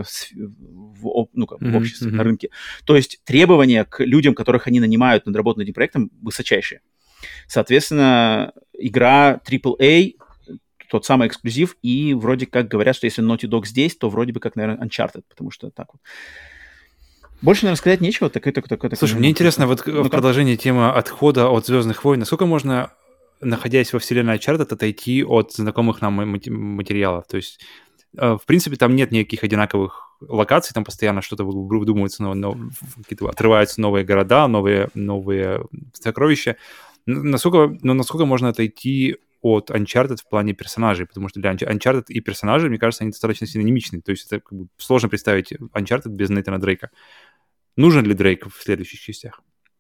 Speaker 1: в, ну, как, в
Speaker 2: мгм,
Speaker 1: обществе,
Speaker 2: мгм.
Speaker 1: на рынке. То есть требования к людям, которых они нанимают над работой над этим проектом, высочайшие. Соответственно, игра трипл эй, тот самый эксклюзив, и вроде как говорят, что если Naughty Dog здесь, то вроде бы как, наверное, Uncharted, потому что так вот. Больше, наверное, сказать нечего. Так это, так, так,
Speaker 2: Слушай, мне интересно, вот в
Speaker 1: ну-ка.
Speaker 2: продолжении темы отхода от «Звездных войн», насколько можно, находясь во вселенной Uncharted, отойти от знакомых нам мати- материалов? То есть, э, в принципе, там нет никаких одинаковых локаций, там постоянно что-то вы- выдумывается, но, но какие-то отрываются новые города, новые, новые сокровища. Н- Насколько, но насколько можно отойти от Uncharted в плане персонажей? Потому что для Unch- Uncharted и персонажи, мне кажется, они достаточно синонимичны. То есть это как бы сложно представить Uncharted без Нейтана Дрейка. Нужен ли Дрейк в следующих частях?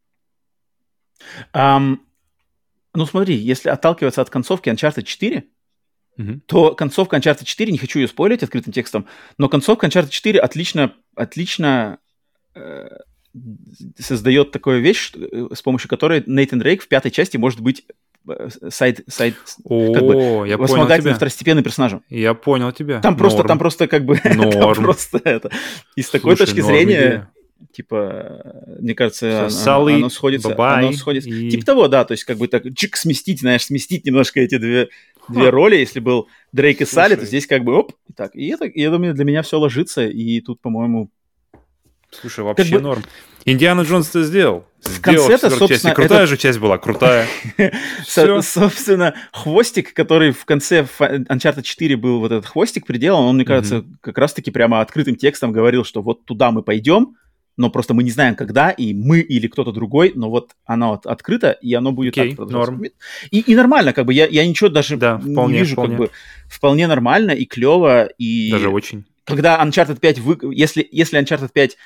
Speaker 1: Um, ну, смотри, если отталкиваться от концовки Uncharted четыре,
Speaker 2: Мгм.
Speaker 1: то концовка Uncharted четыре, не хочу ее спойлерить открытым текстом, но концовка Uncharted четыре отлично, отлично э, создает такую вещь, что, э, с помощью которой Нейтан Дрейк в пятой части может быть э, сайд, сайд, как бы
Speaker 2: О, я понял
Speaker 1: вспомогательным
Speaker 2: тебя.
Speaker 1: второстепенным персонажем.
Speaker 2: Я понял тебя.
Speaker 1: Там просто, там
Speaker 2: Норм.
Speaker 1: просто как бы, там
Speaker 2: Норм.
Speaker 1: просто это. И с такой
Speaker 2: Слушай,
Speaker 1: точки
Speaker 2: норм
Speaker 1: зрения,
Speaker 2: идея.
Speaker 1: типа, мне кажется,
Speaker 2: Всё,
Speaker 1: оно,
Speaker 2: Салли,
Speaker 1: оно сходится,
Speaker 2: бабай
Speaker 1: оно сходится.
Speaker 2: и-
Speaker 1: Типа того, да, то есть как бы так чик сместить, знаешь, сместить немножко эти две, две
Speaker 2: Ха.
Speaker 1: роли. Если был Дрейк и Салли, то
Speaker 2: Слушай.
Speaker 1: здесь как бы оп, и так. И это, я думаю, для меня все ложится, и тут, по-моему,
Speaker 2: Слушай, вообще как бы... норм. Индиана Джонс это сделал.
Speaker 1: В конце-то, собственно...
Speaker 2: Крутая
Speaker 1: это...
Speaker 2: же часть была, крутая.
Speaker 1: Собственно, хвостик, который в конце Uncharted четыре был, вот этот хвостик приделан, он, мне кажется, как раз-таки прямо открытым текстом говорил, что вот туда мы пойдем, но просто мы не знаем, когда, и мы или кто-то другой, но вот оно от, открыто, и оно будет
Speaker 2: okay,
Speaker 1: так продолжаться. И, и нормально, как бы, я, я ничего даже
Speaker 2: да,
Speaker 1: не
Speaker 2: вполне,
Speaker 1: вижу,
Speaker 2: вполне.
Speaker 1: как бы, вполне нормально и клево, и...
Speaker 2: Даже очень.
Speaker 1: Когда Uncharted пять, вы... если, если Uncharted пять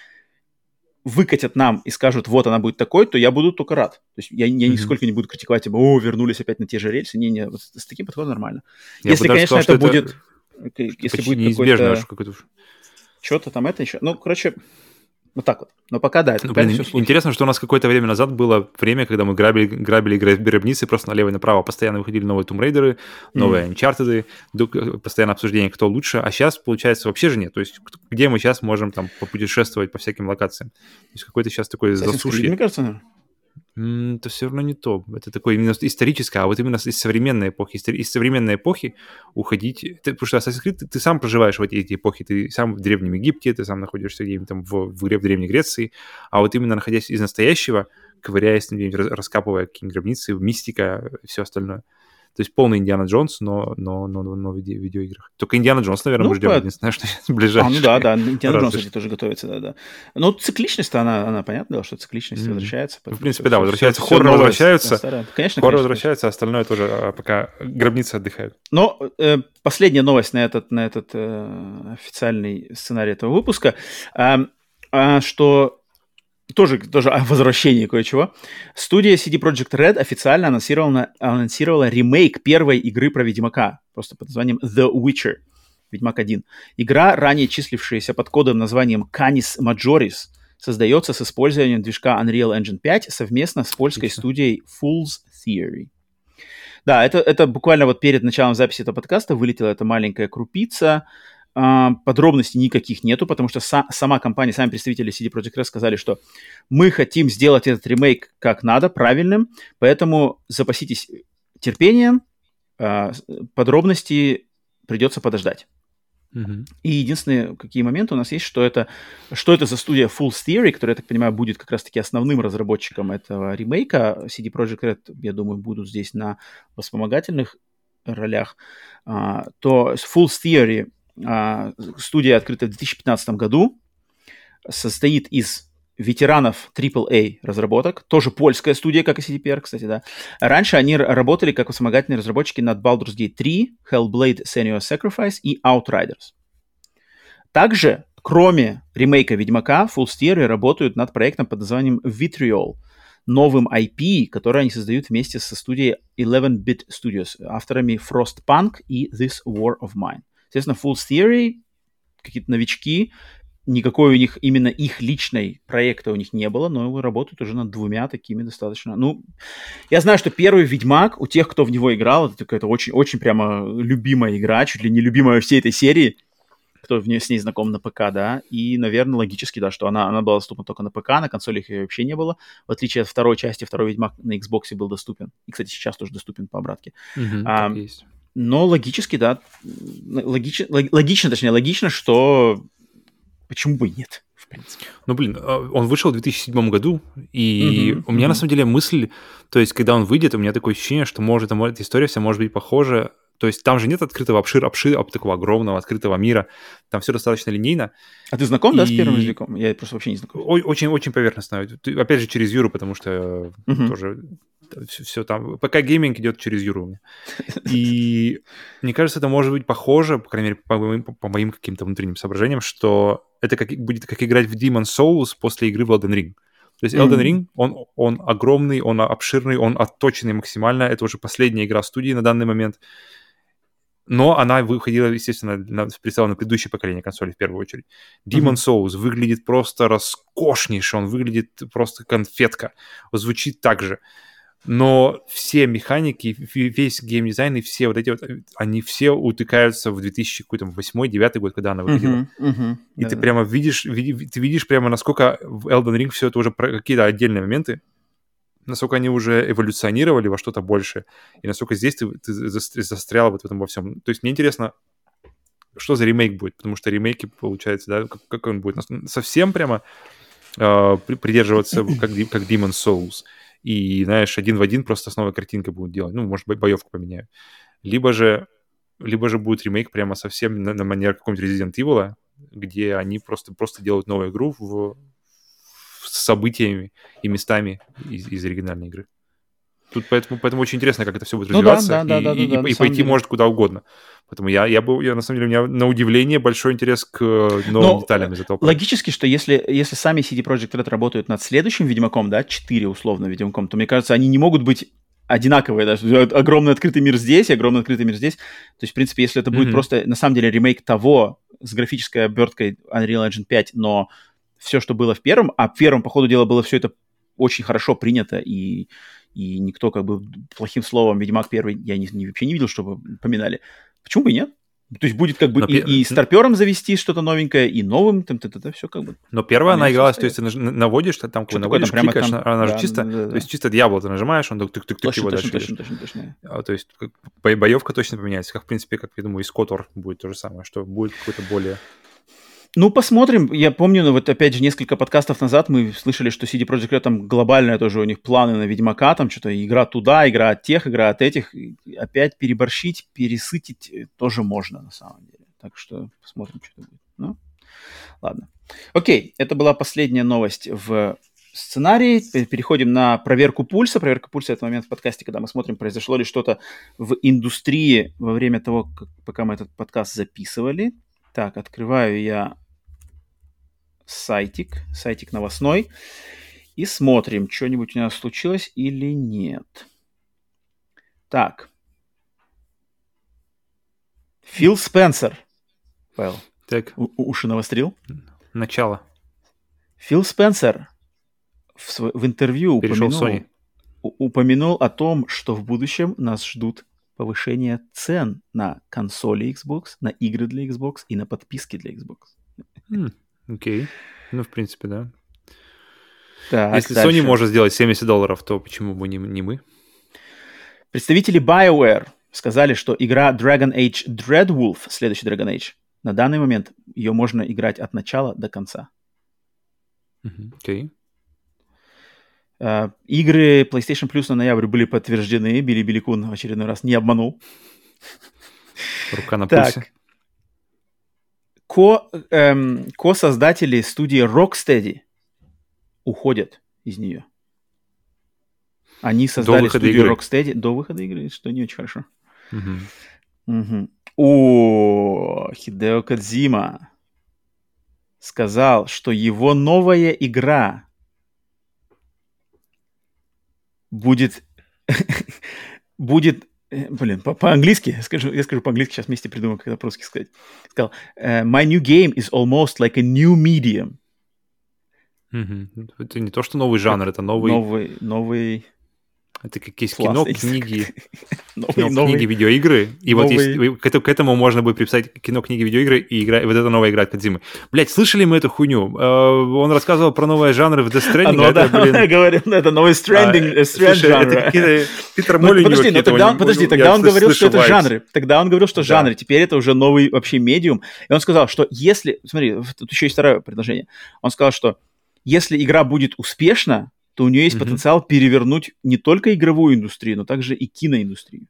Speaker 1: выкатят нам и скажут, вот она будет такой, то я буду только рад. То есть я, я mm-hmm. нисколько не буду критиковать, типа, о, вернулись опять на те же рельсы. Не-не, вот с, с таким подходом нормально.
Speaker 2: Я
Speaker 1: если, конечно,
Speaker 2: сказал,
Speaker 1: это будет...
Speaker 2: Это
Speaker 1: если будет
Speaker 2: неизбежно,
Speaker 1: какой-то... Что-то там это еще... Ну, короче... Вот так вот. Но пока да, это
Speaker 2: ну, блин, все интересно, что у нас какое-то время назад было время, когда мы грабили, грабили гробницы просто налево и направо. Постоянно выходили новые Tomb Raider, новые mm. Uncharted, постоянно обсуждение, кто лучше. А сейчас, получается, вообще же нет. То есть где мы сейчас можем там попутешествовать по всяким локациям? То есть какой-то сейчас такой засушье.
Speaker 1: Мне кажется, наверное.
Speaker 2: Это все равно не то. Это такое именно историческое, а вот именно из современной эпохи. Из современной эпохи уходить... Ты, потому что Assassin's Creed, ты, ты сам проживаешь в эти, эти эпохи. Ты сам в Древнем Египте, ты сам находишься где-нибудь там в, в игре в Древней Греции. А вот именно находясь из настоящего, ковыряясь, раскапывая какие-нибудь гробницы, мистика и все остальное. То есть полный Индиана Джонс, но, но, но, но, но в виде, видеоиграх. Только Индиана Джонс, наверное,
Speaker 1: ну,
Speaker 2: мы ждем.
Speaker 1: по...
Speaker 2: Единственное, что сейчас ближайшее.
Speaker 1: А, ну да, да, Индиана Джонс, кстати, тоже готовится, да-да. Но цикличность-то, она, она понятно, что цикличность mm-hmm. возвращается.
Speaker 2: В принципе, да, возвращается, хоррор возвращается,
Speaker 1: конечно, конечно,
Speaker 2: хоррор возвращается, а остальное тоже а, пока гробницы отдыхают.
Speaker 1: Но э, последняя новость на этот, на этот э, официальный сценарий этого выпуска, э, э, что... Тоже, тоже о возвращении кое-чего. Студия си ди Projekt Red официально анонсировала, анонсировала ремейк первой игры про Ведьмака, просто под названием The Witcher, Ведьмак один. Игра, ранее числившаяся под кодовым названием Canis Majoris, создается с использованием движка Unreal Engine пять совместно с польской Отлично. студией Fool's Theory. Да, это, это буквально вот перед началом записи этого подкаста вылетела эта маленькая крупица. Подробностей никаких нету, потому что са- сама компания, сами представители си ди Projekt Red сказали, что мы хотим сделать этот ремейк как надо, правильным, поэтому запаситесь терпением, подробности придется подождать. Mm-hmm. И единственные какие моменты у нас есть, что это, что это за студия Fool's Theory, которая, я так понимаю, будет как раз-таки основным разработчиком этого ремейка. си ди Projekt Red, я думаю, будут здесь на вспомогательных ролях. То Fool's Theory студия открыта в две тысячи пятнадцатом году, состоит из ветеранов трипл эй разработок, тоже польская студия, как и си ди пи ар, кстати, да. Раньше они работали как вспомогательные разработчики над Baldur's Gate три, Hellblade: Senua's Sacrifice и Outriders. Также, кроме ремейка Ведьмака, Fool's Theory работают над проектом под названием Vitriol, новым ай пи, который они создают вместе со студией eleven bit Studios, авторами Frostpunk и This War of Mine. Естественно, Fool's Theory, какие-то новички, никакой у них, именно их личной проекта у них не было, но работают уже над двумя такими достаточно. Ну, я знаю, что первый Ведьмак, у тех, кто в него играл, это какая-то очень, очень прямо любимая игра, чуть ли не любимая всей этой серии, кто в ней, с ней знаком на ПК, да, и, наверное, логически, да, что она, она была доступна только на ПК, на консолях ее вообще не было, в отличие от второй части, второй Ведьмак на Xbox был доступен, и, кстати, сейчас тоже доступен по обратке.
Speaker 2: Mm-hmm,
Speaker 1: а,
Speaker 2: так есть.
Speaker 1: Но логически, да, логично, логично, точнее, логично, что почему бы и нет, в принципе.
Speaker 2: Ну, блин, он вышел в две тысячи седьмом году, и
Speaker 1: mm-hmm,
Speaker 2: у меня,
Speaker 1: mm-hmm.
Speaker 2: на самом деле, мысль, то есть, когда он выйдет, у меня такое ощущение, что, может, эта история вся может быть похожа, то есть, там же нет открытого обшира, обшира, такого огромного открытого мира, там все достаточно линейно.
Speaker 1: А ты знаком, и... да, с первым языком? Я просто вообще не знаком.
Speaker 2: Очень-очень поверхностно. Опять же, через Юру, потому что mm-hmm. тоже... Все, все там. Пока гейминг идет через Юру у меня. И мне кажется, это может быть похоже, по крайней мере, по моим, по моим каким-то внутренним соображениям, что это как, будет как играть в Demon's Souls после игры в Elden Ring. То есть Elden Ring, он, он огромный, он обширный, он отточенный максимально. Это уже последняя игра студии на данный момент. Но она выходила, естественно, на, представила на предыдущее поколение консолей в первую очередь. Demon's mm-hmm. Souls выглядит просто роскошнейше, он выглядит просто конфетка. Звучит так же. Но все механики, весь геймдизайн и все вот эти вот, они все утыкаются в две тысячи восьмой-девятый год, когда она выходила. Uh-huh, uh-huh, и да, ты да. прямо видишь, види, ты видишь прямо, насколько в Elden Ring все это уже какие-то отдельные моменты, насколько они уже эволюционировали во что-то большее, и насколько здесь ты, ты застрял вот в этом во всем. То есть мне интересно, что за ремейк будет, потому что ремейки, получается, да, как, как он будет? Совсем прямо э, придерживаться как, как Demon's Souls. И, знаешь, один в один просто с новой картинкой будут делать. Ну, может быть, боевку поменяют. Либо же, либо же будет ремейк прямо совсем на, на манер какого-нибудь Resident Evil, где они просто, просто делают новую игру в, с событиями и местами из, из оригинальной игры. Тут поэтому, поэтому очень интересно, как это все будет развиваться,
Speaker 1: ну, да, да,
Speaker 2: и,
Speaker 1: да, да,
Speaker 2: и,
Speaker 1: да,
Speaker 2: и, и пойти
Speaker 1: деле.
Speaker 2: может куда угодно. Поэтому я, я бы, я, на самом деле, у меня на удивление большой интерес к новым
Speaker 1: Но
Speaker 2: деталям из этого проекта.
Speaker 1: Логически, что если, если сами си ди Projekt Red работают над следующим Ведьмаком, да, четыре условно Ведьмаком, то, мне кажется, они не могут быть одинаковые, даже огромный открытый мир здесь, огромный открытый мир здесь. То есть, в принципе, если это будет mm-hmm. просто, на самом деле, ремейк того с графической оберткой Unreal Engine пять, но все, что было в первом, а в первом, по ходу дела, было все это очень хорошо принято, и, и никто как бы плохим словом Ведьмак первый я не, не, вообще не видел, чтобы поминали. Почему бы и нет? То есть будет как бы но и, пер... и старпером завести что-то новенькое, и новым, там, там, там, там, все как бы.
Speaker 2: Но первая она игралась, то есть ты наводишь, там, когда
Speaker 1: что
Speaker 2: наводишь,
Speaker 1: там,
Speaker 2: кликаешь,
Speaker 1: там,
Speaker 2: она
Speaker 1: да,
Speaker 2: же чисто,
Speaker 1: да, да, да.
Speaker 2: то есть чисто дьявол ты нажимаешь, он тык-тык-тык его дальше.
Speaker 1: Точно, точно, точно, точно.
Speaker 2: А, то есть боевка точно поменяется, как, в принципе, как я думаю, и с Котор будет то же самое, что будет какой-то более...
Speaker 1: Ну, посмотрим. Я помню, ну, вот опять же, несколько подкастов назад мы слышали, что си ди Projekt Red, там глобальные тоже у них планы на Ведьмака, там что-то игра туда, игра от тех, игра от этих. И опять переборщить, пересытить тоже можно на самом деле. Так что посмотрим, что это будет. Ну, ладно. Окей, это была последняя новость в сценарии. Переходим на проверку пульса. Проверка пульса — это момент в подкасте, когда мы смотрим, произошло ли что-то в индустрии во время того, как, пока мы этот подкаст записывали. Так, открываю я сайтик, сайтик новостной, и смотрим, что-нибудь у нас случилось или нет. Так. Фил Спенсер. Павел,
Speaker 2: так.
Speaker 1: У- уши навострил?
Speaker 2: Начало.
Speaker 1: Фил Спенсер в, св- в интервью упомянул, у- упомянул о том, что в будущем нас ждут повышение цен на консоли Xbox, на игры для Xbox и на подписки для Xbox.
Speaker 2: Окей. Okay. Ну, в принципе, да.
Speaker 1: Так,
Speaker 2: если
Speaker 1: дальше.
Speaker 2: Sony может сделать семьдесят долларов, то почему бы не, не мы?
Speaker 1: Представители BioWare сказали, что игра Dragon Age Dreadwolf, следующий Dragon Age, на данный момент ее можно играть от начала до конца.
Speaker 2: Окей. Okay.
Speaker 1: Uh, игры PlayStation Plus на ноябрь были подтверждены. Билли Биликун в очередной раз не обманул.
Speaker 2: Рука на
Speaker 1: так.
Speaker 2: пульсе.
Speaker 1: Ко, эм, ко-создатели студии Rocksteady уходят из нее. Они создали студию игры. Rocksteady до выхода игры, что не очень хорошо.
Speaker 2: Угу.
Speaker 1: Угу. О, Хидео Кодзима сказал, что его новая игра будет, будет, блин, по- по-английски, скажу, я скажу по-английски, сейчас вместе придумаю, как это по-русски сказать. Сказал, my new game is almost like a new medium.
Speaker 2: Mm-hmm. Это не то, что новый жанр, это новый...
Speaker 1: Новый, новый...
Speaker 2: Это как есть кино, книги,
Speaker 1: новый,
Speaker 2: кино,
Speaker 1: новый,
Speaker 2: книги, видеоигры. И
Speaker 1: новый...
Speaker 2: вот есть, к, этому, к этому можно будет приписать кино, книги, видеоигры, и, игра, и вот это новая игра от Кодзимы. Блять, слышали мы эту хуйню? Uh, он рассказывал про новые жанры в Death Stranding.
Speaker 1: А, ну,
Speaker 2: а
Speaker 1: да,
Speaker 2: это, блин...
Speaker 1: говорил, это новый Stranding,
Speaker 2: а,
Speaker 1: Strand
Speaker 2: слушай,
Speaker 1: жанр.
Speaker 2: Это какие-то Питер Молиньо.
Speaker 1: Ну, подожди, ну, тогда, он, подожди, тогда он говорил, что это жанры. Тогда он говорил, что
Speaker 2: да.
Speaker 1: жанры. Теперь это уже новый вообще медиум. И он сказал, что если... Смотри, тут еще есть второе предложение. Он сказал, что если игра будет успешна, то у нее есть mm-hmm. потенциал перевернуть не только игровую индустрию, но также и киноиндустрию.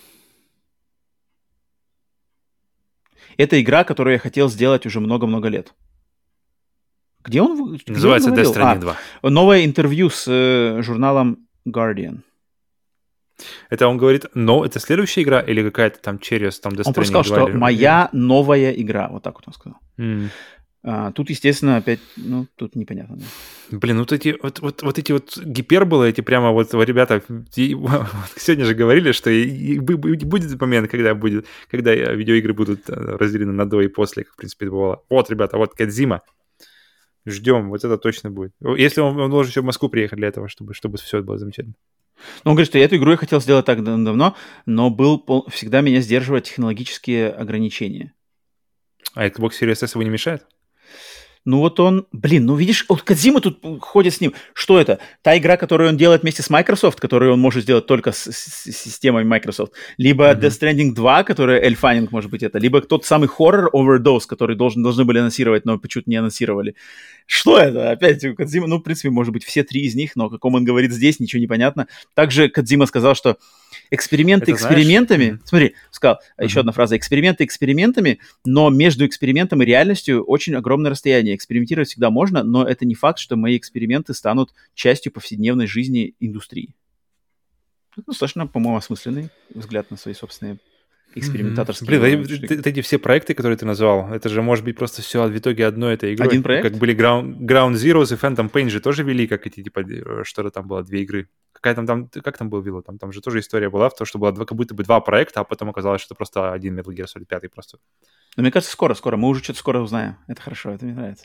Speaker 1: Это игра, которую я хотел сделать уже много-много лет. Где он? Где
Speaker 2: Называется
Speaker 1: он
Speaker 2: Death Stranding два.
Speaker 1: А, новое интервью с э, журналом Guardian.
Speaker 2: Это он говорит, но это следующая игра или какая-то там через там Death Stranding?
Speaker 1: Он просто сказал, что
Speaker 2: или...
Speaker 1: моя новая игра. Вот так вот он сказал.
Speaker 2: Mm.
Speaker 1: А, тут, естественно, опять, ну, тут непонятно. Да.
Speaker 2: Блин, вот эти вот, вот, вот эти вот гиперболы, эти прямо вот, ребята, сегодня же говорили, что и, и будет момент, когда будет, когда видеоигры будут разделены на до и после, как, в принципе, это бывало. Вот, ребята, вот Кодзима. Ждем, вот это точно будет. Если он, он должен еще в Москву приехать для этого, чтобы, чтобы все было замечательно.
Speaker 1: Ну, он говорит, что я эту игру я хотел сделать так давно, но был пол... всегда меня сдерживают технологические ограничения.
Speaker 2: А Xbox Series S его не мешает?
Speaker 1: Ну вот он, блин, ну видишь, вот Кодзима тут ходит с ним. Что это? Та игра, которую он делает вместе с Microsoft, которую он может сделать только с, с, с системой Microsoft. Либо mm-hmm. Death Stranding два, который Эль Фаннинг, может быть, это. Либо тот самый хоррор Overdose, который должен, должны были анонсировать, но почему-то не анонсировали. Что это? Опять Кодзима, ну, в принципе, может быть, все три из них, но о каком он говорит здесь, ничего не понятно. Также Кодзима сказал, что эксперименты это экспериментами... Знаешь? Смотри, сказал, mm-hmm. еще одна фраза. Эксперименты экспериментами, но между экспериментом и реальностью очень огромное расстояние. Экспериментировать всегда можно, но это не факт, что мои эксперименты станут частью повседневной жизни индустрии. Это достаточно, по-моему, осмысленный взгляд на свои собственные экспериментаторские...
Speaker 2: Mm-hmm. Блин, эти, эти все проекты, которые ты назвал, это же может быть просто все в итоге одной этой игрой.
Speaker 1: Один проект?
Speaker 2: Как были Ground, Ground Zeroes и Phantom Pain же тоже вели, как эти, типа, что-то там было, две игры. Какая там, там, как там было Вилла? Там, там же тоже история была в том, что было два, как будто бы два проекта, а потом оказалось, что просто один Metal Gear Solid пять просто.
Speaker 1: Но мне кажется, скоро, скоро. Мы уже что-то скоро узнаем. Это хорошо, это мне нравится.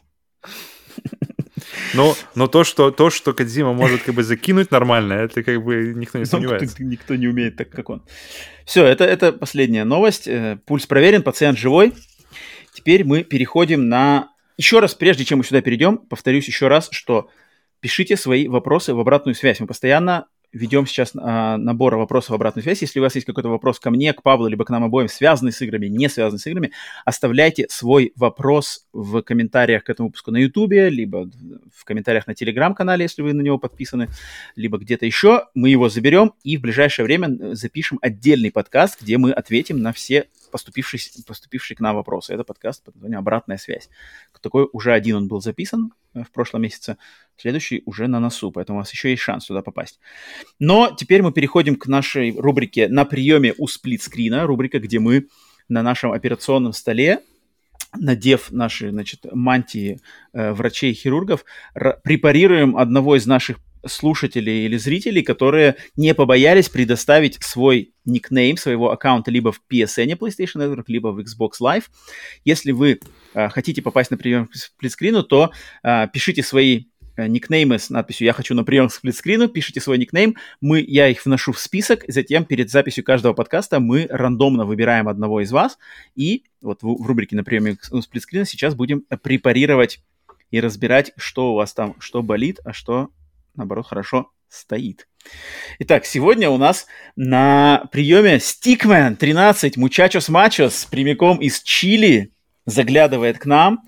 Speaker 2: Но, но то, что, то, что Кодзима может как бы закинуть нормально, это как бы никто не сомневается.
Speaker 1: Ну, никто не умеет так, как он. Все, это, это последняя новость. Пульс проверен, пациент живой. Теперь мы переходим на... Еще раз, прежде чем мы сюда перейдем, повторюсь еще раз, что пишите свои вопросы в обратную связь. Мы постоянно ведем сейчас а, набор вопросов в обратную связь. Если у вас есть какой-то вопрос ко мне, к Павлу, либо к нам обоим, связанный с играми, не связанный с играми, оставляйте свой вопрос в комментариях к этому выпуску на Ютубе, либо в комментариях на Телеграм-канале, если вы на него подписаны, либо где-то еще. Мы его заберем и в ближайшее время запишем отдельный подкаст, где мы ответим на все поступившие, поступившие к нам вопросы. Это подкаст под названием «Обратная связь». Такой уже один он был записан в прошлом месяце, следующий уже на носу, поэтому у вас еще есть шанс туда попасть. Но теперь мы переходим к нашей рубрике «На приеме у сплитскрина», рубрика, где мы на нашем операционном столе, надев наши, значит, мантии э, врачей и хирургов, р- препарируем одного из наших слушателей или зрителей, которые не побоялись предоставить свой никнейм своего аккаунта либо в пи эс эн PlayStation Network, либо в Xbox Live. Если вы э, хотите попасть на прием к сплитскрину, то э, пишите свои э, никнеймы с надписью «Я хочу на прием к сплитскрину», пишите свой никнейм, мы, я их вношу в список, затем перед записью каждого подкаста мы рандомно выбираем одного из вас, и вот в, в рубрике «На приеме к сплитскрину» сейчас будем препарировать и разбирать, что у вас там, что болит, а что, наоборот, хорошо стоит. Итак, сегодня у нас на приеме Stickman тринадцать Muchachos Machos прямиком из Чили заглядывает к нам.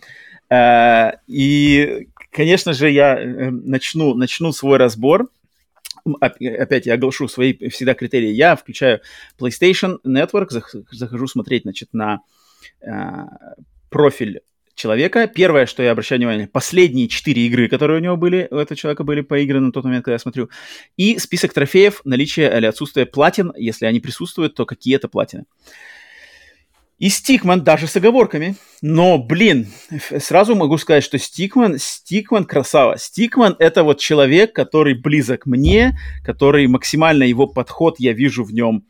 Speaker 1: И, конечно же, я начну, начну свой разбор. Опять я оглашу свои всегда критерии. Я включаю PlayStation Network, захожу смотреть, значит, на профиль человека. Первое, что я обращаю внимание, последние четыре игры, которые у него были, у этого человека были поиграны на тот момент, когда я смотрю, и список трофеев, наличие или отсутствие платин, если они присутствуют, то какие это платины. И Stickman даже с оговорками, но, блин, сразу могу сказать, что Stickman, Stickman красава. Stickman — это вот человек, который близок мне, который максимально его подход, я вижу в нем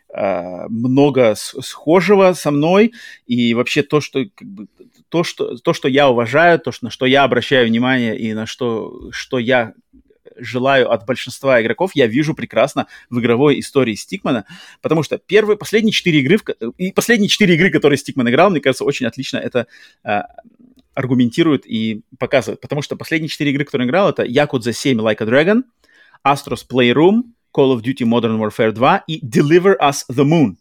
Speaker 1: много схожего со мной, и вообще то, что, как бы, то, что, то, что я уважаю, то, что, на что я обращаю внимание и на что, что я желаю от большинства игроков, я вижу прекрасно в игровой истории Стикмана, потому что первые, последние четыре игры, и последние четыре игры, которые Стикман играл, мне кажется, очень отлично это а, аргументируют и показывают, потому что последние четыре игры, которые он играл, это Yakuza семь Like a Dragon, Astro's Playroom, Call of Duty Modern Warfare два и Deliver Us the Moon.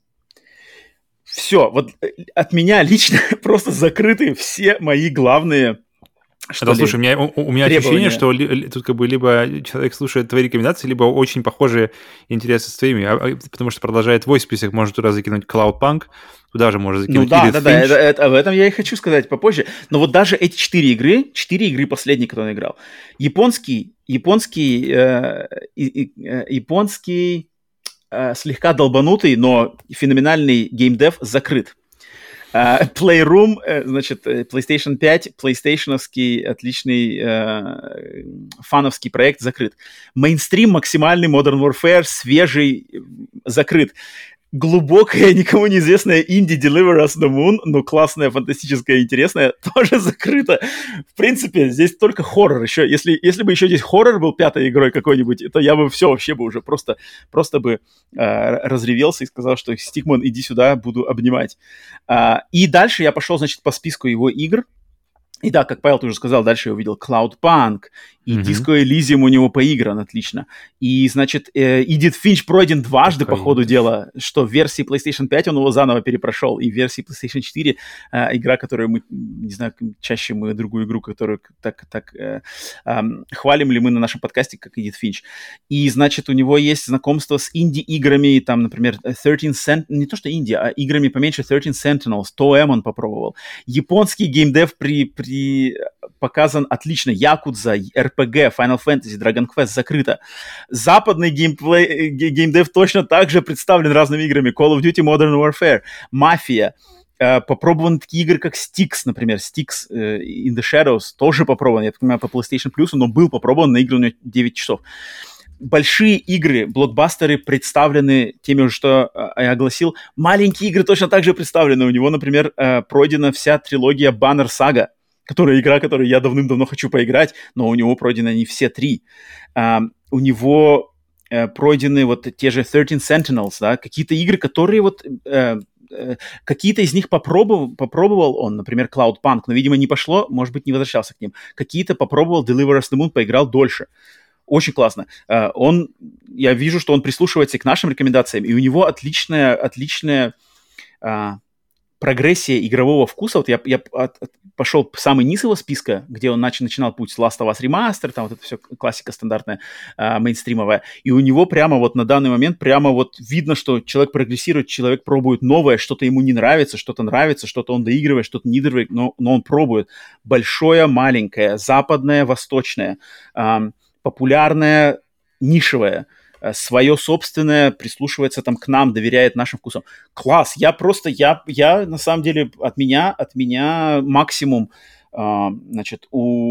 Speaker 1: Все, вот от меня лично просто закрыты все мои главные, что
Speaker 2: да,
Speaker 1: ли,
Speaker 2: слушай, у меня, у, у меня ощущение, что ли, тут как бы либо человек слушает твои рекомендации, либо очень похожие интересы с твоими, а, потому что продолжая твой список, можно туда закинуть Cloudpunk, туда же можно закинуть.
Speaker 1: Ну да, Edith да, да, это, это, об этом я и хочу сказать попозже. Но вот даже эти четыре игры, четыре игры последние, которые он играл, японский, японский, э, э, японский э, слегка долбанутый, но феноменальный геймдев закрыт. Uh, Playroom, uh, значит, PlayStation пять, PlayStation-овский отличный uh, фановский проект закрыт. Мейнстрим максимальный Modern Warfare, свежий, закрыт. Глубокая, никому неизвестная инди Deliver Us the Moon, но классная, фантастическая, интересная, тоже закрыта. В принципе, здесь только хоррор еще. Если, если бы еще здесь хоррор был пятой игрой какой-нибудь, то я бы все вообще бы уже просто, просто бы э, разревелся и сказал, что Стикман, иди сюда, буду обнимать. А, и дальше я пошел, значит, по списку его игр. И да, как Павел тоже сказал, дальше я увидел Cloudpunk, и
Speaker 2: Мгм.
Speaker 1: Disco Elysium у него поигран отлично. И, значит, э, Эдит Финч пройден дважды по ходу
Speaker 2: Кокаин.
Speaker 1: дела, что в версии PlayStation пять он его заново перепрошел, и в версии PlayStation четыре э, игра, которую мы, не знаю, чаще мы другую игру, которую так, так э, э, хвалим ли мы на нашем подкасте, как Эдит Финч. И, значит, у него есть знакомство с инди-играми, там, например, тринадцать Cent... не то что инди, а играми поменьше, тринадцать Sentinels, Toem он попробовал. Японский геймдев при, при... показан отлично, Якудза, эр пи джи, Final Fantasy, Dragon Quest закрыто. Западный геймплей, геймдев точно так же представлен разными играми. Call of Duty Modern Warfare, Mafia. Uh, попробованы такие игры, как Styx, например. Styx uh, in the Shadows тоже попробован, я так понимаю, по PlayStation Plus, но был попробован, наигран девять часов. Большие игры, блокбастеры представлены теми, что uh, я огласил. Маленькие игры точно так же представлены. У него, например, uh, пройдена вся трилогия Banner Saga, которая игра, которую я давным-давно хочу поиграть, но у него пройдены не все три. Uh, у него uh, пройдены вот те же тринадцать Sentinels, да, какие-то игры, которые вот... Uh, какие-то из них попробовал, попробовал он, например, Cloudpunk, но, видимо, не пошло, может быть, не возвращался к ним. Какие-то попробовал, Deliver Us the Moon, поиграл дольше. Очень классно. Он, я вижу, что он прислушивается к нашим рекомендациям, и у него отличная, отличная а, прогрессия игрового вкуса. Вот я, я от, от, пошел в самый низ его списка, где он нач, начинал путь с Last of Us Remaster, там вот это все классика стандартная, а, мейнстримовая. И у него прямо вот на данный момент прямо вот видно, что человек прогрессирует, человек пробует новое, что-то ему не нравится, что-то нравится, что-то он доигрывает, что-то не доигрывает, но, но он пробует. Большое, маленькое, западное, восточное, а, популярное, нишевое, свое собственное, прислушивается там к нам, доверяет нашим вкусам. Класс! Я просто, я, я на самом деле, от меня, от меня максимум, э, значит,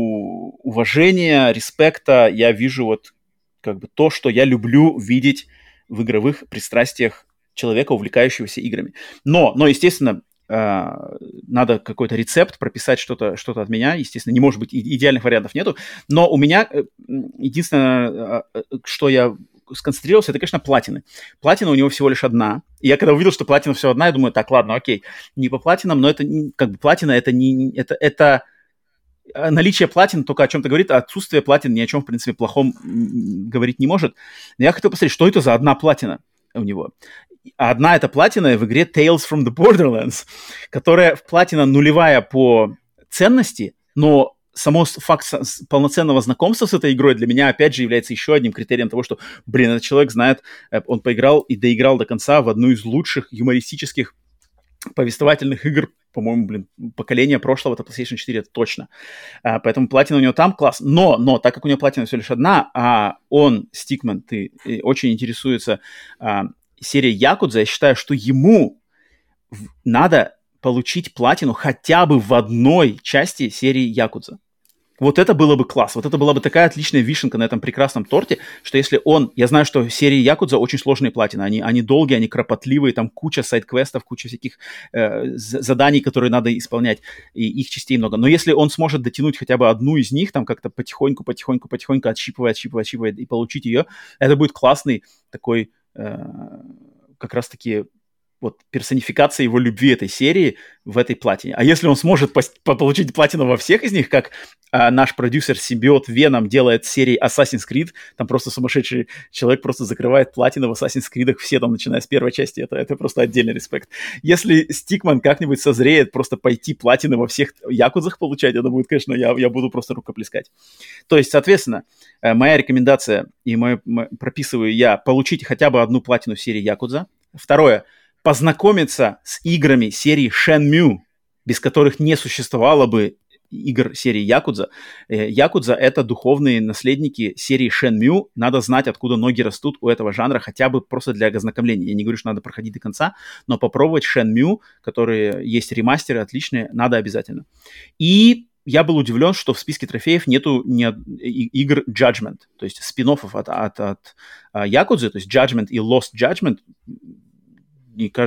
Speaker 1: у, уважения, респекта. Я вижу вот как бы то, что я люблю видеть в игровых пристрастиях человека, увлекающегося играми. Но, но естественно, э, надо какой-то рецепт прописать, что-то, что-то от меня. Естественно, не может быть, идеальных вариантов нету. Но у меня э, единственное, э, что я сконцентрировался, это, конечно, платины. Платина у него всего лишь одна. И я когда увидел, что платина всего одна, я думаю, так, ладно, окей, не по платинам, но это как бы платина, это не... Это, это наличие платин только о чем-то говорит, а отсутствие платин ни о чем, в принципе, плохом говорить не может. Но я хотел посмотреть, что это за одна платина у него. Одна эта платина в игре Tales from the Borderlands, которая платина нулевая по ценности, но само факт полноценного знакомства с этой игрой для меня, опять же, является еще одним критерием того, что, блин, этот человек знает, он поиграл и доиграл до конца в одну из лучших юмористических повествовательных игр, по-моему, блин, поколения прошлого, это PlayStation четыре, это точно. А, поэтому платина у него там класс. Но, но, так как у него платина всего лишь одна, а он, Стикман, ты, очень интересуется а, серией Якудза, я считаю, что ему надо получить платину хотя бы в одной части серии Якудза. Вот это было бы класс. Вот это была бы такая отличная вишенка на этом прекрасном торте, что если он... Я знаю, что серии Якудза очень сложные платины. Они, они долгие, они кропотливые, там куча сайд-квестов, куча всяких э, заданий, которые надо исполнять, и их частей много. Но если он сможет дотянуть хотя бы одну из них, там как-то потихоньку, потихоньку, потихоньку отщипывая, отщипывая, отщипывая, и получить ее, это будет классный такой э, как раз-таки... вот персонификация его любви этой серии в этой платине. А если он сможет пос- получить платину во всех из них, как а, наш продюсер Симбиот Веном делает с серией Assassin's Creed, там просто сумасшедший человек просто закрывает платины в Assassin's Creed, все там, начиная с первой части, это, это просто отдельный респект. Если Стикман как-нибудь созреет просто пойти платины во всех Якудзах получать, это будет, конечно, я, я буду просто рукоплескать. То есть, соответственно, моя рекомендация, и мою, мою, прописываю я, получить хотя бы одну платину в серии Якудза. Второе, познакомиться с играми серии Shenmue, без которых не существовало бы игр серии Якудза. Якудза — это духовные наследники серии Shenmue. Надо знать, откуда ноги растут у этого жанра, хотя бы просто для ознакомления. Я не говорю, что надо проходить до конца, но попробовать Shenmue, которые есть ремастеры отличные, надо обязательно. И я был удивлен, что в списке трофеев нету ни игр Judgment, то есть спин-оффов от, от, от Якудзы, то есть Judgment и Lost Judgment. Мне кажется,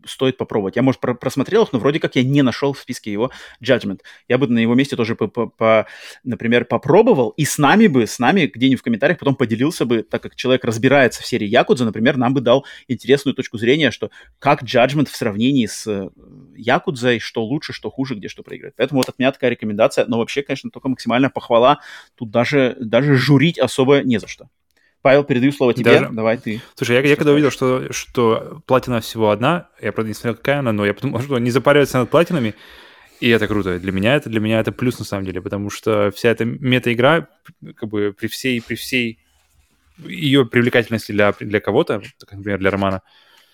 Speaker 1: стоит попробовать. Я, может, про- просмотрел их, но вроде как я не нашел в списке его Judgment. Я бы на его месте тоже, по, по, по, например, попробовал, и с нами бы, с нами где-нибудь в комментариях потом поделился бы, так как человек разбирается в серии Якудза, например, нам бы дал интересную точку зрения, что как Judgment в сравнении с Якудзой, что лучше, что хуже, где что проиграть. Поэтому вот от меня такая рекомендация, но вообще, конечно, только максимальная похвала. Тут даже, даже журить особо не за что. Павел, передаю слово тебе.
Speaker 2: Даже...
Speaker 1: Давай ты.
Speaker 2: Слушай, я, я когда увидел, что, что платина всего одна, я, правда, не смотрел, какая она, но я подумал, что не запариваться над платинами, и это круто. Для меня это, для меня это плюс, на самом деле, потому что вся эта мета-игра, как бы при всей, при всей ее привлекательности для, для кого-то, как, например, для Романа,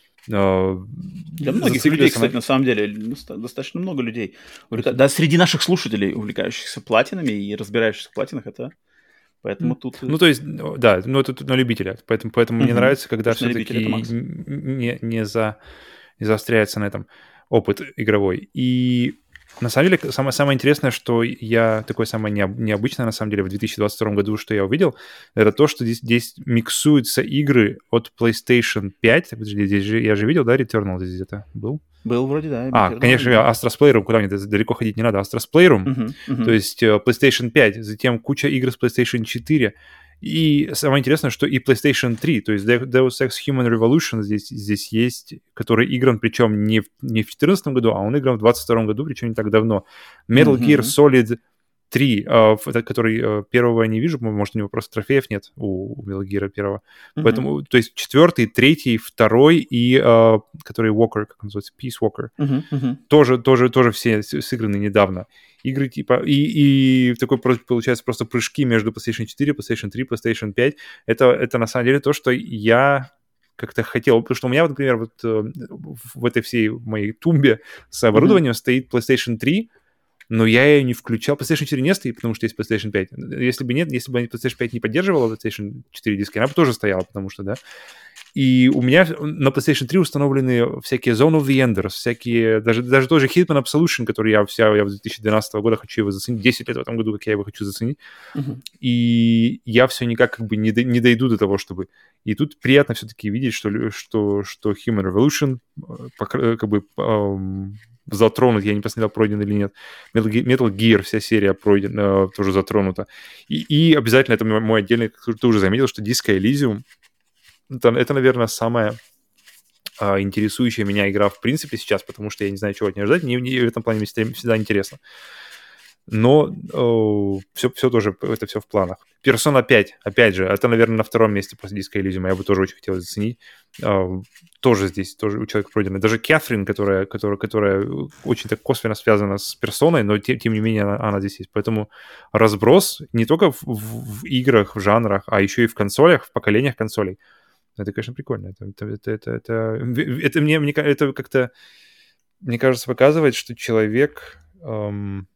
Speaker 1: для многих людей, кстати, на самом деле, достаточно много людей. Да, среди наших слушателей, увлекающихся платинами и разбирающихся в платинах, это... Поэтому mm. тут...
Speaker 2: Ну, то есть, да, ну, это на любителя. Поэтому, поэтому mm-hmm. мне нравится, когда все-таки не, не, за, не заостряется на этом опыт игровой. И на самом деле, самое, самое интересное, что я... Такое самое необычное, на самом деле, в две тысячи двадцать втором году, что я увидел, это то, что здесь, здесь миксуются игры от PlayStation пять. Здесь же, я же видел, да, Returnal здесь где-то был?
Speaker 1: Был вроде, да.
Speaker 2: А, конечно, Astra's Playroom, куда мне далеко ходить не надо, Astra's Playroom, uh-huh, uh-huh. то есть PlayStation пять, затем куча игр с PlayStation четыре, и самое интересное, что и PlayStation три, то есть Deus Ex Human Revolution здесь, здесь есть, который игран, причем не в, не в две тысячи четырнадцатом году, а он игран в две тысячи двадцать втором году, причем не так давно. Metal uh-huh. Gear Solid три, uh, который uh, первого я не вижу, может, у него просто трофеев нет, у, у Metal Gear первого. Uh-huh. Поэтому, то есть четвертый, третий, второй и uh, который Walker, как он называется, Peace Walker, uh-huh. Uh-huh. Тоже, тоже, тоже все сыграны недавно. Игры типа... И, и такой получается просто прыжки между PlayStation четыре, PlayStation три, PlayStation пять. Это, это на самом деле то, что я как-то хотел. Потому что у меня, вот, например, вот в этой всей моей тумбе с оборудованием uh-huh. стоит PlayStation три, но я ее не включал. PlayStation четыре не стоит, потому что есть PlayStation пять. Если бы нет, если бы PlayStation пять не поддерживала PlayStation четыре диски, она бы тоже стояла, потому что, да. И у меня на PlayStation три установлены всякие Zone of the Enders, всякие, даже, даже тоже Hitman Absolution, который я вся, я в две тысячи двенадцатого года хочу его заценить, десять лет в этом году, как я его хочу заценить. Uh-huh. И я все никак как бы не, до, не дойду до того, чтобы... И тут приятно все-таки видеть, что, что, что Human Revolution как бы... Эм, затронут, я не посмотрел, пройден или нет. Metal Gear, Metal Gear вся серия пройдена, тоже затронута. И, и обязательно, это мой отдельный, ты уже заметил, что Disco Elysium, это, это наверное, самая а, интересующая меня игра в принципе сейчас, потому что я не знаю, чего от нее ждать, мне, мне в этом плане всегда интересно. Но о, все, все тоже, это все в планах. Persona пять, опять же, это, наверное, на втором месте после Disco Elysium, я бы тоже очень хотел заценить. О, тоже здесь, тоже у человека пройденный. Даже Кэтрин, которая, которая, которая очень так косвенно связана с персоной, но тем, тем не менее она, она здесь есть. Поэтому разброс не только в, в, в играх, в жанрах, а еще и в консолях, в поколениях консолей. Это, конечно, прикольно. Это, это, это, это, это, это мне, мне это как-то, мне кажется, показывает, что человек... Эм,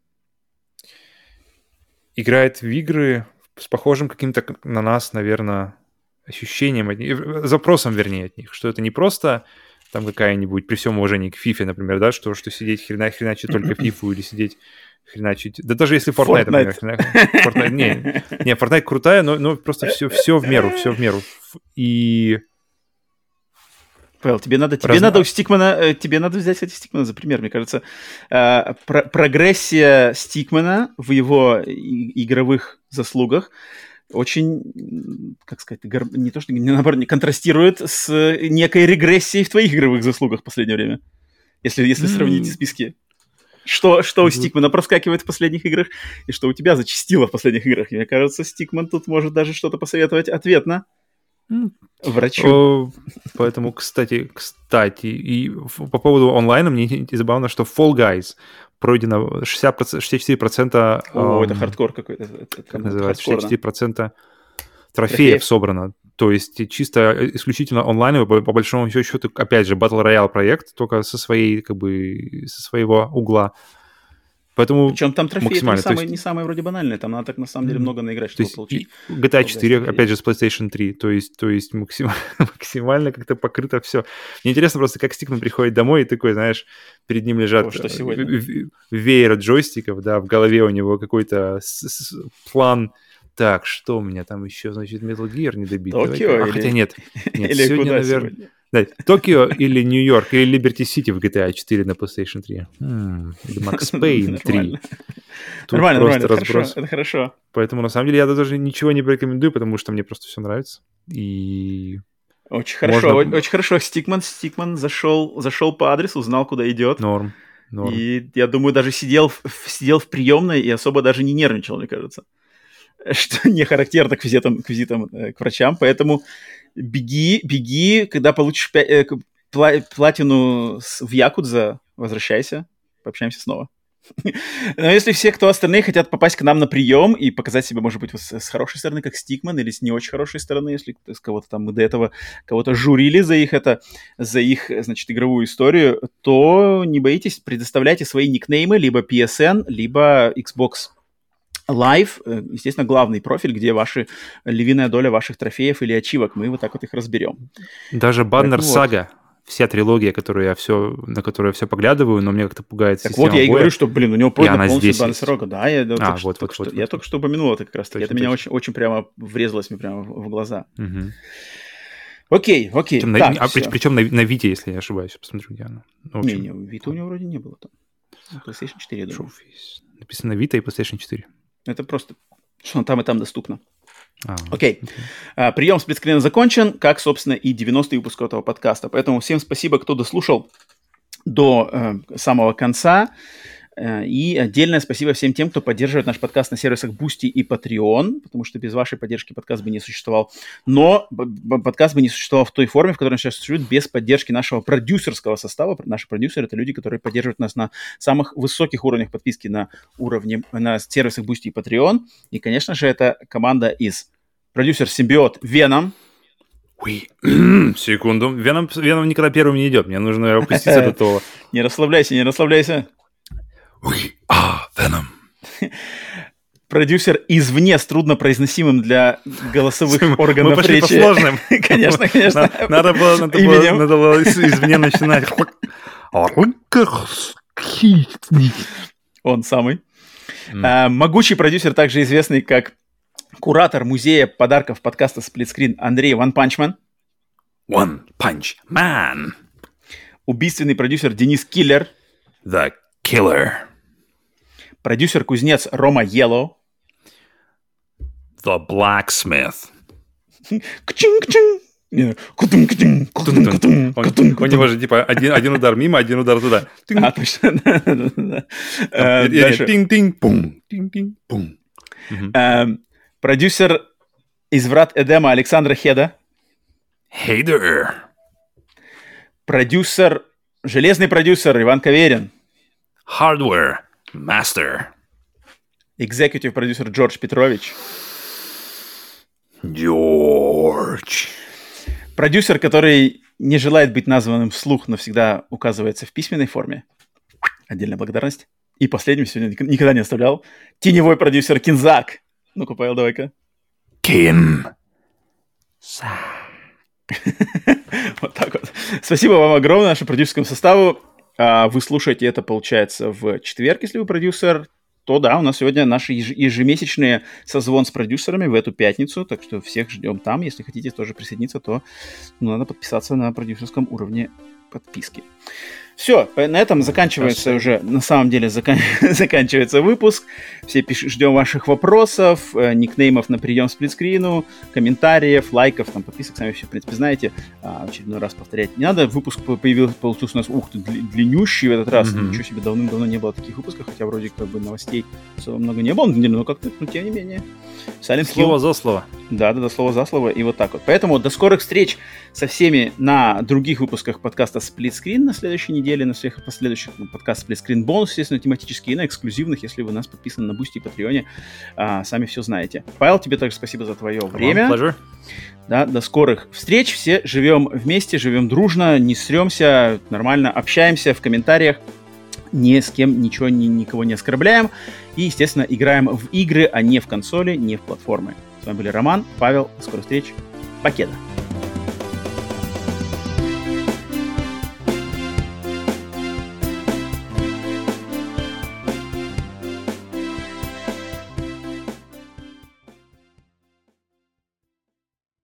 Speaker 2: играет в игры с похожим каким-то на нас, наверное, ощущением, от них, запросом, вернее, от них, что это не просто там какая-нибудь, при всем уважении к FIFA, например, да, что, что сидеть хрена, хреначить только FIFA или сидеть хреначить... Да даже если Fortnite, Fortnite. например, хрена, Fortnite, не, не, Fortnite крутая, но, но просто все, все в меру, все в меру. И...
Speaker 1: Павел, тебе надо, тебе Разно... надо у Стикмана, тебе надо взять, кстати, Стикмана за пример. Мне кажется, э, про- прогрессия Стикмана в его и- игровых заслугах очень, как сказать, гар... не то что, не, наоборот, не контрастирует с некой регрессией в твоих игровых заслугах в последнее время, если, если mm-hmm. сравнить списки. Что, что у Стикмана проскакивает в последних играх, и что у тебя зачастило в последних играх. Мне кажется, Стикман тут может даже что-то посоветовать ответно. Врачу.
Speaker 2: О, поэтому, кстати, кстати, и по поводу онлайна мне забавно, что Fall Guys пройдено шестьдесят процентов, шестьдесят четыре процента...
Speaker 1: О, эм, это хардкор какой-то. Это,
Speaker 2: как называется? шестьдесят четыре процента трофеев, трофеев собрано. То есть чисто исключительно онлайновый, по, по большому счету, опять же, Battle Royale проект, только со своей, как бы, со своего угла. Поэтому
Speaker 1: причем там трофеи не самые,
Speaker 2: есть...
Speaker 1: не самые вроде банальные, там надо так на самом деле много наиграть, чтобы получить.
Speaker 2: джи ти эй четыре, опять же, с PlayStation три, то есть, то есть максимально, максимально как-то покрыто все. Мне интересно просто, как Стикман приходит домой и такой, знаешь, перед ним лежат
Speaker 1: О, что сегодня?
Speaker 2: веер джойстиков, да, в голове у него какой-то план. Так, что у меня там еще, значит, Metal Gear не добит.
Speaker 1: Токио
Speaker 2: а,
Speaker 1: или...
Speaker 2: хотя нет, нет
Speaker 1: или
Speaker 2: сегодня,
Speaker 1: куда
Speaker 2: наверное...
Speaker 1: сегодня?
Speaker 2: Да, Токио или Нью-Йорк, или Liberty City в джи ти эй четыре на PlayStation три. М-м, или Max Payne три. Тут
Speaker 1: Нормально, нормально, это
Speaker 2: разброс.
Speaker 1: хорошо, это хорошо.
Speaker 2: Поэтому, на самом деле, я даже ничего не порекомендую, потому что мне просто все нравится. И...
Speaker 1: Очень хорошо,
Speaker 2: Можно-
Speaker 1: очень хорошо. Стикман, Стикман зашел, зашел по адресу, знал, куда идет.
Speaker 2: Норм. Норм.
Speaker 1: И я думаю, даже сидел в, в- сидел в приемной и особо даже не нервничал, мне кажется. Что не характерно к визитам, к визитам э, к врачам. Поэтому беги, беги, когда получишь пя- э, к- пла- платину с- в Якудза, возвращайся, пообщаемся снова. Но если все, кто остальные, хотят попасть к нам на прием и показать себя, может быть, вот с, с хорошей стороны, как Стикман, или с не очень хорошей стороны, если с кого-то там мы до этого кого-то журили за их это, за их, значит, игровую историю, то не боитесь, предоставляйте свои никнеймы либо пи эс эн, либо Xbox Live, э, естественно, главный профиль, где ваши львиная доля ваших трофеев или ачивок, мы вот так вот их разберем.
Speaker 2: Даже Баннер
Speaker 1: Поэтому вот.
Speaker 2: Сага, вся трилогия, которую я все, на которую я все поглядываю, но мне как-то пугает
Speaker 1: Так
Speaker 2: система
Speaker 1: вот, я и
Speaker 2: боя.
Speaker 1: говорю, что, блин, у него пройдено
Speaker 2: она
Speaker 1: полностью
Speaker 2: здесь
Speaker 1: Баннер
Speaker 2: есть.
Speaker 1: Сага. Да, я, да,
Speaker 2: А,
Speaker 1: только, что-
Speaker 2: вот,
Speaker 1: только
Speaker 2: вот,
Speaker 1: что-
Speaker 2: вот,
Speaker 1: я
Speaker 2: вот,
Speaker 1: только что упомянул это как раз таки.
Speaker 2: Точно,
Speaker 1: Это меня
Speaker 2: точно.
Speaker 1: очень, очень прямо врезалось мне прямо в, в глаза.
Speaker 2: Мгм.
Speaker 1: Окей, окей.
Speaker 2: Причем, на,
Speaker 1: так,
Speaker 2: а,
Speaker 1: всё.
Speaker 2: при- причем на, на Вите, если я не ошибаюсь. Посмотрю, где она. Ну, в
Speaker 1: Не,
Speaker 2: общем,
Speaker 1: не, Вита у него вроде не было там. PlayStation четыре, я думаю.
Speaker 2: Trophies. Написано Vita и PlayStation четыре.
Speaker 1: Это просто, что там и там доступно.
Speaker 2: А,
Speaker 1: Окей. А, прием сплитскрина закончен, как, собственно, и девяностый выпуск этого подкаста. Поэтому всем спасибо, кто дослушал до э, самого конца. Э, и отдельное спасибо всем тем, кто поддерживает наш подкаст на сервисах Boosty и Patreon, потому что без вашей поддержки подкаст бы не существовал. Но б- б- подкаст бы не существовал в той форме, в которой он сейчас существует, без поддержки нашего продюсерского состава. Наши продюсеры — это люди, которые поддерживают нас на самых высоких уровнях подписки на уровне, на сервисах Boosty и Patreon. И, конечно же, это команда из продюсер-симбиот Веном.
Speaker 2: Ой, секунду. Веном, Веном никогда первым не идет. Мне нужно опуститься до того.
Speaker 1: Не расслабляйся, не расслабляйся.
Speaker 2: We are Venom.
Speaker 1: Продюсер извне с труднопроизносимым для голосовых
Speaker 2: Мы
Speaker 1: органов
Speaker 2: пошли по
Speaker 1: речи.
Speaker 2: сложным.
Speaker 1: Конечно, конечно.
Speaker 2: На- Надо было, надо было,
Speaker 1: Именем.
Speaker 2: надо было из- извне начинать.
Speaker 1: Он самый.
Speaker 2: М.
Speaker 1: А, могучий продюсер, также известный как куратор музея подарков подкаста «Сплитскрин» Андрей One Punch Man.
Speaker 2: One Punch Man.
Speaker 1: Убийственный продюсер Денис Киллер.
Speaker 2: The Killer.
Speaker 1: Продюсер-кузнец Рома Yellow.
Speaker 2: The Blacksmith.
Speaker 1: Кчин-кчин. Не, кутун-кутун, кутун-кутун,
Speaker 2: Он,
Speaker 1: кутун-кутун.
Speaker 2: у него же типа один, один удар мимо, один удар туда. Тынь.
Speaker 1: А, точно. Да-да-да. Э,
Speaker 2: Там, и- и-
Speaker 1: дальше.
Speaker 2: Тинг-тинг-пум. Тинг-тинг-пум. Мгм.
Speaker 1: Эм, Продюсер из «Врат Эдема» Александра Хеда.
Speaker 2: Hey there.
Speaker 1: Продюсер, железный продюсер Иван Каверин.
Speaker 2: Hardware Master.
Speaker 1: Экзекутив продюсер Джордж Петрович.
Speaker 2: George.
Speaker 1: Продюсер, который не желает быть названным вслух, но всегда указывается в письменной форме. Отдельная благодарность. И последним сегодня ник- никогда не оставлял. Теневой продюсер Кинзак. Ну-ка, Павел, давай-ка.
Speaker 2: Kim.
Speaker 1: Вот так вот. Спасибо вам огромное, нашему продюсерскому составу. А, Вы слушаете это, получается, в четверг, если вы продюсер. То да, у нас сегодня наши еж- ежемесячные созвон с продюсерами в эту пятницу, так что всех ждем там. Если хотите тоже присоединиться, то ну, надо подписаться на продюсерском уровне подписки. Все, на этом заканчивается
Speaker 2: Хорошо.
Speaker 1: уже, на самом деле, закан- заканчивается выпуск. Все пиш- ждем ваших вопросов, э, никнеймов на прием сплитскрину, комментариев, лайков, там, подписок, сами все, в принципе, знаете. А, очередной раз повторять не надо. Выпуск по- появился, получился у нас, ух ты, дли- длиннющий в этот раз.
Speaker 2: Мгм.
Speaker 1: Ничего себе, давным-давно не было таких выпусков, хотя вроде как бы новостей особо много не было, на самом деле, но как-то, ну, тем не менее. Silent Hill.
Speaker 2: Слово за слово.
Speaker 1: Да, да, да, слово за слово, и вот так вот. Поэтому до скорых встреч со всеми на других выпусках подкаста Split Screen на следующей неделе, на всех последующих ну, подкаст Split Screen бонус, естественно, тематические, и на эксклюзивных, если вы нас подписаны на Boosty и Патреоне, а, сами все знаете. Павел, тебе также спасибо за твое время.
Speaker 2: Вам pleasure.
Speaker 1: Да, до скорых встреч, все живем вместе, живем дружно, не сремся, нормально общаемся в комментариях, ни с кем ничего, ни, никого не оскорбляем. И, естественно, играем в игры, а не в консоли, не в платформы. С вами были Роман, Павел. До скорых встреч. Покеда.